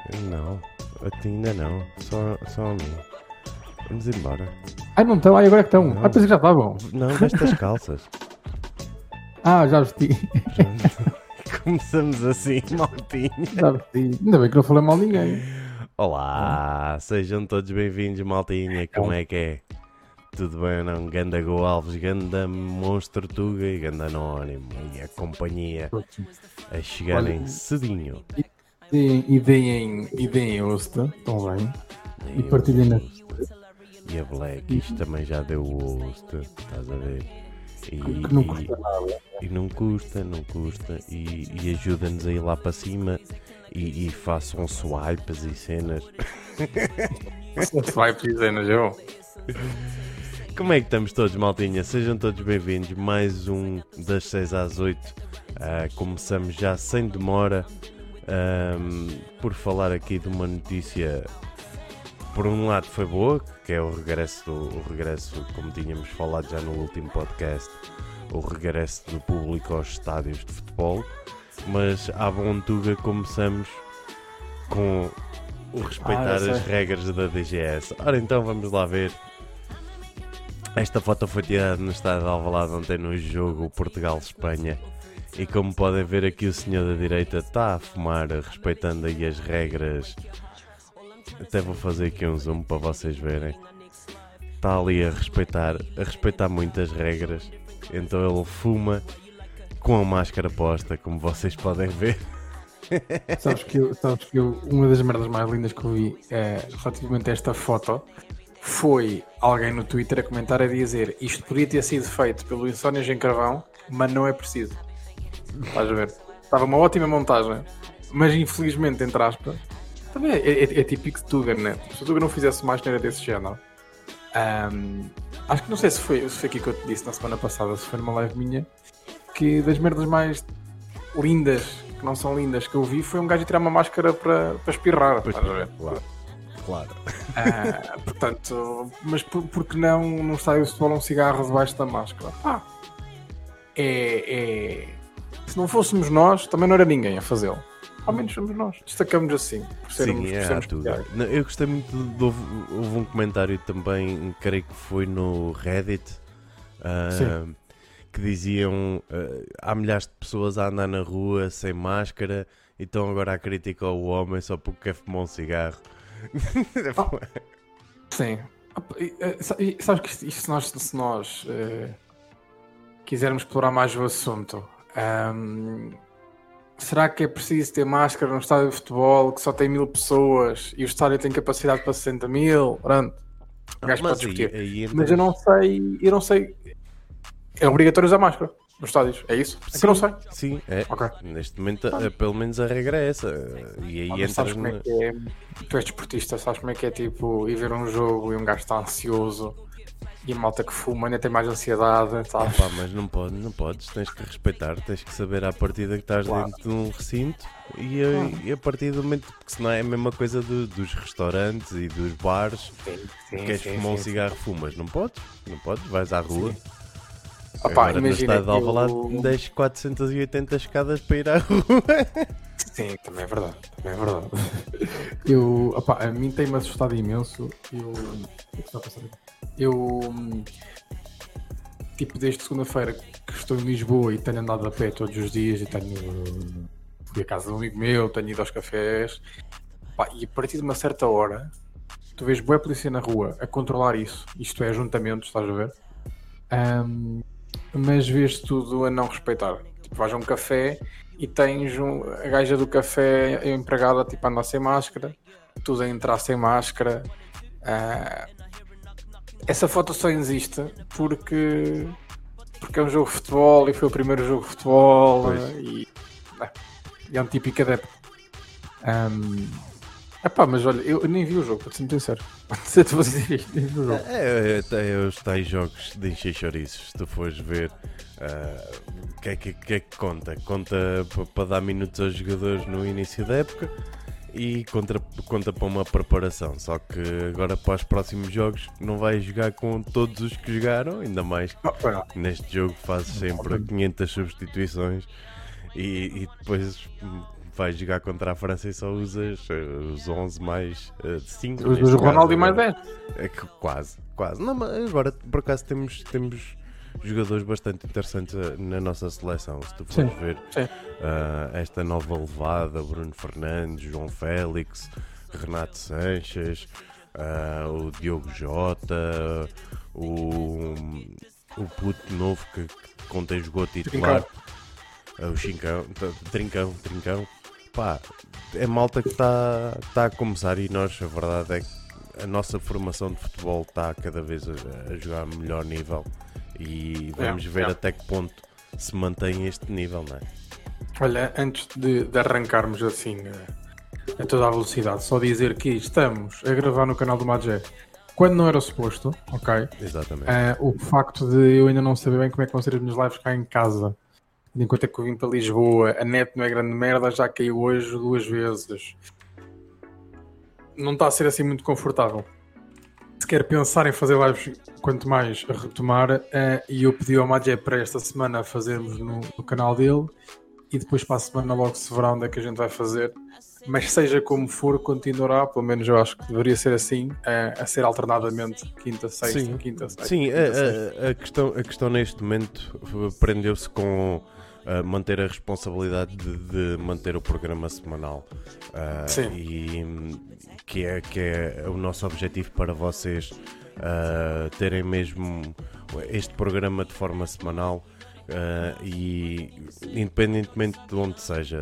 Não, a ti ainda não. Só a mim. Vamos embora. Ai, não estão? Ai, agora é que estão. Não. Pensei que já estavam. Não, veste as calças. Já vesti. Começamos assim, maltinha. Já vesti. Ainda bem que não falei mal de ninguém. Olá, sejam todos bem-vindos, maltinha. Como é que é? Tudo bem ou não? Ganda Go Alves, ganda Monstro Tuga e ganda Anónimo. E a companhia a chegarem cedinho. E deem host, estão bem. E partilhem na... E a Black, isto também já deu o host, estás a ver? Que não custa nada. E não custa. E ajuda-nos a ir lá para cima e façam swipes e cenas. Swipes e cenas, eu. Como é que estamos todos, maltinha? Sejam todos bem-vindos. Mais um das 6 às 8. Começamos já sem demora. Por falar aqui de uma notícia, por um lado foi boa, que é o regresso, como tínhamos falado já no último podcast, o regresso do público aos estádios de futebol, mas à Bontuga começamos com o respeitar as regras da DGS. Ora então vamos lá ver. Esta foto foi tirada no estádio de Alvalade ontem no jogo Portugal-Espanha. E como podem ver aqui, o senhor da direita está a fumar, respeitando aí as regras. Até vou fazer aqui um zoom para vocês verem. Está ali a respeitar muitas regras. Então ele fuma com a máscara posta, como vocês podem ver. Sabes que eu, uma das merdas mais lindas que eu vi relativamente a esta foto foi alguém no Twitter a comentar a dizer: isto podia ter sido feito pelo Insónias em Carvão, mas não é preciso. Estás a ver? Estava uma ótima montagem, mas infelizmente, entre aspas, também é típico de Tuga, né? Se o Tuga não fizesse mais, não era desse género. Acho que não sei se foi aqui que eu te disse na semana passada, se foi numa live minha, que das merdas mais lindas, que não são lindas, que eu vi, foi um gajo a tirar uma máscara para espirrar. Estás a ver? Claro. Portanto, mas por que não no estádio de futebol um cigarro debaixo da máscara? Se não fôssemos nós, também não era ninguém a fazê-lo. Ao menos somos nós. Destacamos assim. Por sermos tudo. Eu gostei muito houve um comentário também, creio que foi no Reddit, que diziam há milhares de pessoas a andar na rua sem máscara e estão agora a criticar o homem só porque quer fumar um cigarro. Sim. Sabes que isto, se nós quisermos explorar mais o assunto, será que é preciso ter máscara num estádio de futebol que só tem 1000 pessoas e o estádio tem capacidade para 60.000? Pronto. O gajo pode discutir. Mas eu não sei. É obrigatório usar máscara nos estádios, é isso? É que eu não sei. Sim, é. Okay. Neste momento, pelo menos a regra é essa. E aí sabes como é que é? Tu és desportista, sabes como é que é tipo ir ver um jogo e um gajo está ansioso e a malta que fuma ainda tem mais ansiedade, sabes? Mas não podes, tens que respeitar, tens que saber à partida que estás dentro de um recinto e a partir do momento, porque senão é a mesma coisa dos restaurantes e dos bares. Queres fumar um cigarro, fumas, não podes, vais à rua. Agora no estádio de Alvalade deixo 480 escadas para ir à rua. Sim, também é verdade. A mim tem-me assustado imenso. Tipo, desde segunda-feira que estou em Lisboa e tenho andado a pé todos os dias e fui à casa de um amigo meu, tenho ido aos cafés, e a partir de uma certa hora tu vês boa polícia na rua a controlar isso, isto é ajuntamentos, estás a ver? Mas vês tudo a não respeitar. Tipo, vais a um café e tens a gaja do café empregada tipo, a andar sem máscara, tudo a entrar sem máscara. Essa foto só existe porque é um jogo de futebol e foi o primeiro jogo de futebol e é um típico adepto. Mas olha, eu nem vi o jogo, para ser muito sincero. Nem vi o jogo. É os tais jogos de encher chouriços. Se tu fores ver, o que é que conta? Conta para dar minutos aos jogadores no início da época e conta para uma preparação. Só que agora para os próximos jogos não vais jogar com todos os que jogaram, ainda mais que neste jogo fazes sempre 500 substituições e depois vais jogar contra a França e só usas os 11 mais 5. Os Ronaldo e mais 10. É que quase. Não, mas agora, por acaso, temos jogadores bastante interessantes na nossa seleção. Se tu fores ver esta nova levada, Bruno Fernandes, João Félix, Renato Sanches, o Diogo Jota, o puto novo que ontem jogou titular, o Chincão, Trincão. Pá, é malta que está a começar e nós, a verdade é que a nossa formação de futebol está cada vez a jogar a melhor nível e vamos ver até que ponto se mantém este nível, não é? Olha, antes de arrancarmos assim a toda a velocidade, só dizer que estamos a gravar no canal do Magé quando não era suposto, ok? Exatamente. O facto de eu ainda não saber bem como é que vão ser as minhas lives cá em casa, enquanto é que eu vim para Lisboa, a net não é grande merda, já caiu hoje 2 vezes. Não está a ser assim muito confortável. Se quer pensar em fazer lives, quanto mais a retomar, e eu pedi ao Magé para esta semana fazermos no canal dele, e depois para a semana logo se verá onde é que a gente vai fazer. Mas seja como for, continuará, pelo menos eu acho que deveria ser assim, a ser alternadamente quinta, sexta, quinta, sexta. Sim, a questão neste momento prendeu-se com manter a responsabilidade de manter o programa semanal. E que é o nosso objetivo para vocês terem mesmo este programa de forma semanal. E independentemente de onde seja,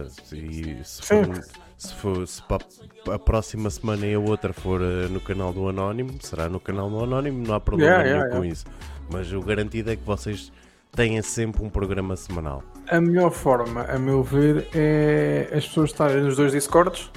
se para a próxima semana e a outra for no canal do Anónimo, será no canal do Anónimo, não há problema nenhum com isso. Mas o garantido é que vocês tenham sempre um programa semanal. A melhor forma, a meu ver, é as pessoas estarem nos 2 Discords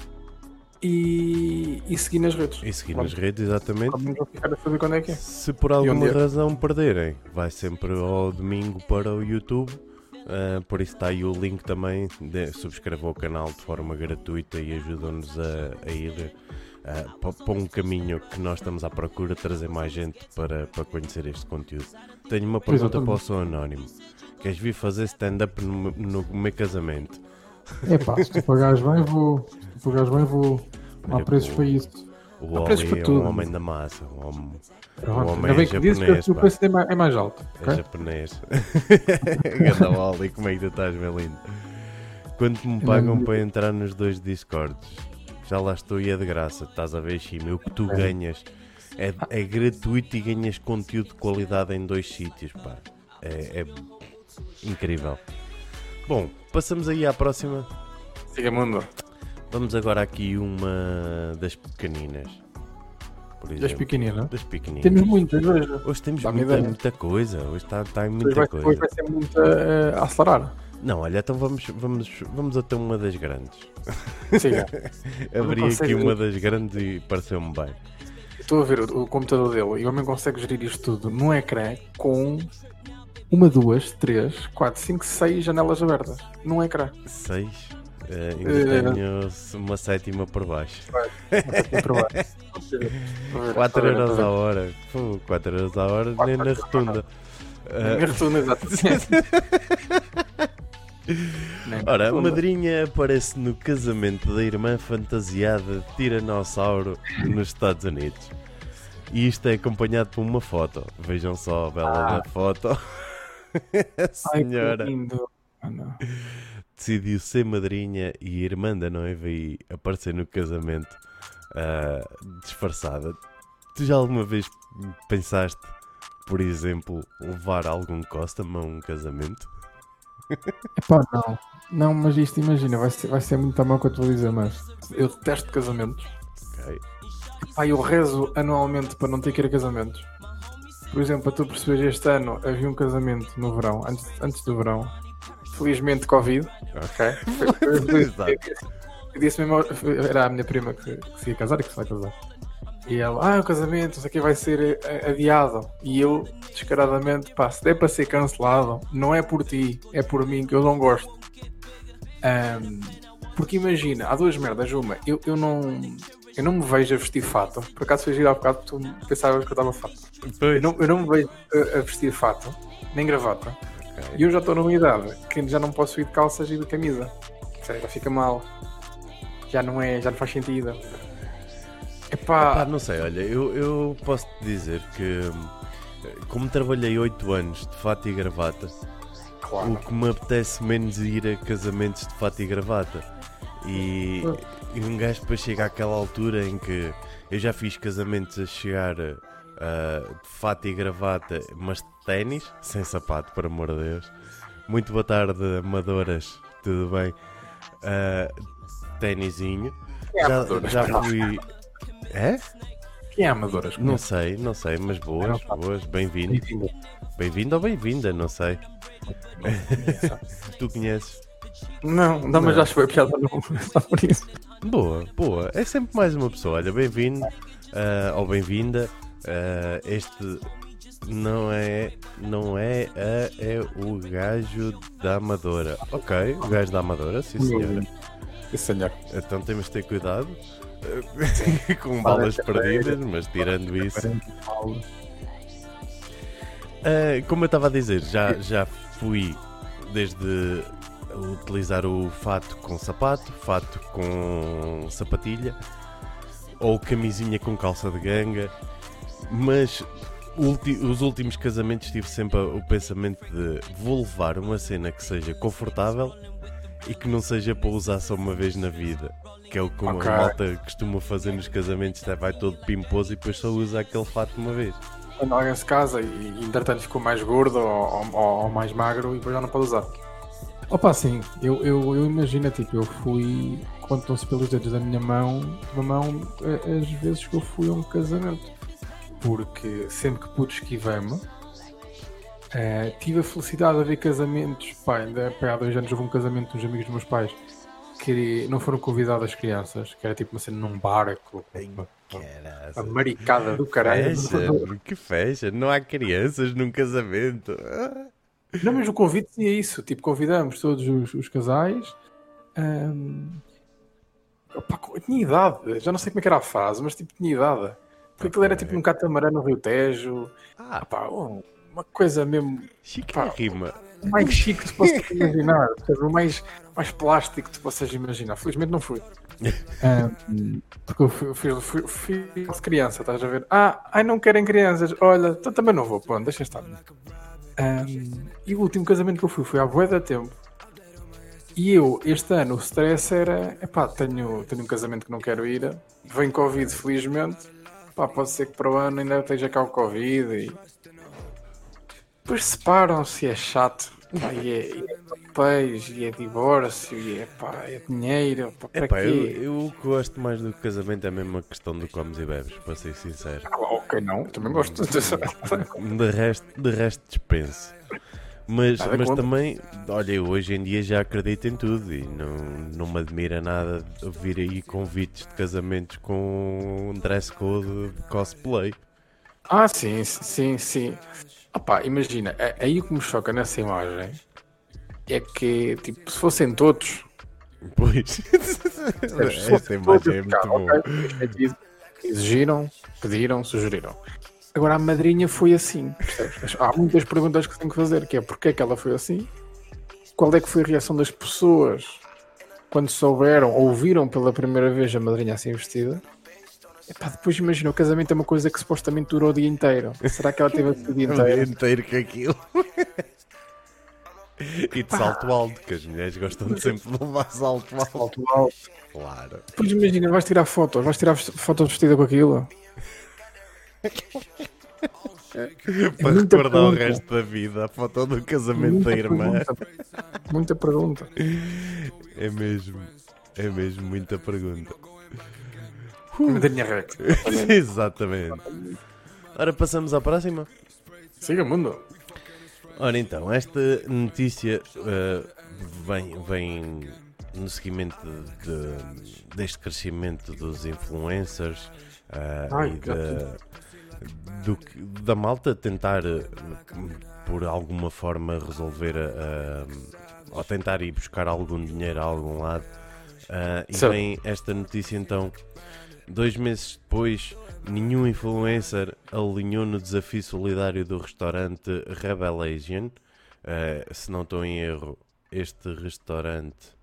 e seguir nas redes. E seguir nas redes, exatamente. Vou ficar a saber quando é que é. Se por alguma razão perderem, vai sempre ao domingo para o YouTube. Por isso está aí o link também. Subscrevam o canal de forma gratuita e ajudam-nos a ir para um caminho que nós estamos à procura de trazer mais gente para conhecer este conteúdo. Tenho uma pergunta para o seu Anónimo. Queres vir fazer stand-up no meu casamento? É pá, se tu pagares bem vou. Não há preços para isso. O Oli é um homem da massa. O homem é japonês. Que o preço é mais alto. É japonês. Ganda Oli, como é que tu estás, meu lindo? Quanto me pagam para entrar nos 2 Discords? Já lá estou e é de graça. Estás a ver, Chime? O que tu ganhas é gratuito e ganhas conteúdo de qualidade em 2 sítios, pá. É incrível. Bom, passamos aí à próxima. Siga, mundo. Vamos agora aqui uma das pequeninas. Por exemplo. Das pequeninas. Temos muitas hoje. Hoje temos muita coisa. Hoje está em muita coisa. Hoje vai ser muito a acelerar. Não, olha, então vamos até uma das grandes. Siga. Abri aqui uma das grandes e pareceu-me bem. Estou a ver o computador dele e o homem consegue gerir isto tudo num ecrã com 1, 2, 3, 4, 5, 6 janelas abertas. Num ecrã. 6? Ainda tenho uma 7ª por baixo. 4 euros a hora. 4 euros a hora, nem na rotunda. Nem na rotunda, exatamente. Ora, a madrinha aparece no casamento da irmã fantasiada de Tiranossauro nos Estados Unidos. E isto é acompanhado por uma foto. Vejam só a bela da foto. A senhora decidiu ser madrinha e irmã da noiva e aparecer no casamento disfarçada. Tu já alguma vez pensaste, por exemplo, levar algum costume a um casamento? Epá, não, mas isto imagina, vai ser muito mal o que eu estou a dizer, mas eu detesto casamentos. Ok. Epá, eu rezo anualmente para não ter que ir a casamentos. Por exemplo, para tu perceberes, este ano havia um casamento no verão, antes do verão. Felizmente Covid. Ok. Eu disse mesmo, era a minha prima que se ia casar e que se vai casar. E ela, o casamento, isso aqui vai ser adiado. E eu, descaradamente, se der para ser cancelado, não é por ti, é por mim, que eu não gosto. Porque imagina, há 2 merdas. Uma, eu não me vejo a vestir fato. Por acaso foi giro há bocado, tu pensavas que eu estava fato. Eu não me vejo a vestir fato, nem gravata. E eu já estou numa idade que já não posso ir de calças e de camisa. Sério, fica mal. Já não faz sentido. Epá, não sei, olha, eu posso te dizer que, como trabalhei 8 anos de fato e gravata, Claro. o que me apetece menos ir a casamentos de fato e gravata. E um gajo depois chega àquela altura em que eu já fiz casamentos a chegar de fato e gravata, mas de ténis, sem sapato, por amor de Deus. Muito boa tarde, amadoras, tudo bem? Ténisinho. Já fui. É? Quem é amadoras? Não sei, mas boas, bem-vindo. Bem-vindo ou bem-vinda, não sei. Tu conheces? Não, mas acho que foi a piada, não. Só por isso. Boa. É sempre mais uma pessoa. Olha, bem-vindo ou bem-vinda. Este não é o gajo da Amadora. Ok, o gajo da Amadora, sim senhora. Sim, senhor. Então temos de ter cuidado com balas perdidas, mas tirando isso. Como eu estava a dizer, já fui desde utilizar o fato com sapato, fato com sapatilha ou camisinha com calça de ganga, mas os últimos casamentos tive sempre o pensamento de vou levar uma cena que seja confortável e que não seja para usar só uma vez na vida, que é o que a malta costuma fazer nos casamentos, vai todo pimposo e depois só usa aquele fato uma vez. Quando alguém se casa e entretanto ficou mais gordo ou mais magro e depois já não pode usar. Opa, sim, eu imagino, tipo, eu fui, contam-se pelos dedos da minha mão, as vezes que eu fui a um casamento. Porque sempre que pude esquivar-me, tive a felicidade de ver casamentos. Pá, ainda há 2 anos houve um casamento de uns amigos dos meus pais que não foram convidadas as crianças, que era tipo uma cena num barco, a maricada do caralho. Que fecha, não há crianças num casamento. Não, mas o convite dizia isso, tipo, convidamos todos os casais. Opa, tinha idade, já não sei como é que era a fase, mas tipo, tinha idade. Porque aquilo era tipo num catamarã no Rio Tejo. Pá, uma coisa mesmo. Chique pá, rima. O mais chique que tu possas imaginar. O mais plástico que tu possas imaginar. Felizmente não fui. Porque eu fui de criança, estás a ver? Ai, não querem crianças. Olha, então também não vou. Pô, deixa estar. E o último casamento que eu fui há bué de tempo. E eu, este ano, o stress era... Epá, tenho um casamento que não quero ir. Vem Covid, felizmente. Pá, pode ser que para o ano ainda esteja cá o Covid e... Depois separam-se, é chato. Pá, e é papéis, e é divórcio, e é dinheiro. Pá, para quê? Eu o que gosto mais do casamento é mesmo a questão do comes e bebes, para ser sincero. Ok, não, também gosto. De resto dispenso. Mas também, olha, eu hoje em dia já acredito em tudo e não me admira nada vir aí convites de casamentos com dress code de cosplay. Sim. Opá, imagina, aí o que me choca nessa imagem é que, tipo, se fossem todos... Pois, essa imagem é muito boa. Exigiram, pediram, sugeriram. Agora a madrinha foi assim, percebes? Há muitas perguntas que tenho que fazer, que é porque é que ela foi assim? Qual é que foi a reação das pessoas quando souberam ou ouviram pela primeira vez a madrinha assim vestida? Epá, depois imagina, o casamento é uma coisa que supostamente durou o dia inteiro. Será que ela teve o dia inteiro? O dia inteiro com aquilo. E de salto alto, que as mulheres gostam de sempre de levar salto alto. Claro. Depois imagina, vais tirar fotos vestida com aquilo. Para recordar o resto da vida, a foto do casamento da irmã. Muita pergunta. É mesmo muita pergunta. Madrinha Rex. Exatamente. Ora, passamos à próxima. Siga, mundo. Ora então, esta notícia vem no seguimento deste crescimento dos influencers da malta tentar por alguma forma resolver ou tentar ir buscar algum dinheiro a algum lado. E vem esta notícia então, 2 meses depois, nenhum influencer alinhou no desafio solidário do restaurante Revelation. Se não estou em erro, este restaurante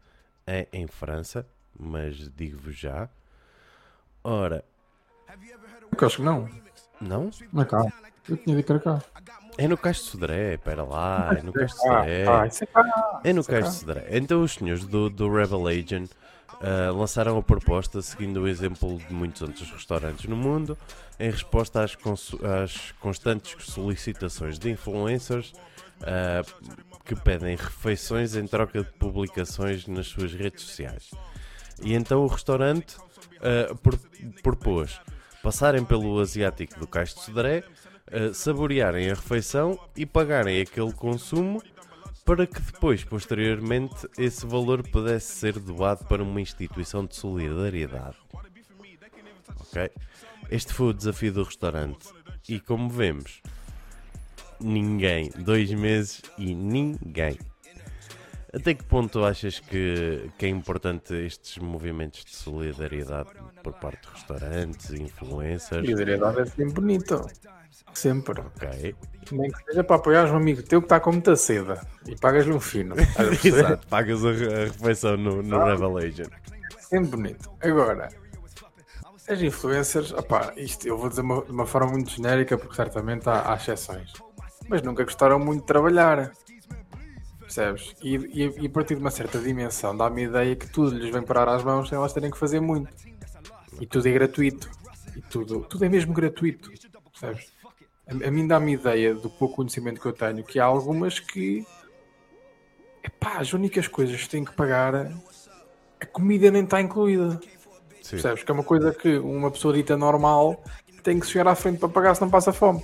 é em França, mas digo-vos já. Ora, Eu acho que não. não? Não é cá. Eu tinha de ir para cá. É no Cais de Sodré, espera lá, é no Cais de Isso Sodré. é cá. É no Isso é Cais cá. de Sodré. Então os senhores do Rebel Agent lançaram a proposta, seguindo o exemplo de muitos outros restaurantes no mundo, em resposta às constantes solicitações de influencers que pedem refeições em troca de publicações nas suas redes sociais. E então o restaurante propôs passarem pelo asiático do Cais de Sodré, saborearem a refeição e pagarem aquele consumo para que depois, posteriormente, esse valor pudesse ser doado para uma instituição de solidariedade. Ok? Este foi o desafio do restaurante. E como vemos, ninguém. 2 meses e ninguém. Até que ponto achas que é importante estes movimentos de solidariedade por parte de restaurantes, influencers? Solidariedade é sempre bonito. Sempre. Ok. Nem que seja para apoiar um amigo teu que está com muita seda e pagas-lhe um fino. Exato, pagas a refeição no Rebel Agent. Sempre bonito. Agora, as influencers, opá, isto eu vou dizer de uma forma muito genérica porque certamente há exceções. Mas nunca gostaram muito de trabalhar. Percebes? E a partir de uma certa dimensão dá-me a ideia que tudo lhes vem parar às mãos sem elas terem que fazer muito. E tudo é gratuito. E tudo é mesmo gratuito. Percebes? A mim dá-me a ideia do pouco conhecimento que eu tenho que há algumas que as únicas coisas que têm que pagar, a comida nem está incluída. Sim. Percebes? Que é uma coisa que uma pessoa dita normal tem que chegar à frente para pagar, se não passa fome.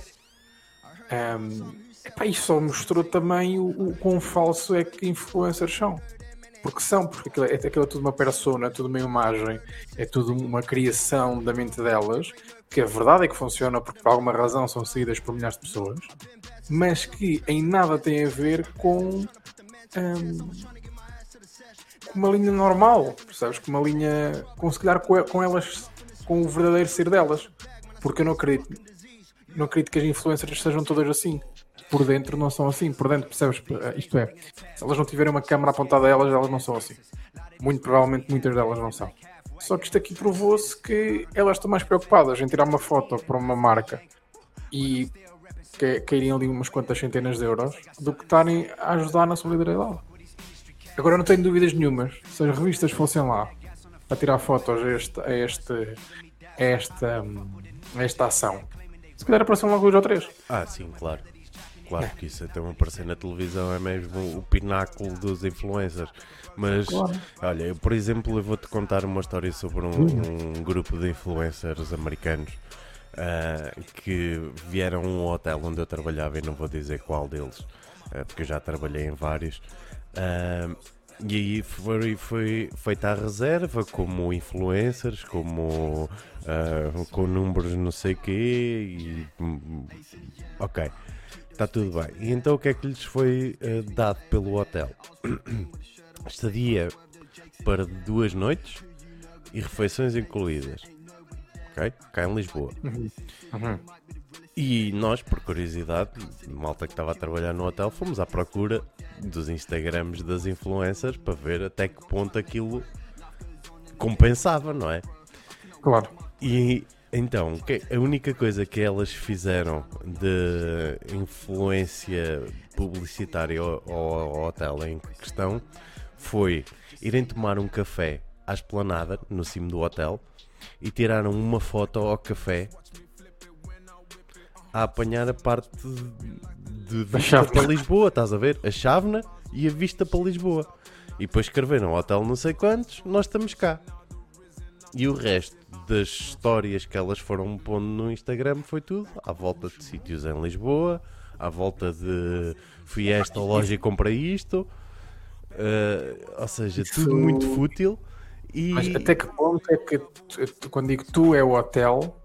Isto só mostrou também o quão falso é que influencers são. Porque aquilo é tudo uma persona, é tudo uma imagem, é tudo uma criação da mente delas, que a verdade é que funciona porque por alguma razão são seguidas por milhares de pessoas, mas que em nada tem a ver com uma linha normal, percebes? Com uma linha, se calhar com elas, com o verdadeiro ser delas. Porque eu não acredito que as influencers sejam todas assim. Por dentro não são assim, por dentro, percebes? Isto é, se elas não tiverem uma câmera apontada a elas, elas não são assim. Muito provavelmente muitas delas não são. Só que isto aqui provou-se que elas estão mais preocupadas em tirar uma foto para uma marca e caírem ali umas quantas centenas de euros do que estarem a ajudar na solidariedade. Agora eu não tenho dúvidas nenhumas, se as revistas fossem lá para tirar fotos a esta ação, se calhar apareciam logo 2 ou 3. Sim, claro. Claro que isso até aparecer na televisão é mesmo o pináculo dos influencers. Mas, Claro. olha, eu, por exemplo, eu vou-te contar uma história sobre um grupo de influencers americanos que vieram a um hotel onde eu trabalhava, e não vou dizer qual deles, porque eu já trabalhei em vários. E aí foi feita a reserva como influencers, como com números não sei o quê, ok. Está tudo bem. E então o que é que lhes foi dado pelo hotel? Estadia para 2 noites e refeições incluídas. Ok? Cá em Lisboa. E nós, por curiosidade, malta que estava a trabalhar no hotel, fomos à procura dos Instagrams das influencers para ver até que ponto aquilo compensava, não é? Claro. E então, a única coisa que elas fizeram de influência publicitária ao hotel em questão foi irem tomar um café à esplanada, no cimo do hotel, e tiraram uma foto ao café a apanhar a parte de vista para Lisboa, estás a ver? A chávena e a vista para Lisboa. E depois escreveram hotel não sei quantos, nós estamos cá. E o resto das histórias que elas foram pondo no Instagram foi tudo à volta de sítios em Lisboa, à volta de fui a esta loja e comprei isto, ou seja, tudo muito fútil. Mas até que ponto é que, quando digo tu é o hotel,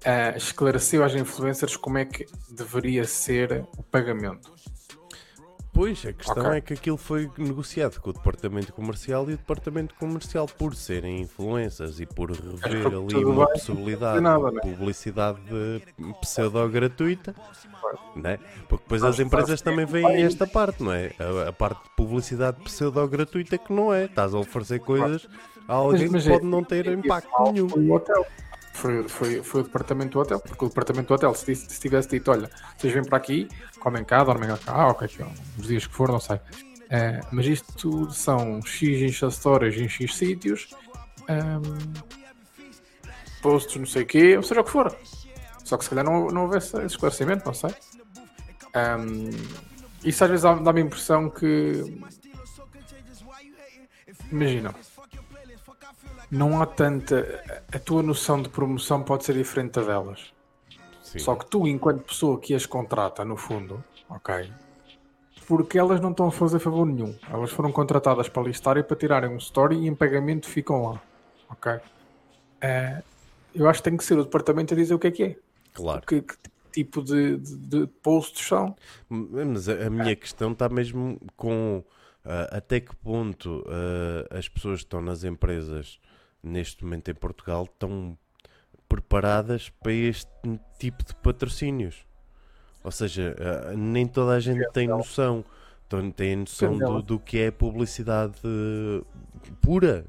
esclareceu às influencers como é que deveria ser o pagamento? Pois, a questão é que aquilo foi negociado com o departamento comercial e o departamento comercial, por serem influencers e por rever ali uma possibilidade de publicidade pseudo-gratuita, né? Porque depois as empresas também veem esta parte, não é? A parte de publicidade pseudo-gratuita que não é. Estás a oferecer coisas a alguém que pode não ter impacto nenhum. Foi o departamento do hotel, porque o departamento do hotel, se tivesse dito, olha, vocês vêm para aqui, comem cá, dormem cá, ok, os dias que for, não sei. Mas isto são X Instastories em X sítios, posts não sei o quê, ou seja o que for. Só que se calhar não houvesse esse esclarecimento, não sei. Isso às vezes dá-me a impressão que... Imagina, não há tanta... A tua noção de promoção pode ser diferente da delas. Sim. Só que tu, enquanto pessoa que as contrata, no fundo, ok, porque elas não estão a fazer favor nenhum. Elas foram contratadas para listar e para tirarem um story e em pagamento ficam lá. Ok? Eu acho que tem que ser o departamento a dizer o que é. Claro. Que tipo de posts são. Mas a minha questão está mesmo com até que ponto as pessoas que estão nas empresas neste momento em Portugal estão preparadas para este tipo de patrocínios. Ou seja, nem toda a gente tem noção. Tem noção do que é publicidade pura.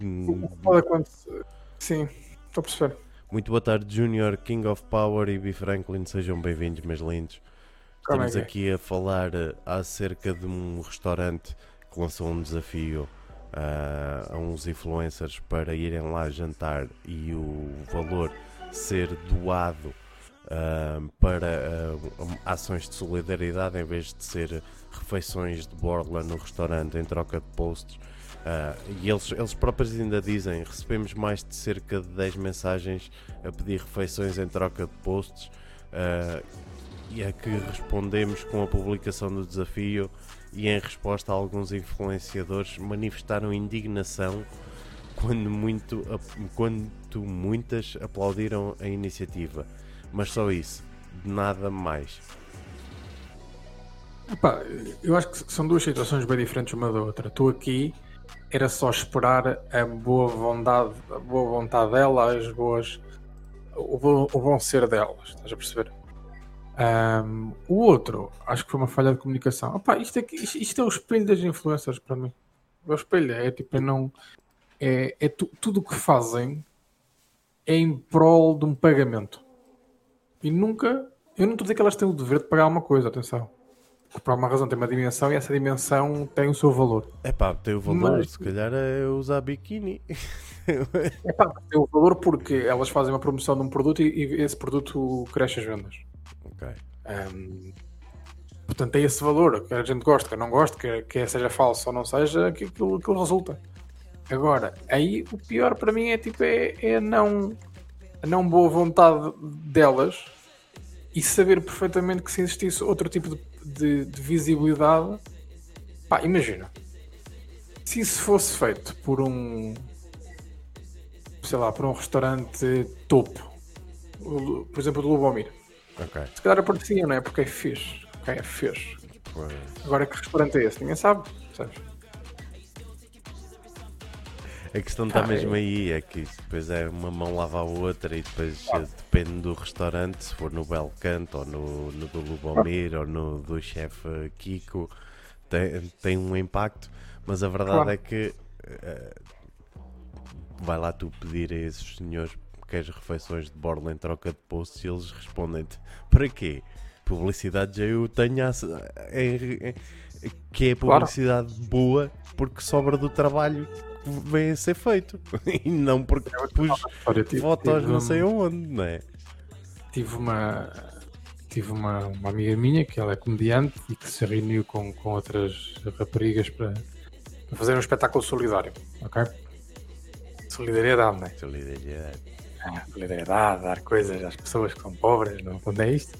Sim, estou a perceber. Muito boa tarde, Junior, King of Power e B. Franklin. Sejam bem-vindos, meus lindos. Estamos aqui a falar acerca de um restaurante que lançou um desafio a uns influencers para irem lá jantar e o valor ser doado para ações de solidariedade em vez de ser refeições de borla no restaurante em troca de posts. E eles próprios ainda dizem: recebemos mais de cerca de 10 mensagens a pedir refeições em troca de posts, e é que respondemos com a publicação do desafio, e em resposta alguns influenciadores manifestaram indignação quando muitas aplaudiram a iniciativa, mas só isso, nada mais. Epá, eu acho que são duas situações bem diferentes uma da outra. Tu aqui era só esperar a boa vontade dela, o bom ser delas, estás a perceber? O outro, acho que foi uma falha de comunicação. Epá, isto é o espelho das influencers para mim. O espelho é tipo, tudo o que fazem é em prol de um pagamento. E nunca, eu não estou a dizer que elas têm o dever de pagar uma coisa, atenção. Por alguma razão tem uma dimensão e essa dimensão tem o seu valor. Tem o valor, se calhar é usar biquíni. Tem o valor porque elas fazem uma promoção de um produto e esse produto cresce as vendas. Ok. Portanto, tem esse valor, que a gente gosta, que não gosta, que seja falso ou não seja, que aquilo resulta. Agora, aí o pior para mim é a não boa vontade delas e saber perfeitamente que se existisse outro tipo de visibilidade, imagina, se isso fosse feito por um restaurante topo, por exemplo, do Lubomir, okay. Se calhar aparecia, não é? Porque é fixe. Okay, é fixe. Pois. Agora que restaurante é esse? Ninguém sabe, sabes? A questão está mesmo aí, é que depois é uma mão lava a outra e depois depende do restaurante, se for no Belcanto ou no do Lubomir ou no do chefe Kiko, tem um impacto, mas a verdade é que vai lá tu pedir a esses senhores que as refeições de borla em troca de posts e eles respondem-te: para quê? Publicidade já eu tenho que é publicidade boa porque sobra do trabalho que vem a ser feito e não porque pus fotos não sei onde, não é? Tive uma amiga minha que ela é comediante e que se reuniu com outras raparigas para fazer um espetáculo solidário, ok? Solidariedade, não é? Solidariedade, dar coisas às pessoas que são pobres, não é isto?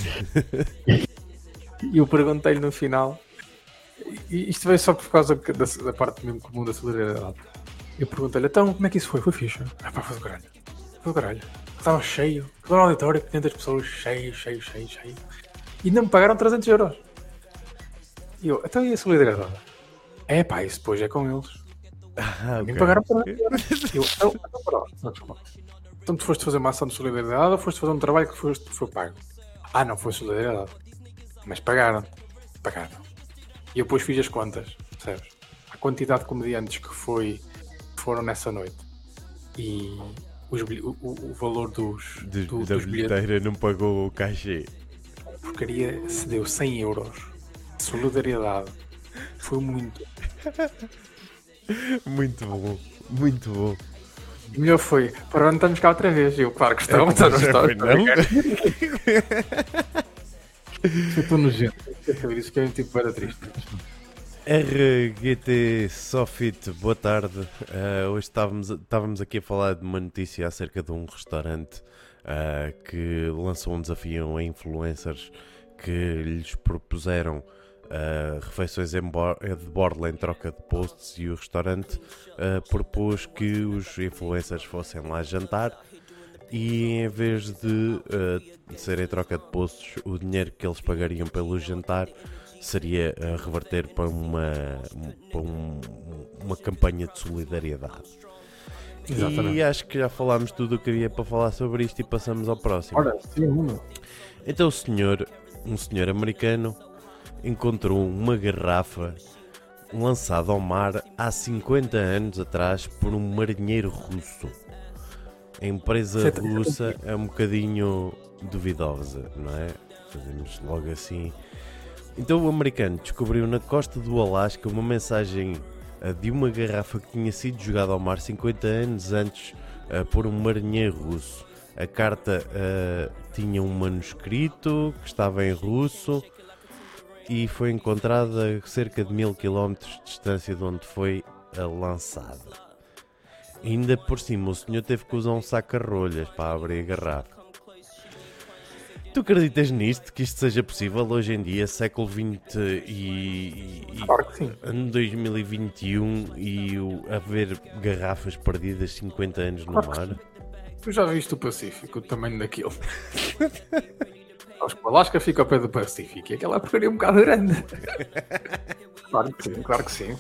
E eu perguntei-lhe no final, e isto veio só por causa da parte mesmo comum da solidariedade. Eu perguntei-lhe: então, como é que isso foi? Foi fixe? Foi do caralho. Estava cheio, todo o auditório, 500 pessoas, cheio. E ainda me pagaram 300€. E eu, então e a solidariedade? É pá, isso depois é com eles. Ok. Me pagaram para eu, desculpa. Então tu foste fazer uma ação de solidariedade ou foste fazer um trabalho que foi pago? Ah, não foi solidariedade. Mas pagaram. E eu depois fiz as contas, percebes? A quantidade de comediantes que foram nessa noite e o valor Da dos bilhetes, bilheteira não pagou o cachê. a porcaria se deu 100 euros. Solidariedade. Foi muito. Muito bom, muito bom. O melhor foi, para onde estamos cá outra vez? Eu, claro que estamos, Não? Eu estou nojento. Isso que é tipo para triste. RGT Sofit, boa tarde. Hoje estávamos aqui a falar de uma notícia acerca de um restaurante que lançou um desafio a influencers que lhes propuseram refeições de borla em troca de posts, e o restaurante propôs que os influencers fossem lá jantar e, em vez de ser em troca de posts, o dinheiro que eles pagariam pelo jantar seria reverter para uma campanha de solidariedade. Exatamente. E acho que já falámos tudo o que havia para falar sobre isto e passamos ao próximo. Ora, sim, Então um senhor americano encontrou uma garrafa lançada ao mar há 50 anos atrás por um marinheiro russo. A empresa russa é um bocadinho duvidosa, não é? Fazemos logo assim. Então o americano descobriu na costa do Alasca uma mensagem de uma garrafa que tinha sido jogada ao mar 50 anos antes por um marinheiro russo. A carta tinha um manuscrito que estava em russo e foi encontrada a cerca de 1000 km de distância de onde foi lançada. Ainda por cima o senhor teve que usar um saca-rolhas para abrir a garrafa. Tu acreditas nisto, que isto seja possível hoje em dia, século XX claro que sim. ano 2021, e haver garrafas perdidas 50 anos no mar? Tu já viste o Pacífico, o tamanho daquilo? Acho que o Alasca fica ao pé do Pacífico e aquela porcaria é um bocado grande. Claro que sim.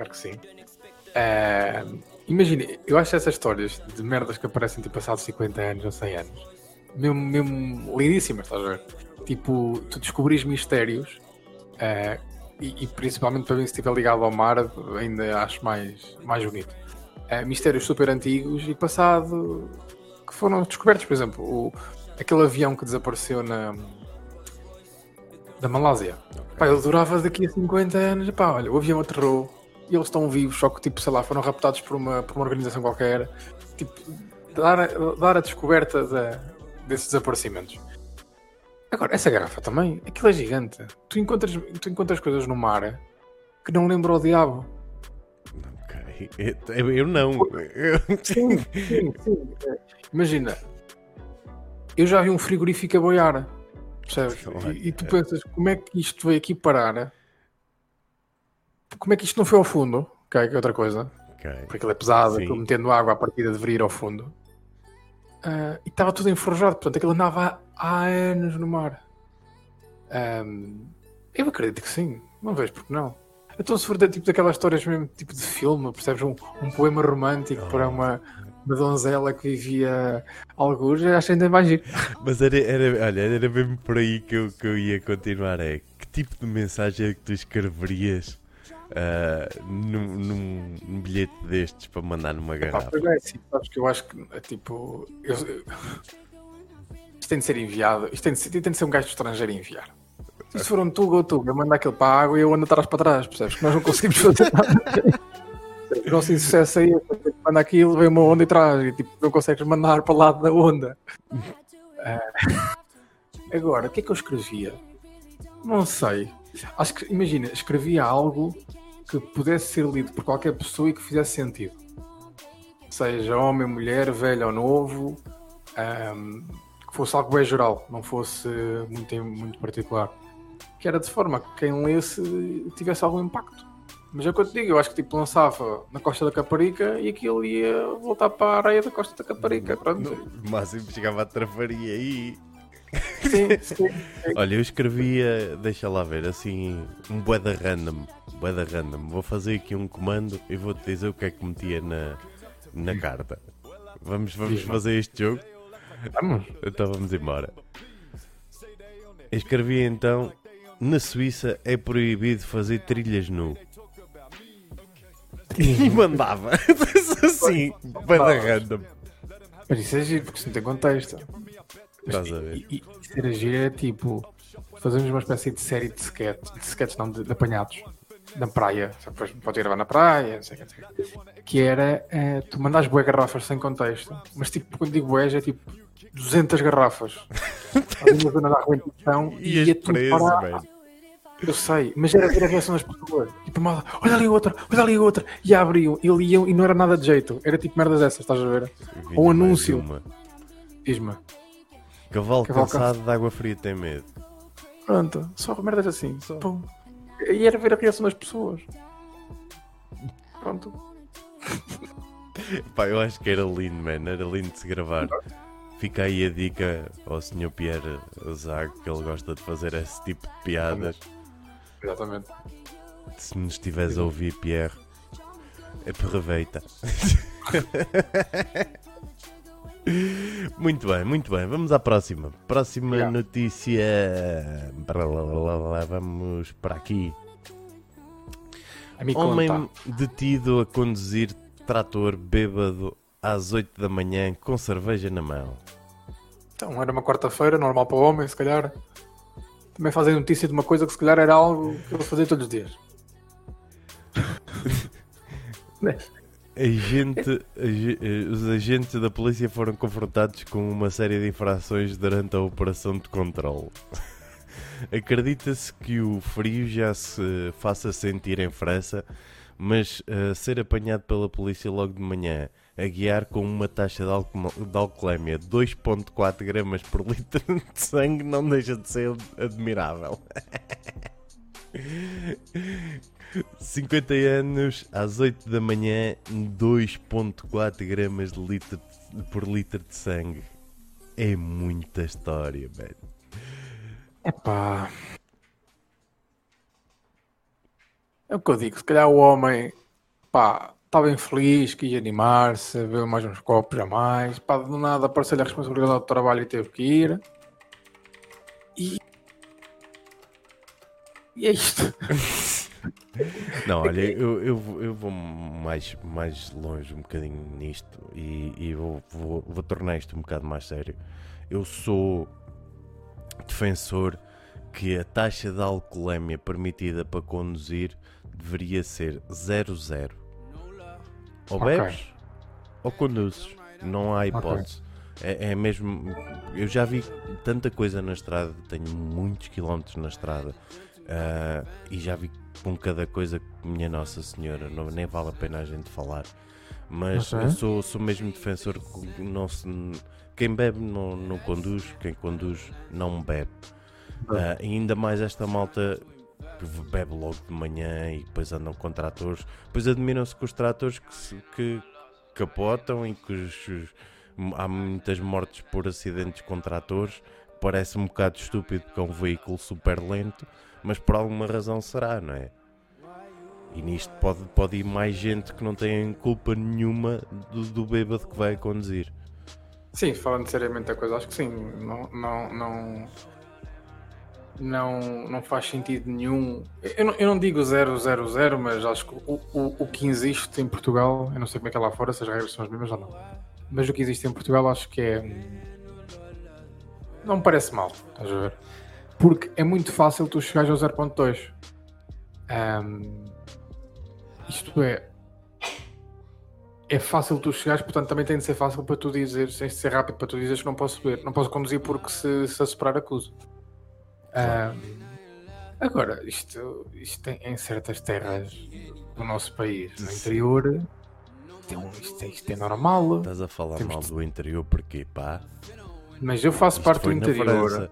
Imagina, eu acho essas histórias de merdas que aparecem tipo passados 50 anos ou 100 anos mesmo lindíssimas, estás a ver? Tipo, tu descobris mistérios e principalmente para mim, se estiver ligado ao mar, ainda acho mais bonito. Mistérios super antigos e passado que foram descobertos, por exemplo, aquele avião que desapareceu da Malásia. Pá, eu adorava daqui a 50 anos, pá, olha, o avião aterrou e eles estão vivos, só que tipo, sei lá, foram raptados por uma organização qualquer. Tipo, dar a descoberta desses desaparecimentos. Agora, essa garrafa também, aquilo é gigante. Tu encontras coisas no mar que não lembram o diabo. Ok, eu não. Sim. Imagina, eu já vi um frigorífico a boiar, percebes? E tu pensas, como é que isto veio aqui parar? Como é que isto não foi ao fundo? Que é outra coisa. Porque aquilo é pesado, aquilo metendo água à partida deveria ir ao fundo. E estava tudo enforjado, portanto aquilo andava há anos no mar. Eu acredito que sim, não vejo porque não. Então se for tipo daquelas histórias mesmo tipo de filme, percebes, um poema romântico para uma donzela que vivia algures, acho ainda mais giro. Mas era mesmo por aí que eu ia continuar. É que tipo de mensagem é que tu escreverias num bilhete destes para mandar numa garrafa? Sabes que eu acho que tipo isto tem de ser enviado, isto tem de ser um gajo estrangeiro a enviar. Se for um Tuga ou Tuga, manda aquele para a água e eu ando atrás para trás, percebes? Que nós não conseguimos fazer nada. O nosso sucesso aí, manda aquilo, vem uma onda e traz e tipo, não consegues mandar para o lado da onda. Agora, o que é que eu escrevia? Não sei. Acho que, imagina, escrevia algo que pudesse ser lido por qualquer pessoa e que fizesse sentido. Seja homem, mulher, velho ou novo, que fosse algo bem geral, não fosse muito particular. Que era de forma que quem lesse tivesse algum impacto. Mas é o que eu te digo, eu acho que tipo lançava na Costa da Caparica e aquilo ia voltar para a areia da Costa da Caparica. Pronto. No máximo chegava a Travaria aí. Sim, sim. Olha, eu escrevia, deixa lá ver, assim, um bué da random. Bué da random. Vou fazer aqui um comando e vou-te dizer o que é que metia na carta. Vamos fazer este jogo? Vamos. Então vamos embora. Eu escrevia então: na Suíça é proibido fazer trilhas nu. E mandava. Assim, bué da random. Mas isso é giro, porque isso não tem contexto. Estás a ver? E ser a giro é tipo, fazemos uma espécie de série de sketches não, de apanhados, na praia, depois pode ir gravar na praia, não sei o que era, tu mandas bué garrafas sem contexto, mas tipo, quando digo bué, é tipo 200 garrafas, ali na zona da arrebentação, e ia tudo preso, parar. velho. Eu sei, mas era ver a reação das pessoas, tipo, olha ali outra, e abriam, e liam, e não era nada de jeito, era tipo merdas dessas, estás a ver? Ou um anúncio, diz-me. Cavalo cansado de água fria tem medo. Pronto, só merdas assim. Pum. E era ver a reação das pessoas. Pronto. Pá, eu acho que era lindo, man. Era lindo de se gravar. Fica aí a dica ao Sr. Pierre Zago, que ele gosta de fazer esse tipo de piadas. Exatamente. Se nos estiveres a ouvir, Pierre, aproveita. Muito bem. Vamos à próxima. Próxima notícia. Vamos para aqui. Homem detido a conduzir trator bêbado às 8 da manhã com cerveja na mão. Então, era uma quarta-feira, normal para o homem, se calhar. Também fazem notícia de uma coisa que se calhar era algo que eu fazia todos os dias. Os agentes da polícia foram confrontados com uma série de infrações durante a operação de controle. Acredita-se que o frio já se faça sentir em França, mas ser apanhado pela polícia logo de manhã a guiar com uma taxa de alcoolemia 2.4 gramas por litro de sangue não deixa de ser admirável. 50 anos, às 8 da manhã, 2.4 gramas por litro de sangue. É muita história, velho. Epá. É o que eu digo, se calhar o homem, pá, estava infeliz, quis animar-se, bebeu mais uns copos a mais, pá, do nada apareceu-lhe a responsabilidade do trabalho e teve que ir. E é isto. Não, olha, eu vou mais longe um bocadinho nisto e vou tornar isto um bocado mais sério. Eu sou defensor que a taxa de alcoolemia permitida para conduzir deveria ser 0,0. Ou bebes ou conduzes. Não há hipótese. É mesmo. Eu já vi tanta coisa na estrada, tenho muitos quilómetros na estrada. E já vi com cada coisa que minha Nossa Senhora, nem vale a pena a gente falar, mas eu sou mesmo defensor que quem bebe não conduz, quem conduz não bebe. Ainda mais esta malta que bebe logo de manhã e depois andam com tratores, depois admiram-se com os tratores que capotam e que há muitas mortes por acidentes com tratores. Parece um bocado estúpido porque é um veículo super lento, mas por alguma razão será, não é? E nisto pode ir mais gente que não tem culpa nenhuma do bêbado que vai conduzir. Sim, falando seriamente a coisa, acho que sim. Não faz sentido nenhum. Eu não digo 000, mas acho que o que existe em Portugal, eu não sei como é que é lá fora, se as regras são as mesmas ou não. Mas o que existe em Portugal acho que não me parece mal, estás a ver? Porque é muito fácil tu chegares ao 0.2. Isto é fácil tu chegares, portanto também tem de ser fácil para tu dizeres, tem de ser rápido para tu dizeres que não posso beber, não posso conduzir porque se superar acuso. Agora, isto em certas terras do nosso país, no interior, isto é normal. Estás a falar mal do interior porque, pá? Mas eu faço parte do interior.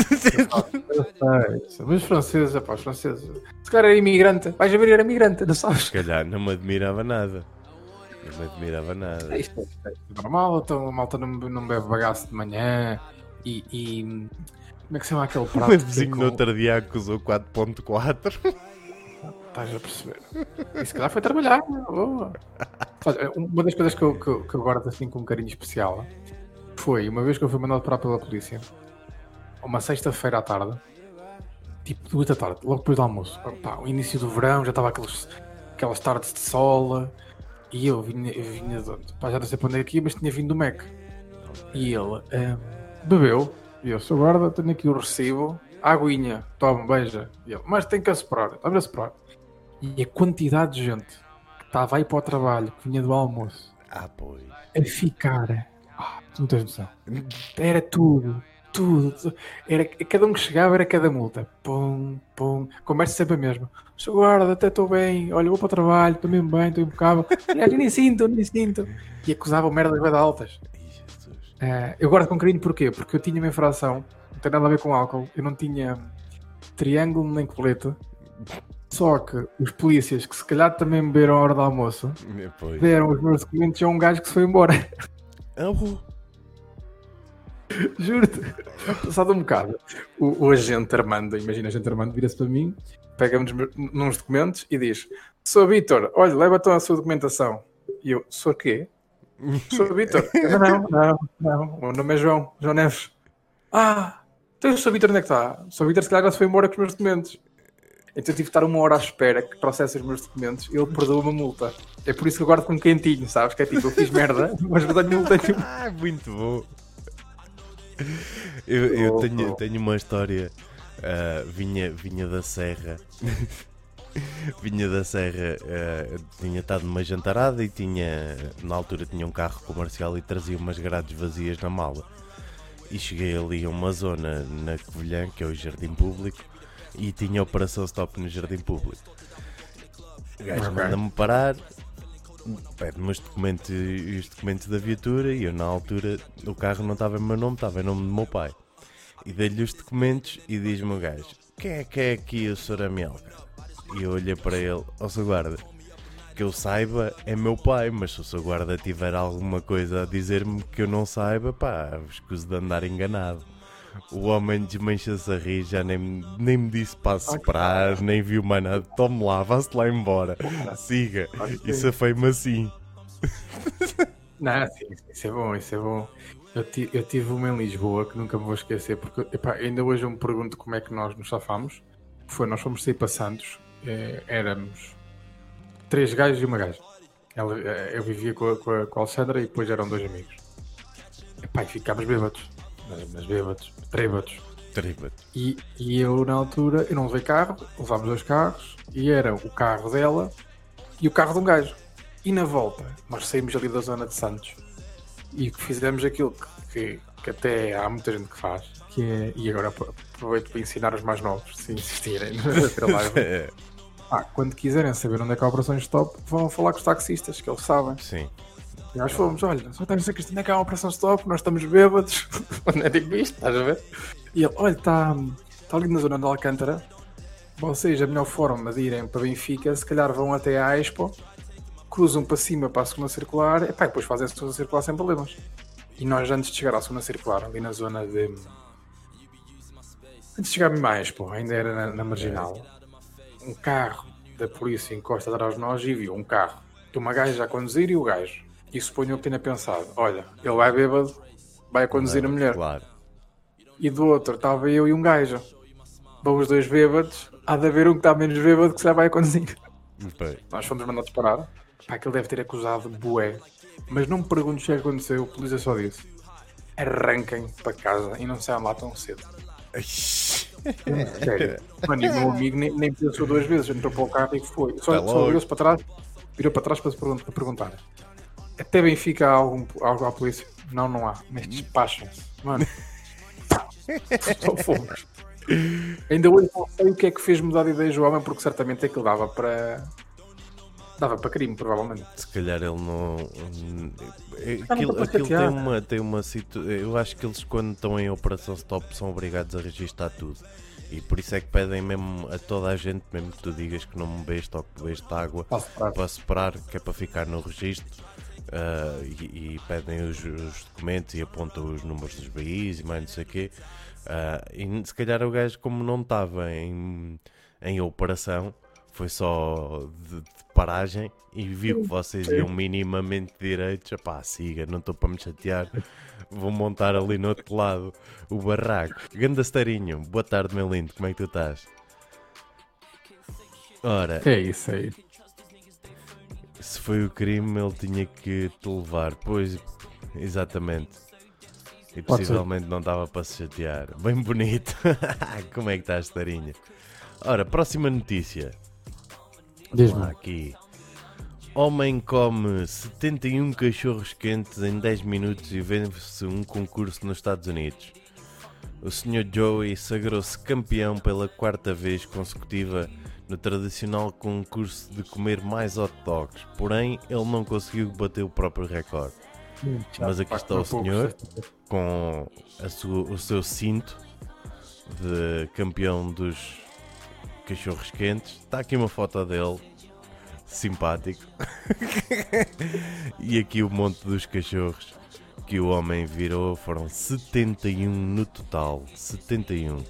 Mas os franceses, se calhar era imigrante, vais a ver, era imigrante, não sabes? Se calhar não me admirava nada. Isto é normal, então a malta não bebe bagaço de manhã, E como é que se chama aquele O prato? meu que vizinho tem no outro dia acusou 4.4. Estás a perceber? E se calhar foi trabalhar. Boa. Olha, uma das coisas que eu guardo assim com um carinho especial foi uma vez que eu fui mandado parar pela polícia, uma sexta-feira à tarde, tipo 2 da tarde, logo depois do almoço. Pá, o início do verão, já estava aquelas tardes de sol, e eu vinha de onde? Pá, já não sei para onde é que ia, mas tinha vindo do Mac. E ele bebeu, e eu, sou guarda, tenho aqui o recibo, aguinha, toma, beija. E ele, mas tem que assoprar, está a assoprar. E a quantidade de gente que estava aí para o trabalho, que vinha do almoço, Pois. a ficar, tu não tens noção, era tudo. Era, cada um que chegava era cada multa. Pum, conversa sempre a mesma. Sou guarda, até estou bem, olha, vou para o trabalho, estou mesmo bem, estou impecável. Aliás, eu nem sinto. E acusavam merdas bem altas. Eu guardo com carinho porquê? Porque eu tinha uma infração, não tem nada a ver com álcool, eu não tinha triângulo nem colete. Só que os polícias, que se calhar também beberam a hora do almoço, deram os meus documentos a um gajo que se foi embora. Juro-te. Passado um bocado, o agente Armando, imagina, o agente Armando vira-se para mim, pega-me nos documentos e diz: Sou Vítor, olha, leva então a sua documentação. E eu, sou quê? Sou Vítor. Não, o meu nome é João Neves. Então eu sou Vítor, onde é que está? Sou Vítor, se calhar já se foi embora com os meus documentos. Então eu tive de estar 1 hora à espera que trouxesse os meus documentos e ele perdoou uma multa. É por isso que eu guardo com um quentinho, sabes? Que é tipo, eu fiz merda, mas vou dar-lhe multa. Muito bom. Eu tenho uma história. Vinha da Serra. Vinha da Serra. Tinha estado numa jantarada e na altura tinha um carro comercial e trazia umas grades vazias na mala. E cheguei ali a uma zona na Covilhã, que é o Jardim Público, e tinha operação stop no Jardim Público. O gajo manda-me parar, pede-me os documentos da viatura, e eu, na altura, o carro não estava em meu nome, estava em nome do meu pai. E dei-lhe os documentos e diz-me o gajo: quem é aqui o Sr. Amielca? E eu olhei para ele: Sr. Guarda, que eu saiba é meu pai, mas se o Sr. Guarda tiver alguma coisa a dizer-me que eu não saiba, escuso de andar enganado. O homem desmancha-se a rir, já nem me disse para soprar, nem viu mais nada. Tome lá, vá-se lá embora. Siga. Isso foi-me assim. Não, sim, isso é bom. Eu tive uma em Lisboa que nunca me vou esquecer, porque ainda hoje eu me pergunto como é que nós nos safámos. Nós fomos sair para Santos, éramos 3 gajos e uma gaja. Eu vivia com a Alexandra e depois eram 2 amigos. E ficámos bêbados. Mas bêbados, trébados. E eu, na altura, eu não levei carro, levámos 2 carros, e era o carro dela e o carro de um gajo. E na volta, nós saímos ali da zona de Santos e fizemos aquilo que até há muita gente que faz, que é, e agora aproveito para ensinar os mais novos, se insistirem na ter live. Quando quiserem saber onde é que há operações stop, vão falar com os taxistas, que eles sabem. Sim. E nós fomos, olha, só estamos a dizer que onde é que há uma operação stop, nós estamos bêbados. Onde é tipo isto, estás a ver? E ele, olha, está ali na zona de Alcântara. Vocês, a melhor forma de irem para Benfica, se calhar vão até à Expo, cruzam para cima para a segunda circular, e depois fazem a segunda circular sem problemas. E nós, antes de chegar à segunda circular, ali na zona de... Antes de chegar mesmo à Expo, ainda era na Marginal, um carro da polícia encosta atrás de nós e viu um carro de uma gaja a conduzir e o gajo. E suponho que tenha pensado, olha, ele vai bêbado, vai conduzir a mulher. Claro. E do outro estava eu e um gajo. Vão os 2 bêbados, há de haver um que está menos bêbado que se já vai a conduzir. Nós fomos mandados parar. Aquele deve ter acusado bué. Mas não me perguntes o que aconteceu, a polícia só disse: arranquem para casa e não saiam lá tão cedo. Sério. Mano, e o meu amigo nem pensou 2 vezes, entrou para o carro e foi. Só virou-se para trás, para se perguntar: até Benfica há algo à polícia? Não há, mas despachem-se. Mano, só fomos. Ainda hoje não sei o que é que fez mudar de ideia do homem, porque certamente aquilo dava para crime, provavelmente. Se calhar ele não. Aquilo tem uma situação. Eu acho que eles, quando estão em operação stop, são obrigados a registar tudo. E por isso é que pedem mesmo a toda a gente, mesmo que tu digas que não bebeste ou que bebeste água, para separar, que é para ficar no registro. e pedem os documentos e apontam os números dos BIs e mais não sei o quê. E se calhar o gajo, como não estava em operação, foi só de paragem e viu que vocês iam minimamente direitos. Epá, siga, não estou para me chatear, vou montar ali no outro lado o barraco. Ganda Starinho, boa tarde, meu lindo, como é que tu estás? Ora, É isso aí. se foi o crime, ele tinha que te levar. Pois, exatamente. E possivelmente não estava para se chatear. Bem bonito. Como é que estás, Starinha? Ora, próxima notícia. Diz-me. Aqui. Homem come 71 cachorros quentes em 10 minutos e vence um concurso nos Estados Unidos. O Sr. Joey sagrou-se campeão pela 4ª vez consecutiva no tradicional concurso de comer mais hot dogs. Porém, ele não conseguiu bater o próprio recorde. Mas aqui está o senhor com o seu cinto de campeão dos cachorros quentes. Está aqui uma foto dele, simpático. E aqui o monte dos cachorros que o homem virou. Foram 71 no total. 71.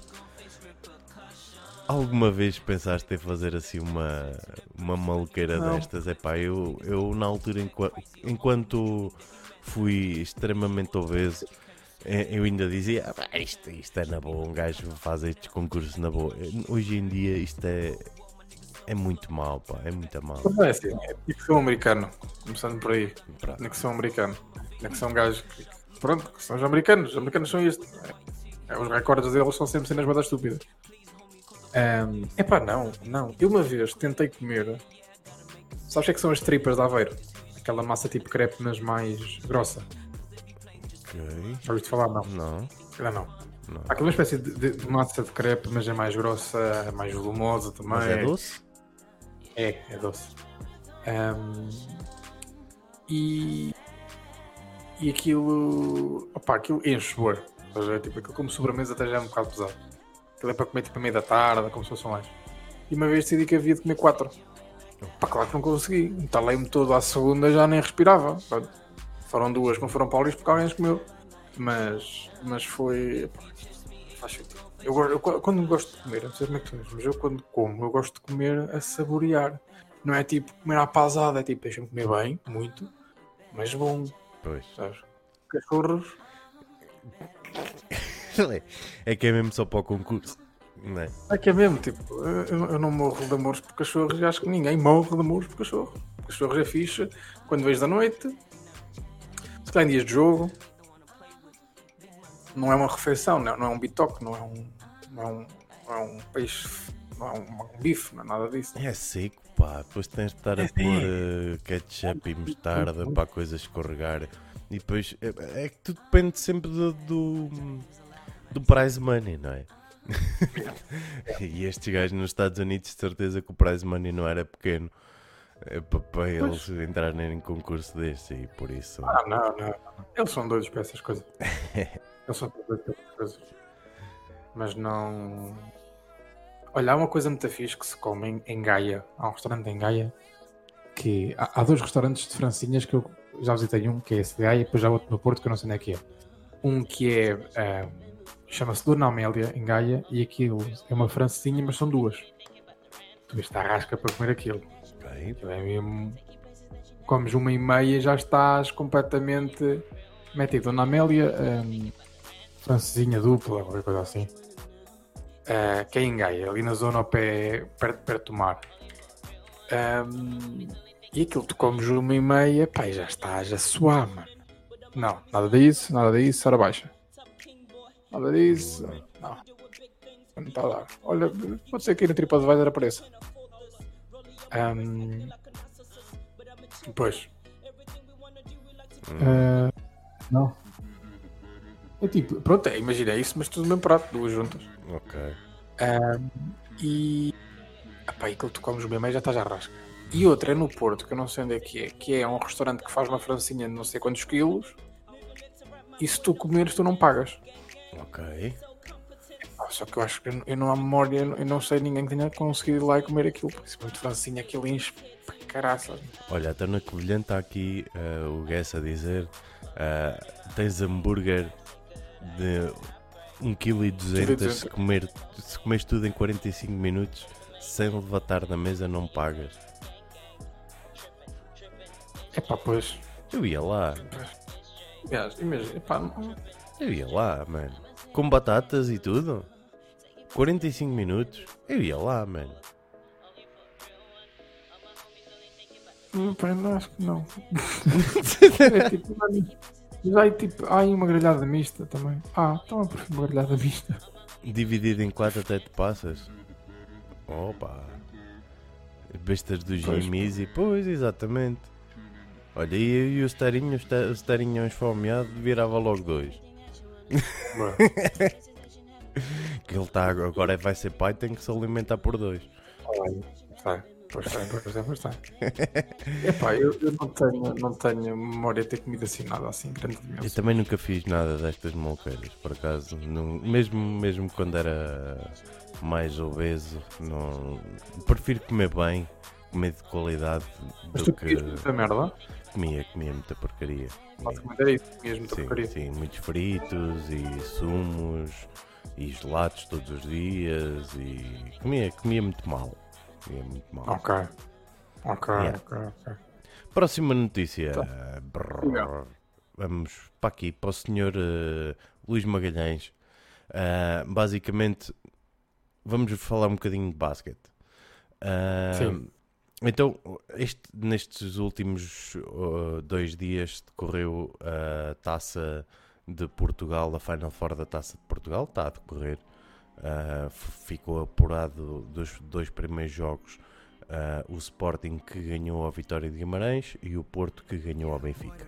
Alguma vez pensaste em fazer assim uma maluqueira destas? Epá, eu na altura, enquanto fui extremamente obeso, eu ainda dizia, isto é na boa, um gajo faz estes concursos na boa. Hoje em dia isto é muito mau, pá, é muito mau. Não é assim, é ficção americano, começando por aí. Na ficção americano. Na que são gajos que, pronto, que são os americanos são isto. Os recordes deles são sempre cenas mais estúpidas. Epá, não. Eu uma vez tentei comer. Sabes o que são as tripas de Aveiro? Aquela massa tipo crepe, mas mais grossa. Ok. Já ouviste falar? Não. Não. Não. Há aquela espécie de massa de crepe, mas é mais grossa, é mais volumosa também. Mas é doce? É doce. E aquilo. Opá, aquilo enche boa. Tipo, aquilo como sobremesa até já é um bocado pesado. Aquilo é para comer tipo a meio da tarde, como se fosse um lanche. E uma vez decidi que havia de comer 4. Pá, claro que não consegui. Entalei-me todo à segunda, já nem respirava. Pronto. Foram 2 que não foram para o lixo porque alguém as comeu. Mas foi. Pá, faz sentido. Eu quando gosto de comer, não sei como é que tu és, mas eu quando como, eu gosto de comer a saborear. Não é tipo comer à pasada, é tipo, deixa-me comer bem, muito, mas bom. Pois. Sabes? Cachorros. É que é mesmo só para o concurso, não é? É que é mesmo, tipo, eu não morro de amores por cachorros e acho que ninguém morre de amores por cachorros. Cachorros é fixe, quando vejo da noite, se calhar em dias de jogo, não é uma refeição, não é um bitoque, não é um peixe, não é um bife, não é nada disso. É seco, pá, depois tens de estar a pôr ketchup e mostarda para a coisa escorregar. E depois, é que tudo depende sempre do prize money, não é? E estes gajos nos Estados Unidos, de certeza que o prize money não era pequeno para eles entrarem em concurso deste e por isso... Não. Eles são doidos para essas coisas. Eles são doidos para essas coisas. Mas não... Olha, há uma coisa muito fixe que se come em Gaia. Há um restaurante em Gaia que... Há 2 restaurantes de francinhas que eu já visitei, um que é esse de Gaia e depois já outro no Porto que eu não sei onde é que é. Um que é... chama-se Dona Amélia, em Gaia, e aquilo é uma francesinha, mas são 2. Tu vês, está a rasca para comer aquilo. Okay. É mesmo... Comes 1,5 e já estás completamente metido. Dona Amélia, francesinha dupla, qualquer coisa assim. Que é em Gaia, ali na zona ao pé, perto do mar. E aquilo tu comes 1,5, pá, e já estás a suar, mano. Não, nada disso, ora baixa. Nada disso, não está a dar. Olha, pode ser que aí no TripAdvisor apareça. Pois. Não. É tipo, pronto, imagina isso, mas tudo no mesmo prato, 2 juntas. Ok. E aquilo tu comes bem, mas já estás à rasca. E outra é no Porto, que eu não sei onde é, que é um restaurante que faz uma francinha de não sei quantos quilos, e se tu comeres, tu não pagas. Ok. Só que eu acho que eu não há memória, eu não sei ninguém que tenha conseguido ir lá e comer aquilo, porque se muito francinha aquilo enche para caraças. Olha, até na Covilhã está aqui o Guess a dizer: tens hambúrguer de 1,2 kg se comes tudo em 45 minutos sem levantar da mesa, não pagas. Epá, pois. Eu ia lá. Imagina, epá, Eu ia lá, mano. Com batatas e tudo. 45 minutos. Eu ia lá, mano. Pá, não, acho que não. É tipo, já tipo, uma grelhada mista também. Então eu prefiro uma grelhada mista. Dividido em 4 até te passas. Opa. Bestas do Jimmy. Pois, exatamente. Olha, e o Sterinho esfomeado virava logo 2. Que ele está agora vai ser pai, tem que se alimentar por 2. Pois está. Epá, eu não tenho memória de ter comido assim nada assim grandemente. Eu também nunca fiz nada destas molqueiras, por acaso. Mesmo quando era mais obeso, não, prefiro comer bem, comer de qualidade. Mas tu comias muita merda? Comia muita porcaria. Basicamente era isso, comias muita porcaria. Sim, muitos fritos e sumos e gelados todos os dias e comia muito mal. Ok. Próxima notícia. Tá. Vamos para aqui, para o Sr. Luís Magalhães. Basicamente, vamos falar um bocadinho de basquete. Sim. Então, nestes últimos 2 dias decorreu a Taça de Portugal, a Final Four da Taça de Portugal, está a decorrer. Ficou apurado dos 2 primeiros jogos o Sporting, que ganhou a Vitória de Guimarães, e o Porto, que ganhou a Benfica.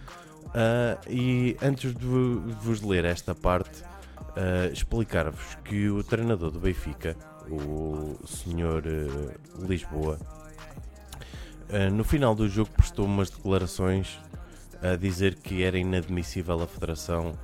E antes de vos ler esta parte, explicar-vos que o treinador do Benfica, o Sr. Lisboa, no final do jogo prestou umas declarações a dizer que era inadmissível a Federação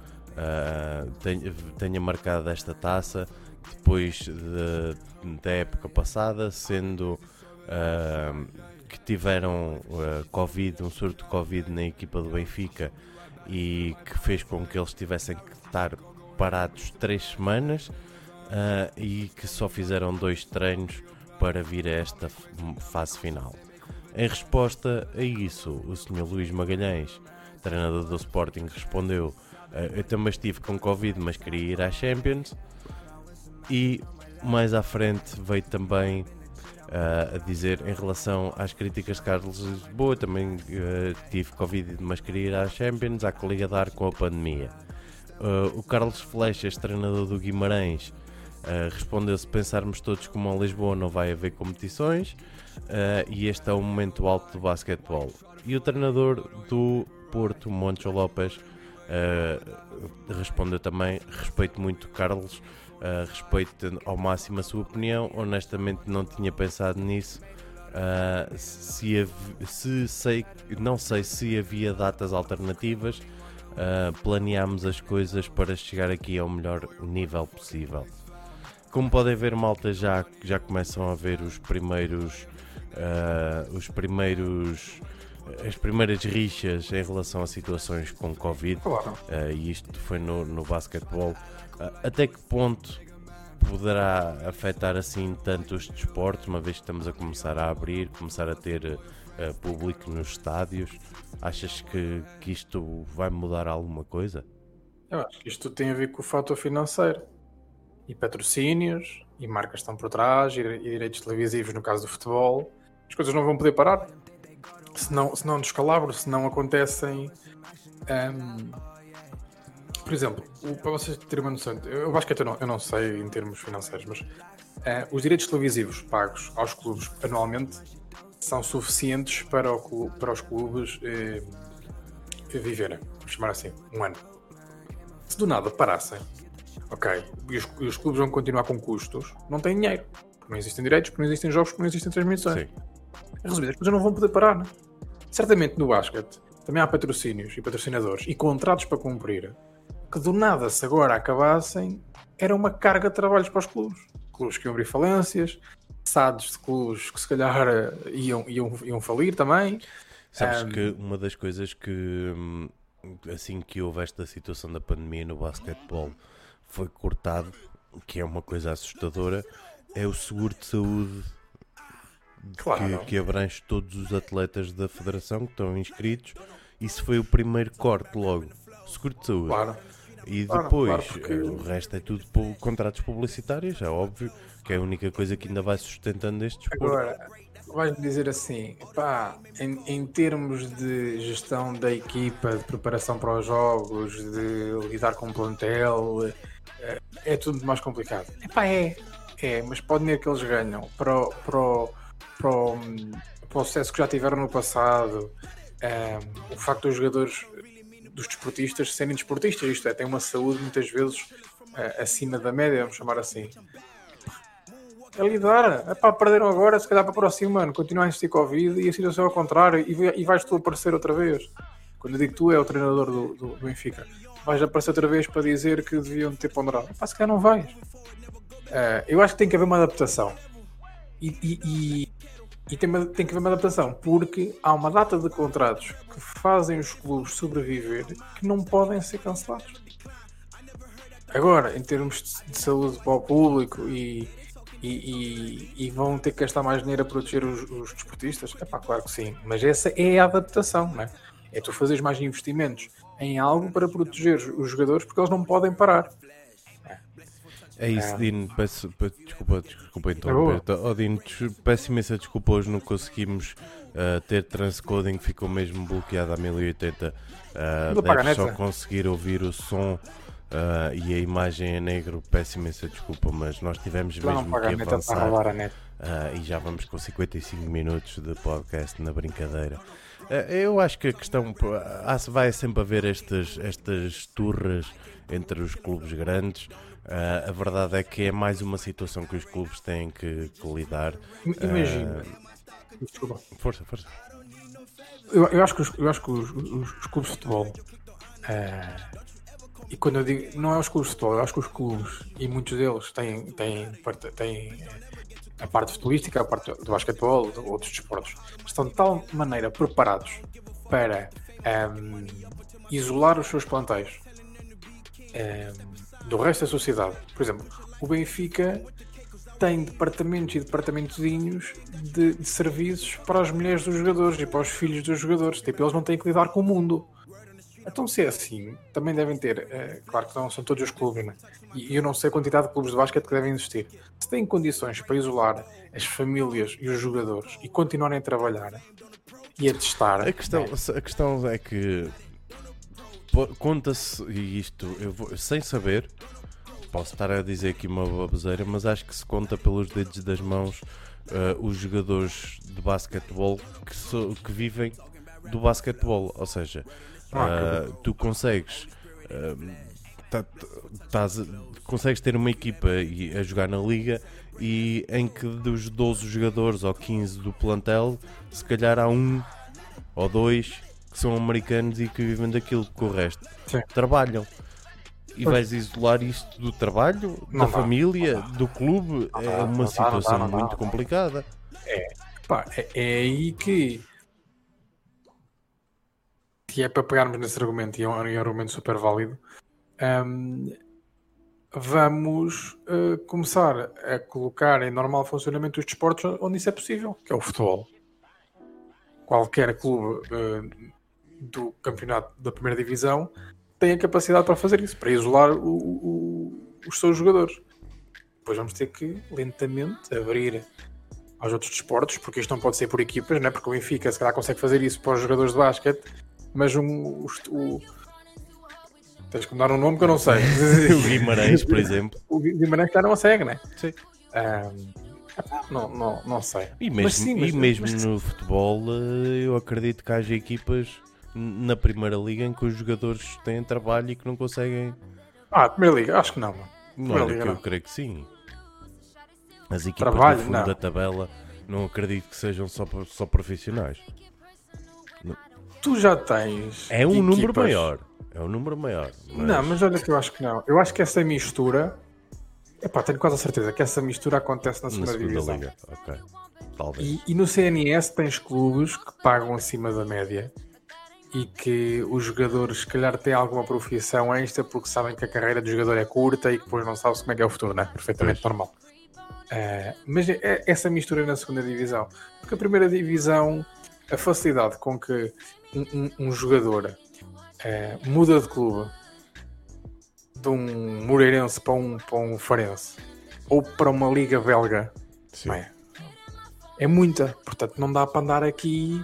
tenha marcado esta taça depois da época passada, sendo que tiveram Covid, um surto de Covid na equipa do Benfica, e que fez com que eles tivessem que estar parados 3 semanas e que só fizeram 2 treinos para vir a esta fase final. Em resposta a isso, o Sr. Luís Magalhães, treinador do Sporting, respondeu: eu também estive com Covid, mas queria ir à Champions. E mais à frente veio também a dizer, em relação às críticas de Carlos Lisboa, também tive Covid, mas queria ir à Champions, há que lidar com a pandemia. O Carlos Flechas, treinador do Guimarães, respondeu: se pensarmos todos como a Lisboa, não vai haver competições, e este é o momento alto do basquetebol. E o treinador do Porto, Moncho Lopes, respondeu também: respeito muito Carlos, respeito ao máximo a sua opinião, honestamente não tinha pensado nisso, não sei se havia datas alternativas, planeámos as coisas para chegar aqui ao melhor nível possível. Como podem ver, malta, já começam a ver as primeiras rixas em relação a situações com Covid. Claro. E isto foi no basquetebol. Até que ponto poderá afetar assim tanto os desportos, uma vez que estamos a começar a abrir, começar a ter público nos estádios? Achas que isto vai mudar alguma coisa? Eu acho que isto tem a ver com o fator financeiro. E patrocínios, e marcas estão por trás, e direitos televisivos no caso do futebol. As coisas não vão poder parar. Se não descalabro, se não acontecem... por exemplo, para vocês terem uma noção, eu acho que eu não sei em termos financeiros, mas os direitos televisivos pagos aos clubes anualmente são suficientes para os clubes viverem, vamos chamar assim, um ano. Se do nada parassem, ok, e os clubes vão continuar com custos, não têm dinheiro, porque não existem direitos, porque não existem jogos, porque não existem transmissões. Resumindo, as coisas não vão poder parar, né? Certamente no basquete também há patrocínios e patrocinadores e contratos para cumprir, que do nada, se agora acabassem, era uma carga de trabalhos para os clubes. Clubes que iam abrir falências, SADs de clubes que se calhar iam falir também. Sabes que uma das coisas que, assim que houve esta situação da pandemia no basquetebol, foi cortado, que é uma coisa assustadora, é o seguro de saúde que abrange todos os atletas da federação que estão inscritos. Isso foi o primeiro corte logo, seguro de saúde. Claro. E depois, o resto é tudo contratos publicitários, é óbvio, que é a única coisa que ainda vai sustentando este desporto. Agora, vais-me dizer assim, em termos de gestão da equipa, de preparação para os jogos, de lidar com o plantel, é tudo muito mais complicado. Mas para o dinheiro que eles ganham, para o sucesso que já tiveram no passado, o facto dos jogadores, dos desportistas serem desportistas, isto é, têm uma saúde muitas vezes acima da média, vamos chamar assim. É lidar, perderam agora, se calhar para o próximo ano continua a existir Covid e a situação é ao contrário e vais tu aparecer outra vez. Quando eu digo tu, é o treinador do Benfica, vais aparecer outra vez para dizer que deviam ter ponderado. Se calhar não vais. Eu acho que tem que haver uma adaptação e tem que haver uma adaptação porque há uma data de contratos que fazem os clubes sobreviver que não podem ser cancelados. Agora, em termos de saúde para o público e vão ter que gastar mais dinheiro a proteger os desportistas? Claro que sim, mas essa é a adaptação, não é? É tu fazeres mais investimentos em algo para proteger os jogadores porque eles não podem parar. É isso, Dino, desculpa interromper. Dino, peço imensa desculpa, hoje não conseguimos ter transcoding, ficou mesmo bloqueado a 1080. Deve só conseguir ouvir o som e a imagem em negro, peço imensa desculpa, mas nós tivemos mesmo que avançar e já vamos com 55 minutos de podcast na brincadeira. Eu acho que a questão vai sempre haver estas turras entre os clubes grandes. A verdade é que é mais uma situação que os clubes têm que lidar. Imagina. Desculpa. Força. Eu acho que os clubes de futebol, e quando eu digo, não é os clubes de futebol, eu acho que os clubes, e muitos deles têm a parte futebolística, a parte do basquetebol, de outros desportos, estão de tal maneira preparados para isolar os seus plantéis do resto da sociedade. Por exemplo, o Benfica tem departamentos e departamentozinhos de serviços para as mulheres dos jogadores e para os filhos dos jogadores. Tipo, eles não têm que lidar com o mundo. Então, se é assim, também devem ter, claro que não são todos os clubes, né? E eu não sei a quantidade de clubes de basquete que devem existir. Se têm condições para isolar as famílias e os jogadores e continuarem a trabalhar e a testar... A questão é que conta-se, e isto eu sem saber, posso estar a dizer aqui uma baboseira, mas acho que se conta pelos dedos das mãos os jogadores de basquetebol que vivem do basquetebol, ou seja... tu consegues consegues ter uma equipa a jogar na liga e em que dos 12 jogadores ou 15 do plantel, se calhar há um ou dois que são americanos e que vivem daquilo, que o resto trabalham. E vais isolar isto do trabalho, da família, do clube? É uma situação muito complicada. É aí que é para pegarmos nesse argumento, e é um argumento super válido, vamos começar a colocar em normal funcionamento os desportos onde isso é possível, que é o futebol. Qualquer clube do campeonato da primeira divisão tem a capacidade para fazer isso, para isolar os seus jogadores. Depois vamos ter que lentamente abrir aos outros desportos, porque isto não pode ser por equipas, né? Porque o Benfica se calhar consegue fazer isso para os jogadores de basquete, mas tens que me dar um nome que eu não sei. O Guimarães, por exemplo. O Guimarães já não consegue, né? Sim. Não sei. E mesmo no futebol, eu acredito que haja equipas na Primeira Liga em que os jogadores têm trabalho e que não conseguem. Primeira Liga, acho que não, mano. Eu creio que sim. As equipas do fundo da tabela não acredito que sejam só profissionais. Tu já tens. É um número maior. É um número maior. Não, mas olha que eu acho que não. Eu acho que essa mistura Epá, tenho quase a certeza que essa mistura acontece na Na segunda divisão. liga, ok. Talvez. E no CNS tens clubes que pagam acima da média e que os jogadores, se calhar, têm alguma profissão extra porque sabem que a carreira do jogador é curta e que depois não sabem como é que é o futuro, não é? Perfeitamente normal. Mas essa mistura na segunda divisão, porque a primeira divisão, a facilidade com que um jogador muda de clube de um Moreirense para um Farense ou para uma liga belga, Sim. é muita, portanto não dá para andar aqui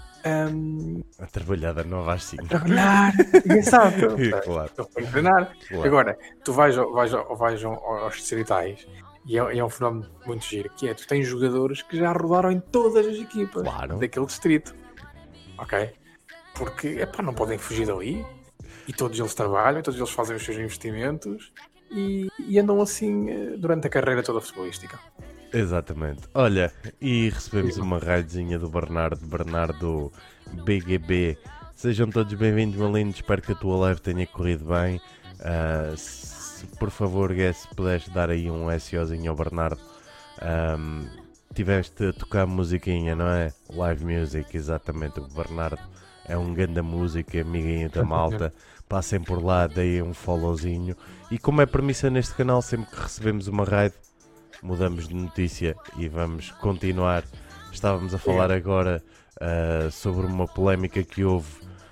A trabalhada 9 às 5. trabalhar, exato, Claro. para treinar. Claro. Agora, tu vais aos distritais e é um fenómeno muito giro, que é, tu tens jogadores que já rodaram em todas as equipas Claro. daquele distrito, ok? Porque, não podem fugir dali e todos eles trabalham, todos eles fazem os seus investimentos e andam assim durante a carreira toda futebolística. Exatamente. Olha, e recebemos uma raidezinha do Bernardo BGB. Sejam todos bem-vindos, meu lindo. Espero que a tua live tenha corrido bem. Se, por favor, Guess, se puderes dar aí um SOzinho ao Bernardo. Tiveste a tocar musiquinha, não é? Live music, exatamente. O Bernardo é um ganda música, amiguinho da malta. Passem por lá, deem um followzinho. E como é premissa neste canal, sempre que recebemos uma raid, mudamos de notícia e vamos continuar. Estávamos a falar agora sobre uma polémica que houve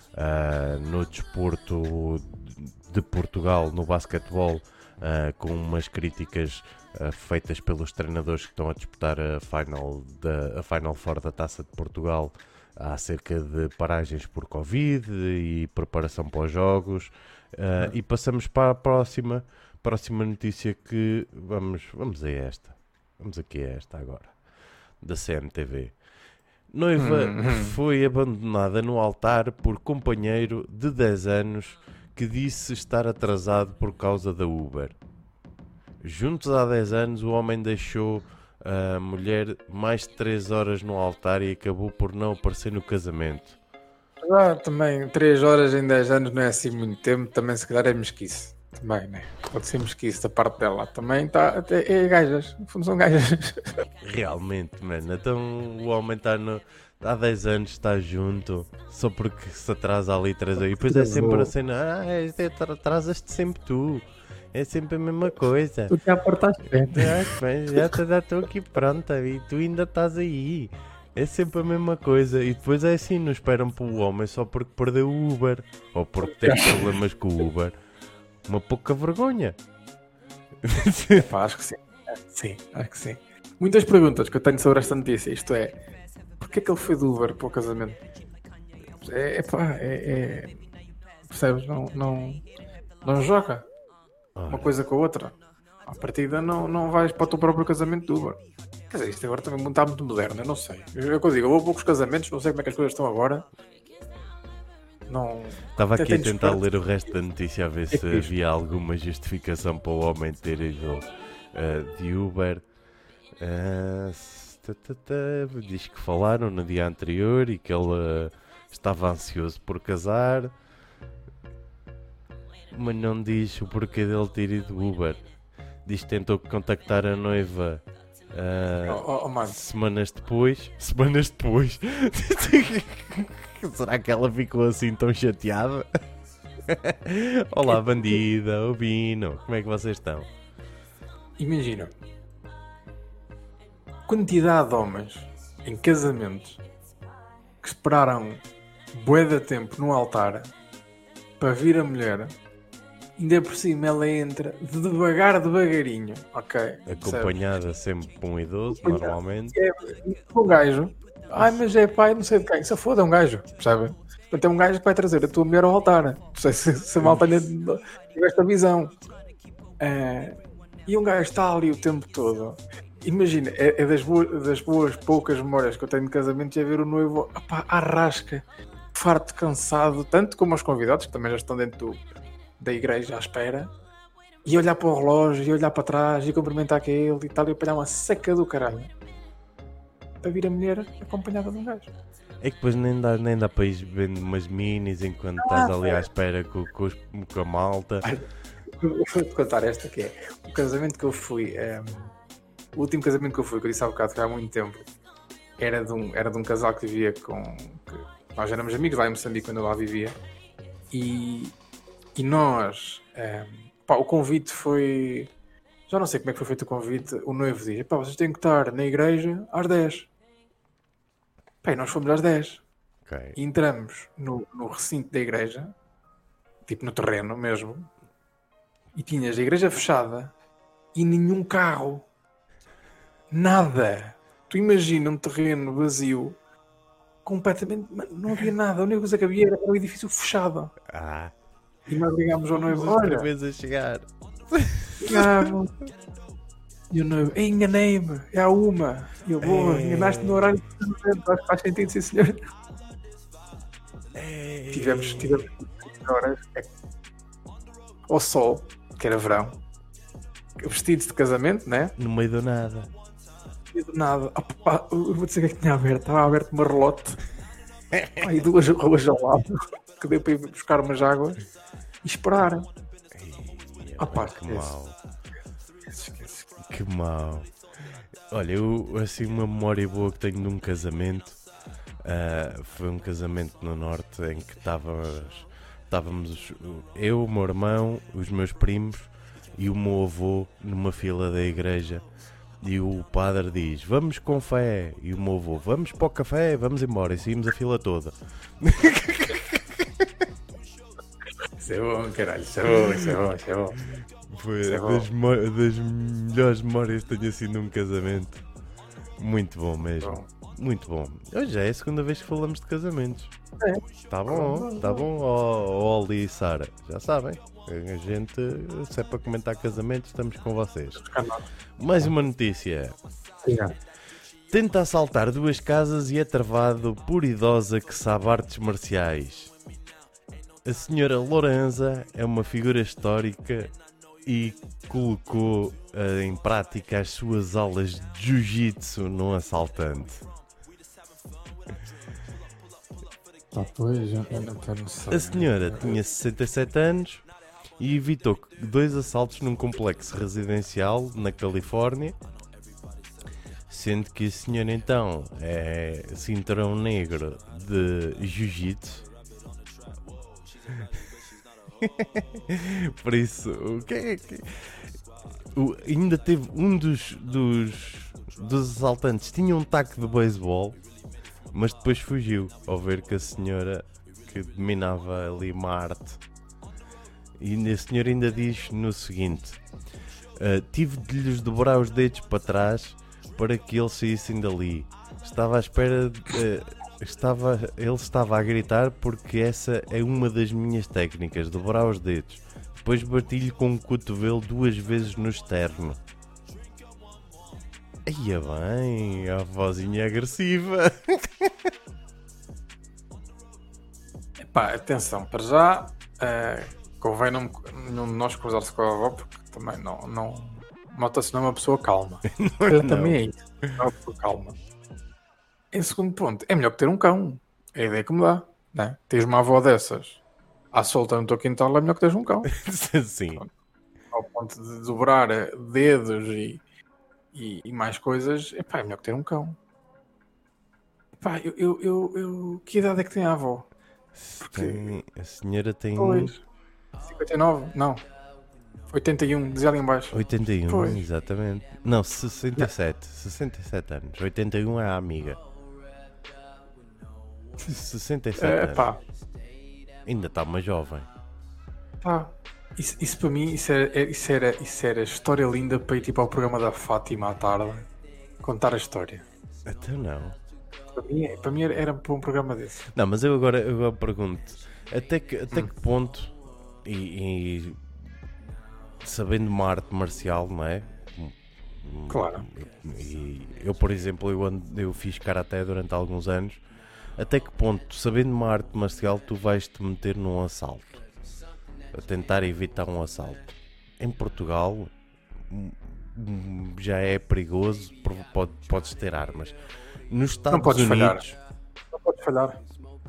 no desporto de Portugal, no basquetebol, com umas críticas feitas pelos treinadores que estão a disputar a Final Four da Taça de Portugal, acerca de paragens por Covid e preparação para os jogos. E passamos para a próxima notícia, que vamos a esta. Vamos aqui a esta agora, da CMTV. Noiva foi abandonada no altar por companheiro de 10 anos que disse estar atrasado por causa da Uber. Juntos há 10 anos, o homem deixou a mulher mais de 3 horas no altar e acabou por não aparecer no casamento. Também 3 horas em 10 anos não é assim muito tempo, também se calhar é mesquice. Também, né? Pode ser mesquice da parte dela. Também está. É gajas, no fundo são gajas. Realmente, mano. Então o homem está há 10 anos, está junto, só porque se atrasa ali 3 horas. E depois é sempre a cena: atrasas-te sempre tu. É sempre a mesma coisa. Tu já apertaste bem. Já estou aqui pronta e tu ainda estás aí. É sempre a mesma coisa. E depois é assim: não esperam pelo homem só porque perdeu o Uber ou porque tem problemas com o Uber. Uma pouca vergonha. Acho que sim. Sim, acho que sim. Muitas perguntas que eu tenho sobre esta notícia. Isto é, porque é que ele foi do Uber para o casamento? Percebes? Não joga uma coisa com a outra. À partida não vais para o teu próprio casamento do Uber. Quer dizer, isto agora também está muito moderno, eu não sei. Eu digo, eu vou a poucos casamentos, não sei como é que as coisas estão agora. Não. Estava aqui a tentar ler o resto da notícia a ver se havia alguma justificação para o homem ter ido de Uber. Diz que falaram no dia anterior e que ele estava ansioso por casar, mas não diz o porquê dele ter ido de Uber. Diz que tentou contactar a noiva semanas depois. Será que ela ficou assim tão chateada? Olá, bandida, o Bino, como é que vocês estão? Imagina, quantidade de homens em casamentos que esperaram bué de tempo no altar para vir a mulher, ainda por cima ela entra devagarinho, ok? Acompanhada sempre por um idoso, normalmente. Um gajo. Mas é pai, não sei de quem. Se foda, é um gajo, percebe? Portanto, é um gajo que vai trazer a tua mulher ao altar. Não sei se a malta tiver esta visão. E um gajo está ali o tempo todo. Imagina, é das boas poucas memórias que eu tenho de casamento, é ver o noivo à rasca, farto, cansado, tanto como os convidados, que também já estão dentro da igreja à espera, e olhar para o relógio, e olhar para trás, e cumprimentar aquele e tal, e apanhar uma seca do caralho para vir a mulher acompanhada de um gajo. É que depois nem dá para ir vendo umas minis enquanto estás ali à espera com a malta. Eu vou-te contar esta que é o casamento que eu fui. O último casamento que eu fui, que eu disse há bocado, foi há muito tempo, era de um casal que vivia nós éramos amigos lá em Moçambique quando eu lá vivia. E nós. O convite foi. Já não sei como é que foi feito o convite. O noivo diz: vocês têm que estar na igreja às 10. E nós fomos às 10. Okay. E entramos no recinto da igreja, tipo no terreno mesmo, e tinhas a igreja fechada e nenhum carro. Nada. Tu imagina um terreno vazio, completamente. Não havia nada. A única coisa que havia era o edifício fechado. E nós ligámos ao noivo: olha, a chegar. E o noivo: enganei-me, é a uma. E eu: boa, enganaste no horário de casamento, acho que faz sentido, sim senhor. Tivemos horas ao sol, que era verão, vestidos de casamento, né? No meio do nada. E do nada, eu vou dizer o que é que tinha aberto. Estava aberto uma relote e 2 ruas ao lado, que deu para ir buscar umas águas e esperar. Que mau. Que mau. Olha, eu assim uma memória boa que tenho de um casamento. Foi um casamento no norte em que estávamos eu, o meu irmão, os meus primos e o meu avô numa fila da igreja. E o padre diz: vamos com fé. E o meu avô: vamos para o café, vamos embora. E saímos a fila toda. Isso é bom, caralho, isso é bom. Foi das melhores memórias que tenho assim num casamento. Muito bom mesmo. Muito bom. Hoje é a segunda vez que falamos de casamentos. Tá bom. Oli e Sara, já sabem. A gente, se é para comentar casamentos, estamos com vocês. Mais uma notícia. Tenta assaltar 2 casas e é travado por idosa que sabe artes marciais. A senhora Lourenza é uma figura histórica e colocou em prática as suas aulas de jiu-jitsu num assaltante. A senhora tinha 67 anos e evitou 2 assaltos num complexo residencial na Califórnia, sendo que a senhora então é cinturão negro de jiu-jitsu. Por isso, ainda teve um dos assaltantes tinha um taco de beisebol, mas depois fugiu ao ver que a senhora que dominava ali uma arte. E a senhora ainda diz no seguinte: tive de lhes dobrar os dedos para trás para que eles saíssem dali. Estava à espera ele estava a gritar porque essa é uma das minhas técnicas, dobrar os dedos. Depois bati-lhe com o cotovelo 2 vezes no externo. Ia bem, a vozinha agressiva. Atenção, para já convém nenhum de nós cruzar-se com a avó, porque também não nota-se não é uma pessoa calma. Ela também é isso, não é uma pessoa calma. Em segundo ponto, é melhor que ter um cão. É a ideia que me dá, né? Tens uma avó dessas à solta no teu quintal, é melhor que teres um cão. Sim. Ao ponto de dobrar dedos e mais coisas, é melhor que ter um cão. Que idade é que tem a avó? A senhora tem 59? Não. 81, diz ali em baixo. 81, pois. Exatamente. Não, 67. 67 anos. 81 é a amiga. 67 anos. Ainda está uma jovem. Isso para mim, isso era história linda para ir tipo ao programa da Fátima à tarde contar a história. Até não. Para mim era para um programa desse. Não, mas eu agora pergunto, até que ponto e sabendo uma arte marcial, não é? Claro. E eu, por exemplo, eu fiz karaté durante alguns anos. Até que ponto, sabendo uma arte marcial, tu vais-te meter num assalto? A tentar evitar um assalto. Em Portugal já é perigoso, podes ter armas. Nos Estados Unidos... Não podes falhar.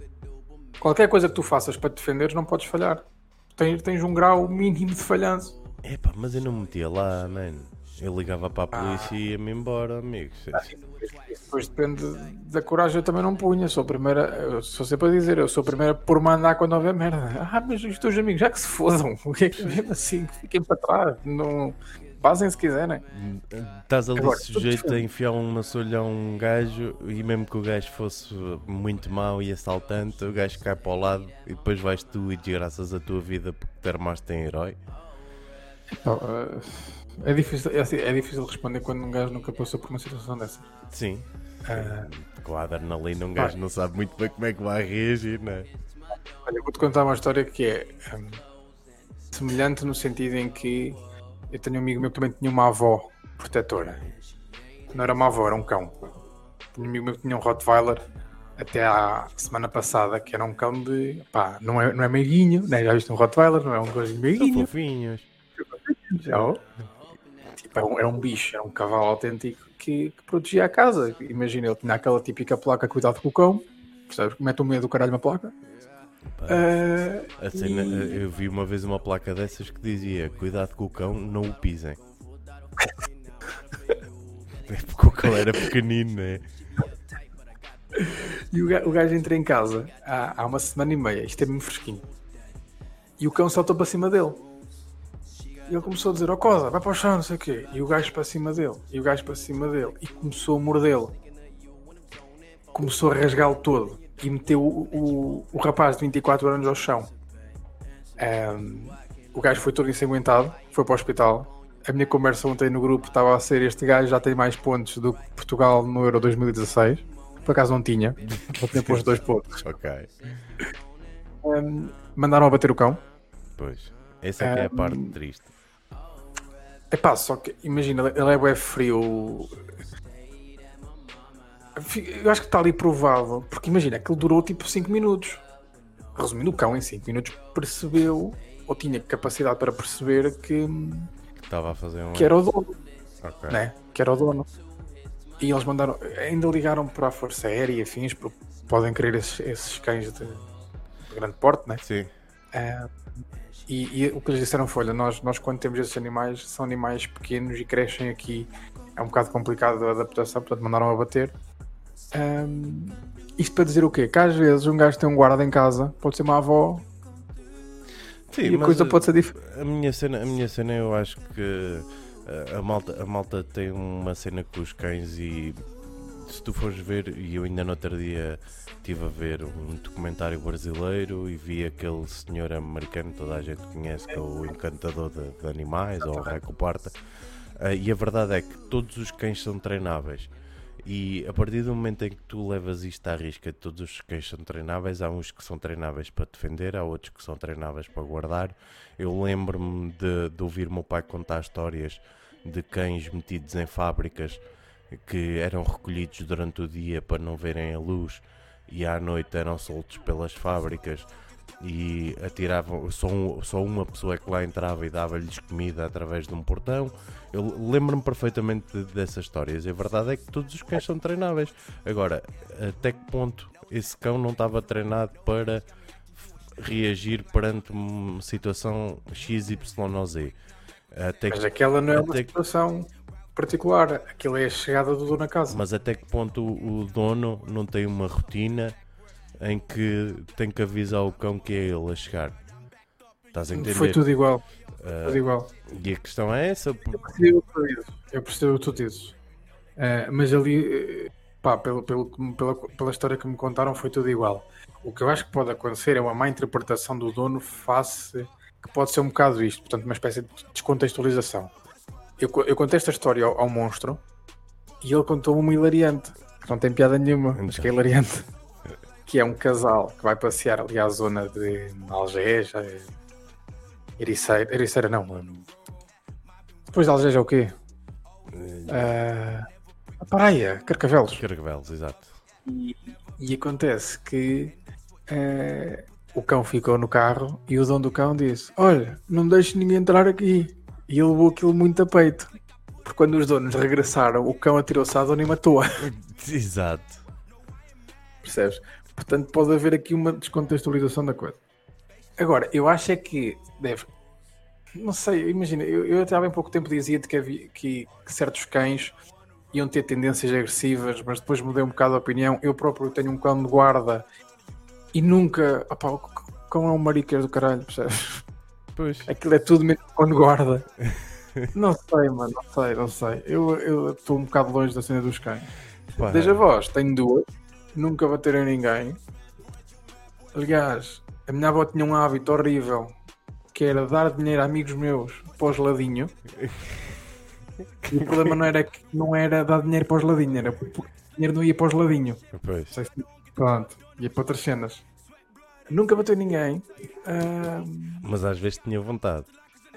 Qualquer coisa que tu faças para te defenderes, não podes falhar. Tens um grau mínimo de falhanço. Epá, mas eu não me metia lá, mano. Eu ligava para a polícia e ia-me embora, amigos. Depois depende da coragem, eu também não punha. Sou a primeira, eu sou sempre a dizer, eu sou a primeira por mandar quando houver merda. Mas os teus amigos, já que se fodam, o que é que mesmo assim? Fiquem para trás, não vazem se quiserem. Estás ali Agora, sujeito a enfiar uma solha a um gajo e mesmo que o gajo fosse muito mau e assaltante, o gajo cai para o lado e depois vais tu e desgraças a tua vida porque te armaste em herói. Não, é difícil responder quando um gajo nunca passou por uma situação dessa. Sim. Com a adrenalina um gajo não sabe muito bem como é que vai reagir, não é? Olha, vou-te contar uma história que é semelhante no sentido em que eu tenho um amigo meu que também tinha uma avó protetora. Não era uma avó, era um cão. Tinha um amigo meu que tinha um Rottweiler até à semana passada, que era um cão de... Pá, não é meiguinho, né? Já viste um Rottweiler, não é um coisa de São meiguinho. fofinhos. Tipo, era um bicho, era um cavalo autêntico que protegia a casa. Imagina, ele tinha aquela típica placa, cuidado com o cão, percebes? Mete o medo do caralho na placa. A cena, eu vi uma vez uma placa dessas que dizia: cuidado com o cão, não o pisem. Porque o cão era pequenino, né? E o gajo entra em casa há uma semana e meia, isto é mesmo fresquinho, e o cão saltou para cima dele. E ele começou a dizer: ó Cosa, vai para o chão, não sei o quê. E o gajo para cima dele, e começou a mordê-lo. Começou a rasgá-lo todo e meteu o rapaz de 24 anos ao chão. O gajo foi todo ensanguentado, foi para o hospital. A minha conversa ontem no grupo estava a ser: este gajo já tem mais pontos do que Portugal no Euro 2016. Por acaso não tinha, só tinha posto 2 pontos. Ok. Mandaram a bater o cão. Pois, essa é que é a parte triste. Epá, só que imagina, ele é bué frio. Eu acho que está ali provável, porque imagina, aquilo durou tipo 5 minutos. Resumindo, o cão em 5 minutos percebeu, ou tinha capacidade para perceber que Estava a fazer que era o dono, Ok. né? Que era o dono. E eles mandaram, ainda ligaram para a Força Aérea e afins, porque podem querer esses cães de grande porte, né? Sim. E o que eles disseram foi: olha, nós quando temos esses animais, são animais pequenos e crescem aqui, é um bocado complicado a adaptação, portanto mandaram a bater. Isto para dizer o quê? Que às vezes um gajo tem um guarda em casa, pode ser uma avó. Sim, e a mas coisa pode ser diferente. A minha cena eu acho que a malta tem uma cena com os cães e se tu fores ver, e eu ainda no outro dia estive a ver um documentário brasileiro e vi aquele senhor americano, toda a gente conhece, que é o encantador de animais, ou o Reco Parta, e a verdade é que todos os cães são treináveis. E a partir do momento em que tu levas isto à risca, todos os cães são treináveis, há uns que são treináveis para defender, há outros que são treináveis para guardar. Eu lembro-me de ouvir meu pai contar histórias de cães metidos em fábricas que eram recolhidos durante o dia para não verem a luz e à noite eram soltos pelas fábricas e atiravam, só uma pessoa é que lá entrava e dava-lhes comida através de um portão. Eu lembro-me perfeitamente dessas histórias e a verdade é que todos os cães são treináveis. Agora, até que ponto esse cão não estava treinado para reagir perante uma situação X, Y ou Z? Mas aquela não é uma situação particular, aquilo é a chegada do dono a casa. Mas até que ponto o dono não tem uma rotina em que tem que avisar o cão que é ele a chegar? Estás a entender? Foi tudo igual. Tudo igual. E a questão é essa. Eu percebi o que tu dizes. Mas ali, pá, pela história que me contaram, foi tudo igual. O que eu acho que pode acontecer é uma má interpretação do dono face, que pode ser um bocado isto, portanto, uma espécie de descontextualização. Eu contei esta história ao monstro e ele contou uma hilariante, que não tem piada nenhuma, mas que é hilariante. Que é um casal que vai passear ali à zona de Algés, Ericeira não. Depois de Algés é o quê? A praia, Carcavelos. Carcavelos, exato. E acontece que o cão ficou no carro e o dono do cão disse: olha, não me deixe ninguém entrar aqui. E ele levou aquilo muito a peito. Porque quando os donos regressaram, o cão atirou-se à dona e matou-a. Exato. Percebes? Portanto, pode haver aqui uma descontextualização da coisa. Agora, eu acho é que não sei, imagina, eu até há bem pouco tempo dizia-te que certos cães iam ter tendências agressivas, mas depois mudei um bocado a opinião. Eu próprio tenho um cão de guarda e nunca. Opá, o cão é um mariqueiro do caralho, percebes? Pois. Aquilo é tudo mesmo cão de guarda. Não sei, mano, não sei. Eu estou um bocado longe da cena dos cães. Pá. Desde a voz, tenho duas, nunca bateram em ninguém. Aliás, a minha avó tinha um hábito horrível que era dar dinheiro a amigos meus para o geladinho. E o problema não era dar dinheiro para o geladinho, era porque o dinheiro não ia para o geladinho. Pois. Pronto, ia para outras cenas. Nunca bateu ninguém. Mas às vezes tinha vontade.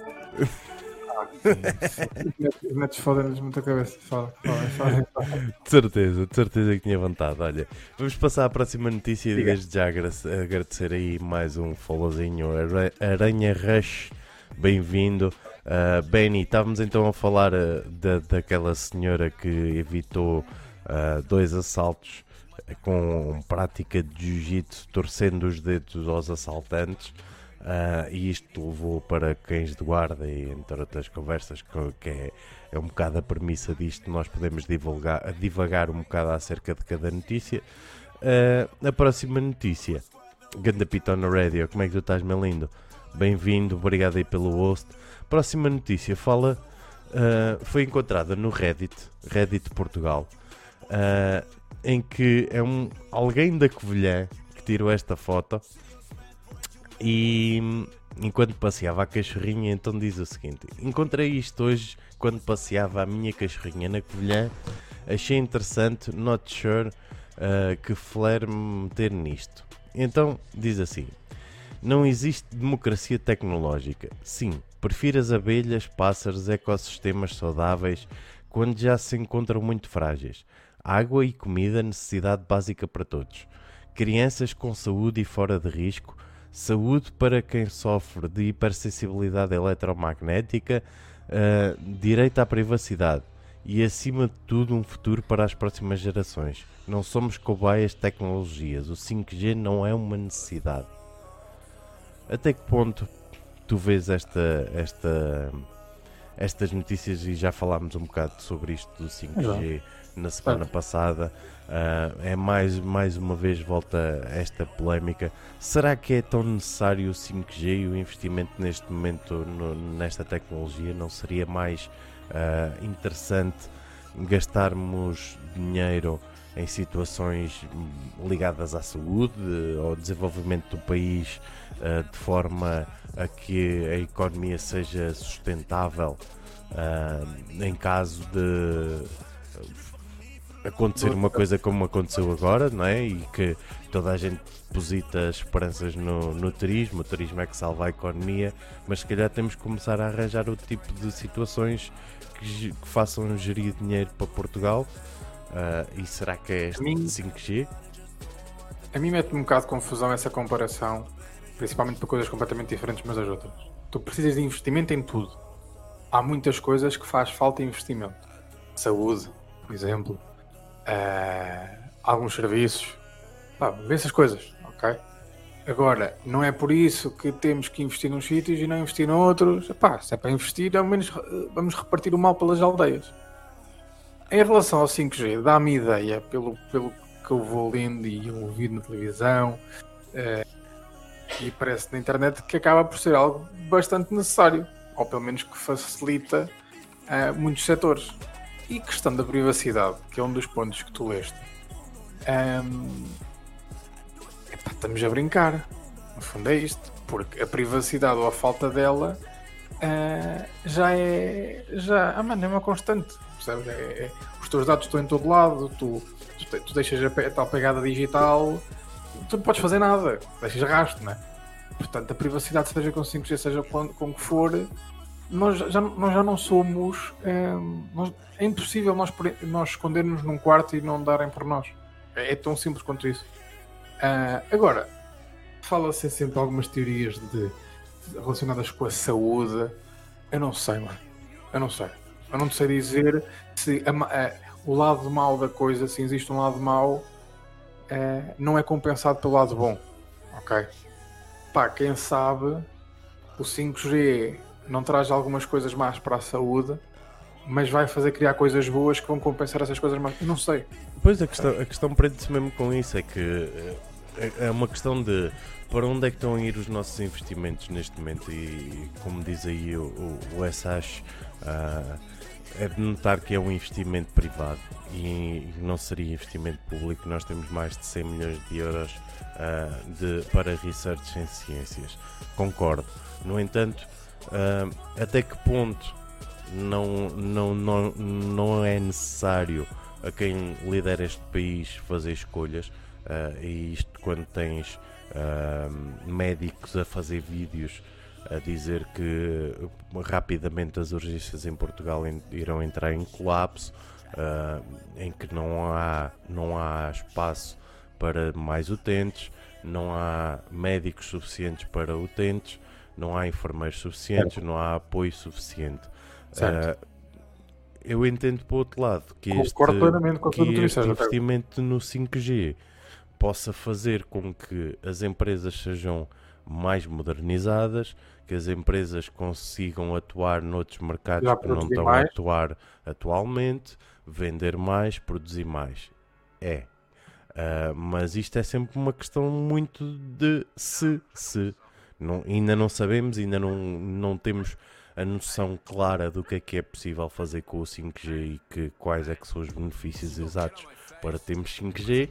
Os netos fodem-nos muita cabeça. Fala. De certeza que tinha vontade. Olha, vamos passar à próxima notícia e desde já agradecer aí mais um followzinho. Aranha Rush, bem-vindo. Benny, estávamos então a falar daquela senhora que evitou 2 assaltos com prática de jiu-jitsu, torcendo os dedos aos assaltantes. E isto levou para cães de guarda e entre outras conversas que é um bocado a premissa disto. Nós podemos divagar um bocado acerca de cada notícia. A próxima notícia, Ganda Pitona Radio, como é que tu estás, meu lindo? Bem-vindo, obrigado aí pelo host. Próxima notícia foi encontrada no Reddit Portugal, em que é alguém da Covilhã que tirou esta foto. E enquanto passeava a cachorrinha, então diz o seguinte: encontrei isto hoje quando passeava a minha cachorrinha na Covilhã, achei interessante, not sure que flair me meter nisto. Então diz assim: não existe democracia tecnológica. Sim, prefiro as abelhas, pássaros, ecossistemas saudáveis quando já se encontram muito frágeis. Água e comida, necessidade básica para todos. Crianças com saúde e fora de risco. Saúde para quem sofre de hipersensibilidade eletromagnética, direito à privacidade e, acima de tudo, um futuro para as próximas gerações. Não somos cobaias de tecnologias. O 5G não é uma necessidade. Até que ponto tu vês estas notícias? E já falámos um bocado sobre isto do 5G na semana passada. É mais uma vez volta a esta polémica. Será que é tão necessário o 5G e o investimento neste momento nesta tecnologia? Não seria mais interessante gastarmos dinheiro em situações ligadas à saúde, ao desenvolvimento do país, de forma a que a economia seja sustentável em caso de acontecer uma coisa como aconteceu agora, não é? E que toda a gente deposita esperanças no turismo. O turismo é que salva a economia, mas se calhar temos que começar a arranjar outro tipo de situações que façam gerir dinheiro para Portugal. E será que é este 5G? A mim mete-me um bocado de confusão essa comparação, principalmente para coisas completamente diferentes umas das outras. Tu precisas de investimento em tudo. Há muitas coisas que faz falta investimento. Saúde, por exemplo. Alguns serviços. Vê essas coisas, ok? Agora, não é por isso que temos que investir nos sítios e não investir noutros. Se é para investir, ao menos vamos repartir o mal pelas aldeias. Em relação ao 5G, dá-me ideia, pelo que eu vou lendo e ouvindo na televisão e parece na internet, que acaba por ser algo bastante necessário, ou pelo menos que facilita muitos setores. E questão da privacidade, que é um dos pontos que tu leste, estamos a brincar. No fundo é isto, porque a privacidade ou a falta dela já é uma constante, percebes? Os teus dados estão em todo lado, tu deixas a tal pegada digital, tu não podes fazer nada, deixas rastro, não é? Portanto, a privacidade, seja com 5G, seja com o que for, nós já não somos. É impossível nós escondermos num quarto e não darem por nós. É tão simples quanto isso. Agora, fala-se sempre algumas teorias relacionadas com a saúde. Eu não sei, mano. Eu não sei dizer se o lado mau da coisa, se existe um lado mau, não é compensado pelo lado bom. Ok? Quem sabe o 5G não traz algumas coisas más para a saúde, mas vai fazer criar coisas boas que vão compensar essas coisas más. Eu não sei. Pois, a questão prende-se mesmo com isso, é que é uma questão de para onde é que estão a ir os nossos investimentos neste momento, e como diz aí o SH, é de notar que é um investimento privado e não seria investimento público. Nós temos mais de 100 milhões de euros para research em ciências, concordo. No entanto, até que ponto não é necessário a quem lidera este país fazer escolhas, e isto quando tens médicos a fazer vídeos a dizer que rapidamente as urgências em Portugal irão entrar em colapso, em que não há espaço para mais utentes, não há médicos suficientes para utentes, não há enfermeiros suficientes, não há apoio suficiente. Eu entendo para o outro lado que este investimento no 5G possa fazer com que as empresas sejam mais modernizadas, que as empresas consigam atuar noutros mercados que não estão a atuar atualmente, vender mais, produzir mais. Mas isto é sempre uma questão muito de se. Ainda não sabemos, ainda não temos a noção clara do que é possível fazer com o 5G e quais é que são os benefícios exatos para termos 5G.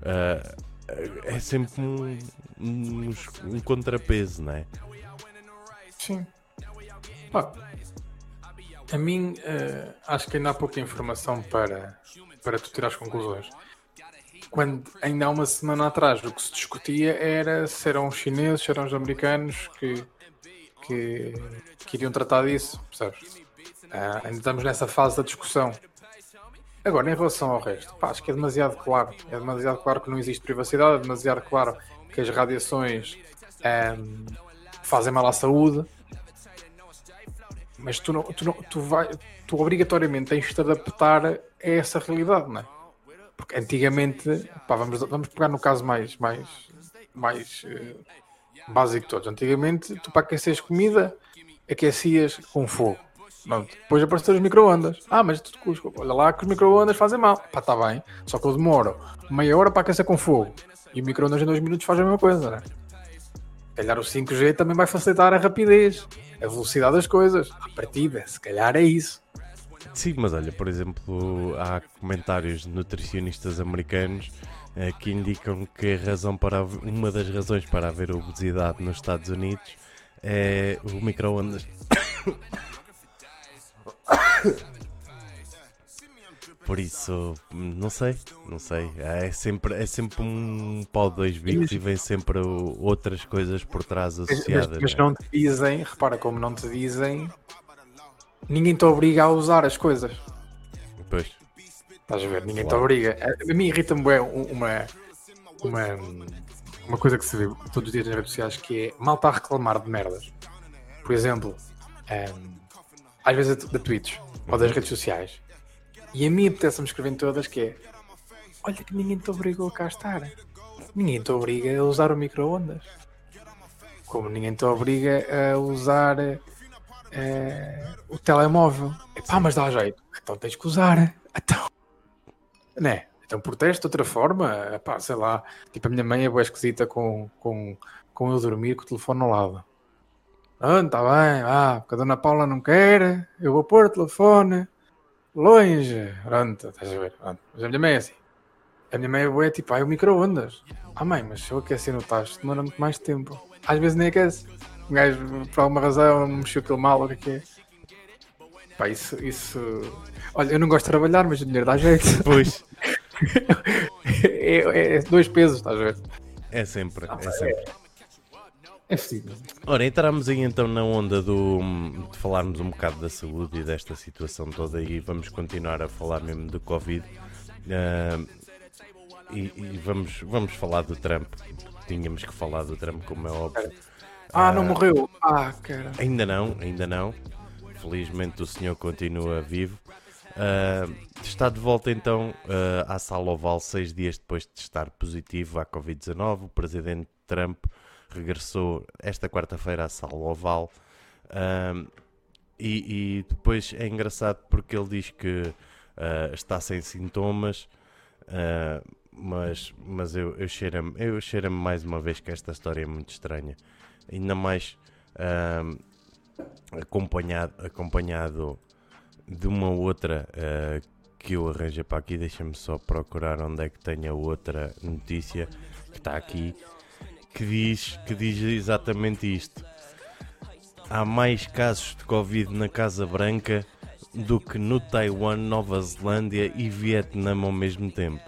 É sempre um contrapeso, não é? Sim. A mim, acho que ainda há pouca informação para tu tirar as conclusões. Quando ainda há uma semana atrás o que se discutia era se eram os chineses, se eram os americanos que iriam tratar disso, percebes? Ainda estamos nessa fase da discussão. Agora, em relação ao resto, acho que é demasiado claro. É demasiado claro que não existe privacidade, é demasiado claro que as radiações fazem mal à saúde. Mas tu obrigatoriamente tens de te adaptar a essa realidade, não é? Porque antigamente, vamos pegar no caso mais básico de todos. Antigamente, tu para aqueceres comida, aquecias com fogo. Pronto. Depois apareceram os micro-ondas. Mas olha lá que os micro-ondas fazem mal. Está bem. Só que eu demoro meia hora para aquecer com fogo. E o micro-ondas em 2 minutos faz a mesma coisa, né? Se calhar o 5G também vai facilitar a rapidez, a velocidade das coisas. À partida, se calhar é isso. Sim, mas olha, por exemplo, há comentários de nutricionistas americanos que indicam que uma das razões para haver obesidade nos Estados Unidos é o micro-ondas. Por isso, não sei. É sempre um pau de dois bicos e vem sempre outras coisas por trás associadas. Mas não te dizem, repara como não te dizem, ninguém te obriga a usar as coisas. Pois. Estás a ver? Ninguém te obriga. A mim irrita-me bem uma coisa que se vê todos os dias nas redes sociais, que é malta a reclamar de merdas. Por exemplo, às vezes da Twitch ou das redes sociais. E a mim apetece-me escrever em todas que é: olha que ninguém te obrigou a cá estar. Ninguém te obriga a usar o micro-ondas. Como ninguém te obriga a usar o telemóvel. Mas dá jeito. Então tens que usar. Então proteste de outra forma. Sei lá. Tipo, a minha mãe é boa esquisita com eu dormir com o telefone ao lado. Está bem. Porque a Dona Paula não quer. Eu vou pôr o telefone longe. Pronto, estás a ver. Pronto. Mas a minha mãe é assim. A minha mãe é boa, tipo, o micro-ondas. Mãe, mas se eu aquecer no tacho demora muito mais tempo. Às vezes nem aquece. Um gajo, por alguma razão, mexeu aquilo mal, ou o que é. Isso... Olha, eu não gosto de trabalhar, mas o dinheiro dá jeito. Pois. é 2 pesos, estás a ver? É sempre. É fedido. Ora, entramos aí então na onda de falarmos um bocado da saúde e desta situação toda, e vamos continuar a falar mesmo do Covid. E vamos falar do Trump. Tínhamos que falar do Trump, como é óbvio. Não morreu. Cara. Ainda não. Felizmente o senhor continua vivo. Está de volta então à Sala Oval 6 dias depois de estar positivo à Covid-19. O presidente Trump regressou esta quarta-feira à Sala Oval E depois é engraçado porque ele diz que está sem sintomas, mas eu cheiro-me mais uma vez que esta história é muito estranha. Ainda mais acompanhado de uma outra que eu arranjei para aqui. Deixa-me só procurar onde é que tem a outra notícia que está aqui, que diz exatamente isto. Há mais casos de Covid na Casa Branca do que no Taiwan, Nova Zelândia e Vietnã ao mesmo tempo.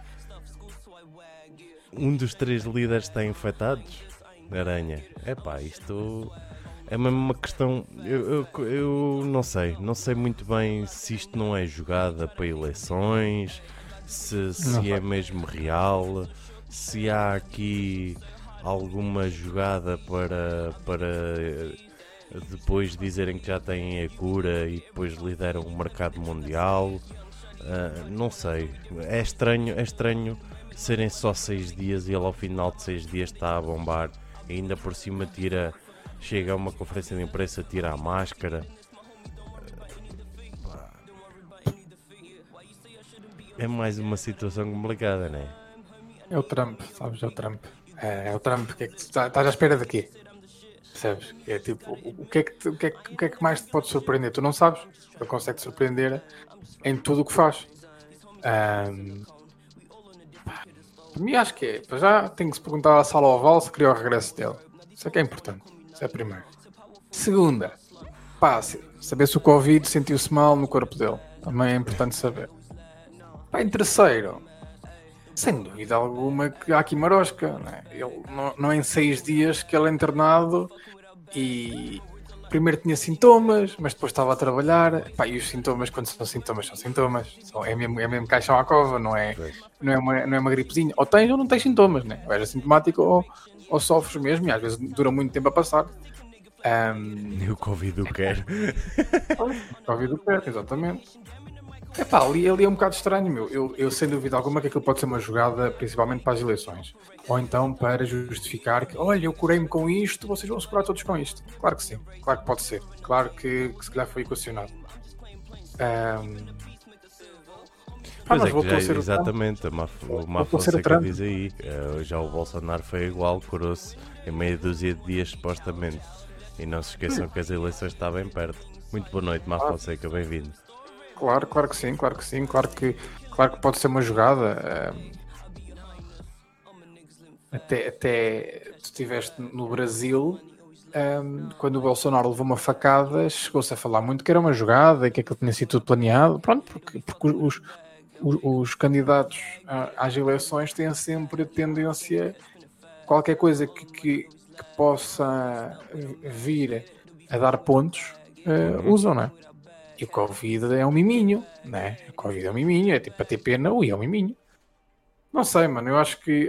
Um dos 3 líderes está infectado? Aranha. Epá, isto é mesmo uma questão. Eu não sei muito bem se isto não é jogada para eleições, se é mesmo real, se há aqui alguma jogada para depois dizerem que já têm a cura e depois lideram o mercado mundial. Não sei, é estranho serem só 6 dias e ele ao final de 6 dias está a bombar e ainda por cima chega a uma conferência de imprensa, tira a máscara. É mais uma situação complicada, não é? É o Trump, sabes? É o Trump. É o Trump. Que é que estás à espera de quê? Percebes? É tipo, o que é que mais te pode surpreender? Tu não sabes? Ele consegue surpreender em tudo o que faz. Para mim acho que é. Para já tem que se perguntar à Sala Oval se queria o regresso dele. Isso é que é importante. Isso é a primeira. Segunda, saber se o Covid sentiu-se mal no corpo dele. Também é importante saber. Em terceiro, sem dúvida alguma que há aqui marosca. Não é? Ele não é em 6 dias que ele é internado e primeiro tinha sintomas, mas depois estava a trabalhar. E os sintomas, quando são sintomas, é mesmo caixão à cova, não é uma gripezinha. Ou tens ou não tens sintomas, né? Ou és assintomático ou sofres mesmo, e às vezes dura muito tempo a passar. E o Covid o quer. O Covid o quer, exatamente. Ali é um bocado estranho, meu. Eu sem dúvida alguma que aquilo pode ser uma jogada principalmente para as eleições. Ou então para justificar que, olha, eu curei-me com isto, vocês vão se curar todos com isto. Claro que sim, claro que pode ser. Claro que se calhar foi equacionado. Mas é que já, exatamente, o Mafonseca diz aí, já o Bolsonaro foi igual, curou-se em meia dúzia de dias supostamente. E não se esqueçam que as eleições estão bem perto. Muito boa noite, Mafonseca, bem-vindo. Claro que sim, claro que pode ser uma jogada. Até tu estiveste no Brasil, quando o Bolsonaro levou uma facada, chegou-se a falar muito que era uma jogada e que aquilo tinha sido tudo planeado. Pronto, porque os candidatos às eleições têm sempre a tendência, qualquer coisa que possa vir a dar pontos, usam, não é? E o Covid é um miminho, né? O Covid é um miminho, é tipo para ter pena, é um miminho. Não sei, mano, eu acho que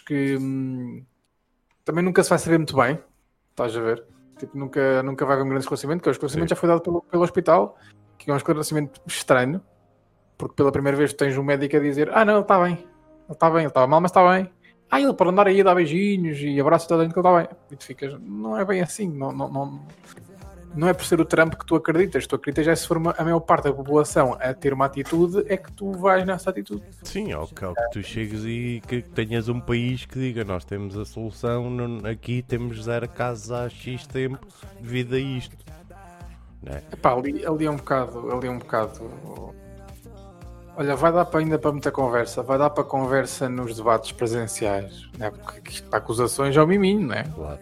também nunca se vai saber muito bem, estás a ver? Tipo, nunca vai haver um grande esclarecimento, porque o esclarecimento já foi dado pelo hospital, que é um esclarecimento estranho, porque pela primeira vez tens um médico a dizer, não, ele está bem, ele estava mal, mas está bem. Ele pode andar aí a dar beijinhos e abraços toda a gente que ele está bem. E tu ficas, não é bem assim, não é por ser o Trump que tu acreditas é se for a maior parte da população a ter uma atitude, é que tu vais nessa atitude. Sim, ao que tu chegues e que tenhas um país que diga, nós temos a solução, aqui temos 0 casos há X tempo devido a isto. Não é? Ali é um bocado... Olha, vai dar ainda para muita conversa, vai dar para conversa nos debates presenciais, né? Porque acusações é o miminho, não é? Claro.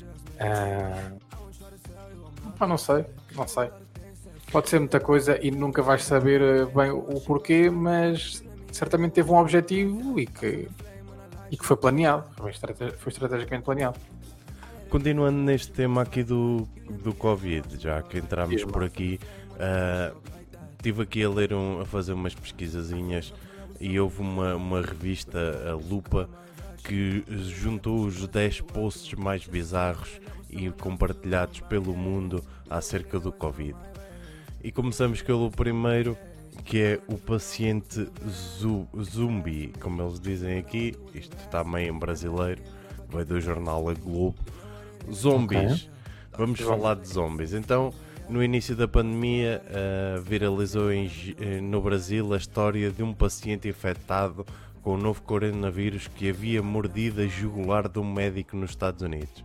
Não sei. Pode ser muita coisa e nunca vais saber bem o porquê, mas certamente teve um objetivo e que foi planeado, foi estrategicamente planeado. Continuando neste tema aqui do Covid, já que entramos por aqui, estive aqui a fazer umas pesquisazinhas e houve uma revista, a Lupa, que juntou os 10 posts mais bizarros e compartilhados pelo mundo acerca do Covid. E começamos pelo primeiro, que é o paciente zumbi, como eles dizem aqui, isto está meio em brasileiro, veio do jornal A Globo. Zombies Vamos falar de zombies. Então, no início da pandemia, viralizou no Brasil a história de um paciente infectado com o novo coronavírus que havia mordido a jugular de um médico nos Estados Unidos.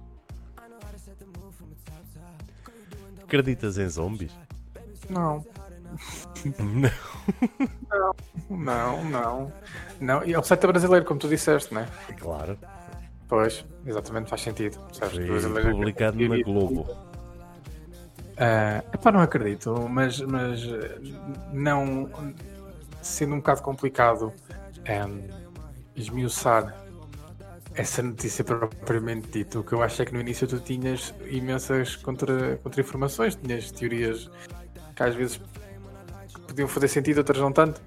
Acreditas em zombies? Não. Não. E é o site brasileiro, como tu disseste, não é? Claro. Pois, exatamente, faz sentido. Foi publicado na Globo. Não acredito, mas não, sendo um bocado complicado esmiuçar essa notícia propriamente dito, o que eu acho é que no início tu tinhas imensas contra-informações, tinhas teorias que às vezes podiam fazer sentido, outras não tanto,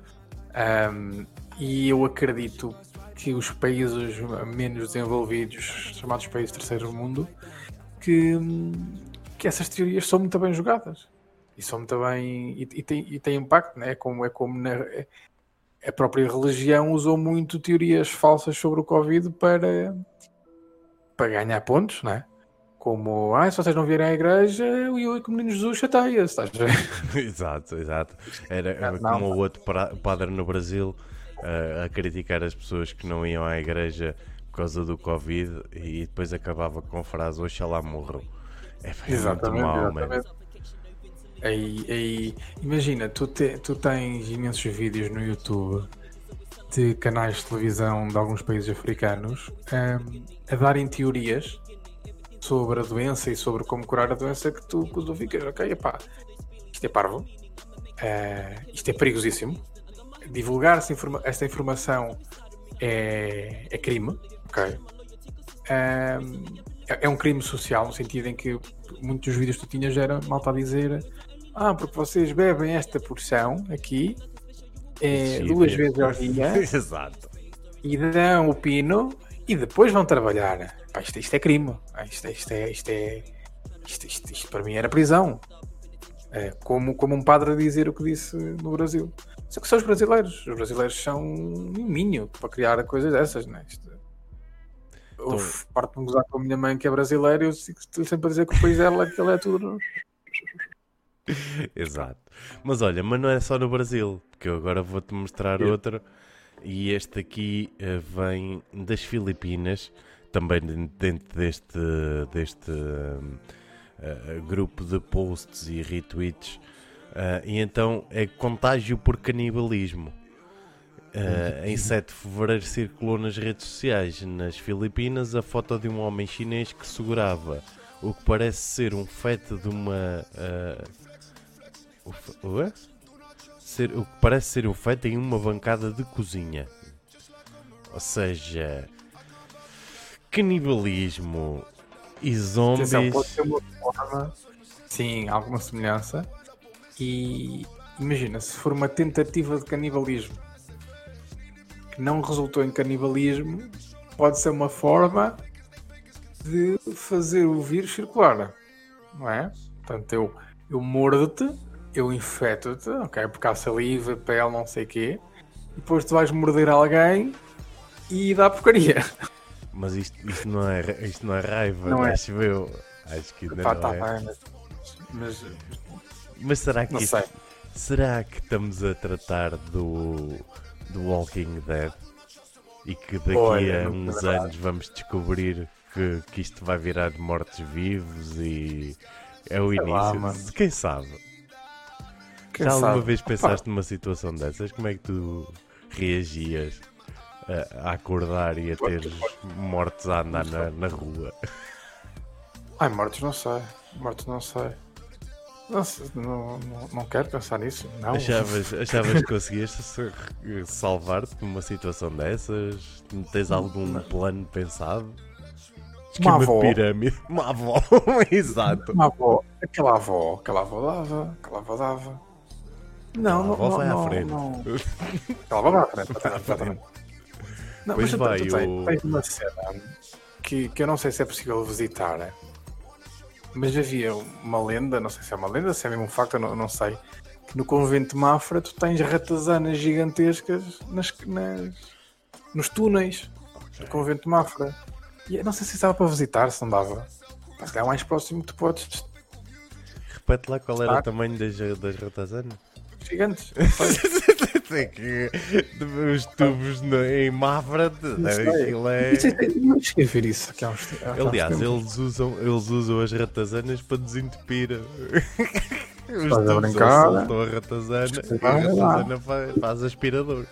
e eu acredito que os países menos desenvolvidos, chamados países do terceiro mundo, que essas teorias são muito bem jogadas e são muito bem e têm impacto, né? Como a própria religião usou muito teorias falsas sobre o Covid para ganhar pontos, né? Como, se vocês não vierem à igreja, o menino Jesus chateia-se, estás a ver? Exato. Era como o outro padre no Brasil a criticar as pessoas que não iam à igreja por causa do Covid e depois acabava com a frase "Oxalá morram". Exatamente, muito mal, exatamente. Aí, imagina, tu tens imensos vídeos no YouTube de canais de televisão de alguns países africanos a darem teorias sobre a doença e sobre como curar a doença que tu ficas, ok, isto é parvo, isto é perigosíssimo, divulgar esta informação é crime, ok? É um crime social, no sentido em que muitos dos vídeos que tu tinhas era malta a dizer porque vocês bebem esta porção aqui 2 vezes ao dia Exato. E dão o pino e depois vão trabalhar. Isto é crime. Isto para mim era prisão. Como um padre a dizer o que disse no Brasil. Só que são os brasileiros são um minho para criar coisas dessas, né? Parte-me gozar com a minha mãe que é brasileira e eu estou sempre a dizer que o país dela que ele é tudo. Exato. Mas olha, não é só no Brasil, porque eu agora vou-te mostrar outro. E este aqui vem das Filipinas, também dentro deste grupo de posts e retweets. E então é contágio por canibalismo. Em 7 de fevereiro circulou nas redes sociais nas Filipinas a foto de um homem chinês que segurava o que parece ser um feto de uma o que parece ser um feto em uma bancada de cozinha. Ou seja, canibalismo e zombies. Pode ser uma forma, sim, alguma semelhança. E imagina, se for uma tentativa de canibalismo que não resultou em canibalismo, pode ser uma forma de fazer o vírus circular, não é? Portanto, eu mordo-te, eu infecto-te, ok? Porque há saliva, pele, não sei o quê, e depois tu vais morder alguém e dá porcaria. Mas isto não é raiva, não acho eu. Acho que ainda não é. Mas será que será que estamos a tratar do Walking Dead? E que daqui a uns anos vamos descobrir que isto vai virar mortos-vivos e é o início. Quem sabe? Já alguma vez pensaste numa situação dessas? Como é que tu reagias a acordar e a ter mortos a andar na rua? Mortos não sei. Não quero pensar nisso. Não. Achavas que conseguias salvar-te numa situação dessas? Tens algum plano pensado? Uma avó. Pirâmide. Uma avó, exato. Uma avó. Aquela avó dava. Não, vai à frente. Aquela avó vai à frente, exatamente. Não, pois mas vai, tens uma cena que eu não sei se é possível visitar, mas havia uma lenda, não sei se é uma lenda, se é mesmo um facto, eu não sei, que no convento de Mafra tu tens ratazanas gigantescas nos túneis do convento de Mafra. E eu não sei se estava para visitar, se não dava. Pá, se calhar o mais próximo que tu podes. Repete lá qual era o tamanho das ratazanas. Gigantes. É que os tubos em Mafra, aquilo é... Não cheguei a ver isso aqui há uns tempos. Aliás, eles usam as ratazanas para desentupir. Os Estás a tubos brincar? soltam a ratazana e a ratazana faz aspirador.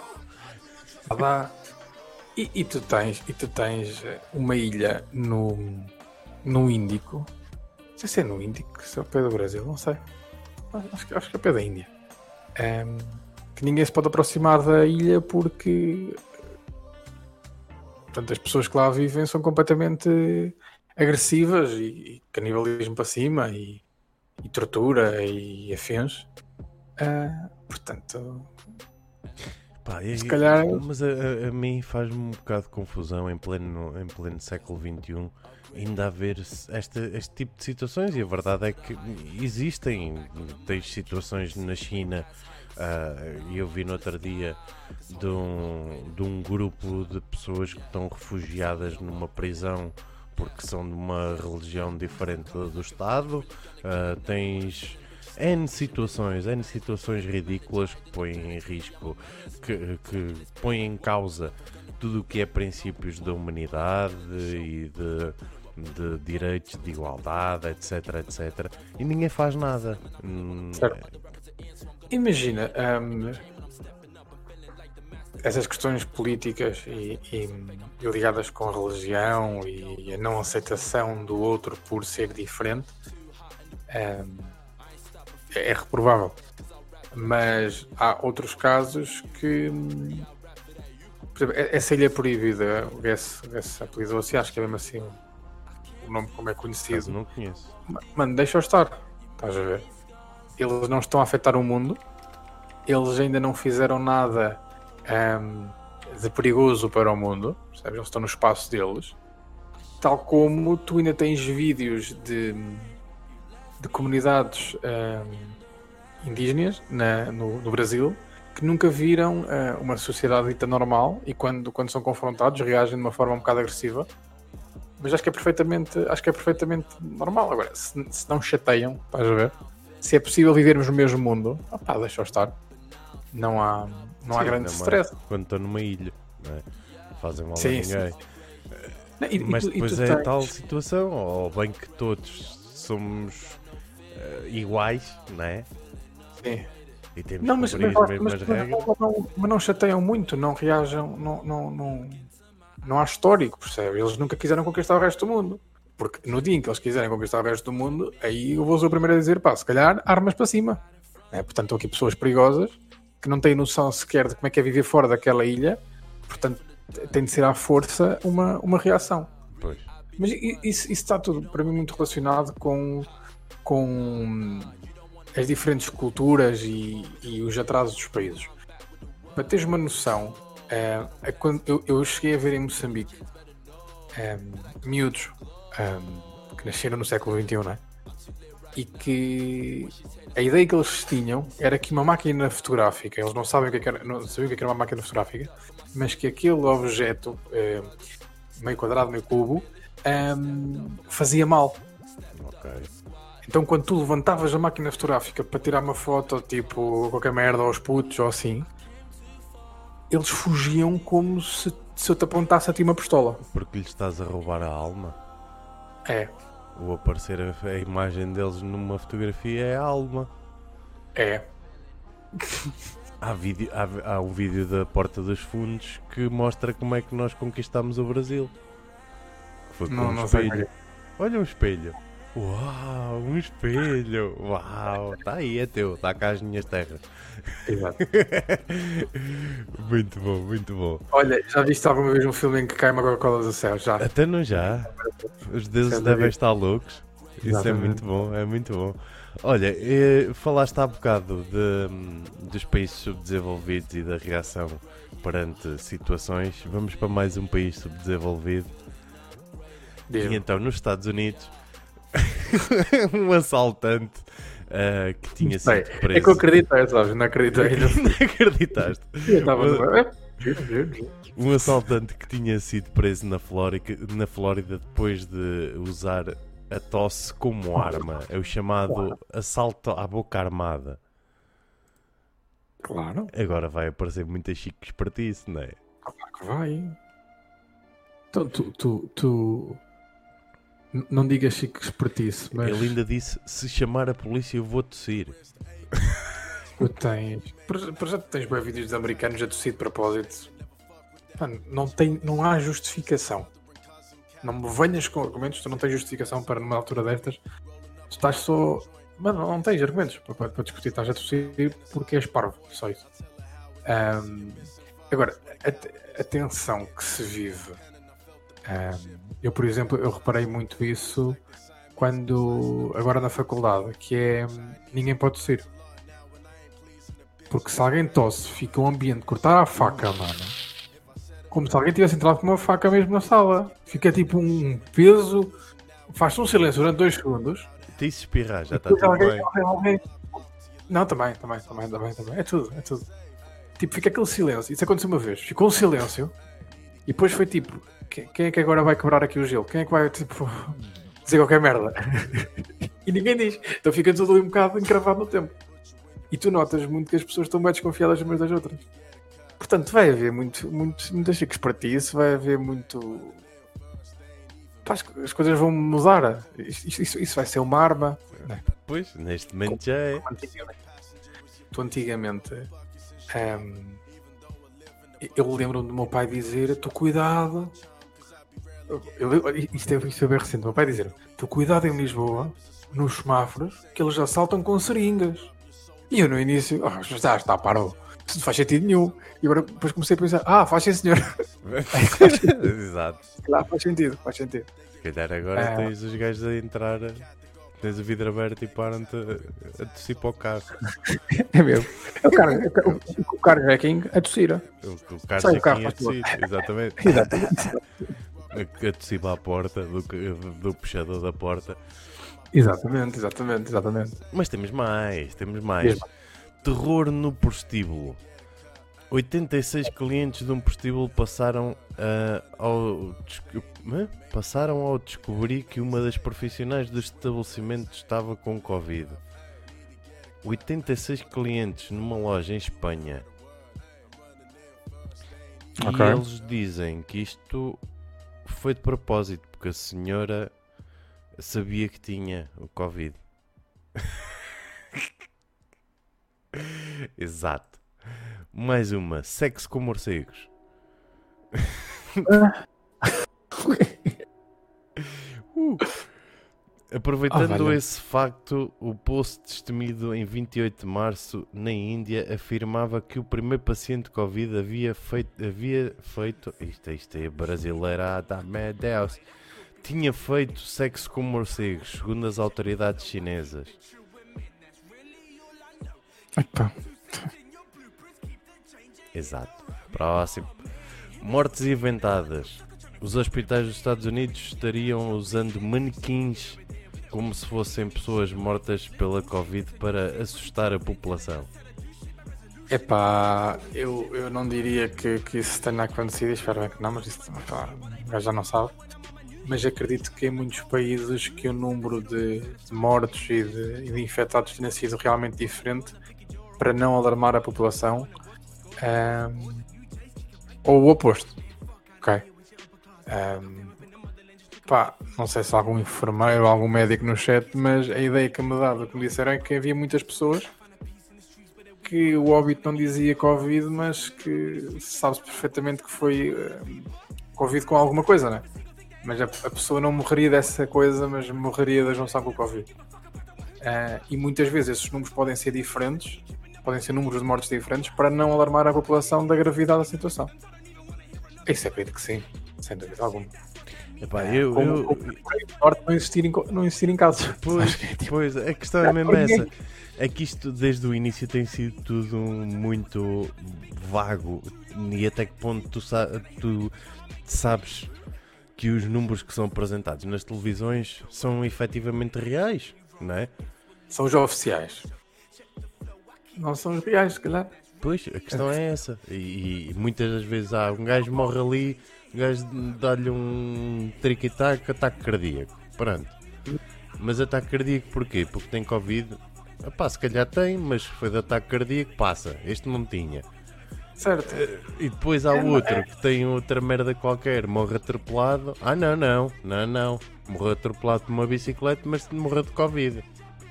E tu tens uma ilha no Índico. Não sei se é no Índico, se é ao pé do Brasil, não sei. Acho que é ao pé da Índia. Que ninguém se pode aproximar da ilha porque, portanto, as pessoas que lá vivem são completamente agressivas e canibalismo para cima e tortura e afins. Portanto, Pá, se calhar... Mas a mim faz-me um bocado de confusão em pleno século XXI ainda haver este tipo de situações, e a verdade é que existem. Tens situações na China, e eu vi no outro dia de um grupo de pessoas que estão refugiadas numa prisão porque são de uma religião diferente do Estado. Tens N situações ridículas que põem em risco, que põem em causa tudo o que é princípios da humanidade e de direitos de igualdade, etc. E ninguém faz nada. Imagina, essas questões políticas e ligadas com a religião e a não aceitação do outro por ser diferente é reprovável. Mas há outros casos que, por exemplo, essa ilha proibida, o Guess apelidou-se, acho que é mesmo assim o nome como é conhecido. Não conheço. Mano, deixa-o estar, estás a ver? Eles não estão a afetar o mundo, eles ainda não fizeram nada de perigoso para o mundo, percebes? Eles estão no espaço deles, tal como tu ainda tens vídeos de comunidades indígenas no Brasil que nunca viram uma sociedade dita normal e quando são confrontados reagem de uma forma um bocado agressiva, mas acho que é perfeitamente normal. Agora, se não chateiam, estás a ver? Se é possível vivermos no mesmo mundo, deixa-o estar. Não há grande stress. Quando estão numa ilha, não é? Fazem mal a Sim, ninguém. Sim. Mas depois é tal situação, ou bem que todos somos iguais, não é? Sim. E temos que cumprir as mesmas regras. Mas não chateiam muito, não reajam, não há histórico, percebe? Eles nunca quiseram conquistar o resto do mundo. Porque no dia em que eles quiserem conquistar o resto do mundo, aí eu vou ser o primeiro a dizer, se calhar, armas para cima. Portanto, estão aqui pessoas perigosas que não têm noção sequer de como é que é viver fora daquela ilha, portanto, tem de ser à força uma reação. Pois. Mas isso está tudo, para mim, muito relacionado com as diferentes culturas e os atrasos dos países. Para teres uma noção, quando eu cheguei a ver em Moçambique miúdos que nasceram no século XXI, não é? E que a ideia que eles tinham era que uma máquina fotográfica, eles não sabiam o que era uma máquina fotográfica, mas que aquele objeto meio quadrado, meio cubo fazia mal. Ok. Então quando tu levantavas a máquina fotográfica para tirar uma foto, tipo qualquer merda aos putos ou assim, eles fugiam como se eu te apontasse a ti uma pistola. Porque lhes estás a roubar a alma? É. Ou aparecer a imagem deles numa fotografia é a alma. É. Há o vídeo da Porta dos Fundos que mostra como é que nós conquistamos o Brasil. Foi com um espelho. Olha um espelho. Uau, um espelho. Uau, está aí, é teu, está cá as minhas terras. Exato. Muito bom, muito bom. Olha, já viste alguma vez um filme em que cai uma Coca-Cola do céu? Já. Até não já. Os deuses devem estar loucos. Isso é muito bom, é muito bom. Olha, falaste há bocado dos países subdesenvolvidos e da reação perante situações. Vamos para mais um país subdesenvolvido. E então, nos Estados Unidos, um assaltante que tinha sido preso. É que eu acreditei, sabes? Não acreditei. Não acreditaste? Um assaltante que tinha sido preso na Flórida depois de usar a tosse como arma. É o chamado assalto à boca armada. Claro. Agora vai aparecer muita chique espertice, não é? Claro que vai. Então tu não digas chique espertice, mas Ele ainda disse, se chamar a polícia eu vou tossir. tu tens. Por já tens bem vídeos de americanos a tossir de propósito. Mano, não há justificação. Não me venhas com argumentos, tu não tens justificação para numa altura destas. Tu estás só. Mano, não tens argumentos para discutir, estás a tossir porque és parvo, só isso. Agora, a tensão que se vive. Eu, por exemplo, eu reparei muito isso quando, agora na faculdade, que é ninguém pode tossir. Porque se alguém tosse, fica um ambiente de cortar a faca, mano. Como se alguém tivesse entrado com uma faca mesmo na sala. Fica tipo um peso, faz-se um silêncio durante 2 segundos. Tem se espirrar, já está tudo bem. Alguém... Não, também. É tudo. Tipo, fica aquele silêncio. Isso aconteceu uma vez. Ficou um silêncio. E depois foi tipo, quem é que agora vai quebrar aqui o gelo? Quem é que vai, tipo, dizer qualquer merda? E ninguém diz. Então fica tudo ali um bocado encravado no tempo. E tu notas muito que as pessoas estão bem desconfiadas umas das outras. Portanto, vai haver muitas chiques para ti. Isso vai haver muito... As coisas vão mudar. Isso vai ser uma arma. Pois, neste momento já é. Tu antigamente... eu lembro-me do meu pai dizer: tu cuidado. Isto é bem recente. O meu pai dizer: tu cuidado em Lisboa, nos semáforos, que eles assaltam com seringas. E eu no início, está, parou. Isso não faz sentido nenhum. E agora depois comecei a pensar: faz sim, senhor. Exato. Claro, faz sentido. Se calhar agora tens os gajos a entrar, tens o vidro aberto e param-te a tossir para o carro. É mesmo. O carjacking a tossir. O carjacking a tossir, exatamente. A tossir para a porta, do puxador da porta. Exatamente. Mas temos mais. Terror no prostíbulo. 86 clientes de um prostíbulo passaram ao descobrir que uma das profissionais do estabelecimento estava com Covid. 86 clientes numa loja em Espanha. Okay. E eles dizem que isto foi de propósito, porque a senhora sabia que tinha o Covid. Exato. Mais uma. Sexo com morcegos. Aproveitando esse facto, o post destemido em 28 de março na Índia afirmava que o primeiro paciente de Covid havia feito isto é brasileira, meu Deus, tinha feito sexo com morcegos, segundo as autoridades chinesas. Epa. Exato. Próximo. Mortes inventadas. Os hospitais dos Estados Unidos estariam usando manequins como se fossem pessoas mortas pela Covid para assustar a população. Epá, eu não diria que isso tenha acontecido, espero bem que não, mas isso já não sabe. Mas acredito que em muitos países que o número de mortos e de infectados tenha sido realmente diferente, para não alarmar a população, ou o oposto. Ok? Não sei se algum enfermeiro ou algum médico no chat, mas a ideia que me dava, que me disseram, é que havia muitas pessoas que o óbito não dizia Covid, mas que sabe-se perfeitamente que foi Covid com alguma coisa, né? Mas a pessoa não morreria dessa coisa, mas morreria da junção com o Covid. E muitas vezes esses números podem ser diferentes, podem ser números de mortes diferentes, para não alarmar a população da gravidade da situação. Isso acredito que sim, sem dúvida alguma. Epá, não existir em casos. Pois, a questão é mesmo essa. É que isto desde o início tem sido tudo muito vago. E até que ponto tu sabes que os números que são apresentados nas televisões são efetivamente reais, não é? São os oficiais. Não são os reais, se calhar. Pois, a questão é essa. E muitas das vezes um gajo morre ali, o gajo dá-lhe um trick-tac, ataque cardíaco. Pronto. Mas ataque cardíaco porquê? Porque tem Covid. Epá, se calhar tem, mas foi de ataque cardíaco, passa. Este não tinha. Certo. E depois há outro que tem outra merda qualquer, morre atropelado. Ah, não. Morreu atropelado por uma bicicleta, mas morreu de Covid.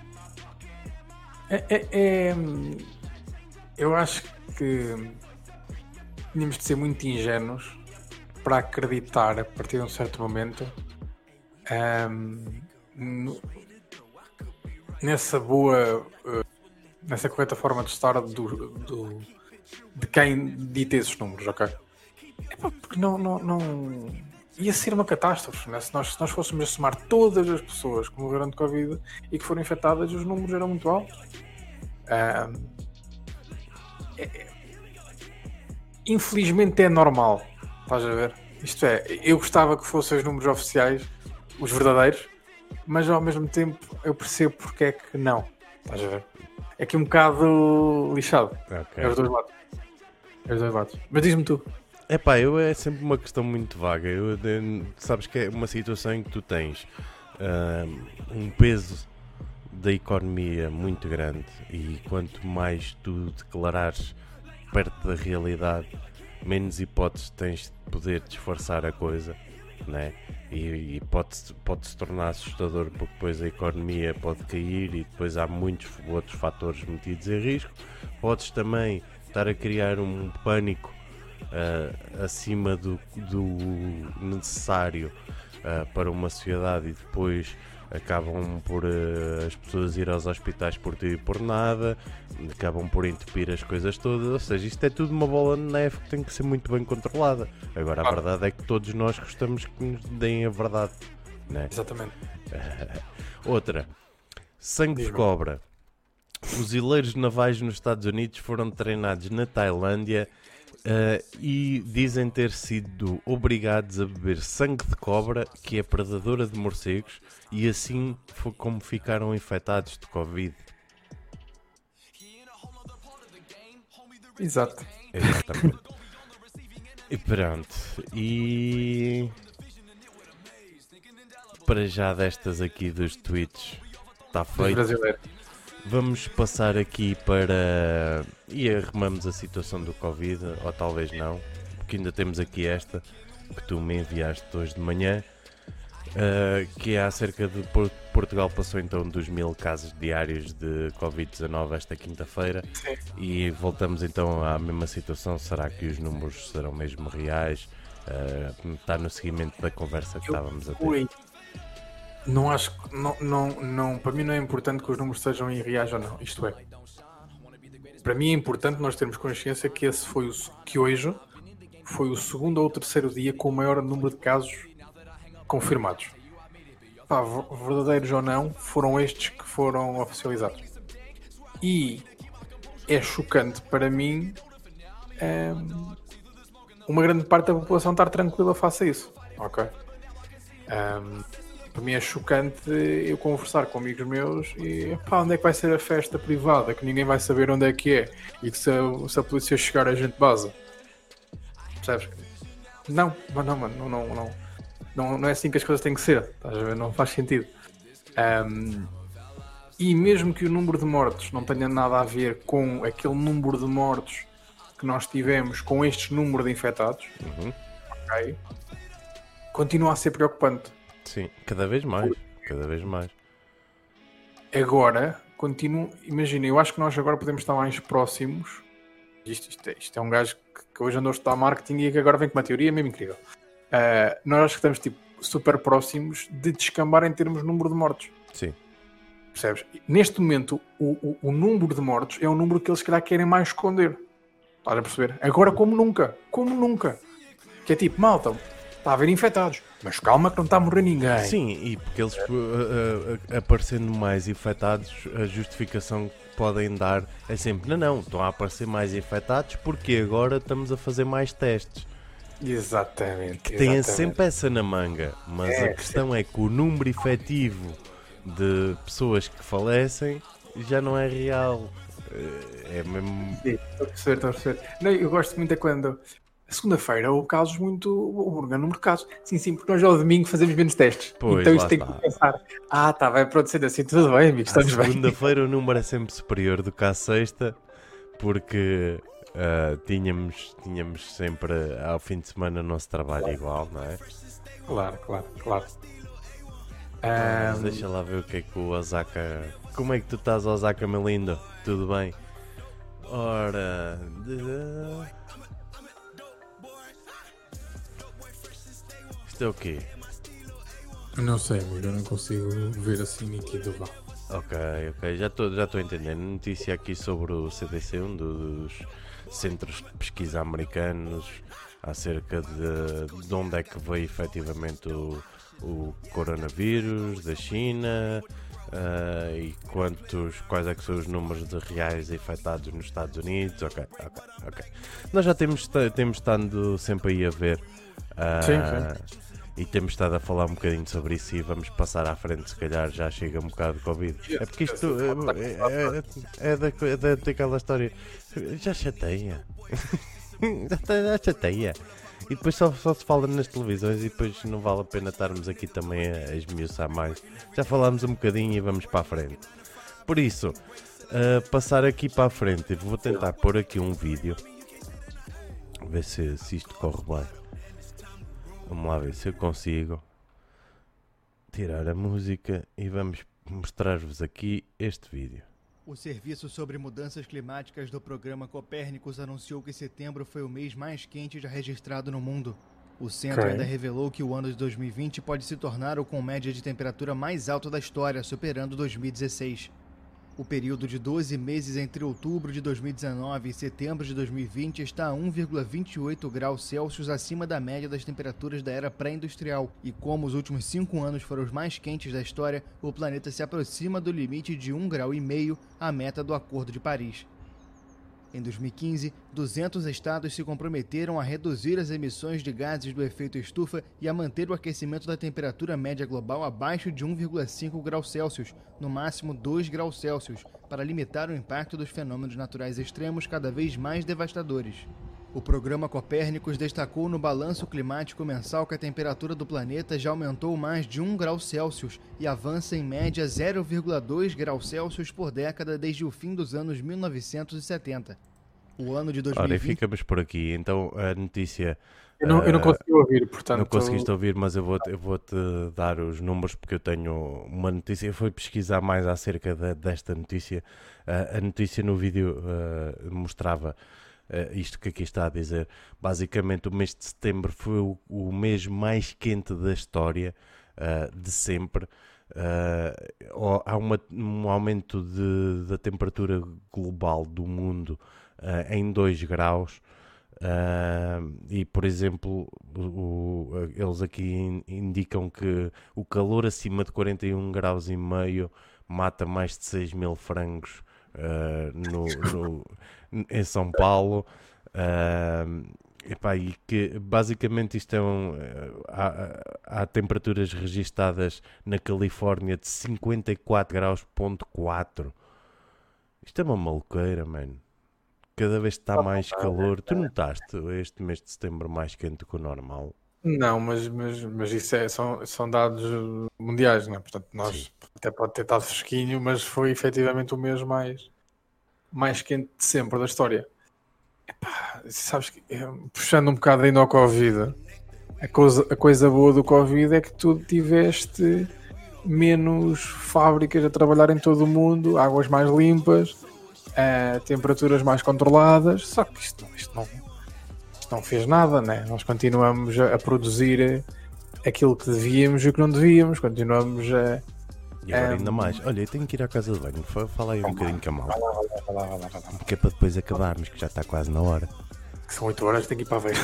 Eu acho que tínhamos de ser muito ingênuos para acreditar a partir de um certo momento nessa correta forma de estar de quem dita esses números, ok? Porque não ia ser uma catástrofe, né? Se nós fôssemos a somar todas as pessoas que morreram de Covid e que foram infectadas, os números eram muito altos. Infelizmente é normal, estás a ver? Isto é, eu gostava que fossem os números oficiais, os verdadeiros, mas ao mesmo tempo eu percebo porque é que não, estás a ver? É que um bocado lixado. Okay. É os dois lados. Mas diz-me tu. Epá, é sempre uma questão muito vaga. Sabes que é uma situação em que tu tens um peso da economia muito grande e quanto mais tu declarares perto da realidade, menos hipóteses tens de poder disfarçar a coisa, né? E pode se tornar assustador porque depois a economia pode cair e depois há muitos outros fatores metidos em risco. Podes também estar a criar um pânico acima do necessário para uma sociedade e depois acabam por as pessoas ir aos hospitais por tudo e por nada, acabam por entupir as coisas todas, ou seja, isto é tudo uma bola de neve que tem que ser muito bem controlada. Agora a verdade é que todos nós gostamos que nos deem a verdade, né? Exatamente. Outra, sangue de cobra. Fuzileiros navais nos Estados Unidos foram treinados na Tailândia e dizem ter sido obrigados a beber sangue de cobra, que é predadora de morcegos, e assim foi como ficaram infectados de Covid. Exato. Exatamente. E pronto. E para já destas aqui dos tweets está feito. Vamos passar aqui para... E arrumamos a situação do Covid, ou talvez não, porque ainda temos aqui esta, que tu me enviaste hoje de manhã, que é acerca de Portugal passou então dos 1000 casos diários de Covid-19 esta quinta-feira. Sim. E voltamos então à mesma situação. Será que os números serão mesmo reais? Está no seguimento da conversa que estávamos a ter. Não acho que não, para mim não é importante que os números sejam irreais ou não. Isto é, para mim é importante nós termos consciência que que hoje foi o segundo ou terceiro dia com o maior número de casos confirmados. Pá, verdadeiros ou não, foram estes que foram oficializados. E é chocante para mim uma grande parte da população estar tranquila face a isso. Ok? Para mim é chocante eu conversar com amigos meus e pá, onde é que vai ser a festa privada, que ninguém vai saber onde é que é e que se a polícia chegar a gente baza. Percebes? Não, mano, não é assim que as coisas têm que ser, estás a ver? Não faz sentido. E mesmo que o número de mortos não tenha nada a ver com aquele número de mortos que nós tivemos com este número de infectados, ok? Continua a ser preocupante. Sim, cada vez mais. Agora, imagina, eu acho que nós agora podemos estar mais próximos. Isto é um gajo que hoje andou a estudar marketing e que agora vem com uma teoria mesmo incrível. Nós acho que estamos tipo, super próximos de descambar em termos de número de mortos. Sim. Percebes? Neste momento, o número de mortos é um número que eles se calhar querem mais esconder. Estás a perceber? Agora como nunca. Que é tipo, malta, está a haver infectados, mas calma que não está a morrer ninguém. Sim, e porque eles aparecendo mais infectados, a justificação que podem dar é sempre, não, estão a aparecer mais infectados porque agora estamos a fazer mais testes. Exatamente. Que têm sempre essa na manga, mas a questão é que o número efetivo de pessoas que falecem já não é real. É mesmo... Sim, estou a perceber. Não, eu gosto muito é quando A segunda-feira houve casos muito. Houve um grande número de casos. Sim, porque nós ao domingo fazemos menos testes. Pois, então isto lá tem está. que pensar. Vai acontecer assim, tudo bem, amigo, estamos bem. Segunda-feira o número é sempre superior do que à sexta, porque tínhamos sempre ao fim de semana o nosso trabalho igual, não é? Claro. Mas deixa lá ver o que é que o Osaka. Como é que tu estás, Osaka, meu lindo? Tudo bem? Ora. Isto é o quê? Não sei, amigo, eu não consigo ver assim nítido. Ok, já estou a entender. Notícia aqui sobre o CDC, um dos centros de pesquisa americanos, acerca de onde é que veio efetivamente o coronavírus da China e quais é que são os números de reais infectados nos Estados Unidos. Ok. Nós já temos estado sempre aí a ver. Sim. E temos estado a falar um bocadinho sobre isso e vamos passar à frente, se calhar já chega um bocado de Covid. É porque isto é daquela história. Já chateia. já chateia. E depois só se fala nas televisões e depois não vale a pena estarmos aqui também a esmiuçar mais. Já falámos um bocadinho e vamos para a frente. Por isso, passar aqui para a frente, vou tentar pôr aqui um vídeo. Ver se isto corre bem. Vamos lá ver se eu consigo tirar a música e vamos mostrar-vos aqui este vídeo. O Serviço sobre Mudanças Climáticas do Programa Copérnicos anunciou que setembro foi o mês mais quente já registrado no mundo. O centro ainda revelou que o ano de 2020 pode se tornar o com média de temperatura mais alta da história, superando 2016. O período de 12 meses entre outubro de 2019 e setembro de 2020 está a 1,28 graus Celsius acima da média das temperaturas da era pré-industrial. E como os últimos 5 anos foram os mais quentes da história, o planeta se aproxima do limite de 1,5 graus, a meta do Acordo de Paris. Em 2015, 200 estados se comprometeram a reduzir as emissões de gases do efeito estufa e a manter o aquecimento da temperatura média global abaixo de 1,5 graus Celsius, no máximo 2 graus Celsius, para limitar o impacto dos fenômenos naturais extremos cada vez mais devastadores. O programa Copérnicos destacou no balanço climático mensal que a temperatura do planeta já aumentou mais de 1 grau Celsius e avança em média 0,2 graus Celsius por década desde o fim dos anos 1970. O ano de 2020... Ora, e ficamos por aqui. Então, a notícia... Eu não consegui ouvir, portanto... Não conseguiste ouvir, mas eu vou-te dar os números porque eu tenho uma notícia. Eu fui pesquisar mais acerca desta notícia. A notícia no vídeo mostrava... isto que aqui está a dizer, basicamente o mês de setembro foi o mês mais quente da história de sempre. Há um aumento da temperatura global do mundo em 2 graus e, por exemplo, eles aqui indicam que o calor acima de 41 graus e meio mata mais de 6 mil frangos em São Paulo, e que basicamente isto é há temperaturas registadas na Califórnia de 54 graus.4. Isto é uma maluqueira, mano. Cada vez está mais calor. Tu notaste este mês de setembro mais quente que o normal? Não, mas isso são dados mundiais, não é? Portanto, nós até pode ter estado fresquinho, mas foi efetivamente o mês mais quente de sempre da história. Epá, sabes que, puxando um bocado ainda ao Covid, a coisa boa do Covid é que tu tiveste menos fábricas a trabalhar em todo o mundo, águas mais limpas, temperaturas mais controladas, só que isto não fez nada, né? Nós continuamos a produzir aquilo que devíamos e o que não devíamos, continuamos a... E agora ainda mais. Olha, eu tenho que ir à casa de banho. Fala aí um bocadinho com a malta. Vai lá. Porque é para depois acabarmos, que já está quase na hora. São 8 horas, tenho que ir para a Aveiro.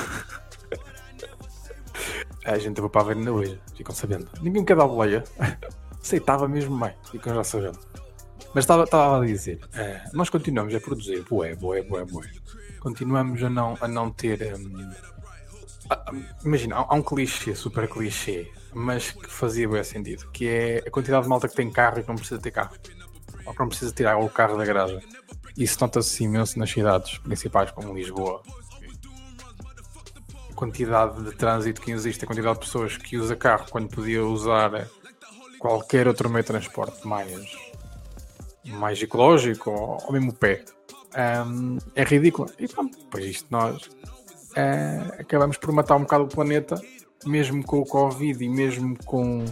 A gente vai para a Aveiro ainda hoje, ficam sabendo. Ninguém quer dar boleia. Aceitava mesmo bem, ficam já sabendo. Mas estava a dizer, nós continuamos a produzir bué. Continuamos a não ter... imagina, há um clichê, super clichê, mas que fazia bem sentido, que é a quantidade de malta que tem carro e que não precisa ter carro, ou que não precisa tirar o carro da garagem. Isso nota-se imenso nas cidades principais como Lisboa quantidade de trânsito que existe, a quantidade de pessoas que usa carro quando podia usar qualquer outro meio de transporte mais ecológico ou mesmo o pé, é ridículo. E pronto, depois isto nós acabamos por matar um bocado o planeta, mesmo com o Covid e mesmo com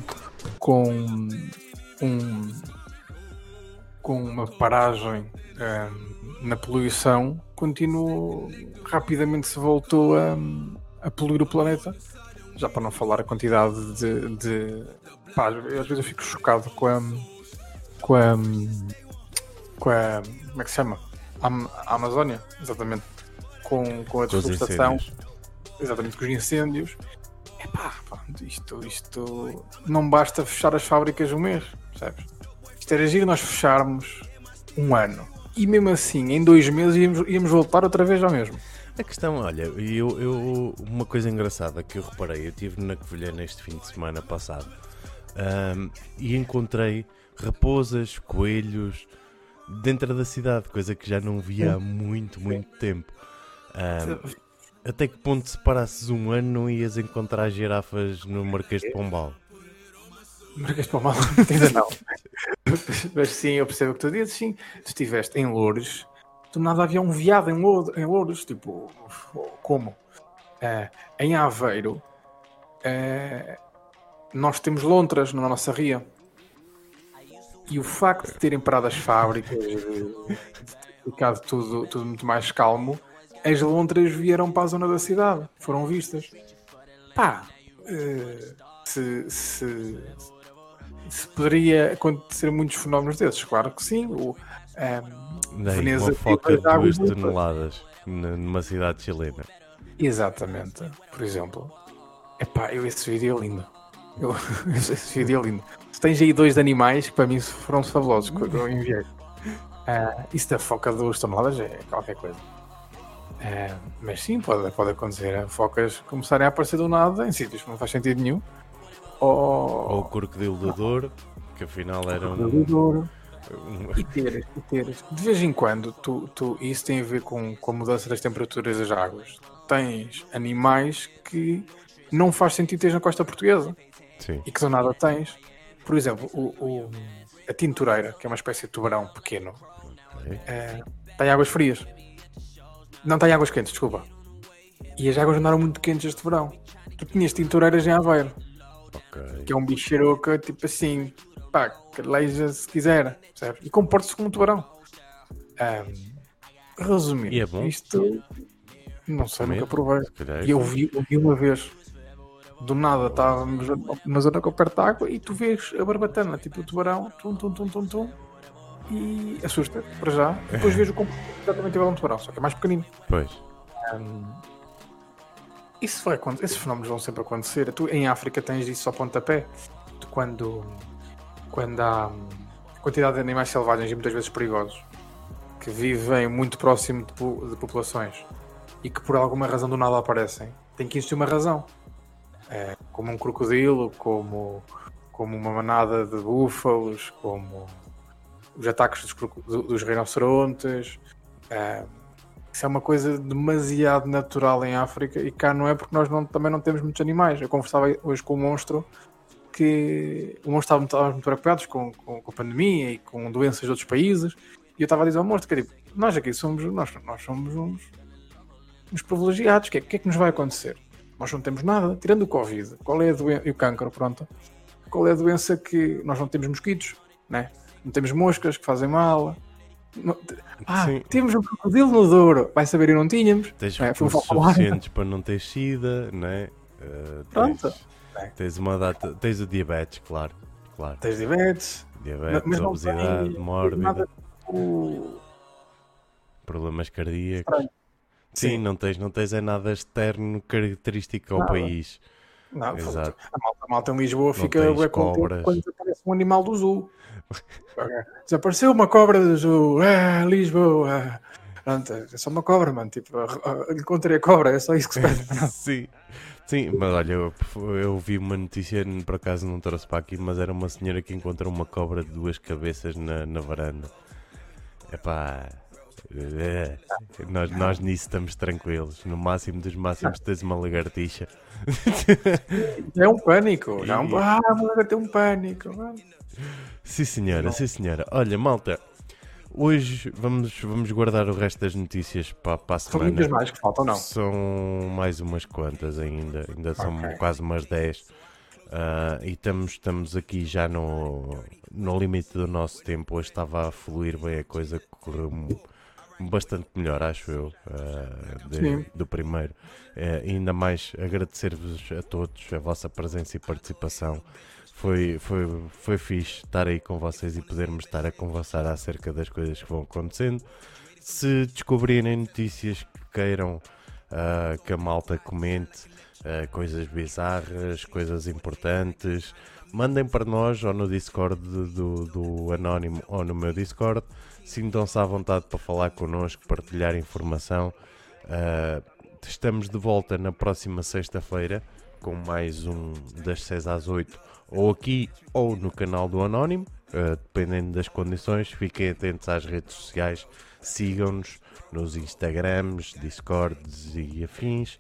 uma paragem na poluição, rapidamente se voltou a poluir o planeta. Já para não falar a quantidade de pá, às vezes eu fico chocado com a como é que se chama? A Amazónia, exatamente, com a desflorestação, exatamente, com os incêndios. Epá, isto não basta fechar as fábricas um mês, percebes? Isto era giro nós fecharmos um ano e mesmo assim em 2 meses íamos voltar outra vez ao mesmo. A questão, olha, uma coisa engraçada que eu reparei, eu estive na Covilhã este fim de semana passado e encontrei raposas, coelhos dentro da cidade, coisa que já não via há muito tempo. Até que ponto, se parasses um ano, não ias encontrar girafas no Marquês de Pombal? Marquês de Pombal, ainda não. Mas sim, eu percebo o que tu dizes. Sim, tu estiveste em Loures, do nada havia um veado em Loures, tipo, como? Em Aveiro, nós temos lontras na nossa ria. E o facto de terem parado as fábricas, de ficado tudo muito mais calmo, as lontras vieram para a zona da cidade, foram vistas. Pá, se poderia acontecer muitos fenómenos desses, claro que sim. Veneza, uma foca de 2 toneladas numa cidade chilena. Exatamente, por exemplo. Epá, esse vídeo é lindo. Esse vídeo é lindo. Tu tens aí 2 de animais que para mim foram fabulosos, que eu enviei. Isso da foca de 2 toneladas é qualquer coisa. Mas sim, pode acontecer focas começarem a aparecer do nada em sítios que não faz sentido nenhum. Ou o crocodilo do Douro, que afinal era E teres. De vez em quando, isso tem a ver com a mudança das temperaturas das águas. Tens animais que não faz sentido teres na costa portuguesa. Sim. E que do nada tens. Por exemplo, a tintureira, que é uma espécie de tubarão pequeno, tem águas frias. Não tem águas quentes, desculpa. E as águas andaram muito quentes este verão. Tu tinhas tintureiras em Aveiro. Okay. Que é um bicharoca, tipo assim, pá, que leja se quiser, percebes? E comporta-se como um tubarão. Resumindo, e é bom? Isto não sei, nunca provei. E eu vi uma vez, do nada, estávamos na zona com perto da água e tu vês a barbatana, tipo o tubarão, tum, e assusta, para já. Depois vejo o comportamento exatamente igual a um tubarão, só que é mais pequenino. Pois. Esses fenómenos vão sempre acontecer. Tu em África tens isso ao pontapé. Quando há quantidade de animais selvagens e muitas vezes perigosos que vivem muito próximo de populações e que por alguma razão do nada aparecem, tem que existir uma razão. Como um crocodilo, como uma manada de búfalos, como os ataques dos rinocerontes. Isso é uma coisa demasiado natural em África e cá não é, porque nós também não temos muitos animais. Eu conversava hoje com o monstro, que o monstro estava muito preocupados com a pandemia e com doenças de outros países, e eu estava a dizer ao monstro que tipo, nós aqui somos uns privilegiados. O que é que nos vai acontecer? Nós não temos nada, tirando o Covid. Qual é a doença? E o cancro, pronto. Qual é a doença que nós não temos? Mosquitos, né? Não temos moscas que fazem mal. Temos um crocodilo no Douro. Vai saber, e não tínhamos. Tens recursos suficientes para não ter sida, né? Pronto. Tens uma data. Tens o diabetes, claro. Tens diabetes, obesidade, mórbida, problemas cardíacos. Sim, não tens é nada externo característico ao país. Não, exato. A malta em Lisboa fica bem contente quando aparece um animal do zoo. Desapareceu uma cobra do zoo. Lisboa. Pronto, é só uma cobra, mano. Tipo, encontrei a cobra, é só isso que se pede. Sim, mas olha, eu vi uma notícia, por acaso não trouxe para aqui, mas era uma senhora que encontrou uma cobra de 2 cabeças na varanda. Epá, Nós nisso estamos tranquilos. No máximo dos máximos tens uma lagartixa. É um pânico. Vai ter um pânico. Sim senhora, sim senhora. Olha, malta, hoje vamos guardar o resto das notícias para a semana. São muitas mais que faltam, não? São mais umas quantas ainda são quase umas 10. E estamos aqui já no limite do nosso tempo. Hoje estava a fluir bem a coisa, correu bastante melhor, acho eu, do primeiro. Ainda mais agradecer-vos a todos a vossa presença e participação. Foi fixe estar aí com vocês e podermos estar a conversar acerca das coisas que vão acontecendo. Se descobrirem notícias que queiram que a malta comente, coisas bizarras, coisas importantes, mandem para nós ou no Discord do Anónimo ou no meu Discord. Sintam-se à vontade para falar connosco, partilhar informação. Estamos de volta na próxima sexta-feira com mais um das 6 às 8, ou aqui ou no canal do Anónimo, dependendo das condições. Fiquem atentos às redes sociais, sigam-nos nos Instagrams, Discords e afins.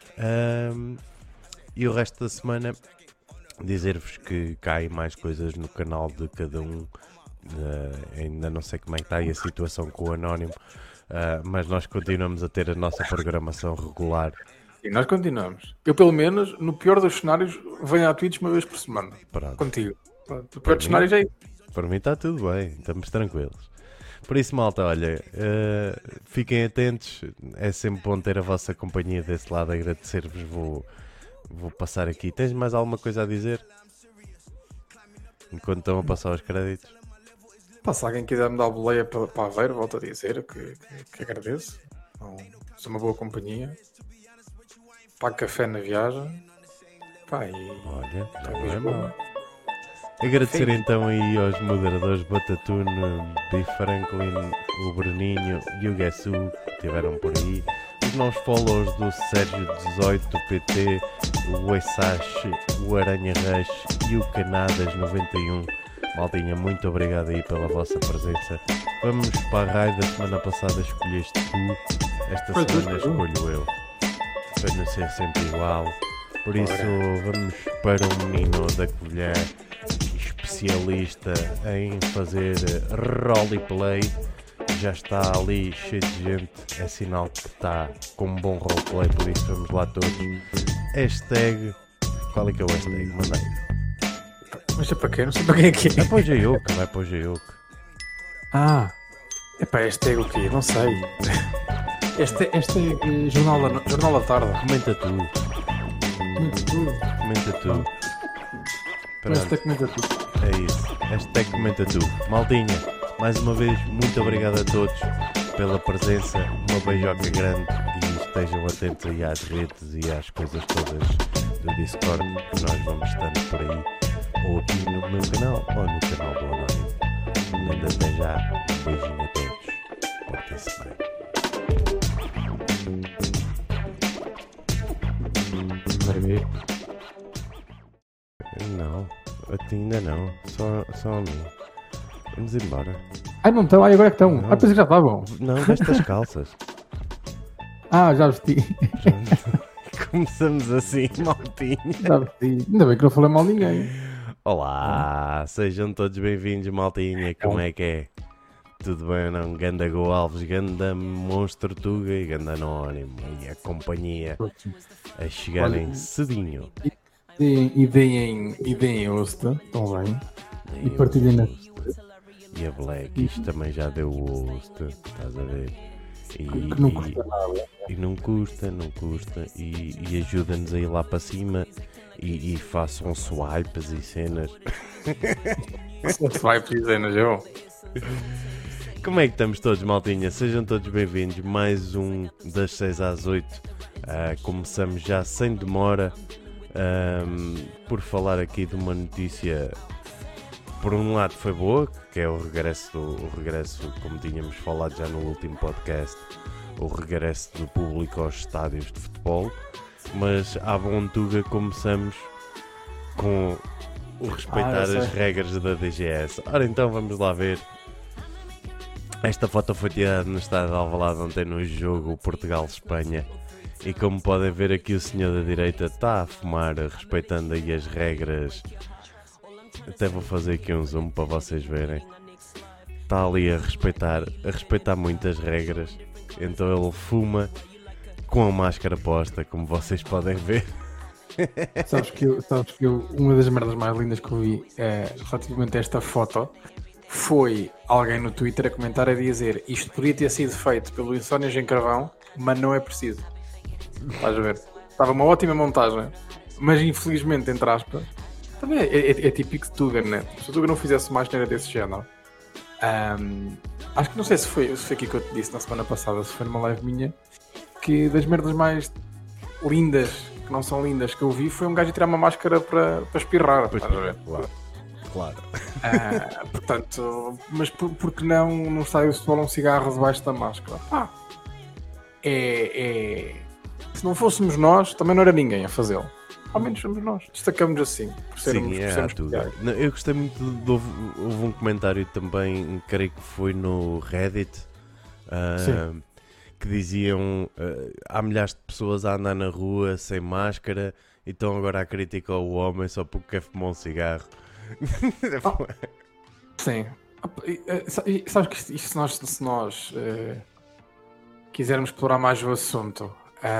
E o resto da semana dizer-vos que caem mais coisas no canal de cada um. Ainda não sei como é que está aí a situação com o Anónimo, mas nós continuamos a ter a nossa programação regular. E nós continuamos. Eu, pelo menos, no pior dos cenários, venho à Twitch uma vez por semana. Pronto. Contigo. O pior dos cenários é isso. Para mim está tudo bem, estamos tranquilos. Por isso, malta, olha, fiquem atentos. É sempre bom ter a vossa companhia desse lado. Agradecer-vos. Vou passar aqui. Tens mais alguma coisa a dizer? Enquanto estão a passar os créditos. Se alguém quiser me dar boleia para Aveiro, volto a dizer que agradeço. Sou uma boa companhia. Pago café na viagem. Olha, não é mal. Agradecer então aí aos moderadores Batatuno, B. Franklin, o Bruninho e o Guessu que estiveram por aí. Os novos followers do Sérgio 18, do PT, o Essache, o Aranha Rush e o Canadas 91. Maltinha, muito obrigado aí pela vossa presença. Vamos para a raid da semana passada, escolheste tu. Esta semana escolho eu. Para não ser sempre igual. Por isso vamos para o menino da colher, especialista em fazer roleplay. Já está ali cheio de gente, é sinal que está com um bom roleplay, por isso vamos lá todos. Hashtag, qual é que é o hashtag? Manda aí. Mas é para quem? Não sei para quem é que é. Vai para o Jayuka, vai para o Jayuka. Hashtag o quê? Não sei. Hashtag jornal da tarde. Comenta tu. Hashtag comenta tu. É isso, hashtag comenta tu. Maltinha, mais uma vez, muito obrigado a todos pela presença, uma beijoca grande e estejam atentos aí às redes e às coisas todas do Discord, que nós vamos estando por aí, ou aqui no meu canal, ou no canal do Anónimo. Até já, um beijinho a todos, portem-se bem. Não, a ti ainda não, só a mim. Vamos embora. Não estão, agora é que estão. Pensei que já estavam. Não, destas calças. Já vesti. Começamos assim, maltinho. Já vesti. Ainda bem que não falei mal de ninguém. Olá, sejam todos bem-vindos, maltinha. Como é que é? Tudo bem ou não? Ganda Go Alves, ganda Monstro Tuga e ganda Anónimo. E a companhia a chegarem cedinho. E deem host, estão bem? E partilhem na... E a Black, isto também já deu o host, estás a ver? Que não custa nada. E não custa. E ajuda-nos a ir lá para cima e façam swipes e cenas. Swipes e cenas, eu. Como é que estamos todos, maltinha? Sejam todos bem-vindos. Mais um das 6 às 8. Começamos já sem demora. Por falar aqui de uma notícia, por um lado foi boa, que é o regresso, como tínhamos falado já no último podcast, o regresso do público aos estádios de futebol, mas à Bontuga começamos com o respeitar as regras da DGS. Ora então vamos lá ver. Esta foto foi tirada no estádio de Alvalade ontem no jogo Portugal-Espanha. E como podem ver aqui, o senhor da direita está a fumar, respeitando aí as regras. Até vou fazer aqui um zoom para vocês verem. Está ali a respeitar muitas regras. Então ele fuma com a máscara posta, como vocês podem ver. Sabes que uma das merdas mais lindas que eu vi relativamente a esta foto foi alguém no Twitter a comentar a dizer: isto podia ter sido feito pelo Insónias em Carvão, mas não é preciso. Estás a ver? Estava uma ótima montagem, mas infelizmente, entre aspas, também é típico de Tuga, né? Se o Tuga não fizesse mais nada desse género, acho que não sei se foi aqui que eu te disse na semana passada, se foi numa live minha, que das merdas mais lindas, que não são lindas, que eu vi, foi um gajo a tirar uma máscara para espirrar. Estás a ver? Claro. Portanto, mas por que não num estádio de futebol um cigarro debaixo da máscara? Se não fôssemos nós, também não era ninguém a fazê-lo. Ao menos somos nós. Destacamos assim, por sermos especiais. Eu gostei muito houve um comentário também, creio que foi no Reddit, que diziam há milhares de pessoas a andar na rua sem máscara e estão agora a criticar o homem só porque quer fumar um cigarro. Sim. Sabes que isto, se nós quisermos explorar mais o assunto,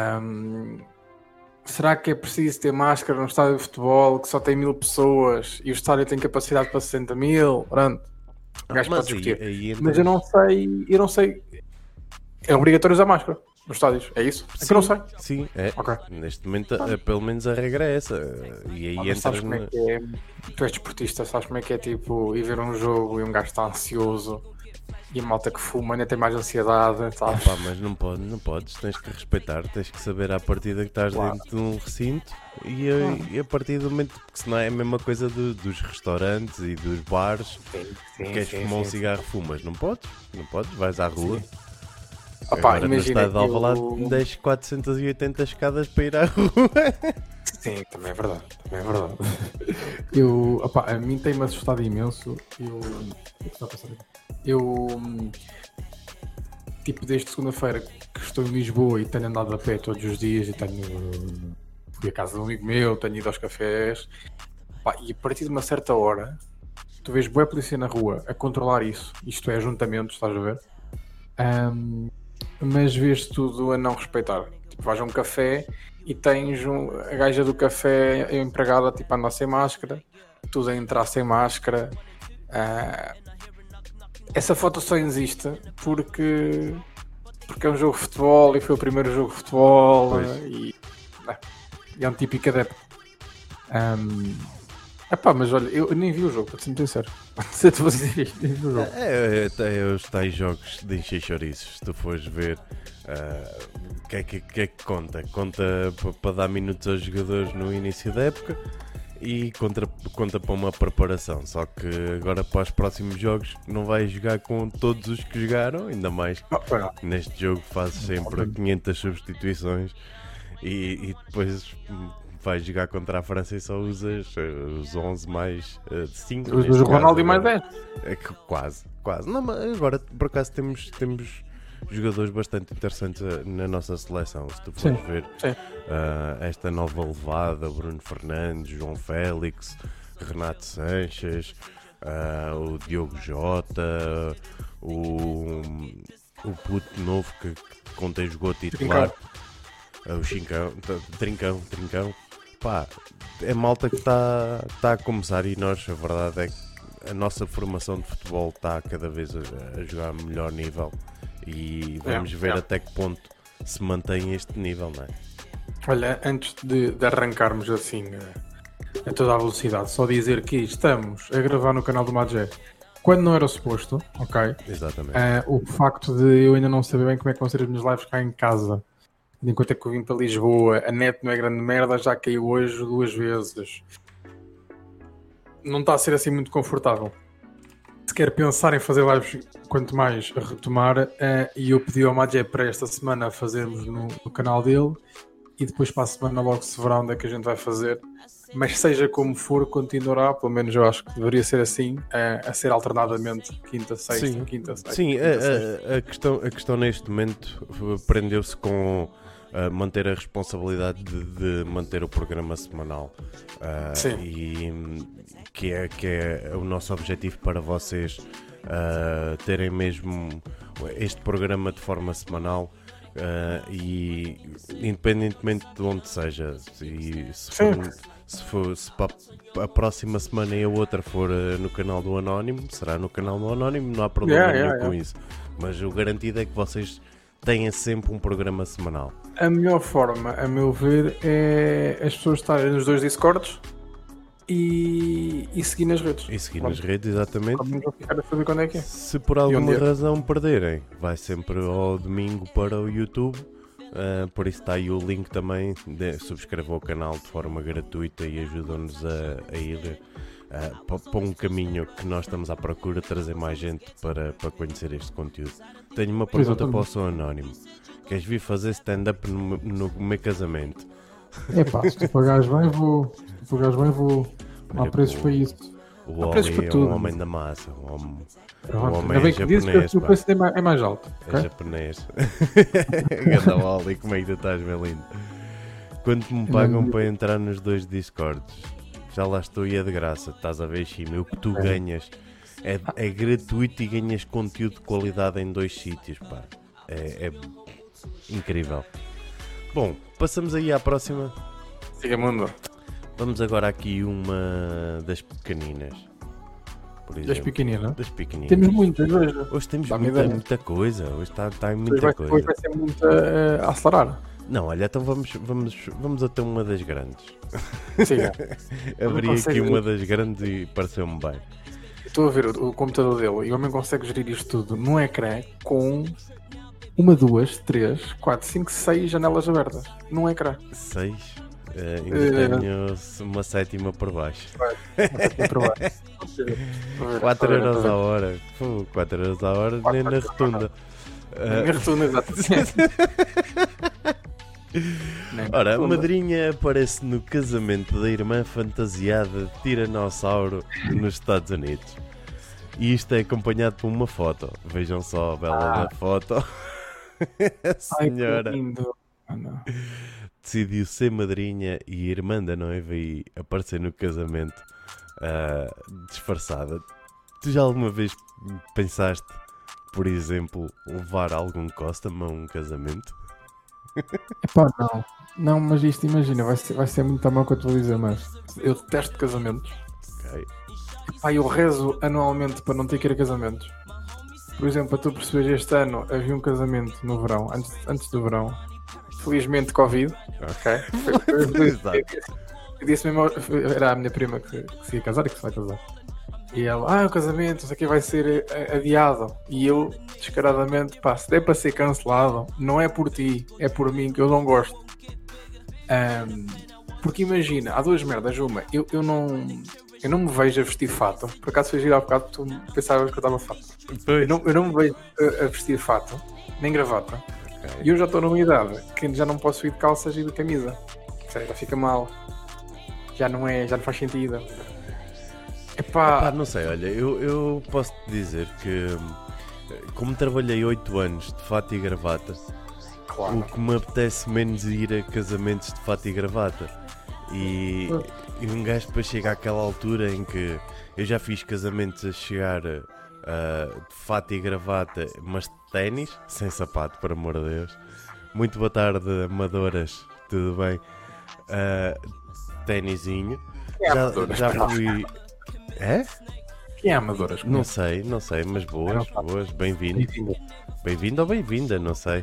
será que é preciso ter máscara num estádio de futebol que só tem 1000 pessoas e o estádio tem capacidade para 60.000? Pronto, o gajo pode discutir. Mas eu não sei. É obrigatório usar máscara nos estádios, é isso? É que eu não sei. Sim, é. Okay. Neste momento, pelo menos a regra é essa. E aí entra. Sabes como é que é? Tu és desportista, sabes como é que é tipo ir ver um jogo e um gajo está ansioso e a malta que fuma ainda tem mais ansiedade, sabes? Mas não podes, tens que respeitar, tens que saber à partida que estás dentro de um recinto e a partir do momento, porque senão é a mesma coisa dos restaurantes e dos bares. Queres fumar um cigarro, fumas, não podes, vais à rua. Sim. Agora no estádio de Alvalade deixo 480 escadas para ir à rua. Sim, também é verdade. A mim tem-me assustado imenso. Tipo, desde segunda-feira que estou em Lisboa e tenho andado a pé todos os dias e fui à casa de um amigo meu, tenho ido aos cafés, e a partir de uma certa hora tu vês boa polícia na rua a controlar isso, isto é ajuntamentos, estás a ver? Mas vês tudo a não respeitar. Tipo, vais a um café e tens a gaja do café, a empregada, tipo, a andar sem máscara, tudo a entrar sem máscara. Essa foto só existe porque é um jogo de futebol e foi o primeiro jogo de futebol e é um típico adepto. Mas olha, eu nem vi o jogo, para ser muito sincero. Se eu te vou dizer isto, nem vi o jogo. É os tais jogos de encher chouriços. Se tu fores ver, o que é que conta? Conta para dar minutos aos jogadores no início da época e conta para uma preparação. Só que agora para os próximos jogos não vais jogar com todos os que jogaram, ainda mais que neste jogo fazes sempre 500 substituições e depois vais jogar contra a França e só usas os 11 mais 5. Usas o Ronaldo e mais 10. É que quase. Não, mas agora por acaso temos jogadores bastante interessantes na nossa seleção. Se tu fores ver esta nova levada, Bruno Fernandes, João Félix, Renato Sanches, o Diogo Jota, o puto novo que ontem jogou titular, o Chincão, Trincão. É malta que está a começar e nós, a verdade é que a nossa formação de futebol está cada vez a jogar a melhor nível e vamos ver até que ponto se mantém este nível, não é? Olha, antes de arrancarmos assim a toda a velocidade, só dizer que estamos a gravar no canal do Magé quando não era suposto, ok? Exatamente. O facto de eu ainda não saber bem como é que vão ser as minhas lives cá em casa, enquanto é que eu vim para Lisboa, a net não é grande merda, já caiu hoje 2 vezes. Não está a ser assim muito confortável. Se quer pensar em fazer lives, quanto mais a retomar, e eu pedi ao Magé para esta semana fazermos no canal dele, e depois para a semana logo se verá onde é que a gente vai fazer. mas seja como for, continuará, pelo menos eu acho que deveria ser assim, a ser alternadamente quinta, sexta, Sim. quinta, sexta. Sim, quinta, sexta. a questão neste momento prendeu-se com manter a responsabilidade de manter o programa semanal. Sim. E que é o nosso objetivo para vocês terem mesmo este programa de forma semanal. E independentemente de onde seja, se para a próxima semana e a outra for no canal do Anónimo, será no canal do Anónimo, não há problema nenhum com isso. Mas o garantido é que vocês têm sempre um programa semanal. A melhor forma, a meu ver, é as pessoas estarem nos 2 Discords e seguir nas redes. E seguir nas redes, exatamente. Não vou ficar a saber quando é que é. Se por alguma razão perderem, vai sempre ao domingo para o YouTube. Por isso está aí o link também. Subscrevam o canal de forma gratuita e ajudam-nos a ir para um caminho que nós estamos à procura, trazer mais gente para conhecer este conteúdo. Tenho uma pergunta para o seu Anónimo. Queres vir fazer stand-up no meu casamento? É pá, se tu pagares bem, vou. Há preços para isso. O Oli é um homem da massa. Um homem é japonês. O preço é mais alto. É japonês. Ganda Oli, como é que tu estás, meu lindo? Quanto me pagam para entrar nos 2 Discords? Já lá estou e é de graça. Estás a ver, Chime? O que tu ganhas é gratuito e ganhas conteúdo de qualidade em 2 sítios, pá. É incrível. Bom, passamos aí à próxima. Siga, mundo. Vamos agora aqui uma das pequeninas. Por exemplo. Das pequeninas. Temos muitas hoje. Hoje temos muita coisa. Hoje está muita coisa. Hoje vai ser muito a acelerar. Não, olha, então vamos até uma das grandes. Siga. Abri aqui uma das grandes e pareceu-me bem. Estou a ver o computador dele e o homem consegue gerir isto tudo num ecrã com 1, 2, 3, 4, 5, 6 janelas abertas. Num ecrã. 6? Ainda tenho uma 7ª por baixo. 4 euros a hora. 4 euros a hora nem na rotunda. Na rotunda, exatamente. Ora, a madrinha aparece no casamento da irmã fantasiada de tiranossauro nos Estados Unidos. E isto é acompanhado por uma foto. Vejam só a bela da foto. A senhora decidiu ser madrinha e irmã da noiva e aparecer no casamento disfarçada. Tu já alguma vez pensaste, por exemplo, levar algum costume a um casamento? Epá, não, mas isto imagina, vai ser muito mal o que eu estou a dizer, mas eu detesto casamentos. Ok. Epá, eu rezo anualmente para não ter que ir a casamentos. Por exemplo, para tu perceberes, este ano havia um casamento no verão, antes do verão. Felizmente Covid. Ok. Eu disse mesmo, era a minha prima que se ia casar e que se vai casar. E ela, o casamento, isso aqui vai ser adiado. E eu, descaradamente, pá, se der para ser cancelado, não é por ti, é por mim, que eu não gosto. Porque imagina, há 2 merdas. Uma, eu não me vejo a vestir fato. Por acaso foi giro há bocado, tu pensavas que eu estava fato. Eu não me vejo a vestir fato, nem gravata. Okay. E eu já estou numa idade que já não posso ir de calças e de camisa. Já fica mal. Já não faz sentido. Epá, não sei, olha, eu posso te dizer que como trabalhei 8 anos de fato e gravata, claro, o que me apetece menos ir a casamentos de fato e gravata. E um gajo depois chega àquela altura em que eu já fiz casamentos a chegar de fato e gravata, mas de ténis, sem sapato, por amor de Deus. Muito boa tarde, amadoras, tudo bem? Ténisinho. Já fui. É? Quem é amadoras? Não sei, mas boas, bem-vindo. Bem-vindo ou bem-vinda, não sei.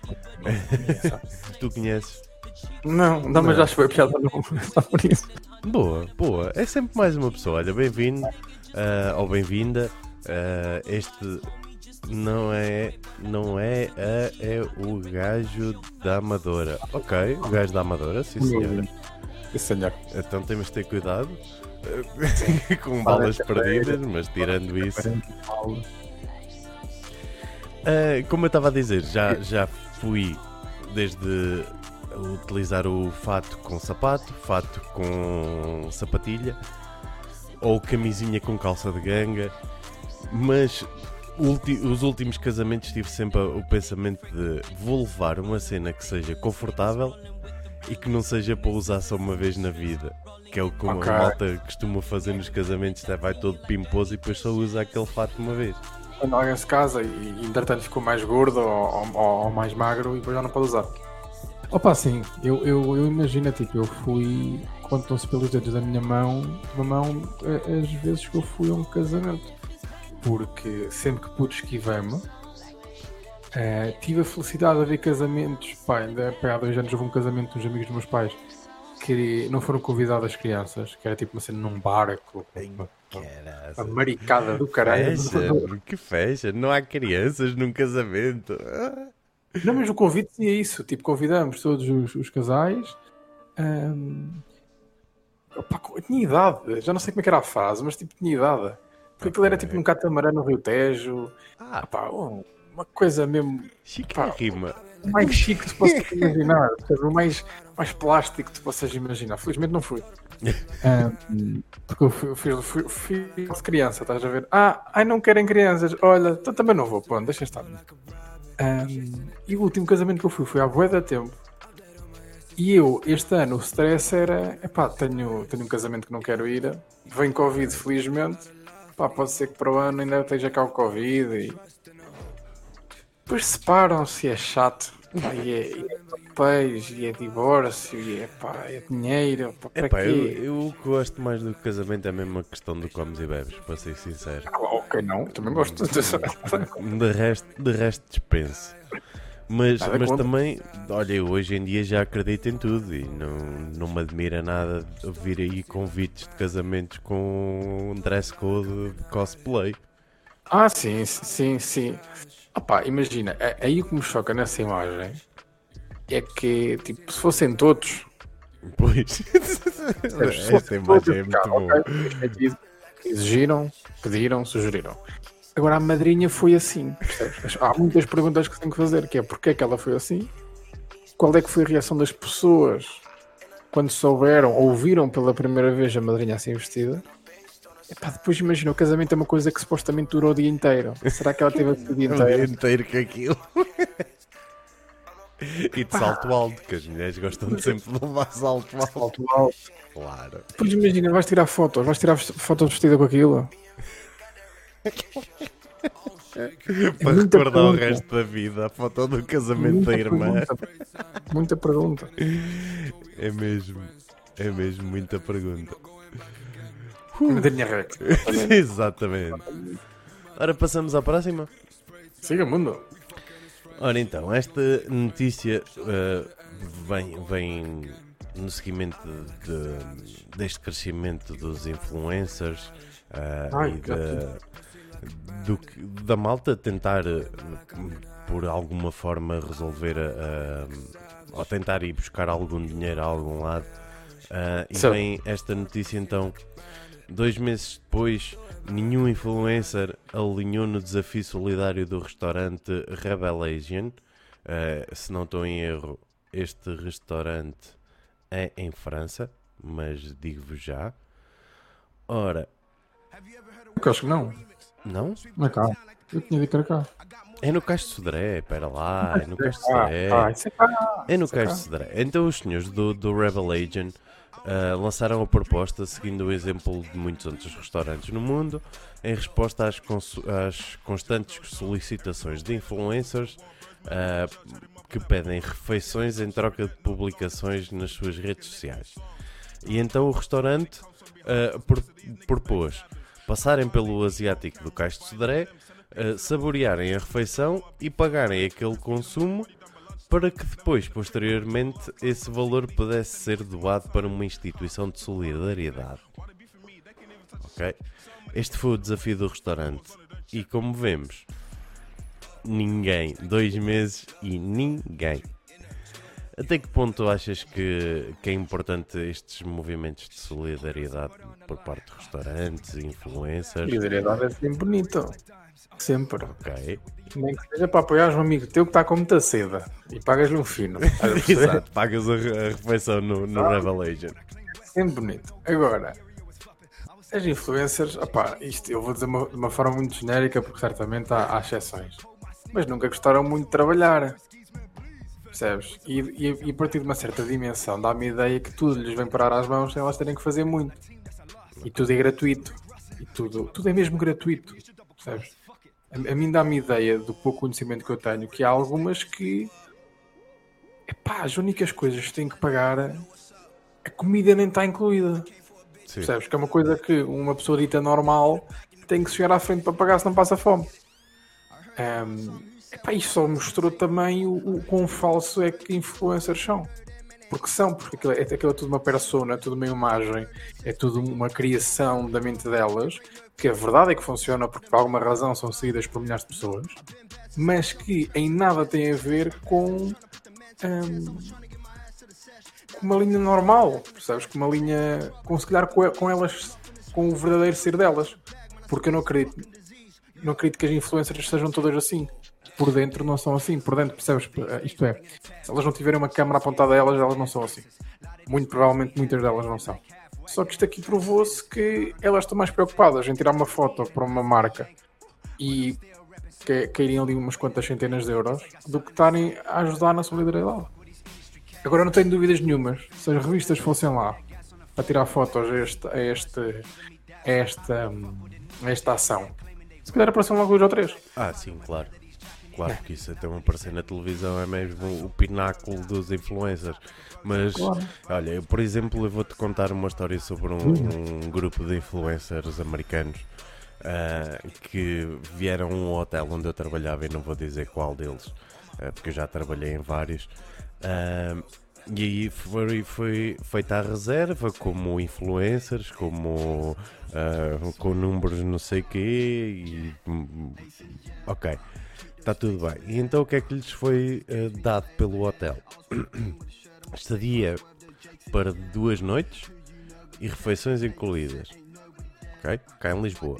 Tu conheces? Não, mas acho que foi a piada só por isso. Boa, é sempre mais uma pessoa. Olha, bem-vindo ou bem-vinda. Este não é o gajo da Amadora. Ok, o gajo da Amadora, sim senhora. Sim, senhor. Então temos de ter cuidado. Com balas perdidas, mas tirando isso, como eu estava a dizer, já fui desde utilizar o fato com sapato, fato com sapatilha ou camisinha com calça de ganga, mas os últimos casamentos tive sempre o pensamento de vou levar uma cena que seja confortável e que não seja para usar só uma vez na vida, que é o que a malta costuma fazer nos casamentos, vai todo pimposo e depois só usa aquele fato uma vez. Quando alguém se casa e entretanto ficou mais gordo ou mais magro e depois já não pode usar. Opa, sim, eu imagino, tipo, eu fui, contam-se pelos dedos da minha mão, as vezes que eu fui a um casamento, porque sempre que pude esquivar-me, tive a felicidade de ver casamentos, pá, ainda há 2 anos houve um casamento de uns amigos dos meus pais, que não foram convidadas as crianças, que era tipo uma cena num barco, a maricada do caralho. Que fecha, não há crianças num casamento. Não, mas o convite tinha isso, tipo, convidamos todos os casais. Opa, tinha idade, já não sei como é que era a fase, mas tipo, tinha idade. Porque aquilo era tipo num catamarã no Rio Tejo. Opa, uma coisa mesmo. Chique, pá, rima. O mais chique que tu possas imaginar, o mais plástico que tu possas imaginar. Felizmente não fui. Porque eu fui de criança, estás a ver? Não querem crianças, olha, então também não vou, pô, deixa estar. E o último casamento que eu fui há bué de tempo. E eu, este ano, o stress era, tenho um casamento que não quero ir, vem Covid, felizmente, pode ser que para o ano ainda esteja cá o Covid e depois separam-se, é chato, e é papéis, e é divórcio, e é dinheiro, para quê? Eu o que gosto mais do casamento é mesmo a questão do comes e bebes, para ser sincero. Ok, não, também gosto de resto dispenso. Mas também, olha, eu hoje em dia já acredito em tudo e não me admira nada vir aí convites de casamentos com um dress code de cosplay. Sim. Imagina, aí o que me choca nessa imagem é que, tipo, se fossem todos... Pois, essa imagem é muito boa. Exigiram, pediram, sugeriram. Agora a madrinha foi assim, percebes? Há muitas perguntas que tenho que fazer, que é porque é que ela foi assim? Qual é que foi a reação das pessoas quando souberam, ouviram pela primeira vez a madrinha assim vestida? Depois imagina, o casamento é uma coisa que supostamente durou o dia inteiro. Será que ela teve o dia inteiro? O dia inteiro com aquilo. E de salto alto, que as mulheres gostam sempre de levar salto alto. Claro. Depois imagina, vais tirar fotos vestida com aquilo. Para recordar o resto da vida, a foto do casamento da irmã. Muita pergunta. É mesmo muita pergunta. Madrinha Rex. Exatamente. Ora, passamos à próxima. Siga, mundo. Ora então, esta notícia vem no seguimento deste crescimento dos influencers da malta tentar por alguma forma resolver ou tentar ir buscar algum dinheiro a algum lado. E vem esta notícia então, 2 meses depois, nenhum influencer alinhou no desafio solidário do restaurante Revelation. Se não estou em erro, este restaurante é em França, mas digo-vos já. Ora, eu acho que não. Não? Não é cá. Eu tinha de ir cá. É no Cais de Sodré, espera lá, é no Cais de Sodré. É no Cais de Sodré. Então os senhores do Revelation lançaram a proposta seguindo o exemplo de muitos outros restaurantes no mundo, em resposta às constantes solicitações de influencers que pedem refeições em troca de publicações nas suas redes sociais. E então o restaurante propôs passarem pelo asiático do Cais de Sodré, saborearem a refeição e pagarem aquele consumo para que depois, posteriormente, esse valor pudesse ser doado para uma instituição de solidariedade. Ok? Este foi o desafio do restaurante. E como vemos, ninguém. 2 meses e ninguém. Até que ponto achas que é importante estes movimentos de solidariedade por parte de restaurantes e influencers? Solidariedade é sempre bonito. Sempre. Ok. Nem que seja para apoiar um amigo teu que está com muita sede e pagas-lhe um fino. Exato, pagas a refeição no Revelation. Sempre bonito. Agora, as influencers, isto eu vou dizer de uma forma muito genérica, porque certamente há exceções, mas nunca gostaram muito de trabalhar, percebes? E a partir de uma certa dimensão dá-me a ideia que tudo lhes vem parar às mãos sem elas terem que fazer muito. E tudo é gratuito. E tudo é mesmo gratuito, percebes? A mim dá-me a ideia do pouco conhecimento que eu tenho, que há algumas que as únicas coisas que têm que pagar, a comida nem está incluída. Sim. Percebes? Que é uma coisa que uma pessoa dita normal tem que chegar à frente para pagar, se não passa fome. Isto só mostrou também o quão falso é que influencers são. Porque aquilo é tudo uma persona, é tudo uma imagem, é tudo uma criação da mente delas, que a verdade é que funciona porque por alguma razão são seguidas por milhares de pessoas, mas que em nada tem a ver com uma linha normal, percebes? Com uma linha, se calhar com elas, com o verdadeiro ser delas. Porque eu não acredito que as influencers sejam todas assim. Por dentro não são assim, por dentro, percebes? Isto é, se elas não tiverem uma câmera apontada a elas, elas não são assim. Muito provavelmente muitas delas não são. Só que isto aqui provou-se que elas estão mais preocupadas em tirar uma foto para uma marca e caírem ali umas quantas centenas de euros do que estarem a ajudar na solidariedade. Agora não tenho dúvidas nenhumas, se as revistas fossem lá para tirar fotos a esta ação, se calhar apareciam logo 2 ou 3. Sim, claro. Claro que isso até aparecer na televisão é mesmo o pináculo dos influencers. Mas, claro. Olha, eu, por exemplo, eu vou-te contar uma história sobre um grupo de influencers americanos que vieram a um hotel onde eu trabalhava, e não vou dizer qual deles, porque eu já trabalhei em vários. E aí foi feita a reserva como influencers, como com números não sei quê, ok, está tudo bem. E então o que é que lhes foi dado pelo hotel? Estadia para 2 noites e refeições incluídas, ok? Cá em Lisboa.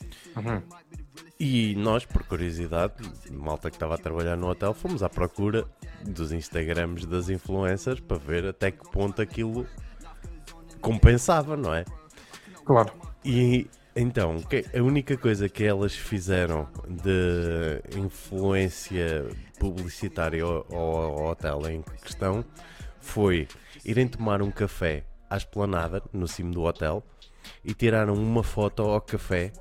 E nós, por curiosidade, malta que estava a trabalhar no hotel, fomos à procura dos Instagrams das influencers para ver até que ponto aquilo compensava, não é? Claro. E então, a única coisa que elas fizeram de influência publicitária ao hotel em questão foi irem tomar um café à esplanada, no cimo do hotel, e tiraram uma foto ao café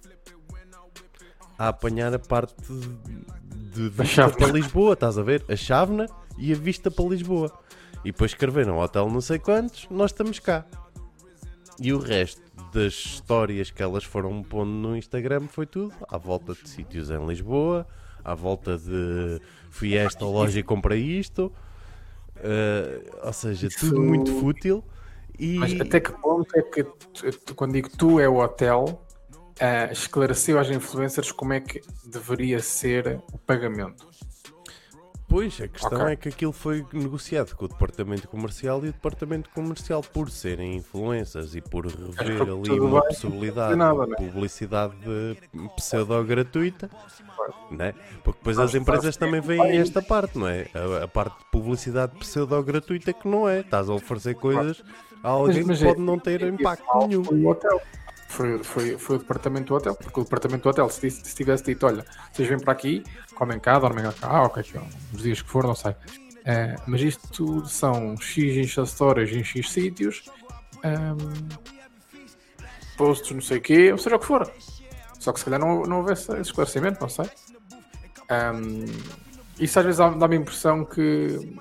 a apanhar a parte de vista para Lisboa, estás a ver? A chávena e a vista para Lisboa. E depois escreveram hotel não sei quantos, nós estamos cá. E o resto das histórias que elas foram pondo no Instagram foi tudo à volta de sítios em Lisboa, à volta de fui a esta loja e comprei isto, ou seja, tudo muito fútil. Mas até que ponto é que, quando digo tu é o hotel, esclareceu às influencers como é que deveria ser o pagamento? Pois, a questão é que aquilo foi negociado com o departamento comercial, e o departamento comercial, por serem influencers e por rever ali uma possibilidade de publicidade pseudo-gratuita, né? Porque depois as empresas também veem esta parte, não é? A parte de publicidade pseudo-gratuita que não é. Estás a oferecer coisas a alguém que pode não ter impacto nenhum. Foi o departamento do hotel, porque o departamento do hotel, se tivesse dito, olha, vocês vêm para aqui, comem cá, dormem cá, ok, os dias que for, não sei. Mas isto são X Insta Stories em X sítios, posts não sei o quê, ou seja o que for. Só que se calhar não houvesse esse esclarecimento, não sei. Isso às vezes dá-me a impressão que,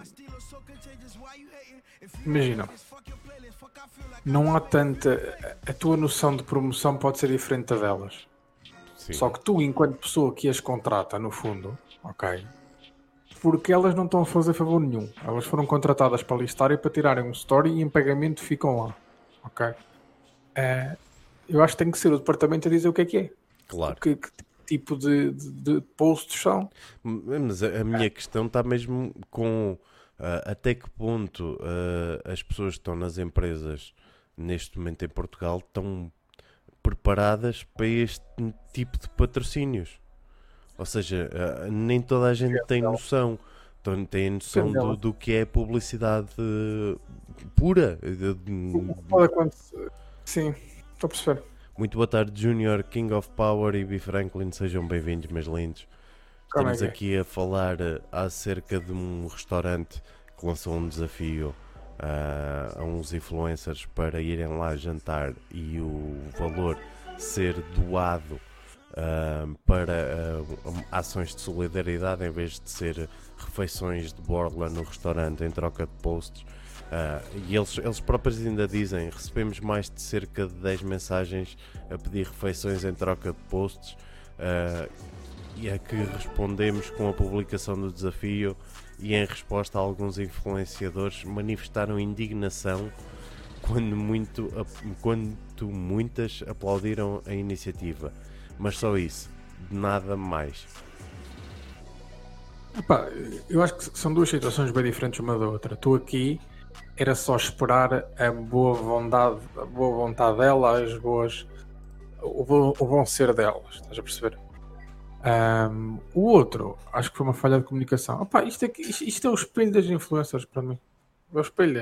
imagina, não há tanta... A tua noção de promoção pode ser diferente da delas. Sim. Só que tu, enquanto pessoa que as contrata, no fundo, ok? Porque elas não estão a fazer favor nenhum. Elas foram contratadas para listar e para tirarem um story e em pagamento ficam lá. Ok? Eu acho que tem que ser o departamento a dizer o que é. Claro. Que tipo de posts são. Mas a minha questão está mesmo com Até que ponto as pessoas que estão nas empresas neste momento em Portugal estão preparadas para este tipo de patrocínios? Ou seja, nem toda a gente tem noção. Então, tem noção do que é publicidade pura. Sim, estou a perceber. Muito boa tarde, Junior, King of Power e B. Franklin, sejam bem-vindos, meus lindos. Estamos aqui a falar acerca de um restaurante que lançou um desafio a uns influencers para irem lá jantar e o valor ser doado para ações de solidariedade em vez de ser refeições de borla no restaurante em troca de posts. E eles próprios ainda dizem: recebemos mais de cerca de 10 mensagens a pedir refeições em troca de posts, e é que respondemos com a publicação do desafio, e em resposta alguns influenciadores manifestaram indignação quando muitas aplaudiram a iniciativa, mas só isso, nada mais. Epá, eu acho que são duas situações bem diferentes uma da outra. Tu aqui era só esperar a boa vontade dela, o bom ser delas, estás a perceber? O outro, acho que foi uma falha de comunicação. Epá, isto é o espelho das influencers para mim. É o espelho,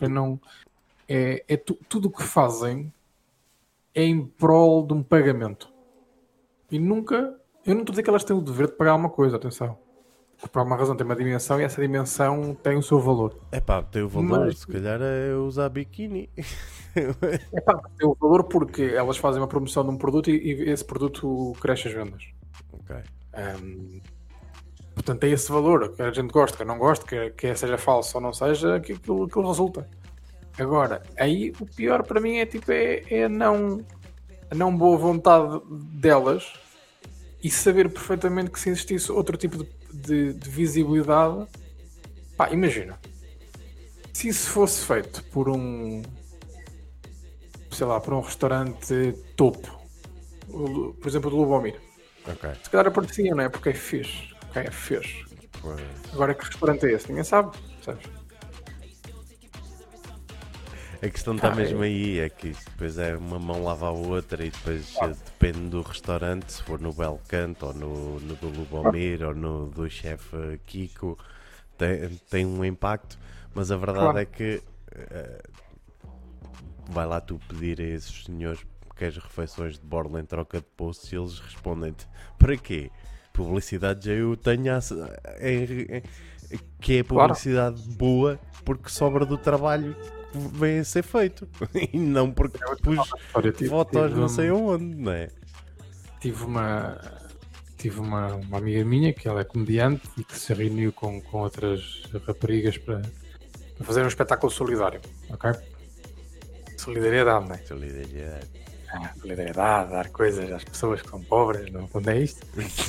tudo o que fazem é em prol de um pagamento. E nunca, eu não estou a dizer que elas têm o dever de pagar uma coisa, atenção. Por alguma razão tem uma dimensão e essa dimensão tem o seu valor. Tem o valor, se calhar é usar biquíni. Tem o valor porque elas fazem uma promoção de um produto e esse produto cresce as vendas. Ok. Portanto, tem esse valor, que a gente gosta, que não gosta, que seja falso ou não seja, que aquilo resulta. Agora, aí o pior para mim é a não boa vontade delas e saber perfeitamente que se existisse outro tipo de visibilidade, pá, imagina, se isso fosse feito por um restaurante topo, por exemplo, do Lubomir, se calhar aparecia, não é? Porque é fixe. É fixe. Agora, que restaurante é esse? Ninguém sabe, sabes? A questão está mesmo aí, é que isto depois é uma mão lava a outra e depois depende do restaurante, se for no Belcanto ou no do Lubomir ou no do chefe Kiko, tem um impacto, mas a verdade é que vai lá tu pedir a esses senhores que as refeições de borla em troca de posts e eles respondem-te: para quê? Publicidade já eu tenho que é publicidade boa porque sobra do trabalho que vem a ser feito e não porque pus fotos não sei onde, não é? Tive uma amiga minha que ela é comediante e que se reuniu com outras raparigas para fazer um espetáculo solidário, ok? Solidariedade, não é? Solidariedade, dar coisas às pessoas que são pobres, não é isto?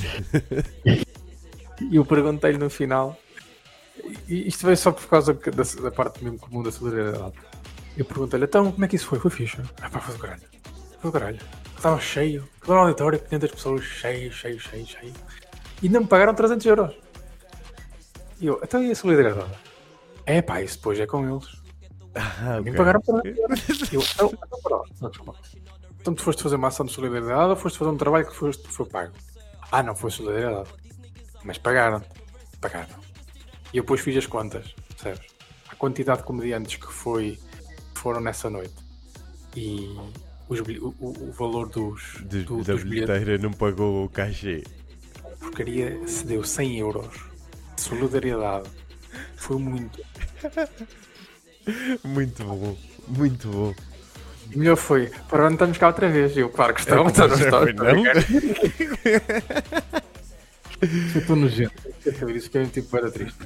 E eu perguntei-lhe no final, e isto veio só por causa da parte mesmo comum da solidariedade. Eu perguntei-lhe: então, como é que isso foi? Foi fixe? Foi do caralho. Foi do caralho. Estava cheio, todo o auditório, 500 pessoas, cheio. E ainda me pagaram 300 €. E eu: então e a solidariedade? Isso depois é com eles. Me pagaram 300 €. Então tu foste fazer uma ação de solidariedade ou foste fazer um trabalho que foi pago? Não foi solidariedade. Mas pagaram. E eu depois fiz as contas, percebes? A quantidade de comediantes que foram nessa noite e o valor da bilheteira não pagou o cachê. A porcaria se deu 100 € de solidariedade. Foi muito. Muito bom, muito bom. O melhor foi: para onde estamos cá outra vez? Eu, claro que estamos, Eu estou nojento. Isso que é um tipo para triste.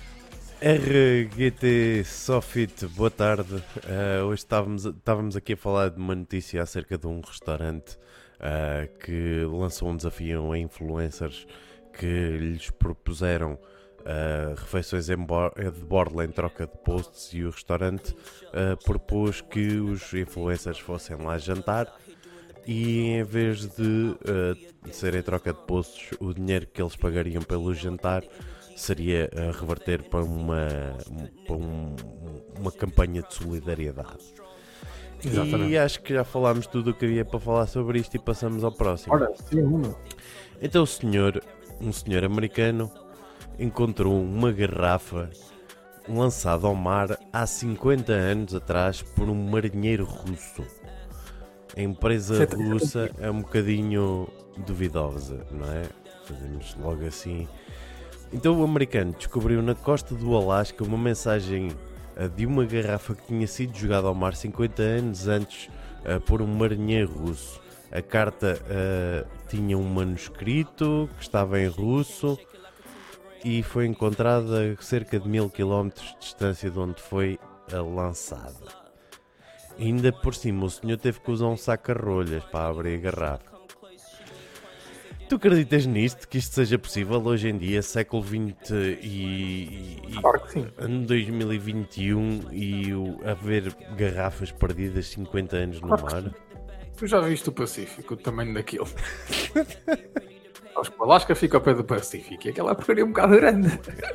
RGT Sofit, boa tarde. Hoje estávamos aqui a falar de uma notícia acerca de um restaurante que lançou um desafio a influencers que lhes propuseram refeições de borla em troca de posts, e o restaurante propôs que os influencers fossem lá jantar e, em vez de ser em troca de posts, o dinheiro que eles pagariam pelo jantar seria reverter para uma campanha de solidariedade. Exatamente. E acho que já falámos tudo o que havia para falar sobre isto e passamos ao próximo. Ora, sim. Então um senhor americano encontrou uma garrafa lançada ao mar há 50 anos atrás por um marinheiro russo. A empresa russa é um bocadinho duvidosa, não é? Fazemos logo assim. Então o americano descobriu na costa do Alasca uma mensagem de uma garrafa que tinha sido jogada ao mar 50 anos antes por um marinheiro russo. A carta tinha um manuscrito que estava em russo e foi encontrada a cerca de 1000 km de distância de onde foi lançada. Ainda por cima o senhor teve que usar um saca-rolhas para abrir a garrafa. Tu acreditas nisto, que isto seja possível hoje em dia, século XX Claro que sim. ano 2021 e haver garrafas perdidas 50 anos no mar? Tu já viste o Pacífico, o tamanho daquilo? Acho que o Alasca fica ao pé do Pacífico e aquela porcaria é um bocado grande.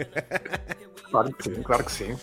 Claro que sim.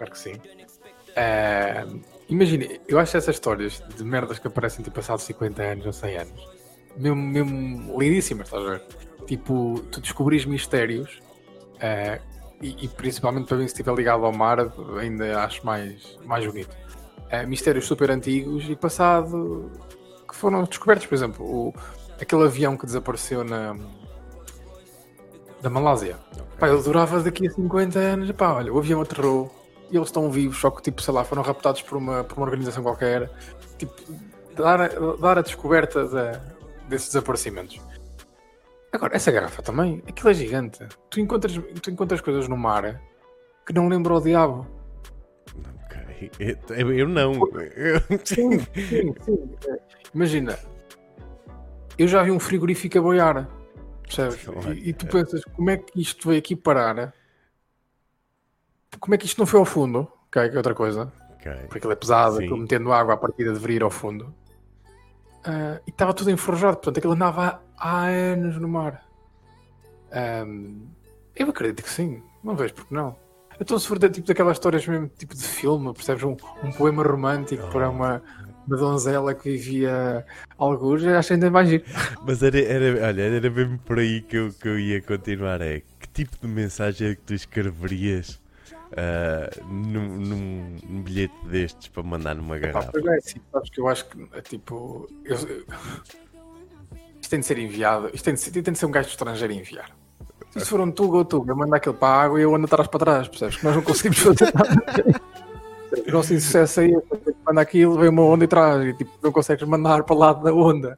Imagina, eu acho essas histórias de merdas que aparecem tipo passados 50 anos ou 100 anos mesmo lindíssimas, estás a ver? Tipo, tu descobris mistérios e principalmente para mim se estiver ligado ao mar ainda acho mais bonito. Mistérios super antigos e passado que foram descobertos, por exemplo, aquele avião que desapareceu da Malásia. Pá, eu adorava daqui a 50 anos, pá, olha, o avião aterrou e eles estão vivos, só que tipo, sei lá, foram raptados por uma organização qualquer. Tipo, dar a descoberta desses desaparecimentos. Agora, essa garrafa também, aquilo é gigante. Tu encontras coisas no mar que não lembram o diabo. Ok, eu não. Sim. Imagina, eu já vi um frigorífico a boiar, percebes? E tu pensas, como é que isto veio aqui parar? Como é que isto não foi ao fundo? Que é outra coisa. Porque aquilo é pesado, aquilo metendo água à partida deveria ir ao fundo. E estava tudo enferrujado, portanto aquilo andava há anos no mar. Eu acredito que sim, não vejo porque não. Então se for tipo daquelas histórias mesmo tipo de filme, percebes, um poema romântico para uma donzela que vivia algures, acho ainda mais giro. Mas era mesmo por aí que eu ia continuar. Que tipo de mensagem é que tu escreverias num bilhete destes para mandar numa garrafa? Pois é, sim, sabes que eu acho que tipo isto tem de ser enviado, isto tem de ser um gajo estrangeiro a enviar. Se for um Tuga ou Tuga, manda aquilo para a água e eu ando atrás para trás, percebes? Que nós não conseguimos fazer nada. O nosso insucesso aí é manda aquilo, vem uma onda e traz e tipo, não consegues mandar para o lado da onda.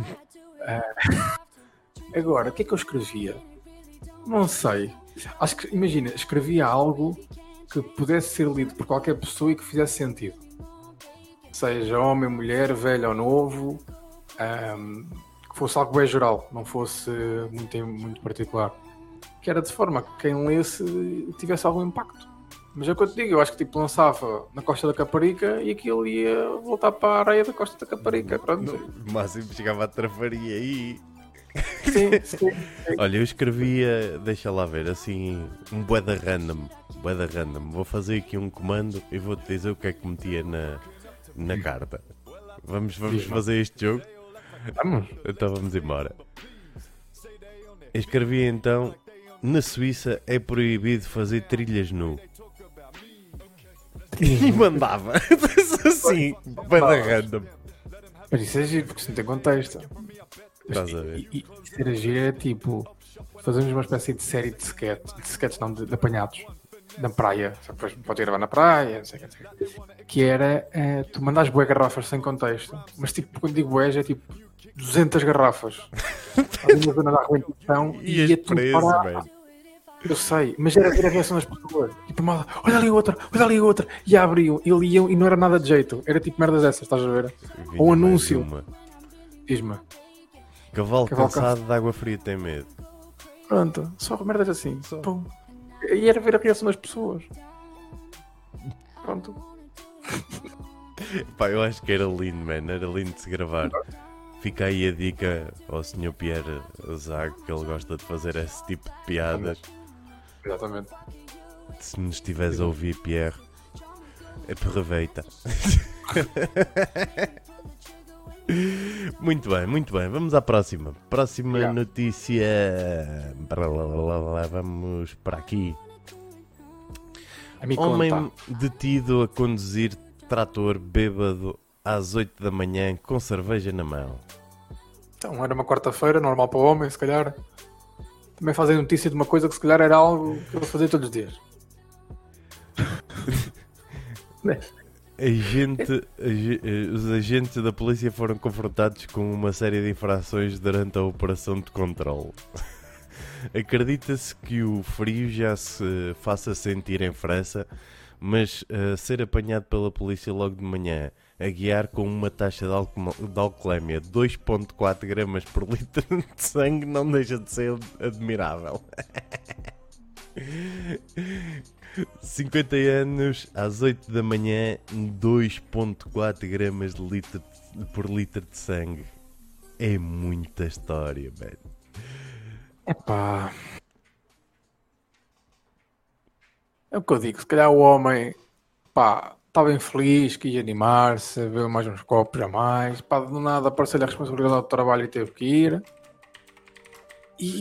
Agora, o que é que eu escrevia? Não sei. Acho que, imagina, escrevia algo que pudesse ser lido por qualquer pessoa e que fizesse sentido. Seja homem, mulher, velho ou novo, que fosse algo bem geral, não fosse muito particular. Que era de forma que quem lesse tivesse algum impacto. Mas é o que eu te digo, eu acho que tipo lançava na Costa da Caparica e aquilo ia voltar para a areia da Costa da Caparica. No máximo chegava à trafaria aí. Sim. Olha, eu escrevia, deixa lá ver, assim, um bué da random. Vou fazer aqui um comando e vou-te dizer o que é que metia na carta. Vamos fazer este jogo? Vamos. Então vamos embora. Eu escrevia então: na Suíça é proibido fazer trilhas nu. E mandava assim, bué da random. Mas isso é giro, porque isso não tem contexto. Estás a ver? E ser giro é tipo, fazemos uma espécie de série de sketches não, de apanhados na praia, depois pode ir gravar na praia, não sei o que era, tu mandas bué garrafas sem contexto, mas tipo, quando digo bué, é tipo 200 garrafas ali na zona da aguentação e ia tudo parar. Eu sei, mas era ver a reação das pessoas. Tipo, mal, olha ali outra. E abriam, e liam, e não era nada de jeito. Era tipo merdas dessas, estás a ver? Ou um anúncio. Diz-me. Cavalo cansado de água fria tem medo. Pronto, só merdas assim. Pum. E era ver a reação das pessoas. Pronto. Pá, eu acho que era lindo, man. Era lindo de se gravar. Fica aí a dica ao Sr. Pierre Zago, que ele gosta de fazer esse tipo de piadas. Exatamente. Se nos estiveres a ouvir, Pierre, aproveita. Muito bem, muito bem. Vamos à próxima. Próxima notícia. Vamos para aqui. Homem detido a conduzir trator bêbado às 8 da manhã com cerveja na mão. Então, era uma quarta-feira, normal para o homem, se calhar. Também fazem notícia de uma coisa que se calhar era algo que ele fazia todos os dias. Os agentes da polícia foram confrontados com uma série de infrações durante a operação de controle. Acredita-se que o frio já se faça sentir em França, mas ser apanhado pela polícia logo de manhã a guiar com uma taxa de alcoolemia 2,4 gramas por litro de sangue não deixa de ser admirável. 50 anos, às 8 da manhã, 2,4 gramas por litro de sangue. É muita história, velho. Epá. É o que eu digo, se calhar o homem, pá, estava infeliz, quis animar-se, bebeu mais uns copos a mais, pá, do nada apareceu-lhe a responsabilidade do trabalho e teve que ir. E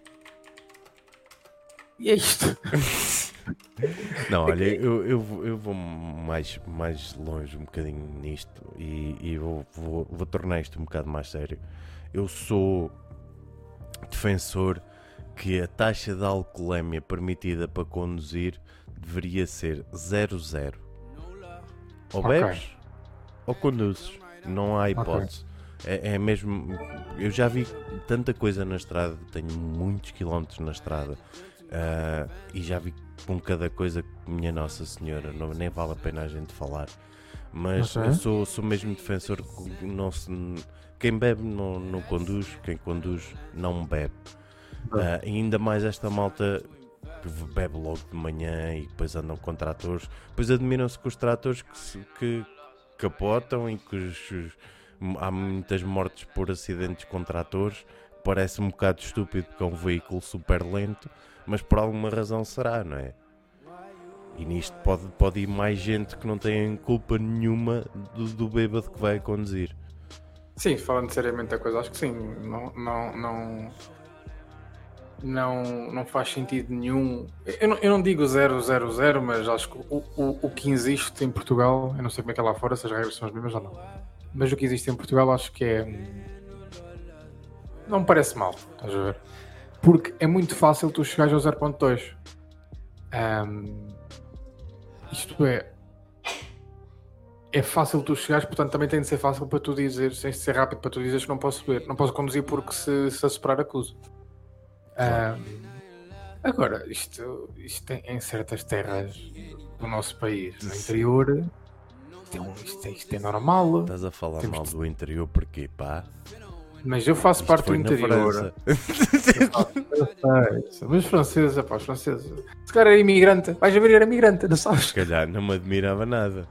é isto. Não, olha, eu vou mais longe um bocadinho nisto e vou tornar isto um bocado mais sério. Eu sou defensor que a taxa de alcoolemia permitida para conduzir deveria ser 0,0. Ou bebes ou conduzes. Não há hipótese. É mesmo. Eu já vi tanta coisa na estrada, tenho muitos quilómetros na estrada. E já vi com cada coisa que minha Nossa Senhora, nem vale a pena a gente falar, mas eu sou mesmo defensor que quem bebe não conduz, quem conduz não bebe. Ainda mais esta malta que bebe logo de manhã e depois andam com tratores, depois admiram-se com os tratores que capotam e que há muitas mortes por acidentes com tratores. Parece um bocado estúpido porque é um veículo super lento, mas por alguma razão será, não é? E nisto pode ir mais gente que não tem culpa nenhuma do bêbado que vai conduzir. Sim, falando seriamente da coisa, acho que sim. Não faz sentido nenhum. Eu não digo 000, mas acho que o que existe em Portugal, eu não sei como é que é lá fora, se as regras são as mesmas ou não, mas o que existe em Portugal acho que não me parece mal, estás a ver? Porque é muito fácil tu chegares ao 0.2. Isto é fácil tu chegares, portanto também tem de ser fácil para tu dizeres, tem de ser rápido para tu dizeres que não posso beber, não posso conduzir porque se superar acuso. Agora, isto em certas terras do nosso país, no interior, isto é normal. Estás a falar mal do interior porque, pá? Mas eu faço parte do interior. Mas os franceses, se calhar era imigrante, vais a ver, era imigrante, não sabes? Se calhar não me admirava nada.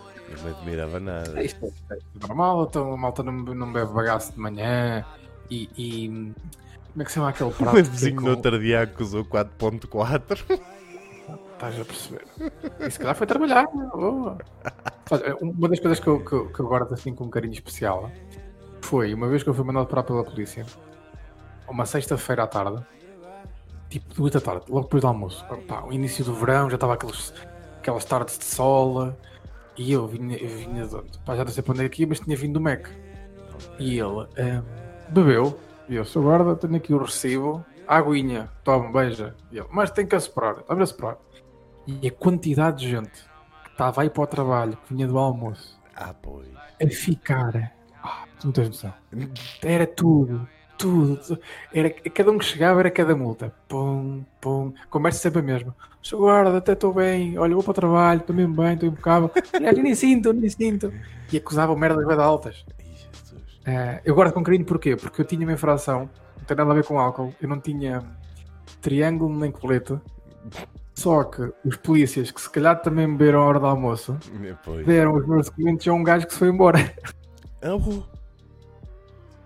Isto é normal, então a malta não bebe bagaço de manhã e como é que se chama aquele prato? O vizinho no outro dia acusou 4.4. Estás a perceber? E se calhar foi trabalhar. Uma das coisas que eu guardo assim com um carinho especial foi uma vez que eu fui mandado parar pela polícia, uma sexta-feira à tarde, tipo 2 da tarde, logo depois do almoço. O início do verão, já estava aquelas tardes de sol, e eu vinha de onde? Já não sei para onde é que ia, mas tinha vindo do Mac. E ele bebeu, e eu sou guarda, tenho aqui o recibo, aguinha, toma, beija. E ele, mas tem que assoprar, está a assoprar. E a quantidade de gente que estava aí para o trabalho, que vinha do almoço, a ficar. Tu não tens noção. Era tudo. Era, cada um que chegava era cada multa. Pum. Conversa sempre a mesma. Sou guarda, até estou bem. Olha, vou para o trabalho, estou mesmo bem, estou impecável. Aliás, nem sinto. E acusavam merdas bem altas. Eu guardo com carinho porquê? Porque eu tinha uma infração, não tem nada a ver com álcool. Eu não tinha triângulo nem colete. Só que os polícias, que se calhar também beberam a hora do almoço, deram os meus documentos a um gajo que se foi embora.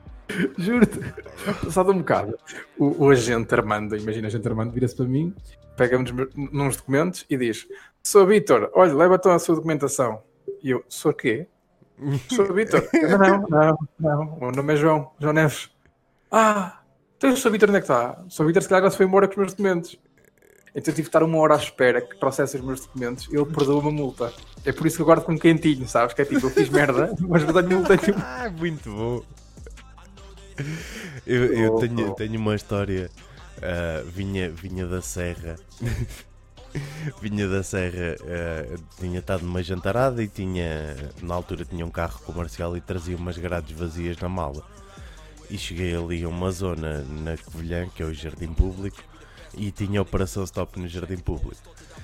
Juro-te, passado um bocado, o agente Armando, imagina, o agente Armando vira-se para mim pega-me nos documentos e diz: sou Vítor, olha, leva então a sua documentação. E eu: sou quê? Sou Vítor. Não, o meu nome é João Neves. Então eu sou Vítor, onde é que está? Sou Vítor, se calhar agora se foi embora com os meus documentos. Então eu tive de estar 1 hora à espera que processe os meus documentos e ele perdoa uma multa. É por isso que eu guardo com um quentinho, sabes? Que é tipo, eu fiz merda, mas eu tenho multa. Muito bom. Eu tenho uma história. Vinha da Serra. Vinha da Serra, tinha estado numa jantarada e na altura tinha um carro comercial e trazia umas grades vazias na mala. E cheguei ali a uma zona na Covilhã, que é o Jardim Público, e tinha operação stop no Jardim Público.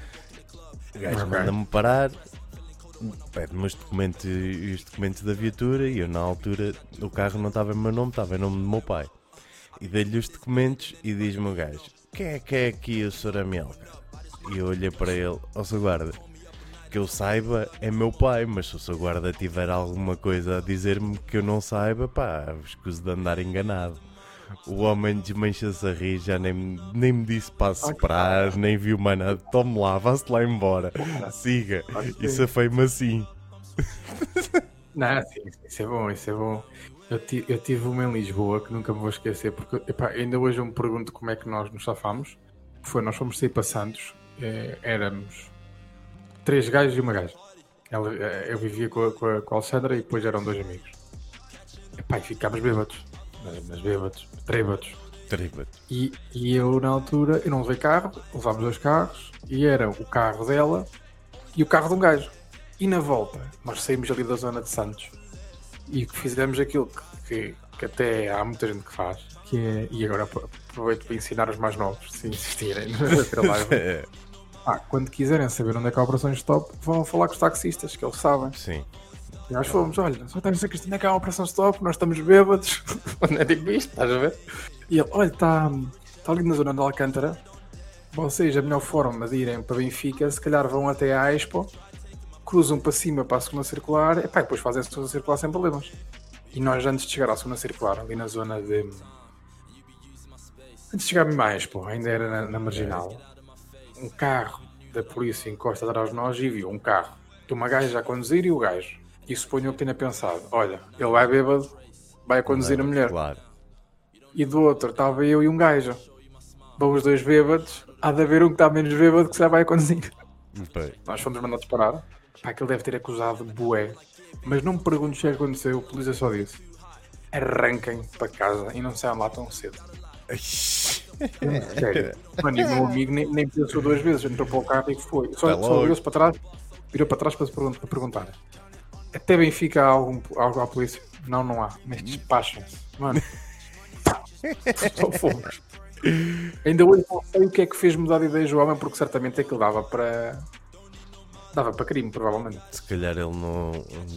O gajo manda-me parar, pede-me os documentos da viatura e eu, na altura, o carro não estava em meu nome, estava em nome do meu pai. E dei-lhe os documentos e diz-me o gajo: quem é aqui o Sr. Amiel? E eu olhei para ele: ó, Sr. Guarda, que eu saiba é meu pai, mas se o Sr. Guarda tiver alguma coisa a dizer-me que eu não saiba, escuso de andar enganado. O homem desmancha-se a rir, já nem me disse para separar, nem viu mais nada. Tome lá, vá-se lá embora, siga. Isso foi-me assim. Não, sim, isso é bom. Eu tive uma em Lisboa que nunca me vou esquecer, porque ainda hoje eu me pergunto como é que nós nos safámos. Nós fomos sair para Santos, éramos 3 gajos e uma gaja. Eu vivia com a Alexandra e depois eram 2 amigos. E ficámos bêbados. Mas bêbados, trébados. E eu, na altura, eu não levei carro, levámos 2 carros, e era o carro dela e o carro de um gajo. E na volta, nós saímos ali da zona de Santos e fizemos aquilo que até há muita gente que faz, que é, e agora aproveito para ensinar os mais novos, se insistirem na live. Quando quiserem saber onde é que há operações stop, vão falar com os taxistas, que eles sabem. Sim. E nós fomos: olha, só temos a questão é que há uma operação stop, nós estamos bêbados. Onde é tipo isto, estás a ver? E ele: olha, está ali na zona de Alcântara. Vocês, a melhor forma de irem para Benfica, se calhar vão até à Expo, cruzam para cima para a segunda circular, e depois fazem a segunda circular sem problemas. E nós, antes de chegar à segunda circular, ali na zona de... Antes de chegar mesmo à Expo, ainda era na Marginal, um carro da polícia encosta atrás de nós e viu um carro de uma gaja a conduzir e o gajo. E suponho que tenha pensado: olha, ele vai bêbado, vai conduzir a mulher. Claro. E do outro estava eu e um gajo. Vão os 2 bêbados, há de haver um que está menos bêbado que já vai conduzir. Nós fomos mandados parar. Aquele deve ter acusado de bué. Mas não me perguntes o que aconteceu, a polícia só disse: arranquem para casa e não saiam lá tão cedo. Sério. Mano, e o meu amigo nem pensou 2 vezes, entrou para o carro e foi. Só virou-se para trás, para perguntar: até Benfica há algo à polícia? Não há, mas despachem-se. Mano, só fomos. Ainda hoje não sei o que é que fez mudar de ideia do homem, porque certamente aquilo dava para crime, provavelmente. Se calhar ele não.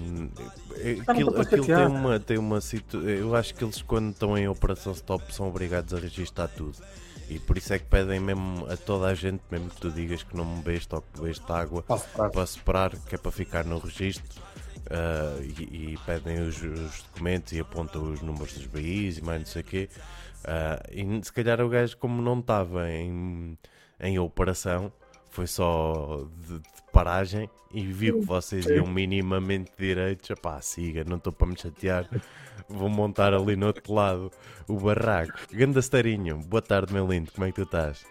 Aquilo tem uma situação. Eu acho que eles, quando estão em operação stop, são obrigados a registar tudo. E por isso é que pedem mesmo a toda a gente, mesmo que tu digas que não bebeste ou que bebeste água, para separar, que é para ficar no registro. E pedem os documentos e apontam os números dos BIs e mais não sei o quê. E se calhar o gajo, como não estava em operação, foi só de paragem e viu que vocês iam minimamente direitos. Siga, não estou para me chatear, vou montar ali no outro lado o barraco. Ganda Starinho, boa tarde, meu lindo, como é que tu estás?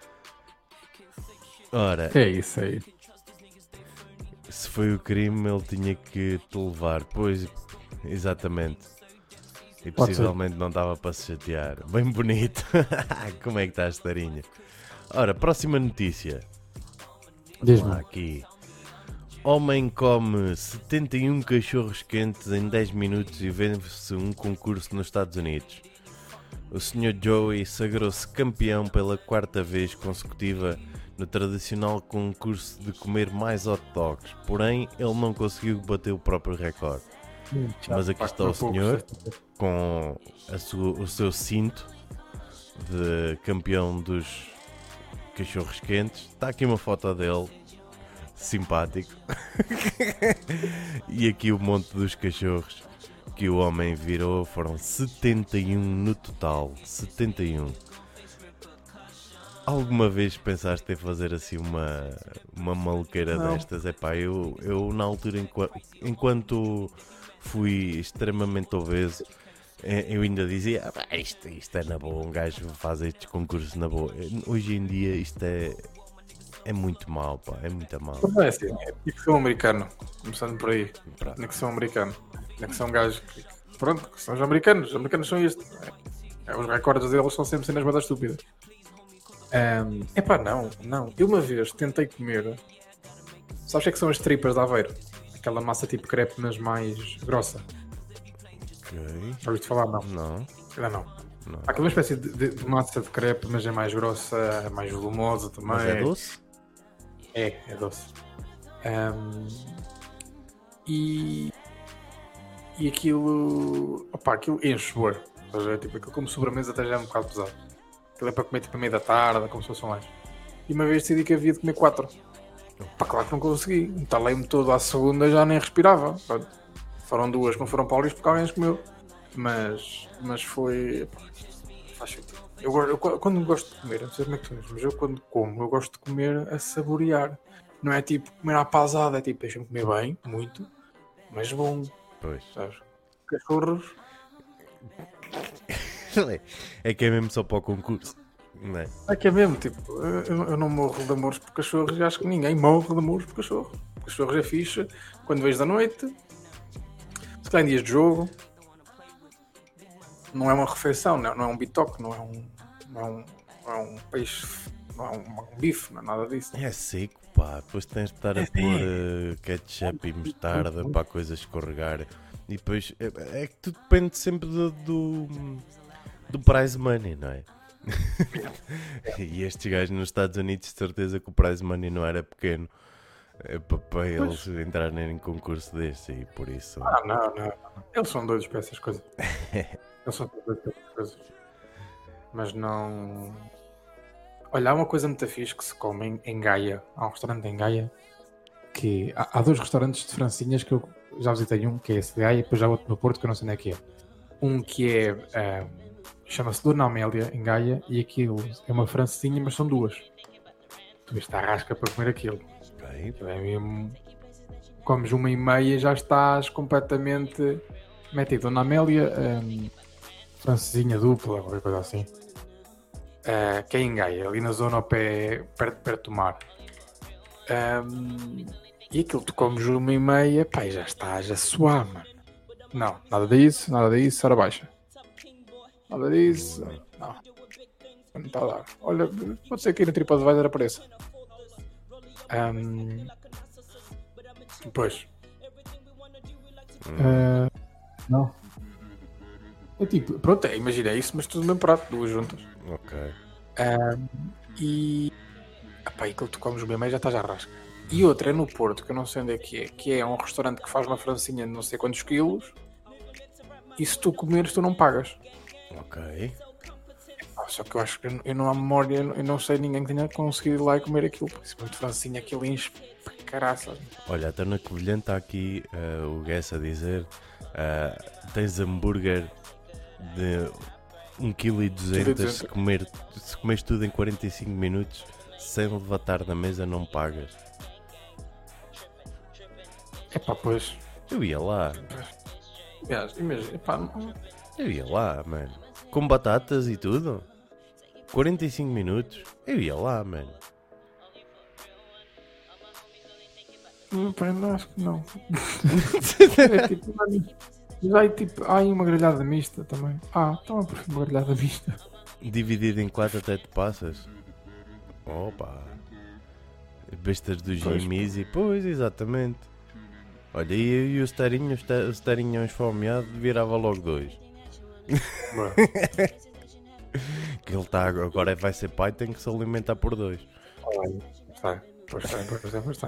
Ora, é isso aí. Se foi o crime, ele tinha que te levar. Pois, exatamente. E possivelmente não estava para se chatear. Bem bonito. Como é que estás, Starinha? Ora, próxima notícia. Diz-me. Aqui. Homem come 71 cachorros quentes em 10 minutos e vence um concurso nos Estados Unidos. O Sr. Joey sagrou-se campeão pela 4ª vez consecutiva no tradicional concurso de comer mais hot dogs. Porém, ele não conseguiu bater o próprio recorde. Mas aqui está o senhor com o seu cinto de campeão dos cachorros quentes. Está aqui uma foto dele, simpático. E aqui o monte dos cachorros que o homem virou. Foram 71 no total. 71. Alguma vez pensaste em fazer assim uma maluqueira destas? Epá, eu na altura, enquanto fui extremamente obeso, eu ainda dizia, isto é na boa, um gajo faz estes concursos na boa. Hoje em dia isto é muito mau, pá, é muito mau. Mas é assim, é ficção americano, começando por aí. Ficção americano. Que são gajos que, pronto, que são os americanos são isto. Os recordes deles são sempre cenas mais estúpidas. Epá, não. Eu uma vez tentei comer. Sabes o que são as tripas de Aveiro? Aquela massa tipo crepe, mas mais grossa. Ok. Já ouviste falar? Não. Não. Há aquela espécie de massa de crepe, mas é mais grossa, é mais volumosa também. Mas é doce? É doce. E aquilo. Opá, aquilo enche, boa. Tipo, aquilo como sobremesa até já é um bocado pesado. Aquilo é para comer tipo a meia da tarde, como se fosse mais. E uma vez decidi que havia de comer 4. Pá, claro que não consegui. Entalei-me todo à segunda, já nem respirava. Foram 2 que não foram para o lixo porque alguém as comeu. Mas foi. Faz sentido. Eu quando gosto de comer, não sei como é que tu és, mas eu quando como, eu gosto de comer a saborear. Não é tipo comer à pasada, é tipo, deixa-me comer bem, muito, mas bom. Pois. Sabes? Cachorros. É que é mesmo só para o concurso, não é? É que é mesmo, tipo, eu não morro de amores por cachorros e acho que ninguém morre de amores por cachorros. Cachorros é fixe, quando vejo da noite, se calhar em dias de jogo, não é uma refeição, não é um bitoque, não é um peixe, não é um bife, não é nada disso. É seco, pá, depois tens de estar a pôr ketchup e mostarda para a coisa escorregar. E depois, é que tudo depende sempre do prize money, não é? E estes gajos nos Estados Unidos, de certeza que o prize money não era pequeno para eles entrarem em concurso deste e por isso... Não. Eles são doidos para essas coisas. Mas não... Olha, há uma coisa muito fixe que se come em Gaia. Há um restaurante em Gaia que... Há 2 restaurantes de francinhas que eu já visitei, um que é esse de Gaia e depois já outro no Porto que eu não sei onde é que é. Um que é... chama-se Dona Amélia, em Gaia, e aquilo é uma francesinha, mas são 2. Tu vês, está a rasca para comer aquilo. Okay. É mesmo... Comes 1,5 e já estás completamente metido. Dona Amélia, francesinha dupla, qualquer coisa assim. Que é em Gaia, ali na zona ao pé, perto do mar. E aquilo tu comes 1,5, pá, e já estás a suar, mano. Não, nada disso, hora baixa. Nada disso, não está a dar. Olha, pode ser que aí na TripAdvisor apareça. Pois. Não. É tipo, pronto, imagina isso, mas tudo no mesmo prato, 2 juntas. Ok. E aquilo que tu comes bem, mas já estás à rasca. E outra é no Porto, que eu não sei onde é, que é um restaurante que faz uma francinha de não sei quantos quilos, e se tu comeres, tu não pagas. Ok. Só que eu acho que eu não há memória, eu não sei ninguém que tenha conseguido ir lá e comer aquilo, porque se muito francinha, aquilo enche para caraças. Olha, até na Covilhã está aqui o Guess a dizer: tens hambúrguer de 1,2 kg, se comes tudo em 45 minutos, sem levantar da mesa, não pagas. Pois. Eu ia lá. Imagina, Eu ia lá, mano. Com batatas e tudo. 45 minutos. Eu ia lá, mano. Não, acho que não. Há aí uma grelhada mista também. Então eu prefiro uma grelhada mista. Dividido em 4 até te passas. Opa. Bestas do Jimmy. Pois, exatamente. Olha, e o estarinho esfomeado virava logo 2. Que ele está agora vai ser pai, tem que se alimentar por 2. Pois está.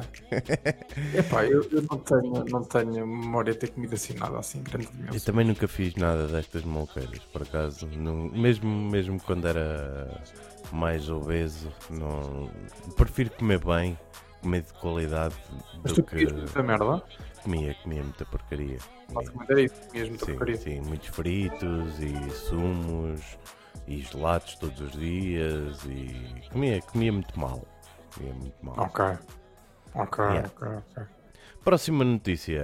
Eu não tenho memória de ter comido assim nada assim grande. Eu também nunca fiz nada destas malqueiras, por acaso. Não, mesmo quando era mais obeso, não, prefiro comer bem, comer de qualidade. Mas tu comias muita merda? Comia muita porcaria. Basicamente era isso, comias muita porcaria. Sim, muitos fritos e sumos, e gelados todos os dias e comia muito mal. Ok. Yeah. Próxima notícia.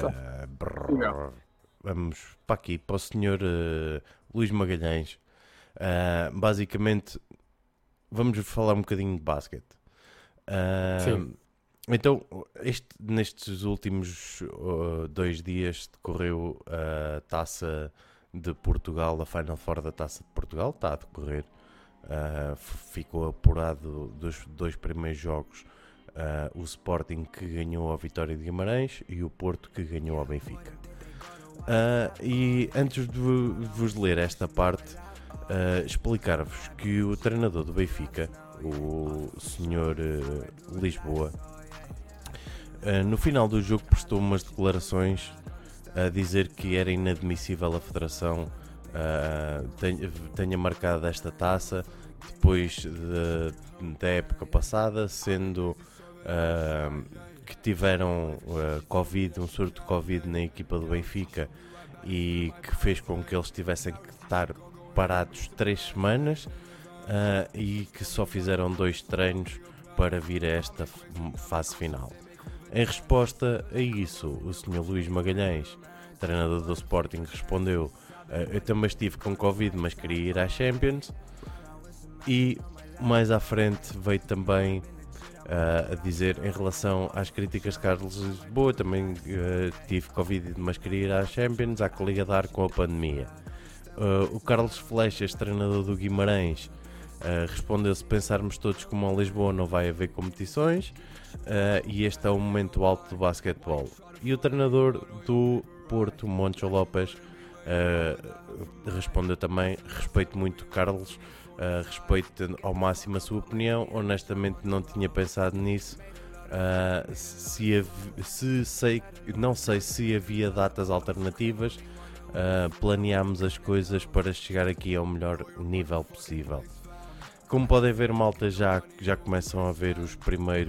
Vamos para aqui, para o Sr. Luís Magalhães. Basicamente, vamos falar um bocadinho de basquete. Sim. Então, nestes últimos 2 dias decorreu a Taça de Portugal, a Final Four da Taça de Portugal, está a decorrer. Ficou apurado dos 2 primeiros jogos o Sporting, que ganhou a Vitória de Guimarães, e o Porto, que ganhou ao Benfica. E antes de vos ler esta parte, explicar-vos que o treinador do Benfica, o Sr. Lisboa, no final do jogo prestou umas declarações a dizer que era inadmissível a Federação tenha marcado esta taça depois da época passada, sendo que tiveram Covid, um surto de Covid na equipa do Benfica, e que fez com que eles tivessem que estar parados 3 semanas e que só fizeram 2 treinos para vir a esta fase final. Em resposta a isso, o Sr. Luís Magalhães, treinador do Sporting, respondeu: eu também estive com Covid, mas queria ir à Champions. E mais à frente veio também a dizer, em relação às críticas de Carlos Lisboa, também tive Covid, mas queria ir à Champions, há que lidar com a pandemia. O Carlos Flechas, treinador do Guimarães, respondeu: se pensarmos todos como a Lisboa, não vai haver competições, e este é o momento alto do basquetebol. E o treinador do Porto, Moncho Lopes, respondeu também: respeito muito Carlos, respeito ao máximo a sua opinião, honestamente não tinha pensado nisso, não sei se havia datas alternativas, planeámos as coisas para chegar aqui ao melhor nível possível. Como podem ver, malta, já começam a ver as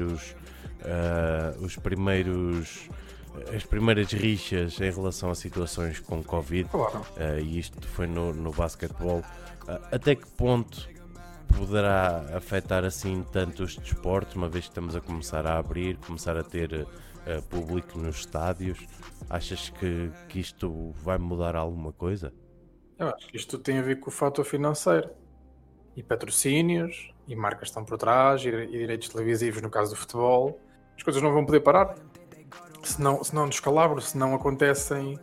primeiras rixas em relação a situações com Covid. Claro. E isto foi no basquetebol. Até que ponto poderá afetar assim tanto os desportos, uma vez que estamos a começar a abrir, começar a ter público nos estádios? Achas que isto vai mudar alguma coisa? Eu acho que isto tem a ver com o fator financeiro. E patrocínios, e marcas estão por trás, e direitos televisivos no caso do futebol. As coisas não vão poder parar. Se não descalabro, se não acontecem...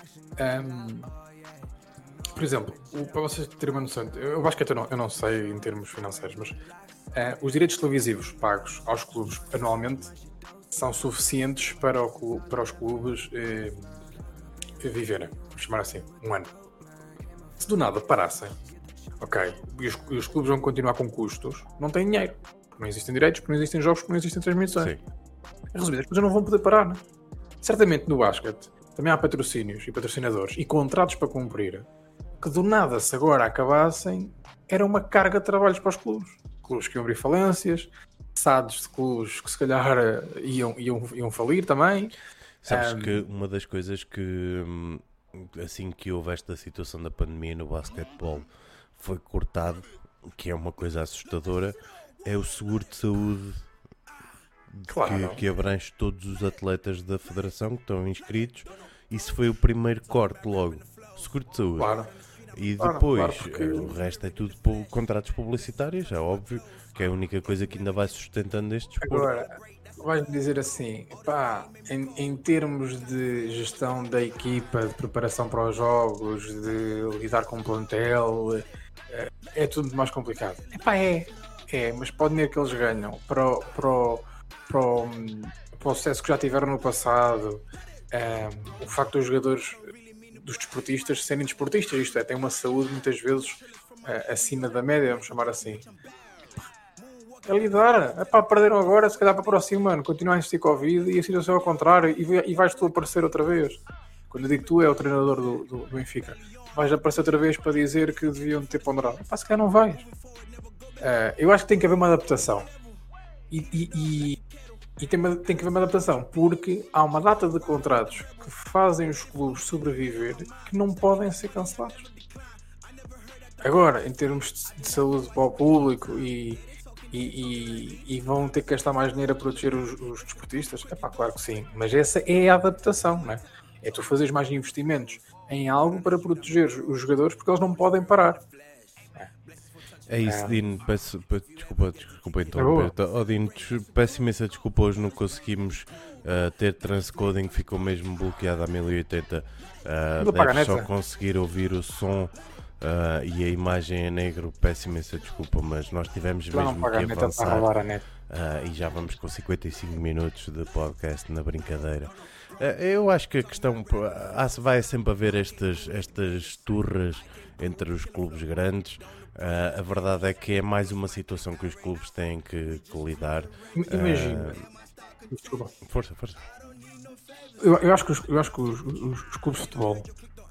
por exemplo, para vocês terem uma noção, eu acho que eu não sei em termos financeiros, mas os direitos televisivos pagos aos clubes anualmente são suficientes para os clubes viverem, vamos chamar assim, um ano. Se do nada parassem, ok, e os clubes vão continuar com custos, não têm dinheiro, porque não existem direitos, porque não existem jogos, porque não existem transmissões. Sim. Resumindo, as coisas não vão poder parar, não? Certamente no basquete também há patrocínios e patrocinadores e contratos para cumprir, que do nada, se agora acabassem, era uma carga de trabalhos para os clubes. Clubes que iam abrir falências, SADs de clubes que se calhar iam falir também. Sabes que uma das coisas que, assim que houve esta situação da pandemia no basquetebol, foi cortado, que é uma coisa assustadora, é o seguro de saúde. Claro. Que abrange todos os atletas da federação que estão inscritos. Isso foi o primeiro corte logo, seguro de saúde. Claro. E depois porque... o resto é tudo contratos publicitários, é óbvio que é a única coisa que ainda vai sustentando este desporto. Agora, vais-me dizer assim, pá, em termos de gestão da equipa, de preparação para os jogos, de lidar com o plantel, é tudo muito mais complicado. Epá, mas para o dinheiro que eles ganham, para o sucesso que já tiveram no passado, o facto dos jogadores, dos desportistas serem desportistas, isto é, têm uma saúde muitas vezes acima da média, vamos chamar assim. É lidar, perderam agora, se calhar para o próximo ano continuar a existir Covid e a situação é ao contrário, e vais tu aparecer outra vez. Quando eu digo tu, é o treinador do Benfica, vais aparecer outra vez para dizer que deviam ter ponderado. Se calhar não vais. Eu acho que tem que haver uma adaptação. E tem que haver uma adaptação, porque há uma data de contratos que fazem os clubes sobreviver que não podem ser cancelados. Agora, em termos de saúde para o público e vão ter que gastar mais dinheiro a proteger os desportistas? Claro que sim, mas essa é a adaptação, não é? É tu fazeres mais investimentos em algo para proteger os jogadores porque eles não podem parar. É isso, Dino, desculpa interromper. Dino, peço imensa desculpa, hoje não conseguimos ter transcoding, ficou mesmo bloqueado a 1080. Deve só conseguir ouvir o som e a imagem é negro, peço imensa desculpa, mas nós tivemos mesmo que avançar e já vamos com 55 minutos de podcast na brincadeira. Eu acho que a questão vai sempre haver estas turras entre os clubes grandes. A verdade é que é mais uma situação que os clubes têm que lidar. Imagina. Força. Eu acho que os clubes de futebol,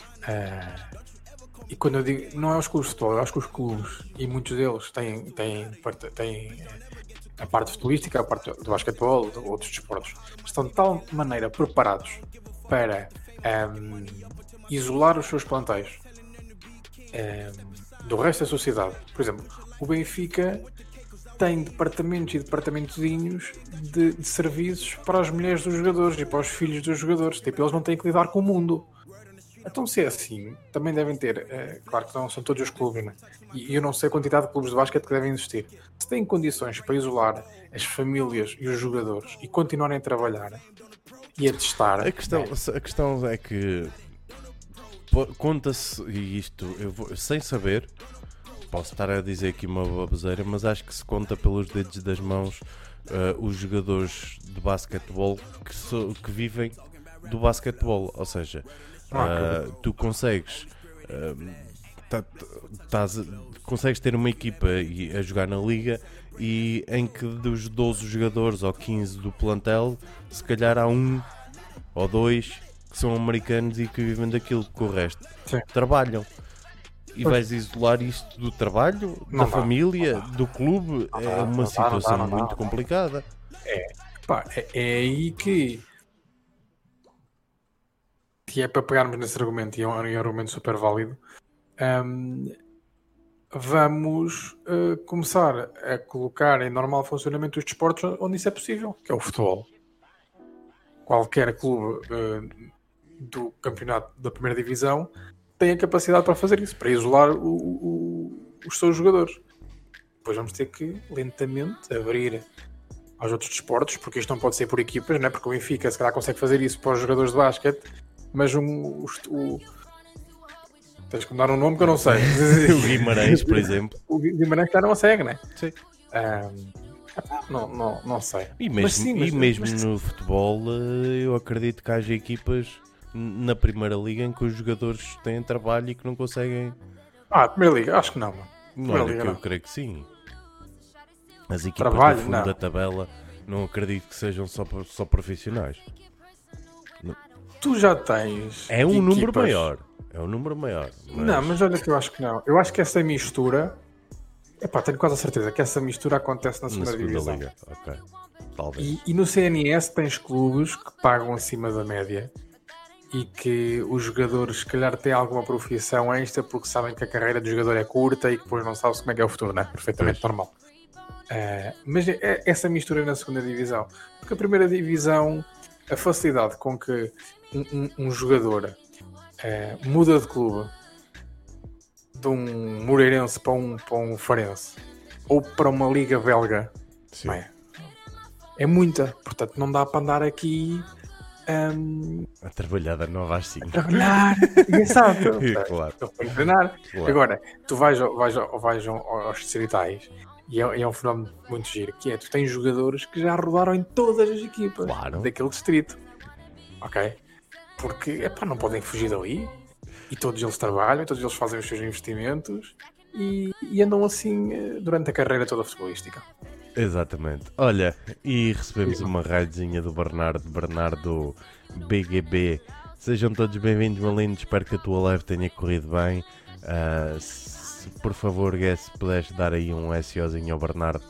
e quando eu digo, não é os clubes de futebol, eu acho que os clubes, e muitos deles têm a parte futebolística, a parte do basquetebol, de outros desportos, estão de tal maneira preparados para isolar os seus plantéis do resto da sociedade. Por exemplo, o Benfica tem departamentos e departamentozinhos de serviços para as mulheres dos jogadores e para os filhos dos jogadores. Tipo, eles não têm que lidar com o mundo. Então, se é assim, também devem ter, claro que não são todos os clubes, né? E eu não sei a quantidade de clubes de basquete que devem existir. Se têm condições para isolar as famílias e os jogadores e continuarem a trabalhar e a testar... A questão é que conta-se, e isto eu sem saber, posso estar a dizer aqui uma baboseira, mas acho que se conta pelos dedos das mãos os jogadores de basquetebol que vivem do basquetebol, ou seja, tu consegues consegues ter uma equipa a jogar na liga e em que dos 12 jogadores ou 15 do plantel, se calhar há um ou dois que são americanos e que vivem daquilo, que o resto trabalham. E vais isolar isto do trabalho, da família, do clube? É uma situação muito complicada. É aí que é para pegarmos nesse argumento, e é um argumento super válido. Vamos começar a colocar em normal funcionamento os desportos onde isso é possível, que é o futebol. Qualquer clube do campeonato da primeira divisão tem a capacidade para fazer isso, para isolar os seus jogadores. Depois vamos ter que lentamente abrir aos outros desportos, porque isto não pode ser por equipas, né? Porque o Benfica se calhar consegue fazer isso para os jogadores de basquete, mas tens que me dar um nome que eu não sei. O Guimarães, por exemplo. O Guimarães já não consegue, né? Sim. Não sei. E mesmo no futebol, eu acredito que haja equipas na Primeira Liga em que os jogadores têm trabalho e que não conseguem... Primeira Liga, acho que não, mano. Eu creio que sim. As equipas do fundo da tabela não acredito que sejam só profissionais. Tu já tens... É um número maior. Mas... Não, mas olha que eu acho que não. Eu acho que essa mistura... tenho quase a certeza que essa mistura acontece na segunda divisão. Liga. Okay. Talvez. E no CNS tens clubes que pagam acima da média e que os jogadores se calhar têm alguma profissão extra porque sabem que a carreira do jogador é curta e que depois não sabem como é que é o futuro, né? Perfeitamente normal. Mas essa mistura na segunda divisão, porque a primeira divisão, a facilidade com que um jogador muda de clube de um Moreirense para um Farense ou para uma liga belga, é muita, portanto não dá para andar aqui a trabalhar da 9 às 5. Trabalhar, exato. Claro. Para treinar. Claro. Agora, tu vais aos distritais e é um fenómeno muito giro, que é, tu tens jogadores que já rodaram em todas as equipas daquele distrito. Ok? Porque, não podem fugir dali. E todos eles trabalham, todos eles fazem os seus investimentos e andam assim durante a carreira toda futebolística. Exatamente. Olha, e recebemos uma raidezinha do Bernardo BGB. Sejam todos bem-vindos, meu lindo. Espero que a tua live tenha corrido bem. Por favor, se puderes dar aí um SOzinho ao Bernardo.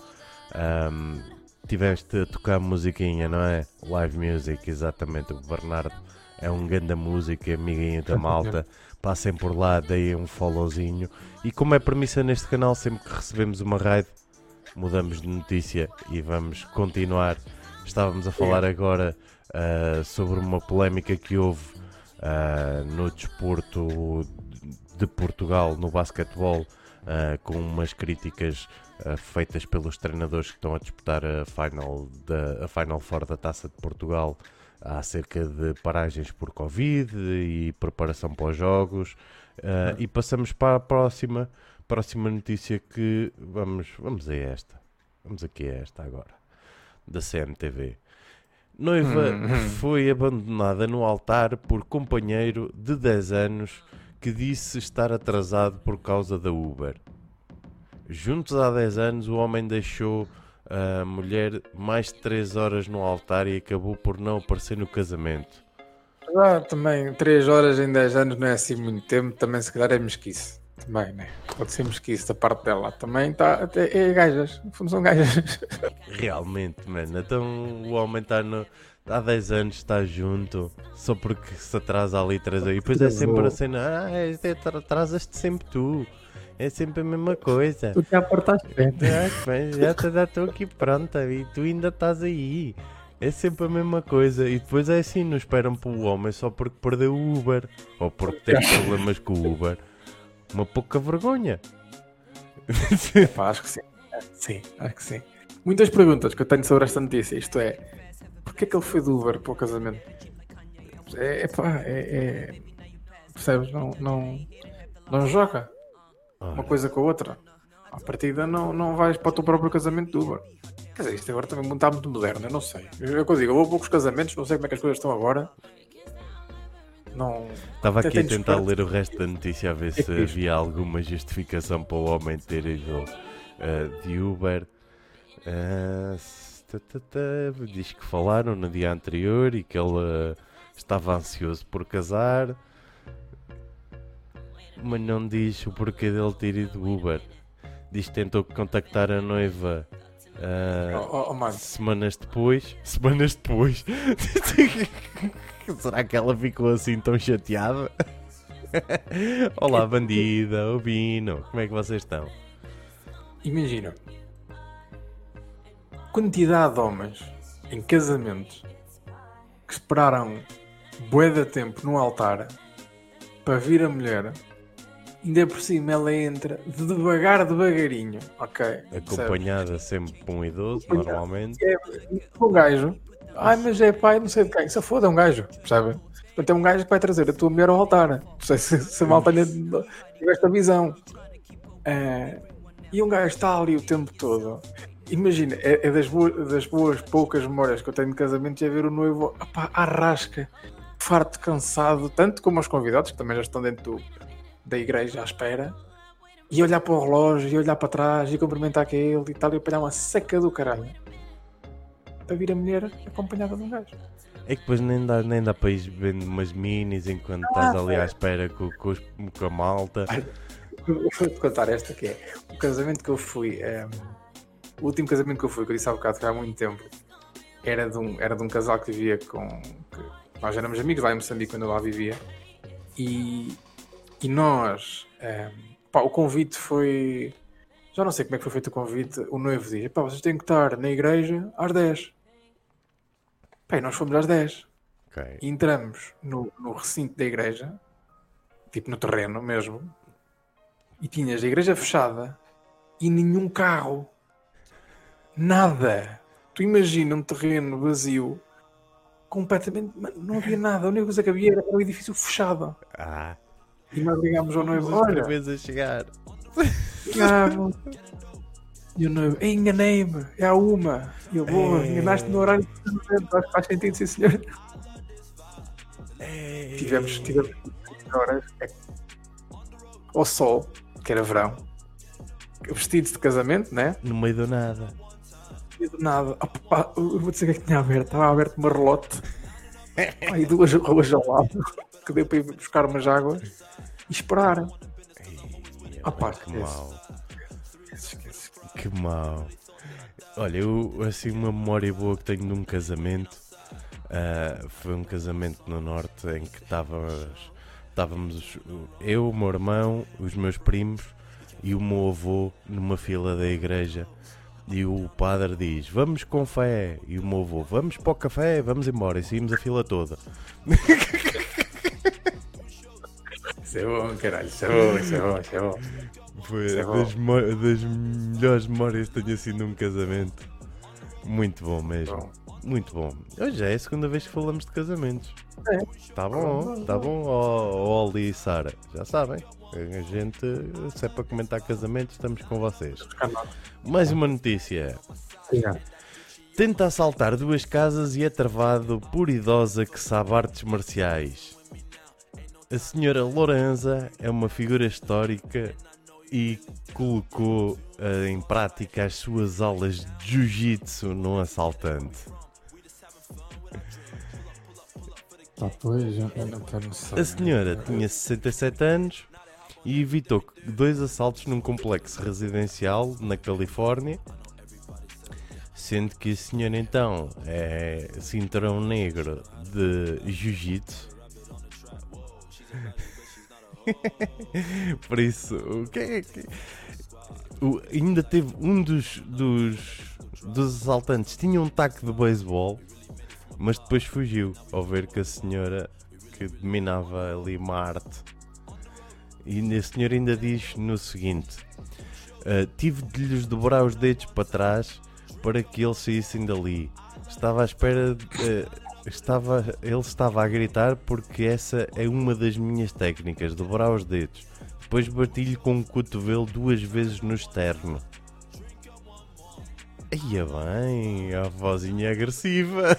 Tiveste a tocar musiquinha, não é? Live music, exatamente. O Bernardo é um grande músico, amiguinho da malta. Passem por lá, deem um followzinho. E como é premissa neste canal, sempre que recebemos uma raid, mudamos de notícia e vamos continuar. Estávamos a falar agora sobre uma polémica que houve no desporto de Portugal, no basquetebol, com umas críticas feitas pelos treinadores que estão a disputar a Final Four da Taça de Portugal, acerca de paragens por Covid e preparação para os jogos. E passamos para a próxima notícia que vamos a esta. Vamos aqui a esta agora, da CMTV. Noiva foi abandonada no altar por companheiro de 10 anos que disse estar atrasado por causa da Uber. Juntos há 10 anos, o homem deixou a mulher mais de 3 horas no altar e acabou por não aparecer no casamento. Também 3 horas em 10 anos não é assim muito tempo, também se calhar é mesquice. Também, né? Pode ser mesquice da parte dela. Também está. É gajas, no fundo são gajas. Realmente, mano. Então o homem está há 10 anos, está junto, só porque se atrasa ali 3 horas. E depois é sempre a cena: atrasas-te sempre tu. É sempre a mesma coisa. Tu já portaste bem. Já estou aqui pronta e tu ainda estás aí. É sempre a mesma coisa. E depois é assim: não esperam pelo homem só porque perdeu o Uber ou porque teve problemas com o Uber. Uma pouca vergonha. Acho que sim. Sim, acho que sim. Muitas perguntas que eu tenho sobre esta notícia. Isto é, porque é que ele foi do Uber para o casamento? Percebes? Não joga uma coisa com a outra. À partida não vais para o teu próprio casamento do Uber. Quer dizer, isto agora também está muito moderno, eu não sei. Eu digo, eu vou poucos casamentos, não sei como é que as coisas estão agora. Não. Estava aqui a tentar ler o resto da notícia a ver se havia alguma justificação para o homem ter ido de Uber. Diz que falaram no dia anterior e que ele estava ansioso por casar, mas não diz o porquê dele ter ido Uber. Diz que tentou contactar a noiva semanas depois. Será que ela ficou assim tão chateada? Olá, bandida, o Bino, como é que vocês estão? Imagina, quantidade de homens em casamentos que esperaram bué de tempo no altar para vir a mulher, ainda por cima ela entra devagarinho, ok? Acompanhada sempre por um idoso, normalmente. Um gajo. Ai, mas é pai, não sei de quem. Se foda, é um gajo, percebe? Portanto, é um gajo que vai trazer a tua mulher ao altar. Não sei se a malta tiver esta visão. E um gajo está ali o tempo todo. Imagina, é das boas poucas memórias que eu tenho de casamento, é ver o noivo à rasca, farto, cansado, tanto como os convidados, que também já estão dentro da igreja à espera, e olhar para o relógio, e olhar para trás, e cumprimentar aquele e tal, e apanhar uma seca do caralho. Para vir a mulher acompanhada de um gajo. É que depois nem dá para ir vendo umas minis enquanto estás ali à espera com a malta. Vou-te contar esta que é o casamento que eu fui. O último casamento que eu fui, que eu disse há bocado que há muito tempo, era de um casal que vivia nós éramos amigos lá em Moçambique quando eu lá vivia. E nós. O convite foi. Já não sei como é que foi feito o convite. O noivo diz: vocês têm que estar na igreja às 10. E nós fomos às 10. Okay. E entramos no recinto da igreja, tipo no terreno mesmo, e tinhas a igreja fechada e nenhum carro. Nada. Tu imagina um terreno vazio, completamente. Não havia nada. A única coisa que havia era o edifício fechado. E nós ligámos ao noivo: olha, vez a chegar. E o noivo: enganei-me, é a uma. E eu: boa, enganaste no horário de faz sentido, sim senhor. Tivemos 3 horas ao sol, que era verão, vestidos de casamento, né? No meio do nada. Do nada. Eu vou dizer o que é que tinha aberto. Estava aberto uma relote e 2 ruas ao lado, que deu para ir buscar umas águas e esperar. Que mau. Que mau. Olha, eu assim uma memória boa que tenho de um casamento. Foi um casamento no Norte em que estávamos eu, o meu irmão, os meus primos e o meu avô numa fila da igreja. E o padre diz, vamos com fé. E o meu avô, vamos para o café, vamos embora. E saímos a fila toda. Isso é bom, caralho. Isso é bom. Foi das melhores memórias que tenho assim num casamento. Muito bom mesmo. Bom. Muito bom. Hoje é a segunda vez que falamos de casamentos. Tá bom. Oli e Sara, já sabem. A gente, se é para comentar casamentos, estamos com vocês. Mais uma notícia. Tenta assaltar 2 casas e é travado por idosa que sabe artes marciais. A senhora Lourenza é uma figura histórica e colocou em prática as suas aulas de jiu-jitsu num assaltante. Pois, eu não quero noção. A senhora tinha 67 anos e evitou 2 assaltos num complexo residencial na Califórnia, sendo que a senhora então é cinturão negro de jiu-jitsu. Por isso, o que é que... ainda teve um dos assaltantes tinha um taco de beisebol, mas depois fugiu ao ver que a senhora que dominava ali uma arte. E a senhora ainda diz no seguinte: tive de lhes dobrar os dedos para trás para que eles saíssem dali. Estava à espera ele estava a gritar porque essa é uma das minhas técnicas, dobrar os dedos. Depois bati-lhe com o cotovelo 2 vezes no externo. Ia bem, a vozinha agressiva.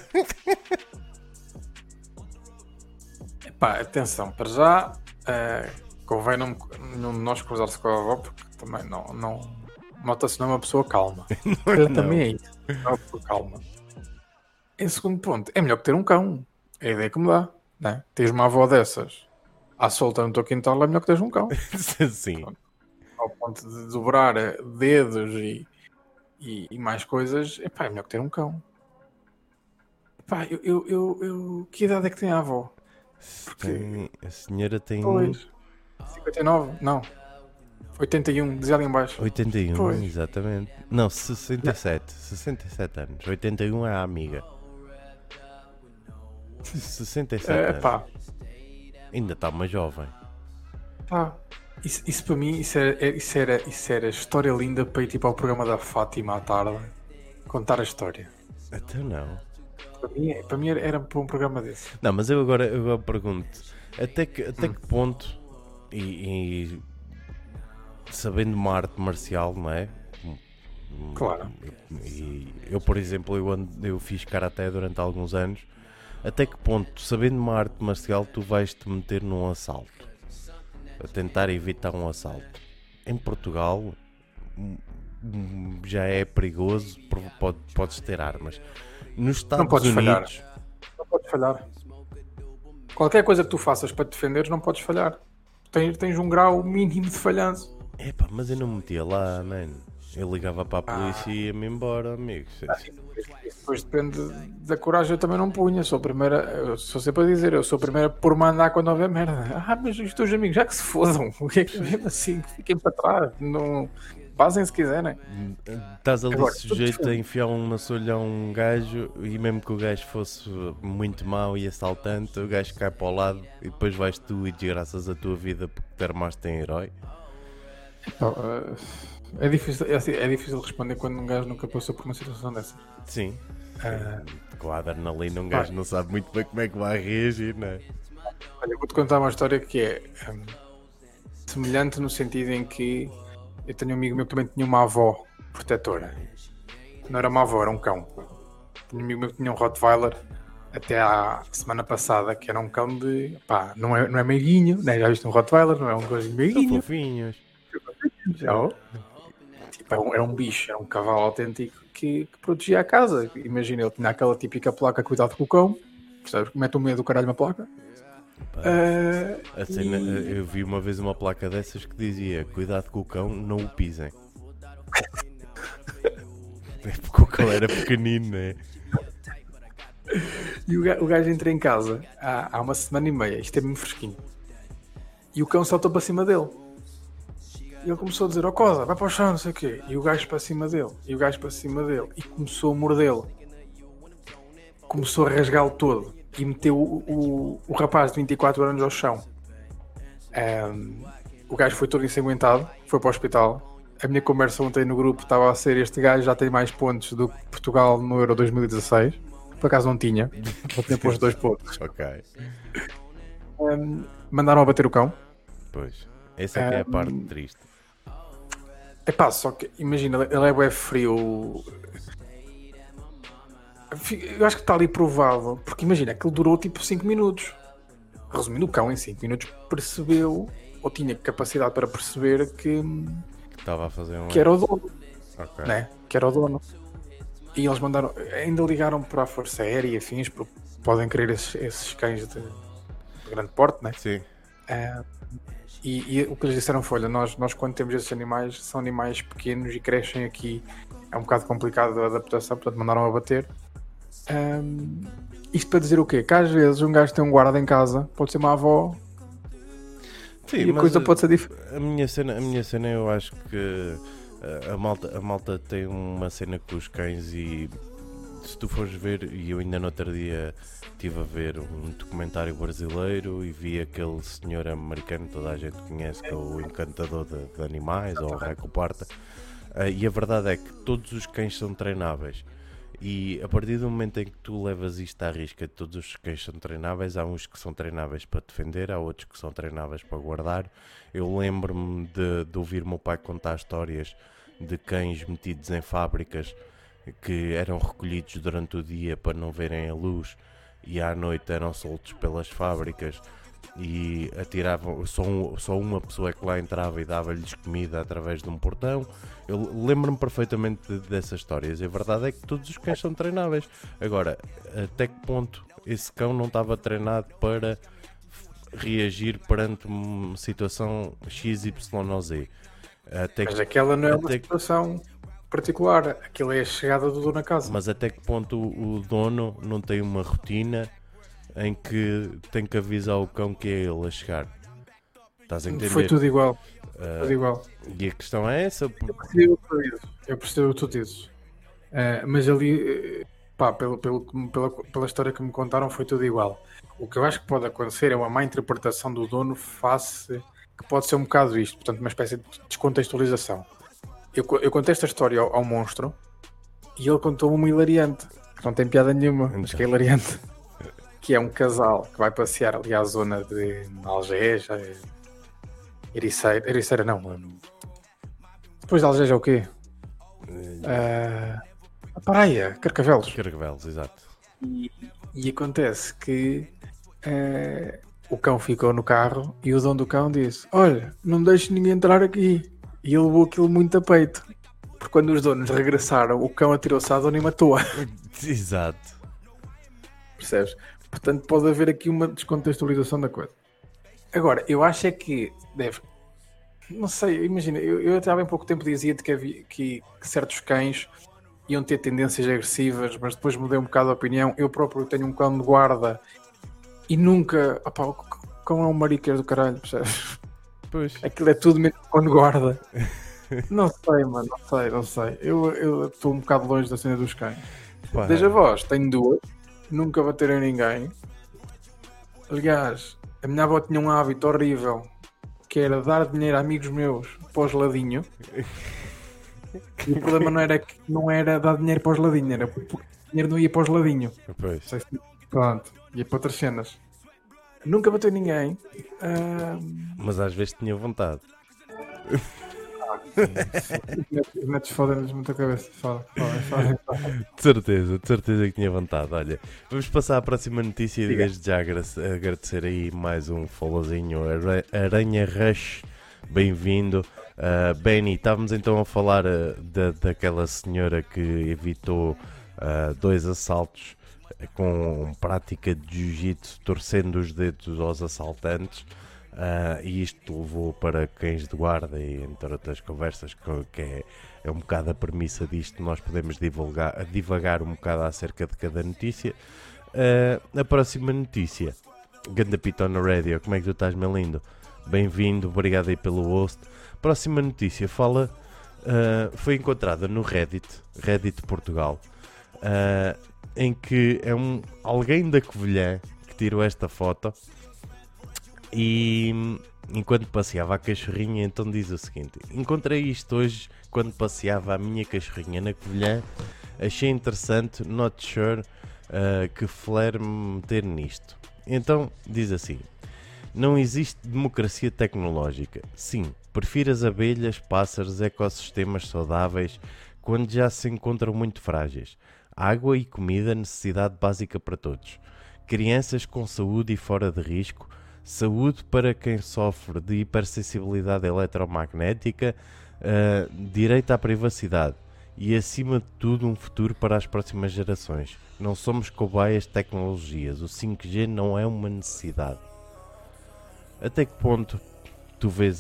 Epá, atenção, para já convém nenhum de nós cruzar-se com a avó, porque também não nota-se não é uma pessoa calma. Também é isso, não é uma pessoa calma. Em segundo ponto, é melhor que ter um cão. É a ideia que me dá, né? Tens uma avó dessas à solta no teu quintal, é melhor que teres um cão. Sim. Ao ponto de dobrar dedos e mais coisas, epá, é melhor que ter um cão. Epá, eu que idade é que tem a avó? A senhora tem... Pois, 59? Não. 81, diz ali em baixo. 81, pois. Exatamente. Não, 67 anos. 81 é a amiga. 67 anos. Ainda está uma jovem. Isso para mim, isso era história linda para ir tipo ao programa da Fátima à tarde contar a história. Até não. Para mim era para um programa desse. Não, mas eu agora pergunto, até que ponto, e sabendo uma arte marcial, não é? Claro. E eu, por exemplo, eu fiz karaté durante alguns anos. Até que ponto, sabendo uma arte marcial, tu vais-te meter num assalto? A tentar evitar um assalto. Em Portugal já é perigoso, podes ter armas. Nos Estados Unidos... Não podes falhar. Qualquer coisa que tu faças para te defenderes, não podes falhar. Tens um grau mínimo de falhanço. Epá, mas eu não me metia lá, mano. Eu ligava para a polícia e ia-me embora, amigos. Depois depende da coragem, eu também não punha. Eu sou sempre a dizer, eu sou a primeira por mandar quando houver merda. Mas os teus amigos, já que se fodam, mesmo assim, fiquem para trás. Não... Basem se quiserem. Estás ali sujeito a enfiar uma solha a um gajo e mesmo que o gajo fosse muito mau e assaltante, o gajo cai para o lado e depois vais tu e desgraças a tua vida porque te armaste em herói. É difícil responder quando um gajo nunca passou por uma situação dessa. Sim. Com a adrenalina um gajo não sabe muito bem como é que vai reagir, não é? Olha, vou-te contar uma história que é semelhante no sentido em que eu tenho um amigo meu que também tinha uma avó protetora. Não era uma avó, era um cão. Tinha um amigo meu que tinha um Rottweiler até à semana passada, que era um cão de... não é meiguinho, né? Já viste um Rottweiler, não é um coisinho meiguinho. São fofinhos. Era um bicho, era um cavalo autêntico que protegia a casa. Imagina, ele tinha aquela típica placa, cuidado com o cão. Percebes? Mete o medo do caralho na placa. Eu vi uma vez uma placa dessas que dizia: cuidado com o cão, não o pisem. É porque o cão era pequenino, não é? E o gajo entra em casa há uma semana e meia, isto é mesmo fresquinho. E o cão saltou para cima dele. E ele começou a dizer, Cosa, vai para o chão, não sei o quê. E o gajo para cima dele. E o gajo para cima dele. E começou a mordê-lo. Começou a rasgá-lo todo. E meteu o rapaz de 24 anos ao chão. O gajo foi todo ensanguentado. Foi para o hospital. A minha conversa ontem no grupo estava a ser, este gajo já tem mais pontos do que Portugal no Euro 2016. Por acaso não tinha. Só tinha posto 2 pontos. Ok. Mandaram a bater o cão. Pois. Essa é que é a parte triste. Epá, só que imagina, ele é bué frio. Eu acho que está ali provável, porque imagina, aquilo durou tipo 5 minutos. Resumindo, o cão em 5 minutos percebeu, ou tinha capacidade para perceber que Estava a fazer que era o dono, Ok. né? Que era o dono. E eles mandaram, ainda ligaram para a Força Aérea e afins, porque podem querer esses cães de grande porte, né? Sim. E o que eles disseram foi, olha, nós quando temos esses animais, são animais pequenos e crescem aqui, é um bocado complicado a adaptação, portanto mandaram a bater. Isto para dizer o quê? Que às vezes um gajo tem um guarda em casa, pode ser uma avó, Sim, e a coisa pode ser diferente. A minha cena eu acho que a malta tem uma cena com os cães e se tu fores ver, e eu ainda no outro dia estive a ver um documentário brasileiro e vi aquele senhor americano que toda a gente conhece, que é o encantador de animais, ou o Reco Parta, e a verdade é que todos os cães são treináveis. E a partir do momento em que tu levas isto à risca, todos os cães são treináveis, há uns que são treináveis para defender, há outros que são treináveis para guardar. Eu lembro-me de ouvir o meu pai contar histórias de cães metidos em fábricas que eram recolhidos durante o dia para não verem a luz e à noite eram soltos pelas fábricas e atiravam, só uma pessoa é que lá entrava e dava-lhes comida através de um portão. Eu lembro-me perfeitamente dessas histórias e a verdade é que todos os cães são treináveis. Agora, até que ponto esse cão não estava treinado para reagir perante uma situação X, Y ou Z? Mas aquela não é uma situação particular, aquilo é a chegada do dono a casa. Mas até que ponto o dono não tem uma rotina em que tem que avisar o cão que é ele a chegar? Estás a entender? Foi tudo igual. Tudo igual. E a questão é essa. Eu percebo o que tu dizes. Mas ali, pá, pela história que me contaram, foi tudo igual. O que eu acho que pode acontecer é uma má interpretação do dono face, que pode ser um bocado isto, portanto, uma espécie de descontextualização. Eu contei esta história ao monstro e ele contou uma hilariante, que não tem piada nenhuma, mas que é hilariante. Que é um casal que vai passear ali à zona de Algés, Ericeira não. Depois de Algés é o quê? A praia, Carcavelos. Carcavelos, exato. E acontece que o cão ficou no carro e o dono do cão disse: olha, não deixe ninguém entrar aqui. E ele levou aquilo muito a peito. Porque quando os donos regressaram, o cão atirou-se à dona e matou-a. Exato. Percebes? Portanto, pode haver aqui uma descontextualização da coisa. Agora, eu acho é que deve... Não sei, imagina, eu até há bem pouco tempo dizia-te que certos cães iam ter tendências agressivas, mas depois mudei um bocado a opinião. Eu próprio tenho um cão de guarda e nunca... Opá, o cão é um mariqueiro do caralho, percebes? Pois. Aquilo é tudo mesmo cão de guarda. Não sei, mano, não sei. Eu estou um bocado longe da cena dos cães. Pá. Das avós, tenho 2, nunca bateram em ninguém. Aliás, a minha avó tinha um hábito horrível, que era dar dinheiro a amigos meus para o geladinho. E o problema não era dar dinheiro para o geladinho, era porque o dinheiro não ia para o geladinho. Pois. Pronto, ia para outras cenas. Nunca bateu ninguém. Mas às vezes tinha vontade. Os netos fodem-nos muito a cabeça. De certeza que tinha vontade. Olha, vamos passar à próxima notícia e desde já agradecer aí mais um followzinho. Aranha Rush, bem-vindo. Benny, estávamos então a falar daquela senhora que evitou 2 assaltos com prática de jiu-jitsu, torcendo os dedos aos assaltantes. E isto levou para cães de guarda e entre outras conversas que é um bocado a premissa disto. Nós podemos divagar um bocado acerca de cada notícia. A próxima notícia, Ganda Pitona Radio, como é que tu estás, meu lindo? Bem-vindo, obrigado aí pelo host. Próxima notícia fala, foi encontrada no Reddit Portugal, em que é alguém da Covilhã que tirou esta foto e enquanto passeava a cachorrinha, então diz o seguinte: encontrei isto hoje quando passeava a minha cachorrinha na Covilhã, achei interessante, not sure que flair me meter nisto. Então diz assim: não existe democracia tecnológica. Sim, prefiro as abelhas, pássaros, ecossistemas saudáveis quando já se encontram muito frágeis. Água e comida, necessidade básica para todos. Crianças com saúde e fora de risco. Saúde para quem sofre de hipersensibilidade eletromagnética. Direito à privacidade. E acima de tudo um futuro para as próximas gerações. Não somos cobaias de tecnologias. O 5G não é uma necessidade. Até que ponto tu vês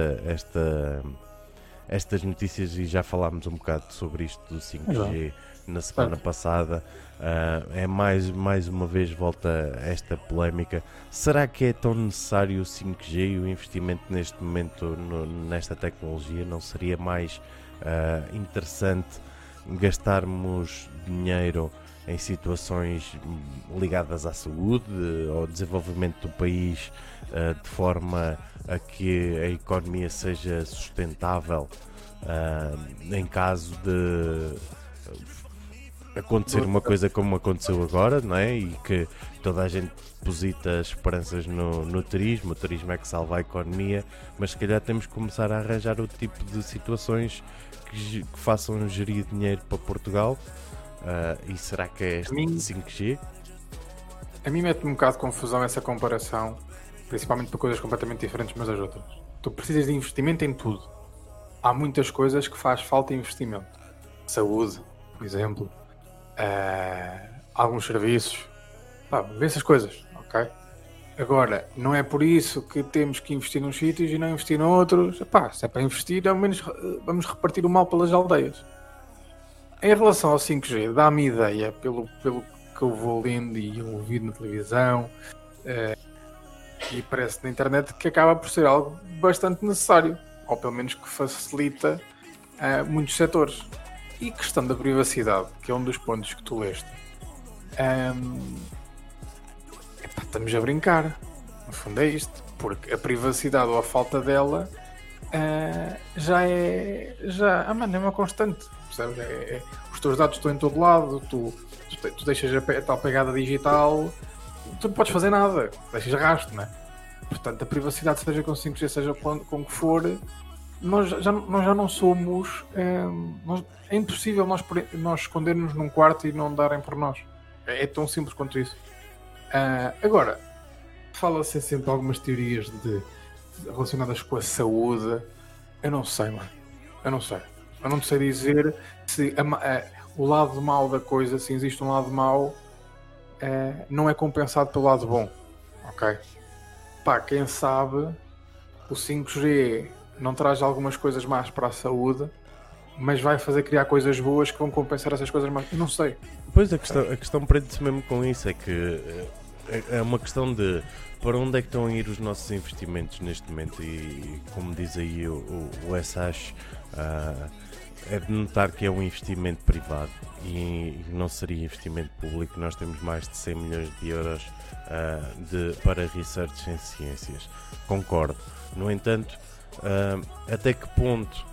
estas notícias, e já falámos um bocado sobre isto do 5G na semana passada, é mais uma vez volta a esta polémica. Será que é tão necessário o 5G e o investimento neste momento nesta tecnologia? Não seria mais interessante gastarmos dinheiro em situações ligadas à saúde, ao desenvolvimento do país, de forma a que a economia seja sustentável em caso de acontecer uma coisa como aconteceu agora, não é? E que toda a gente deposita esperanças no turismo. O turismo é que salva a economia, mas se calhar temos que começar a arranjar outro tipo de situações que façam gerir dinheiro para Portugal. E será que é este 5G? A mim mete-me um bocado de confusão essa comparação, principalmente para coisas completamente diferentes umas das outras. Tu precisas de investimento em tudo. Há muitas coisas que faz falta investimento. Saúde, por exemplo. Alguns serviços. Vê essas coisas, ok? Agora, não é por isso que temos que investir nos sítios e não investir noutros. Se é para investir, ao menos vamos repartir o mal pelas aldeias. Em relação ao 5G, dá-me ideia, pelo que eu vou lendo e ouvindo na televisão e parece na internet, que acaba por ser algo bastante necessário, ou pelo menos que facilita muitos setores. E questão da privacidade, que é um dos pontos que tu leste, estamos a brincar. No fundo é isto, porque a privacidade ou a falta dela é uma constante, percebes? Os teus dados estão em todo lado, tu deixas a tal pegada digital, tu não podes fazer nada, deixas rastro, não é? Portanto, a privacidade, seja com 5G, seja com o que for, nós já não somos. É impossível nós escondermos num quarto e não darem por nós. É tão simples quanto isso. Agora, fala-se sempre algumas teorias relacionadas com a saúde. Eu não sei, mano. Eu não sei dizer se o lado mau da coisa, se existe um lado mau, não é compensado pelo lado bom. Ok? Quem sabe o 5G não traz algumas coisas más para a saúde, mas vai fazer criar coisas boas que vão compensar essas coisas más. Eu não sei. Pois, a questão prende-se mesmo com isso, é que é uma questão de para onde é que estão a ir os nossos investimentos neste momento, e como diz aí o SH, é de notar que é um investimento privado e não seria investimento público. Nós temos mais de 100 milhões de euros para research em ciências. Concordo. No entanto, até que ponto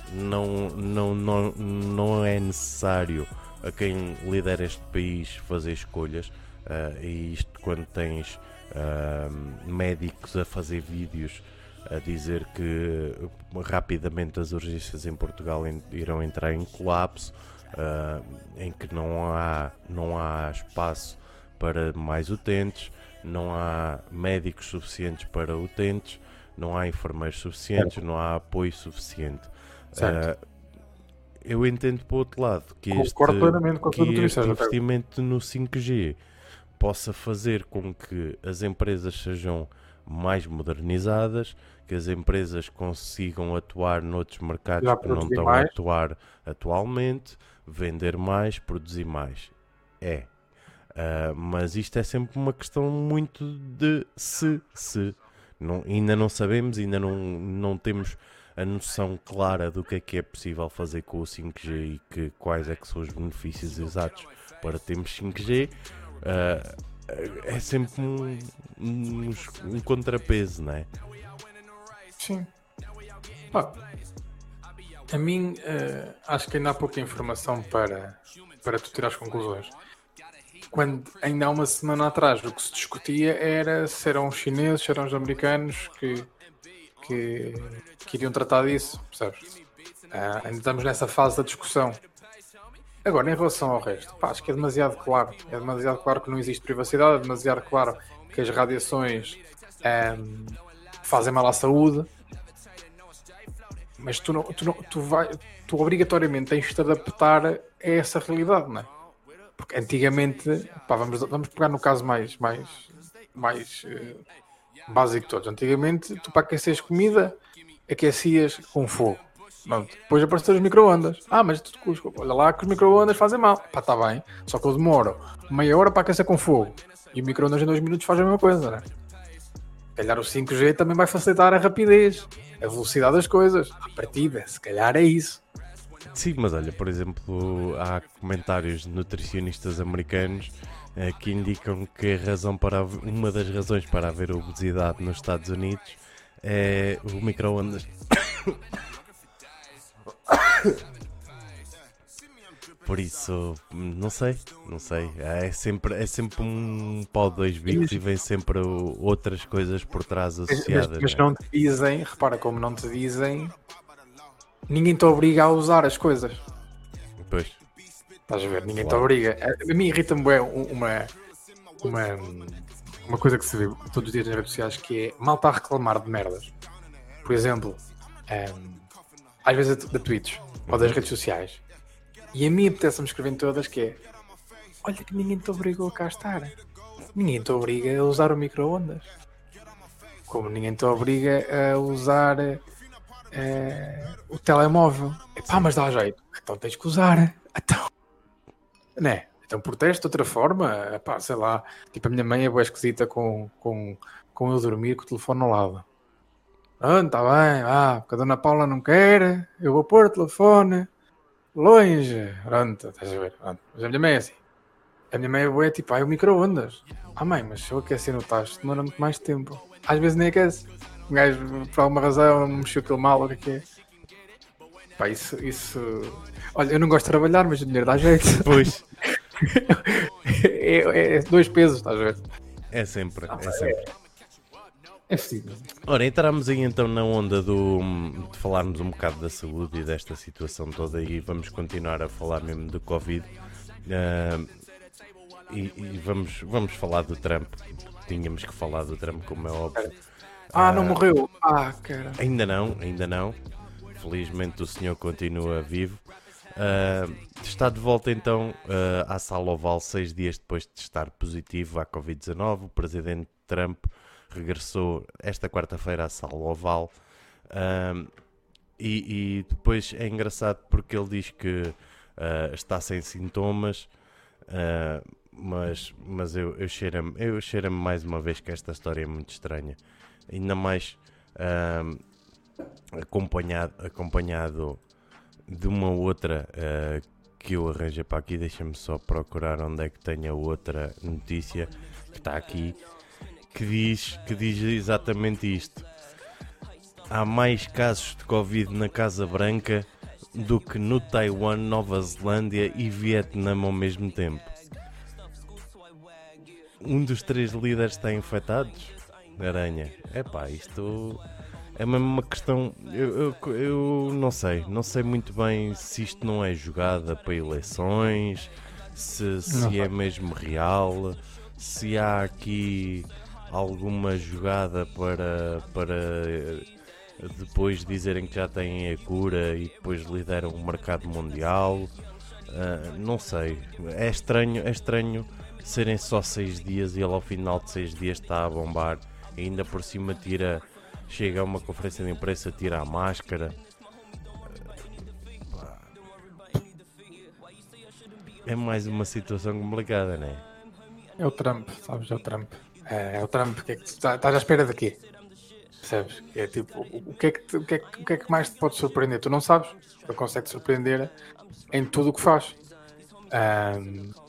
não é necessário a quem lidera este país fazer escolhas, e isto quando tens médicos a fazer vídeos a dizer que rapidamente as urgências em Portugal irão entrar em colapso, em que não há espaço para mais utentes, não há médicos suficientes para utentes, não há enfermeiros suficientes, não há apoio suficiente. Eu entendo para o outro lado que este investimento no 5G possa fazer com que as empresas sejam mais modernizadas, que as empresas consigam atuar noutros mercados que não estão a atuar atualmente, vender mais, produzir mais. Mas isto é sempre uma questão muito de se. Ainda não sabemos, ainda não temos a noção clara do que é possível fazer com o 5G e quais é que são os benefícios exatos para termos 5G. É sempre um contrapeso, não é? Sim. A mim, acho que ainda há pouca informação para tu tirar as conclusões. Quando ainda há uma semana atrás o que se discutia era se eram os chineses, se eram os americanos que iriam tratar disso, percebes? Ainda estamos nessa fase da discussão. Agora, em relação ao resto, acho que é demasiado claro. É demasiado claro que não existe privacidade, é demasiado claro que as radiações fazem mal à saúde. Mas tu obrigatoriamente tens de te adaptar a essa realidade, não é? Porque antigamente, vamos pegar no caso mais básico de todos. Antigamente, tu para aqueceres comida, aquecias com fogo. Não, depois apareceram os micro-ondas. Mas olha lá que os micro-ondas fazem mal. Está bem. Só que eu demoro meia hora para aquecer com fogo. E o micro-ondas em 2 minutos faz a mesma coisa, não é? Se calhar o 5G também vai facilitar a rapidez, a velocidade das coisas. À partida, se calhar é isso. Sim, mas olha, por exemplo, há comentários de nutricionistas americanos que indicam que uma das razões para haver obesidade nos Estados Unidos é o micro-ondas. Por isso, não sei. É sempre um pau de dois bicos e vem sempre outras coisas por trás associadas. Mas não te dizem, repara como não te dizem, ninguém te obriga a usar as coisas. Pois. Estás a ver? Ninguém te obriga. A mim irrita-me uma coisa que se vê todos os dias nas redes sociais, que é malta a reclamar de merdas. Por exemplo, às vezes da Twitch ou das redes sociais. E a mim apetece-me escrever em todas que é: olha que ninguém te obrigou a cá estar. Ninguém te obriga a usar o micro-ondas. Como ninguém te obriga a usar o telemóvel. Mas dá jeito. Então tens que usar. Né? Então proteste de outra forma. Sei lá. Tipo, a minha mãe é boa esquisita com eu dormir com o telefone ao lado. Está bem. Porque a Dona Paula não quer. Eu vou pôr o telefone longe. Pronto, estás a ver. Mas a minha mãe é assim. A minha mãe é boa, tipo, o micro-ondas. Mãe, mas se eu aquecer no tacho demora muito mais tempo. Às vezes nem aquece. Um gajo, por alguma razão, mexeu aquilo mal, ou o que é? Isso... Olha, eu não gosto de trabalhar, mas o dinheiro dá jeito. Pois. é 2 pesos, estás a ver? É sempre. É fedido. Ora, entramos aí então na onda de falarmos um bocado da saúde e desta situação toda e vamos continuar a falar mesmo do Covid. E vamos falar do Trump. Tínhamos que falar do Trump, como é óbvio. Não morreu. Cara. Ainda não. Felizmente o senhor continua vivo. Está de volta então à Sala Oval 6 dias depois de estar positivo à Covid-19. O presidente Trump regressou esta quarta-feira à Sala Oval. E depois é engraçado porque ele diz que está sem sintomas. Mas eu cheiro-me mais uma vez que esta história é muito estranha. Ainda mais acompanhado de uma outra que eu arranjei para aqui. Deixa-me só procurar onde é que tenho a outra notícia que está aqui, que diz exatamente isto. Há mais casos de Covid na Casa Branca do que no Taiwan, Nova Zelândia e Vietnã ao mesmo tempo. Um dos 3 líderes está infectado? Aranha. Isto é mesmo uma questão. Eu não sei muito bem se isto não é jogada para eleições, se é mesmo real, se há aqui alguma jogada para depois dizerem que já têm a cura e depois lideram o mercado mundial. Não sei. É estranho serem só 6 dias e ele ao final de 6 dias está a bombar. E ainda por cima chega a uma conferência de imprensa, tira a máscara. É mais uma situação complicada, não é? É o Trump, sabes? É o Trump. É o Trump. O que é que tu estás à espera de quê? Percebes? É tipo, o que é que mais te pode surpreender? Tu não sabes. Ele consegue te surpreender em tudo o que faz. Para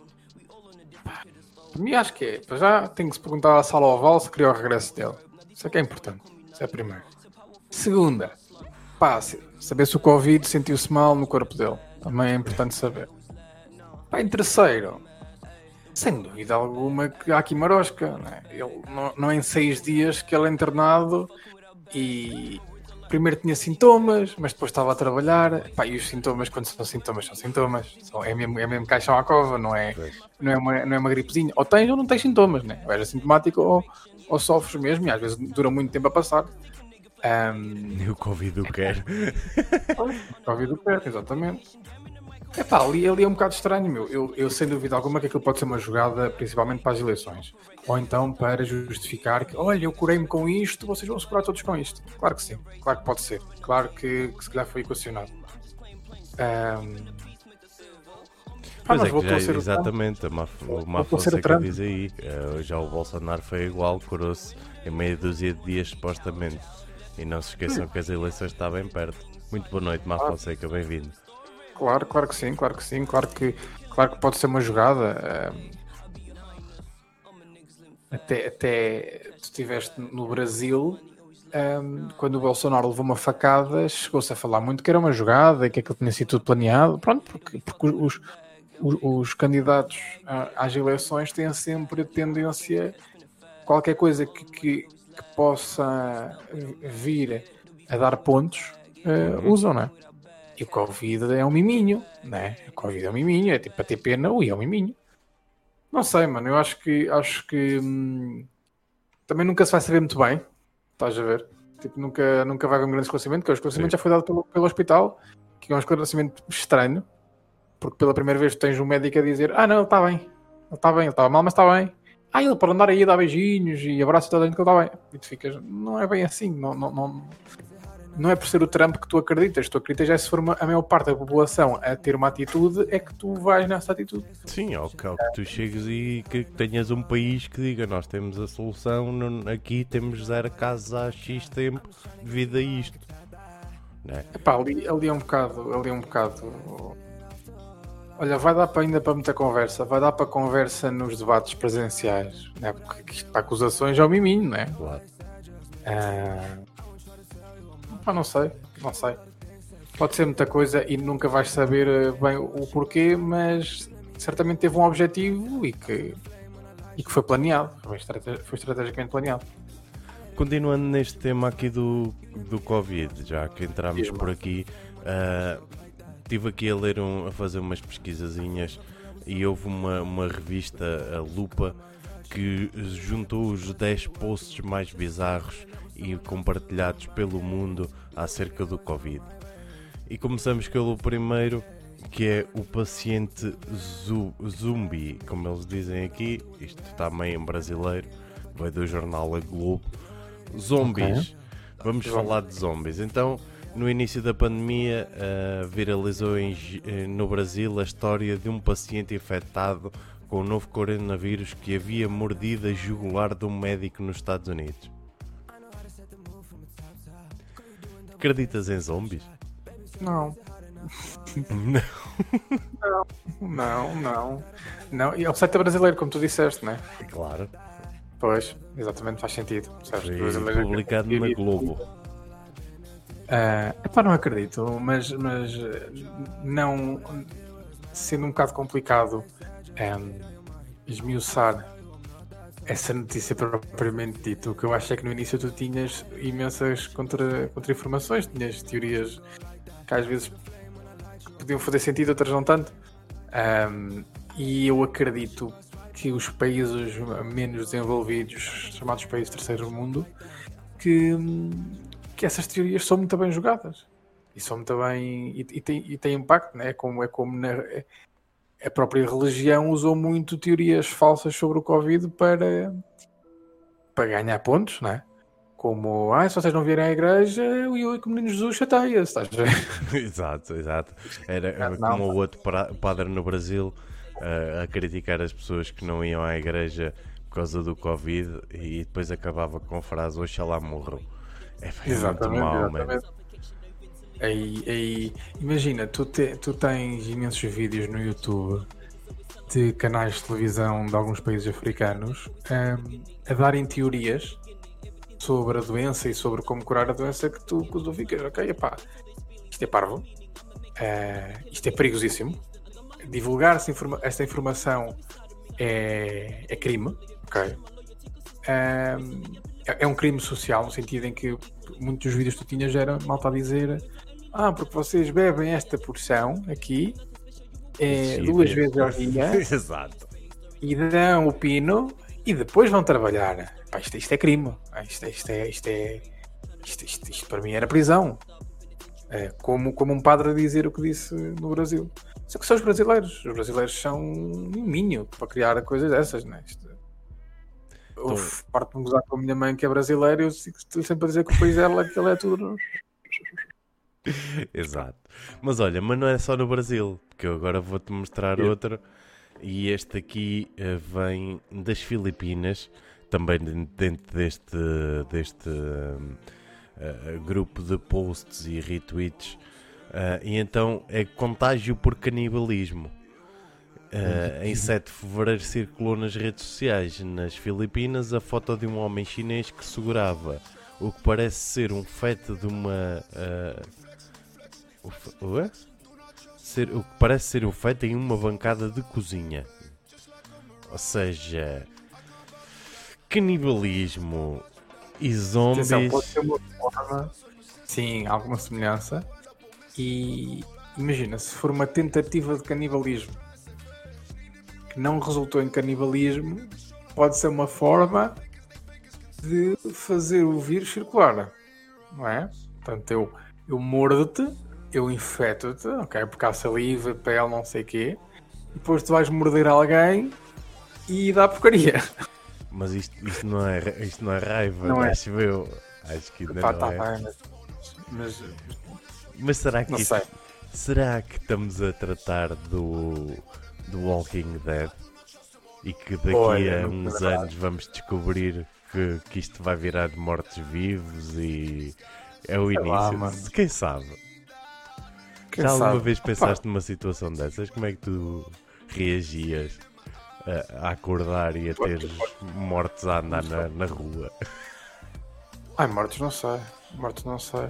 mim acho que é. Para já tem que se perguntar à Sala Oval se queria o regresso dele. Isso é que é importante. Isso é primeiro. Segunda, saber se o Covid sentiu-se mal no corpo dele. Também é importante saber. Em terceiro, sem dúvida alguma que há aqui marosca. Né? Ele não é em 6 dias que ele é internado e primeiro tinha sintomas, mas depois estava a trabalhar. E os sintomas, quando são sintomas, são sintomas. É mesmo caixão à cova, não é uma gripezinha. Ou tens ou não tens sintomas, né? Ou és assintomático ou sofres mesmo, e às vezes dura muito tempo a passar. E o Covid o quer. O Covid o quer, exatamente. Ali é um bocado estranho, meu. Eu sem dúvida alguma que aquilo pode ser uma jogada principalmente para as eleições. Ou então para justificar que, olha, eu curei-me com isto, vocês vão se curar todos com isto. Claro que sim, claro que pode ser. Claro que se calhar foi equacionado. Pois é que já, exatamente, o Mafonseca diz aí, já o Bolsonaro foi igual, curou-se em meia dúzia de dias supostamente. E não se esqueçam que as eleições estão bem perto. Muito boa noite, Mafonseca, bem-vindo. Claro que sim, claro que pode ser uma jogada. Até tu estiveste no Brasil, quando o Bolsonaro levou uma facada, chegou-se a falar muito que era uma jogada e que aquilo tinha sido tudo planeado. Pronto, porque os candidatos às eleições têm sempre tendência, qualquer coisa que possa vir a dar pontos, usam, não é? E o Covid é um miminho, né? O Covid é um miminho, é tipo para ter pena, é um miminho. Não sei, mano, eu acho que também nunca se vai saber muito bem, estás a ver? Tipo, nunca vai haver um grande esclarecimento, porque o esclarecimento já foi dado pelo hospital, que é um esclarecimento estranho, porque pela primeira vez tu tens um médico a dizer, não, ele está bem, ele estava mal, mas está bem. Ele para andar aí a dar beijinhos e abraços toda a gente que ele está bem. E tu ficas, não é bem assim, não é por ser o Trump que tu acreditas é se for a maior parte da população a ter uma atitude, é que tu vais nessa atitude. Sim, ao que tu chegues e que tenhas um país que diga, nós temos a solução, aqui temos 0 casos há X tempo devido a isto. Né? Ali é um bocado. Olha, vai dar ainda para muita conversa, vai dar para conversa nos debates presenciais, né? Porque isto para acusações é o miminho, não é? Claro. Não sei. Pode ser muita coisa e nunca vais saber bem o porquê, mas certamente teve um objetivo e que foi planeado, foi estrategicamente planeado. Continuando neste tema aqui do Covid, já que entramos por aqui, estive aqui a fazer umas pesquisazinhas e houve uma revista, a Lupa, que juntou os 10 posts mais bizarros e compartilhados pelo mundo acerca do Covid. E começamos pelo primeiro, que é o paciente zumbi, como eles dizem aqui, isto está meio em brasileiro, veio do jornal A Globo. Zombies, okay. Vamos falar de zombies. Então, no início da pandemia, viralizou no Brasil a história de um paciente infectado com o novo coronavírus que havia mordido a jugular de um médico nos Estados Unidos. Acreditas em zombies? Não. Não. E é o site brasileiro, como tu disseste, não é? Claro. Pois, exatamente, faz sentido. Foi publicado na Globo. Não acredito, mas não, sendo um bocado complicado esmiuçar essa notícia propriamente dita. O que eu acho é que no início tu tinhas imensas contra-informações, tinhas teorias que às vezes podiam fazer sentido, outras não tanto. E eu acredito que os países menos desenvolvidos, chamados países do terceiro mundo, que essas teorias são muito bem jogadas e são muito bem e têm impacto, né? Como a própria religião usou muito teorias falsas sobre o Covid para ganhar pontos, né? Como, se vocês não vierem à igreja, o menino Jesus chateia-se, estás a ver? Exato. Era como o outro padre no Brasil a criticar as pessoas que não iam à igreja por causa do Covid e depois acabava com a frase "Oxalá morram". É muito mau, mano. Aí, imagina, tu tens imensos vídeos no YouTube de canais de televisão de alguns países africanos a darem teorias sobre a doença e sobre como curar a doença que tu ficas, ok, epá, isto é parvo, isto é perigosíssimo, divulgar esta informação é crime, ok? É um crime social, no sentido em que muitos dos vídeos que tu tinhas era malta a dizer porque vocês bebem esta porção aqui 2 vezes ao dia Exato. e dão o pino e depois vão trabalhar. Pá, isto é crime. Isto para mim era prisão. Como um padre a dizer o que disse no Brasil. Só que são os brasileiros. Os brasileiros são um minho para criar coisas dessas, né? Eu parto-me gozar com a minha mãe que é brasileira e eu estou sempre a dizer que o país dela que ele é tudo. Exato. Mas olha, mas não é só no Brasil, porque eu agora vou-te mostrar outro. E este aqui vem das Filipinas, também dentro deste grupo de posts e retweets. E então é contágio por canibalismo. Em 7 de fevereiro circulou nas redes sociais nas Filipinas a foto de um homem chinês que segurava o que parece ser um feto de uma... o que parece ser um feto em uma bancada de cozinha. Ou seja, canibalismo e zombies. Atenção, pode ser uma forma, sim, alguma semelhança. E imagina, se for uma tentativa de canibalismo que não resultou em canibalismo, pode ser uma forma de fazer o vírus circular, não é? Portanto, eu mordo-te, eu infecto-te, ok? Porque há saliva, pele, não sei o quê, e depois tu vais morder alguém e dá porcaria. Mas isto não é raiva, não acho eu. Acho que ainda não é. Bem, mas será que não sei. Será que estamos a tratar do Walking Dead? E que daqui a uns anos vamos descobrir que isto vai virar de mortos-vivos e é o início. Quem sabe? Já alguma vez pensaste numa situação dessas? Como é que tu reagias a acordar e a ter mortos a andar na rua? Mortos não sei.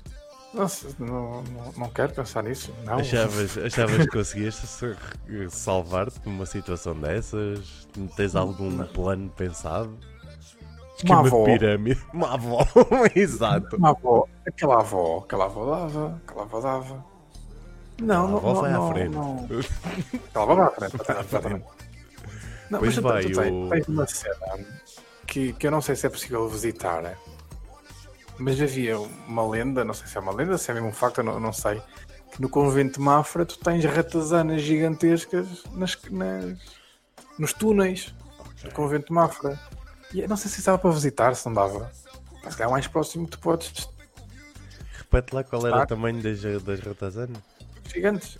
Não quero pensar nisso. Não. Achavas que conseguias salvar-te numa situação dessas? Tens algum plano pensado? Uma avó. Pirâmide. Uma avó, exato. Uma avó. Aquela avó dava. Não, a avó vai à frente. Aquela avó vai à frente. Não, pois mas vai, tens uma cena que eu não sei se é possível visitar, mas havia uma lenda, não sei se é uma lenda, se é mesmo um facto, eu não sei, que no convento de Mafra tu tens ratazanas gigantescas nos túneis do convento de Mafra. E eu não sei se estava para visitar, se não dava. Mas é o mais próximo que tu podes. Repete lá qual era o tamanho das ratazanas. Gigantes.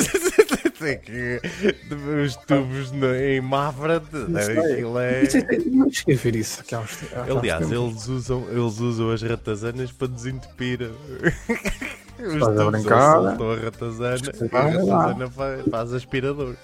Os tubos em Mafra, aquilo é... Não cheguei a ver isso aqui há uns Aliás, eles usam as ratazanas para desentupir. Os Estás a tubos brincar? soltam a ratazana e a ratazana faz aspirador.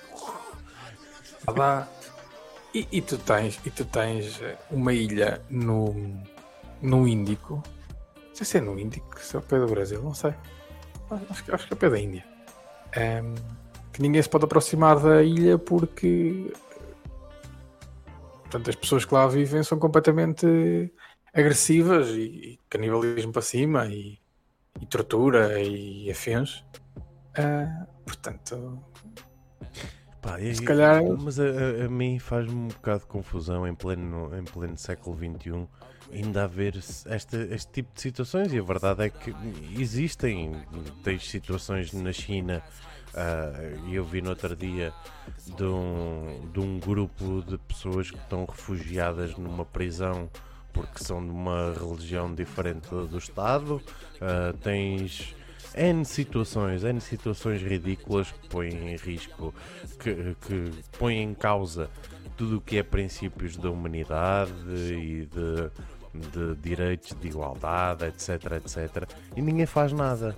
E tu tens uma ilha no Índico. Não sei se é no Índico, se é ao pé do Brasil, não sei. Acho que é ao pé da Índia. Que ninguém se pode aproximar da ilha porque portanto, as pessoas que lá vivem são completamente agressivas e canibalismo para cima e tortura e afins. Portanto, se calhar... Mas a mim faz-me um bocado de confusão em pleno século XXI ainda haver este tipo de situações, e a verdade é que existem. Tens situações na China, e eu vi no outro dia de um grupo de pessoas que estão refugiadas numa prisão porque são de uma religião diferente do Estado. Tens N situações ridículas que põem em risco, que põem em causa tudo o que é princípios da humanidade e de direitos, de igualdade, etc, etc. E ninguém faz nada.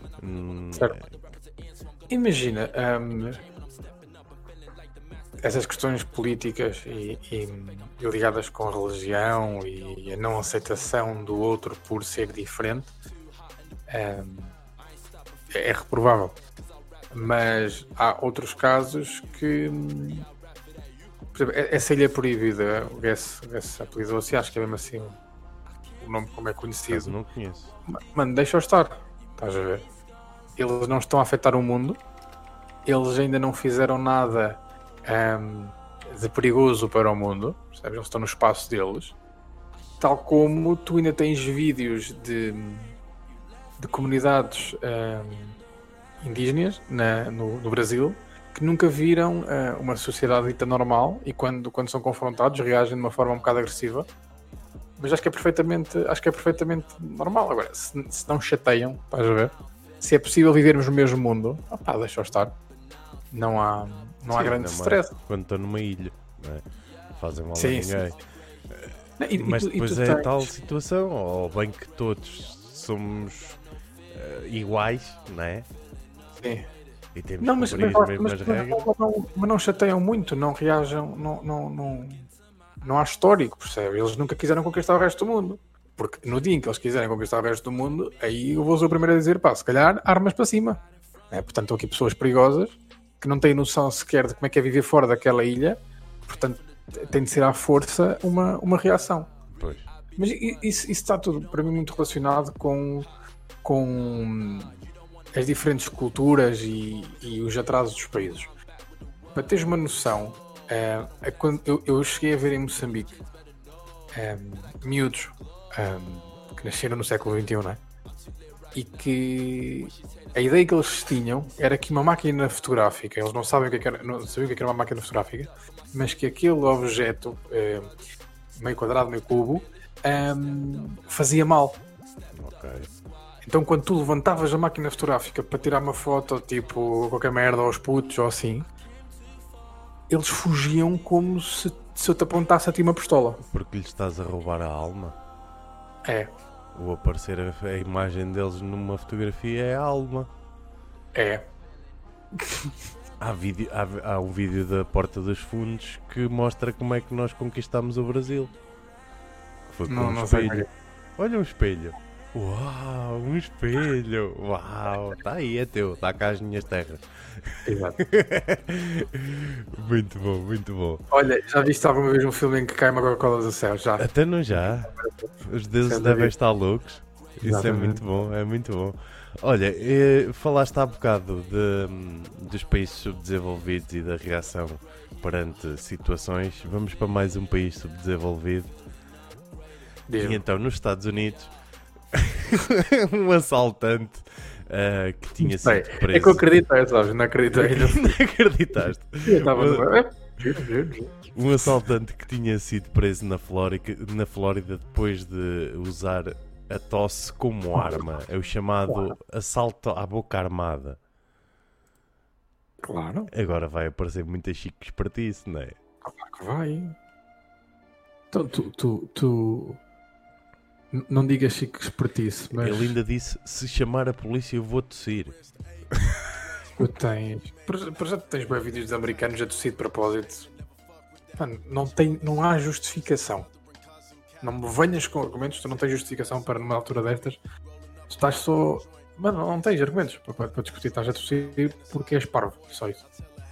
Imagina, essas questões políticas e ligadas com a religião e a não aceitação do outro por ser diferente é reprovável. Mas há outros casos que, por exemplo, essa Ilha Proibida, o Guess apelidou-se, acho que é mesmo assim o nome como é conhecido. Não conheço. Mano, deixa-o estar, estás a ver? Eles não estão a afetar o mundo, eles ainda não fizeram nada de perigoso para o mundo, percebes? Eles estão no espaço deles, tal como tu ainda tens vídeos de comunidades indígenas no Brasil que nunca viram uma sociedade dita normal e quando são confrontados reagem de uma forma um bocado agressiva, mas acho que é perfeitamente normal. Agora, se não chateiam, estás a ver? Se é possível vivermos no mesmo mundo, deixa-o estar. Não há grande stress. Quando estão numa ilha, não é? Fazem mal a Sim, ninguém. Sim. Mas depois é tal situação, ou bem que todos somos iguais, não é? Sim. E temos que cumprir as mesmas regras. Mas não chateiam muito, não reagem, não há histórico, percebe? Eles nunca quiseram conquistar o resto do mundo. Porque no dia em que eles quiserem conquistar o resto do mundo, aí eu vou ser o primeiro a dizer, se calhar armas para cima. Portanto, estão aqui pessoas perigosas que não têm noção sequer de como é que é viver fora daquela ilha, portanto tem de ser à força uma reação. Pois. Mas isso está tudo para mim muito relacionado com as diferentes culturas e os atrasos dos países. Para teres uma noção, quando eu cheguei a ver em Moçambique miúdos que nasceram no século XXI, não é? E que a ideia que eles tinham era que uma máquina fotográfica, eles não sabiam o que era uma máquina fotográfica, mas que aquele objeto meio quadrado, meio cubo fazia mal. Ok. Então quando tu levantavas a máquina fotográfica para tirar uma foto, tipo qualquer merda aos putos ou assim, eles fugiam como se eu te apontasse a ti uma pistola. Porque lhes estás a roubar a alma. É. O aparecer a imagem deles numa fotografia é a alma. É. Há um vídeo da Porta dos Fundos que mostra como é que nós conquistámos o Brasil. Foi com um espelho. Olha um espelho. Uau, um espelho. Uau, está aí, é teu. Está cá as minhas terras. Exato. Muito bom, muito bom. Olha, já viste alguma vez um filme em que cai uma Coca-Cola do céu? Já. Até não já. Os deuses devem estar loucos. Isso exatamente. É muito bom. Olha, falaste há bocado dos países subdesenvolvidos e da reação perante situações. Vamos para mais um país subdesenvolvido. E então, nos Estados Unidos, um assaltante que tinha sido preso. É que eu acreditei, sabes? Não acreditei. Não acreditaste? Um assaltante que tinha sido preso na Flórida depois de usar a tosse como arma. É o chamado assalto à boca armada. Claro. Agora vai aparecer muita chique espertice, não é? Claro que vai. Então tu não digas chique espertice, mas... Ele ainda disse, se chamar a polícia eu vou tossir. Tu tens... Por já tens bem vídeos de americanos a tossir de propósito. Mano, não há justificação. Não me venhas com argumentos, tu não tens justificação para numa altura destas. Tu estás só... Mano, não tens argumentos para discutir. Estás a tossir porque és parvo, só isso.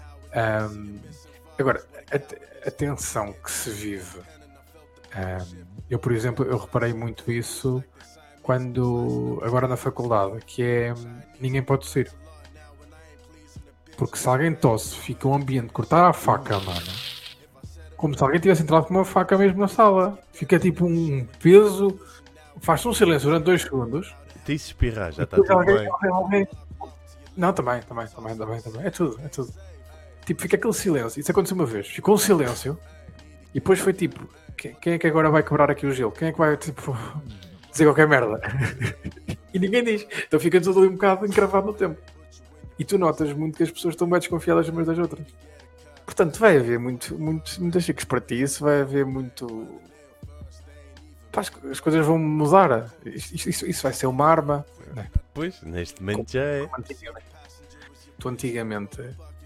Agora, a tensão que se vive... eu, por exemplo, eu reparei muito isso agora na faculdade, que é ninguém pode tossir. Porque se alguém tosse, fica um ambiente, cortar a faca, mano, como se alguém tivesse entrado com uma faca mesmo na sala. Fica tipo um peso, faz-se um silêncio durante 2 segundos. E se espirrar, já está tudo bem. Não, também. É tudo. Tipo, fica aquele silêncio. Isso aconteceu uma vez. Ficou um silêncio. E depois foi tipo, quem é que agora vai quebrar aqui o gelo? Quem é que vai, tipo, dizer qualquer merda? E ninguém diz. Então fica tudo ali um bocado encravado no tempo. E tu notas muito que as pessoas estão bem desconfiadas umas das outras. Portanto, vai haver muitas dicas para ti. Isso vai haver muito... Pá, as coisas vão mudar. Isso vai ser uma arma. Pois, neste momento já é. Tu antigamente...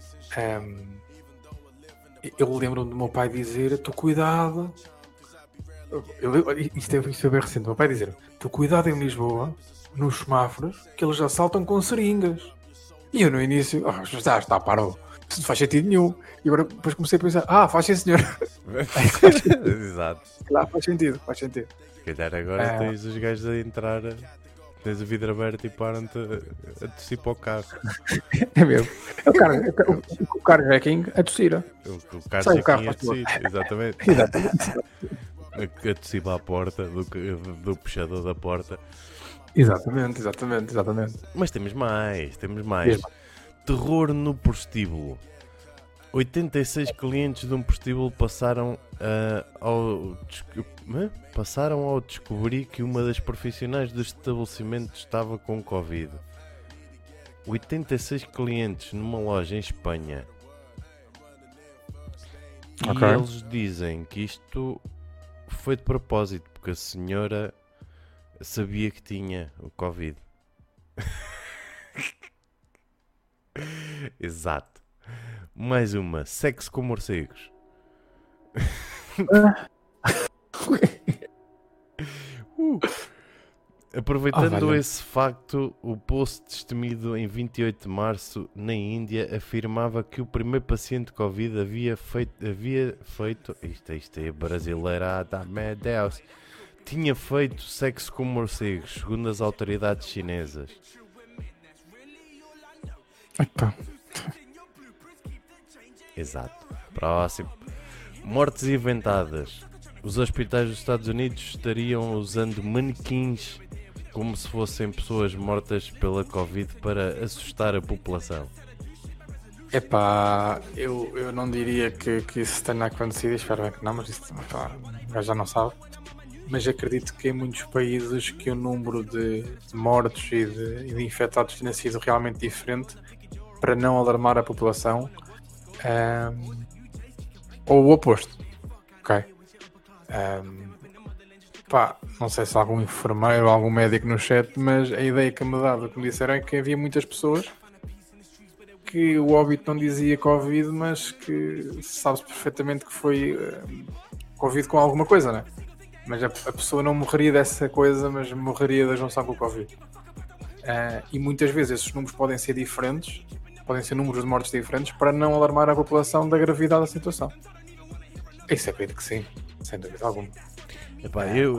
eu lembro-me do meu pai dizer: tu cuidado. Isto é bem recente. O meu pai dizer: tu cuidado em Lisboa, nos semáforos, que eles assaltam com seringas. E eu no início, já está, parou. Isso não faz sentido nenhum. E agora depois comecei a pensar: faz sim, senhor. Exato. Claro, faz sentido. Se calhar agora tens os gajos a entrar, tens o vidro aberto e param-te a tossir para o carro. É mesmo. O carjacking a tossir. O carjacking a tossir, exatamente. A tossir para a porta, do puxador da porta. Exatamente. Mas temos mais. Terror no prostíbulo. 86 clientes de um prostíbulo passaram ao descobrir que uma das profissionais do estabelecimento estava com Covid. 86 clientes numa loja em Espanha. E eles dizem que isto foi de propósito, porque a senhora sabia que tinha o Covid. Exato. Mais uma. Sexo com morcegos. Aproveitando esse facto, o post destemido em 28 de março na Índia afirmava que o primeiro paciente de Covid havia feito isto é brasileirada, meu Deus, tinha feito sexo com morcegos, segundo as autoridades chinesas. Epa. Exato. Próximo. Mortes inventadas. Os hospitais dos Estados Unidos estariam usando manequins como se fossem pessoas mortas pela Covid para assustar a população. Epá, eu não diria que isso tenha acontecido, espero bem que não, mas isso já não sabe. Mas acredito que em muitos países que o número de mortos e de infectados tenha sido realmente diferente, para não alarmar a população, ou o oposto. Ok? Não sei se há algum enfermeiro ou algum médico no chat, mas a ideia que me dava, que me disseram, é que havia muitas pessoas que o óbito não dizia Covid, mas que sabe-se perfeitamente que foi Covid com alguma coisa, né? Mas a pessoa não morreria dessa coisa, mas morreria da junção com o Covid. E muitas vezes esses números podem ser diferentes, podem ser números de mortes diferentes, para não alarmar a população da gravidade da situação. Isso acredito que sim, sem dúvida alguma. Epá,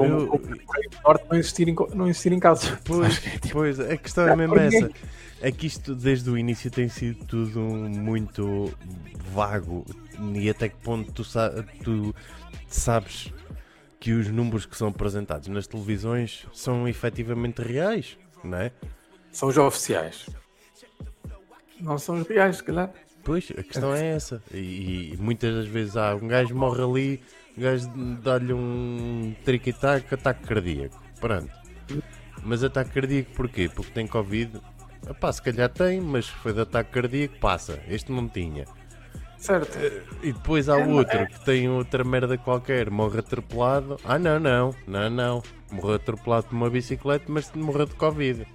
não existir em casos. Pois, a questão é mesmo essa. É que isto desde o início tem sido tudo muito vago. E até que ponto tu sabes que os números que são apresentados nas televisões são efetivamente reais, não é? São os oficiais. Não são os reais, se calhar. Pois, a questão é essa. E muitas das vezes um gajo morre ali, o gajo dá-lhe um trique-tac, ataque cardíaco. Pronto. Mas ataque cardíaco porquê? Porque tem Covid. Epá, se calhar tem, mas foi de ataque cardíaco, passa. Este não tinha. Certo. E depois há outro que tem outra merda qualquer, morre atropelado. Não. Morreu atropelado por uma bicicleta, mas morreu de Covid.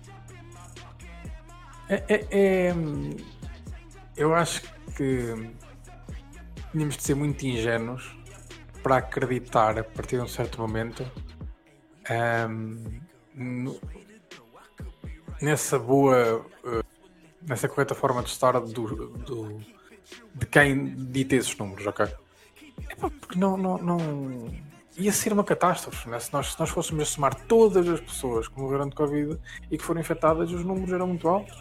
Eu acho que tínhamos de ser muito ingênuos para acreditar, a partir de um certo momento, nessa correta forma de estar de quem dita esses números, ok? Porque não ia ser uma catástrofe, né? Se nós fôssemos a somar todas as pessoas que morreram de Covid e que foram infectadas, os números eram muito altos.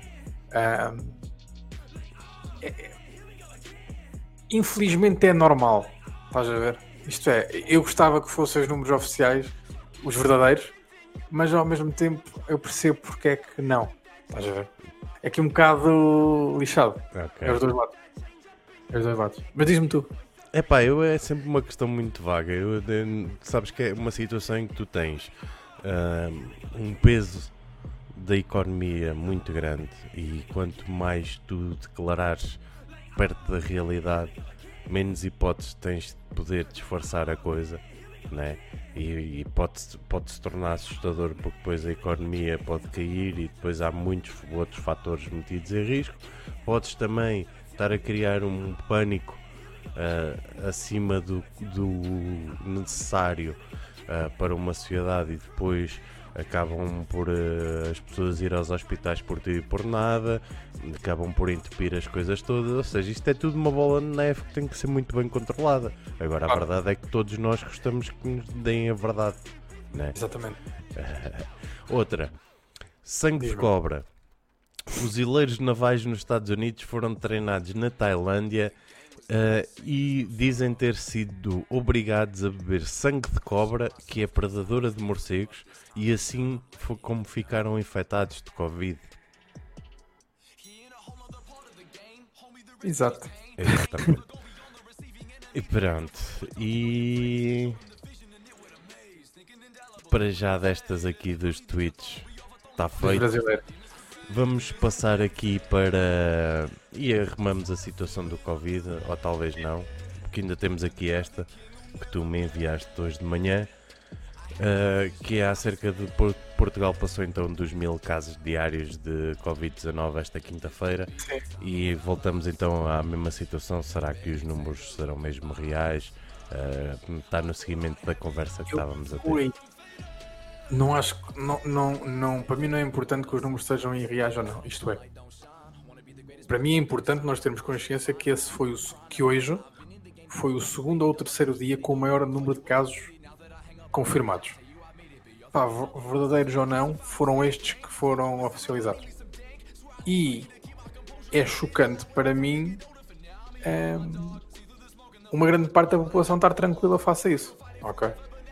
Infelizmente é normal, estás a ver? Isto é, eu gostava que fossem os números oficiais, os verdadeiros, mas ao mesmo tempo eu percebo porque é que não, estás a ver? É que um bocado lixado. Okay. É os dois lados. Mas diz-me tu. Epá, é sempre uma questão muito vaga. Sabes que é uma situação em que tu tens um peso da economia muito grande e quanto mais tu declarares perto da realidade, menos hipóteses tens de poder disfarçar a coisa, né? E pode-se tornar assustador porque depois a economia pode cair e depois há muitos outros fatores metidos em risco. Podes também estar a criar um pânico acima do necessário para uma sociedade e depois acabam por as pessoas ir aos hospitais por tudo e por nada, acabam por entupir as coisas todas, ou seja, isto é tudo uma bola de neve que tem que ser muito bem controlada. Agora a verdade é que todos nós gostamos que nos deem a verdade, né? Exatamente. Outra, sangue de cobra. Fuzileiros navais nos Estados Unidos foram treinados na Tailândia e dizem ter sido obrigados a beber sangue de cobra, que é predadora de morcegos, e assim foi como ficaram infectados de Covid. Exato. Exatamente. E pronto. E para já destas aqui dos tweets está feito. Vamos passar aqui para... E arrumamos a situação do Covid, ou talvez não, porque ainda temos aqui esta, que tu me enviaste hoje de manhã, que é acerca de Portugal passou então dos 1000 casos diários de Covid-19 esta quinta-feira. Sim. E voltamos então à mesma situação. Será que os números serão mesmo reais? Está no seguimento da conversa que estávamos a ter. Não acho que não, para mim não é importante que os números sejam irreais ou não. Isto é, para mim é importante nós termos consciência que que hoje foi o segundo ou terceiro dia com o maior número de casos confirmados. Pá, verdadeiros ou não, foram estes que foram oficializados. E é chocante para mim uma grande parte da população estar tranquila face a isso. Ok?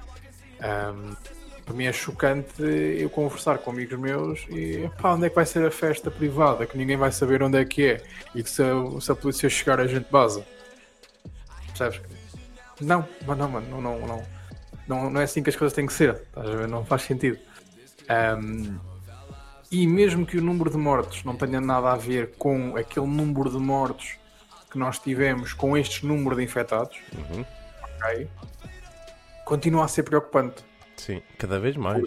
Para mim é chocante eu conversar com amigos meus e pá, onde é que vai ser a festa privada, que ninguém vai saber onde é que é e que se a polícia chegar a gente baza. Percebes? Não é assim que as coisas têm que ser. Estás a ver? Não faz sentido. E mesmo que o número de mortos não tenha nada a ver com aquele número de mortos que nós tivemos com este número de infectados, ok? Continua a ser preocupante. Sim, cada vez mais.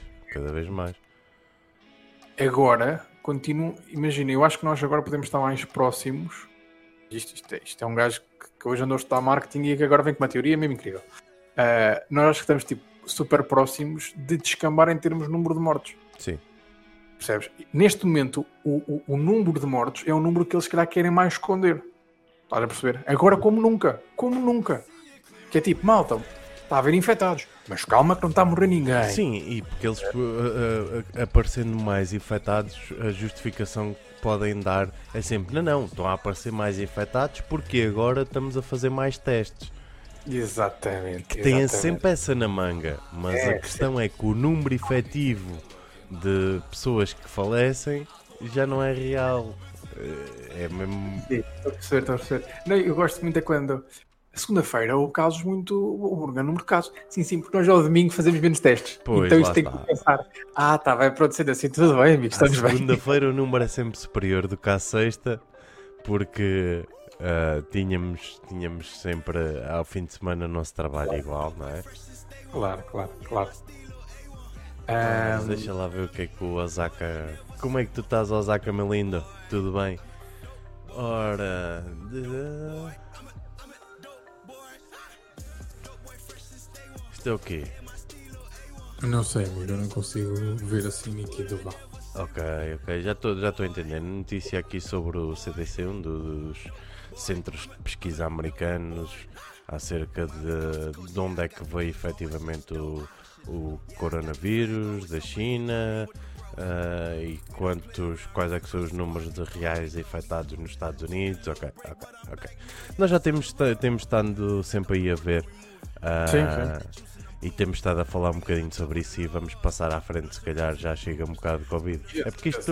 Agora, imagina, eu acho que nós agora podemos estar mais próximos. Isto é um gajo que hoje andou a estudar marketing e que agora vem com uma teoria mesmo incrível. Nós acho que estamos tipo, super próximos de descambar em termos de número de mortos. Sim. Percebes? Neste momento, o número de mortos é um número que eles se calhar querem mais esconder. Estás a perceber? Agora como nunca. Que é tipo, malta, está a haver infectados, mas calma que não está a morrer ninguém. Sim, e porque eles aparecendo mais infectados, a justificação que podem dar é sempre, não, estão a aparecer mais infectados porque agora estamos a fazer mais testes. Exatamente. Tem sempre essa na manga, mas a questão é que o número efetivo de pessoas que falecem já não é real. É mesmo... Sim, estou a perceber. Não, eu gosto muito quando... Segunda-feira houve casos o número de casos. Sim, porque nós ao domingo fazemos menos testes. Pois, então isto tem que pensar. Vai pronto, sendo assim, tudo bem, amigos, estamos bem. Segunda-feira o número é sempre superior do que à sexta, porque tínhamos sempre, ao fim de semana, o nosso trabalho igual, não é? Claro. Mas deixa lá ver o que é que o Osaka... Como é que tu estás, Osaka, meu lindo? Tudo bem? Ora... Isto é o quê? Não sei, amigo, eu não consigo ver assim nítido. Ok, já estou a entender. Notícia aqui sobre o CDC, um dos centros de pesquisa americanos, acerca de onde é que veio efetivamente o coronavírus, da China, e quais é que são os números de reais infectados nos Estados Unidos. Ok. Nós já temos estado sempre aí a ver. Sim. E temos estado a falar um bocadinho sobre isso e vamos passar à frente, se calhar já chega um bocado de Covid. É porque isto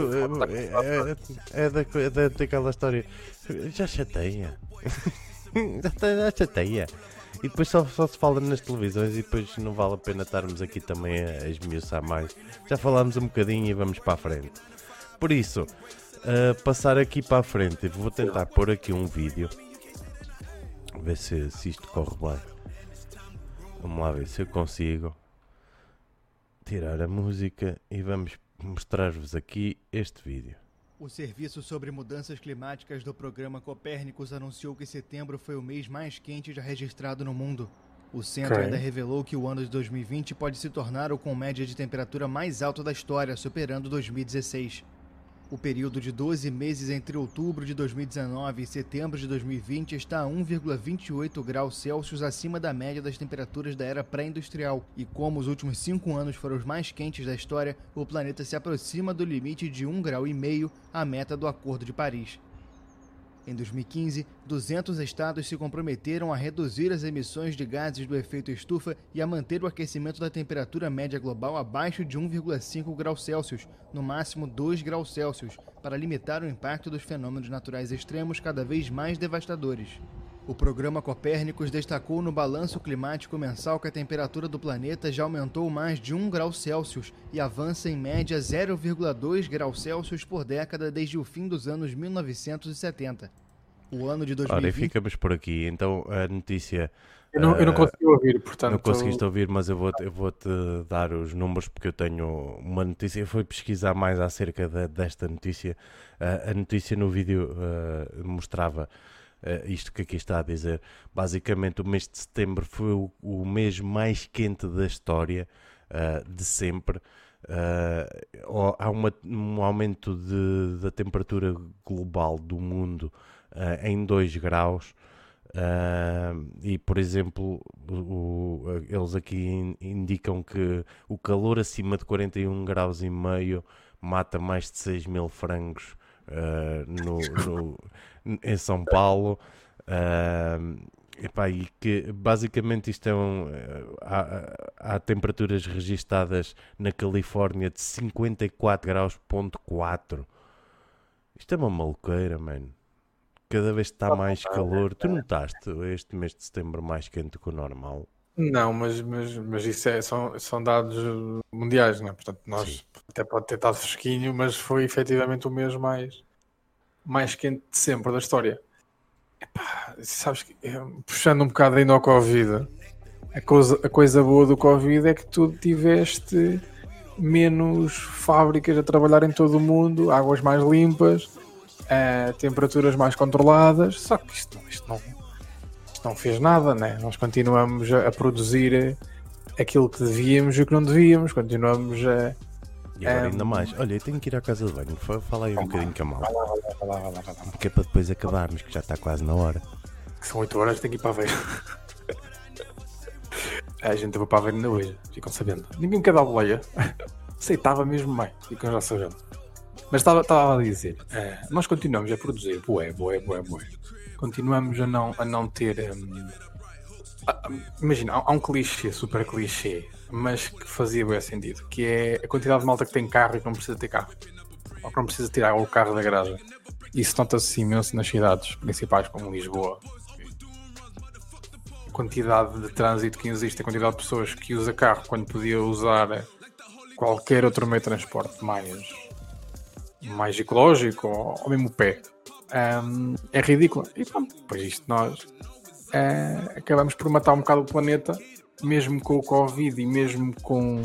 é daquela história, já chateia. já chateia. E depois só se fala nas televisões e depois não vale a pena estarmos aqui também a esmiuçar mais. Já falámos um bocadinho e vamos para a frente. Por isso, passar aqui para a frente, vou tentar pôr aqui um vídeo, ver se isto corre bem. Vamos lá ver se eu consigo tirar a música e vamos mostrar-vos aqui este vídeo. O Serviço sobre Mudanças Climáticas do Programa Copérnicos anunciou que setembro foi o mês mais quente já registrado no mundo. O centro ainda revelou que o ano de 2020 pode se tornar o com média de temperatura mais alta da história, superando 2016. O período de 12 meses entre outubro de 2019 e setembro de 2020 está a 1,28 graus Celsius acima da média das temperaturas da era pré-industrial. E como os últimos 5 anos foram os mais quentes da história, o planeta se aproxima do limite de 1,5 graus, a meta do Acordo de Paris. Em 2015, 200 estados se comprometeram a reduzir as emissões de gases do efeito estufa e a manter o aquecimento da temperatura média global abaixo de 1,5 graus Celsius, no máximo 2 graus Celsius, para limitar o impacto dos fenômenos naturais extremos cada vez mais devastadores. O programa Copérnicos destacou no balanço climático mensal que a temperatura do planeta já aumentou mais de 1 grau Celsius e avança em média 0,2 graus Celsius por década desde o fim dos anos 1970. O ano de 2020... Ora, e ficamos por aqui. Então, a notícia... Eu não consegui ouvir, portanto... Não conseguiste ouvir, mas eu vou-te dar os números porque eu tenho uma notícia. Eu fui pesquisar mais acerca desta notícia. A notícia no vídeo mostrava... isto que aqui está a dizer, basicamente o mês de setembro foi o mês mais quente da história, de sempre. Há um aumento da temperatura global do mundo em 2 graus. E, por exemplo, eles aqui indicam que o calor acima de 41 graus e meio mata mais de 6 mil frangos em São Paulo, e que basicamente isto há temperaturas registadas na Califórnia de 54 graus.4. Isto é uma maluqueira, mano. Cada vez está mais calor. Tu notaste este mês de setembro mais quente que o normal? Não, mas isso são dados mundiais, não é? Portanto, nós até pode ter estado fresquinho, mas foi efetivamente o mês mais quente de sempre da história. Epá, sabes que, puxando um bocado ainda ao Covid, a coisa boa do Covid é que tu tiveste menos fábricas a trabalhar em todo o mundo, águas mais limpas, temperaturas mais controladas, só que isto não fez nada, né? Nós continuamos a produzir aquilo que devíamos e o que não devíamos, continuamos a... E agora ainda mais. Olha, eu tenho que ir à casa de banho. Fala aí um bocadinho com a malta. Vai lá. Porque é para depois acabarmos, que já está quase na hora. São 8 horas, tenho que ir para a Aveiro. A gente vai para a Aveiro ainda hoje, ficam sabendo. Ninguém me quer dar boleia. Aceitava mesmo bem, ficam já sabendo. Mas estava a dizer, nós continuamos a produzir bué. Continuamos a não ter... imagina, há um clichê, super clichê, mas que fazia bem sentido, que é a quantidade de malta que tem carro e que não precisa ter carro, ou que não precisa tirar o carro da garagem. Isso nota-se imenso nas cidades principais como Lisboa. A quantidade de trânsito que existe, a quantidade de pessoas que usa carro quando podia usar qualquer outro meio de transporte mais ecológico ou mesmo o pé, é ridículo. E pronto, depois isto nós acabamos por matar um bocado o planeta, mesmo com o Covid e mesmo com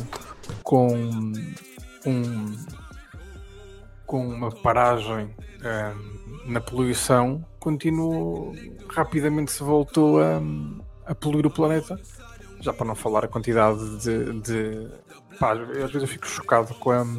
uma paragem na poluição, rapidamente se voltou a poluir o planeta. Já para não falar a quantidade de pá, às vezes eu fico chocado com a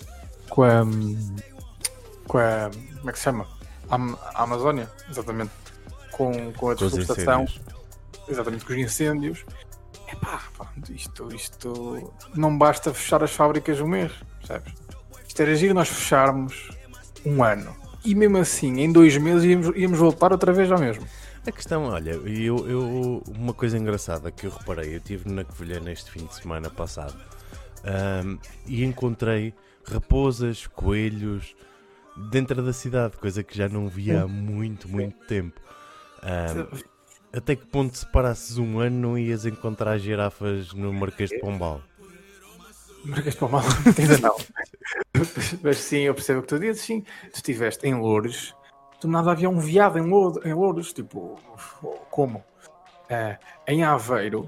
como é que se chama? A Amazónia, exatamente, com a desflorestação, exatamente, com os incêndios. Epá, isto não basta fechar as fábricas um mês, percebes? Isto era giro nós fecharmos um ano e mesmo assim em 2 meses íamos voltar outra vez ao mesmo. A questão, olha, uma coisa engraçada que eu reparei, eu estive na Covilhã este fim de semana passado, e encontrei raposas, coelhos dentro da cidade, coisa que já não via há muito tempo. Até que ponto, se parasses um ano, não ias encontrar girafas no Marquês de Pombal? Marquês de Pombal, ainda não. Mas sim, eu percebo o que tu dizes, sim. Tu estiveste em Loures, do nada havia um veado em Loures, tipo, como? Em Aveiro,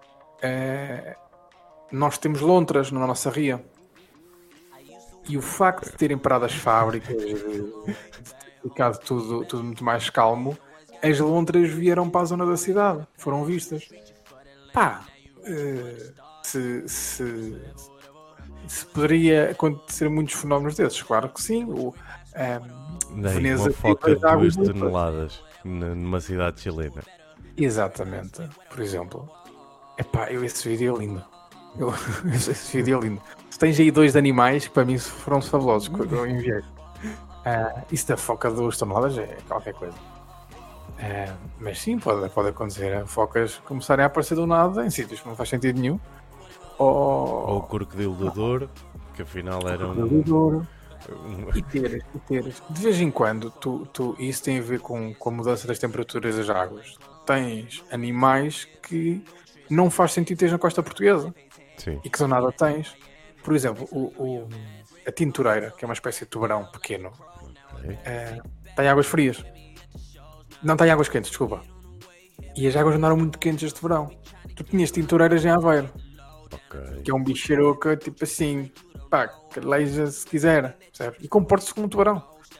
nós temos lontras na nossa ria. E o facto de terem parado as fábricas, de ter ficado tudo muito mais calmo, as lontras vieram para a zona da cidade, foram vistas. Pá, se poderia acontecer muitos fenómenos desses, claro que sim. Veneza, uma foca de 2 toneladas numa cidade chilena. Exatamente, por exemplo. Epá, esse vídeo é lindo. Esse vídeo é lindo. Tu tens aí 2 de animais que para mim foram fabulosos que eu enviei. Isso da foca de 2 toneladas é qualquer coisa. Mas sim, pode acontecer focas começarem a aparecer do nada em sítios que não faz sentido nenhum. Ou o crocodilo do Douro, que afinal era E teres. De vez em quando, isso tem a ver com a mudança das temperaturas das águas. Tens animais que não faz sentido ter na costa portuguesa. Sim. E que do nada tens. Por exemplo, a tintureira, que é uma espécie de tubarão pequeno, tem águas frias. Não tem águas quentes, desculpa. E as águas andaram muito quentes este verão. Tu tinhas tintureiras em Aveiro. Que é um bicharoca, tipo assim, pá, que leja se quiser, percebe? E comporta-se como um tubarão.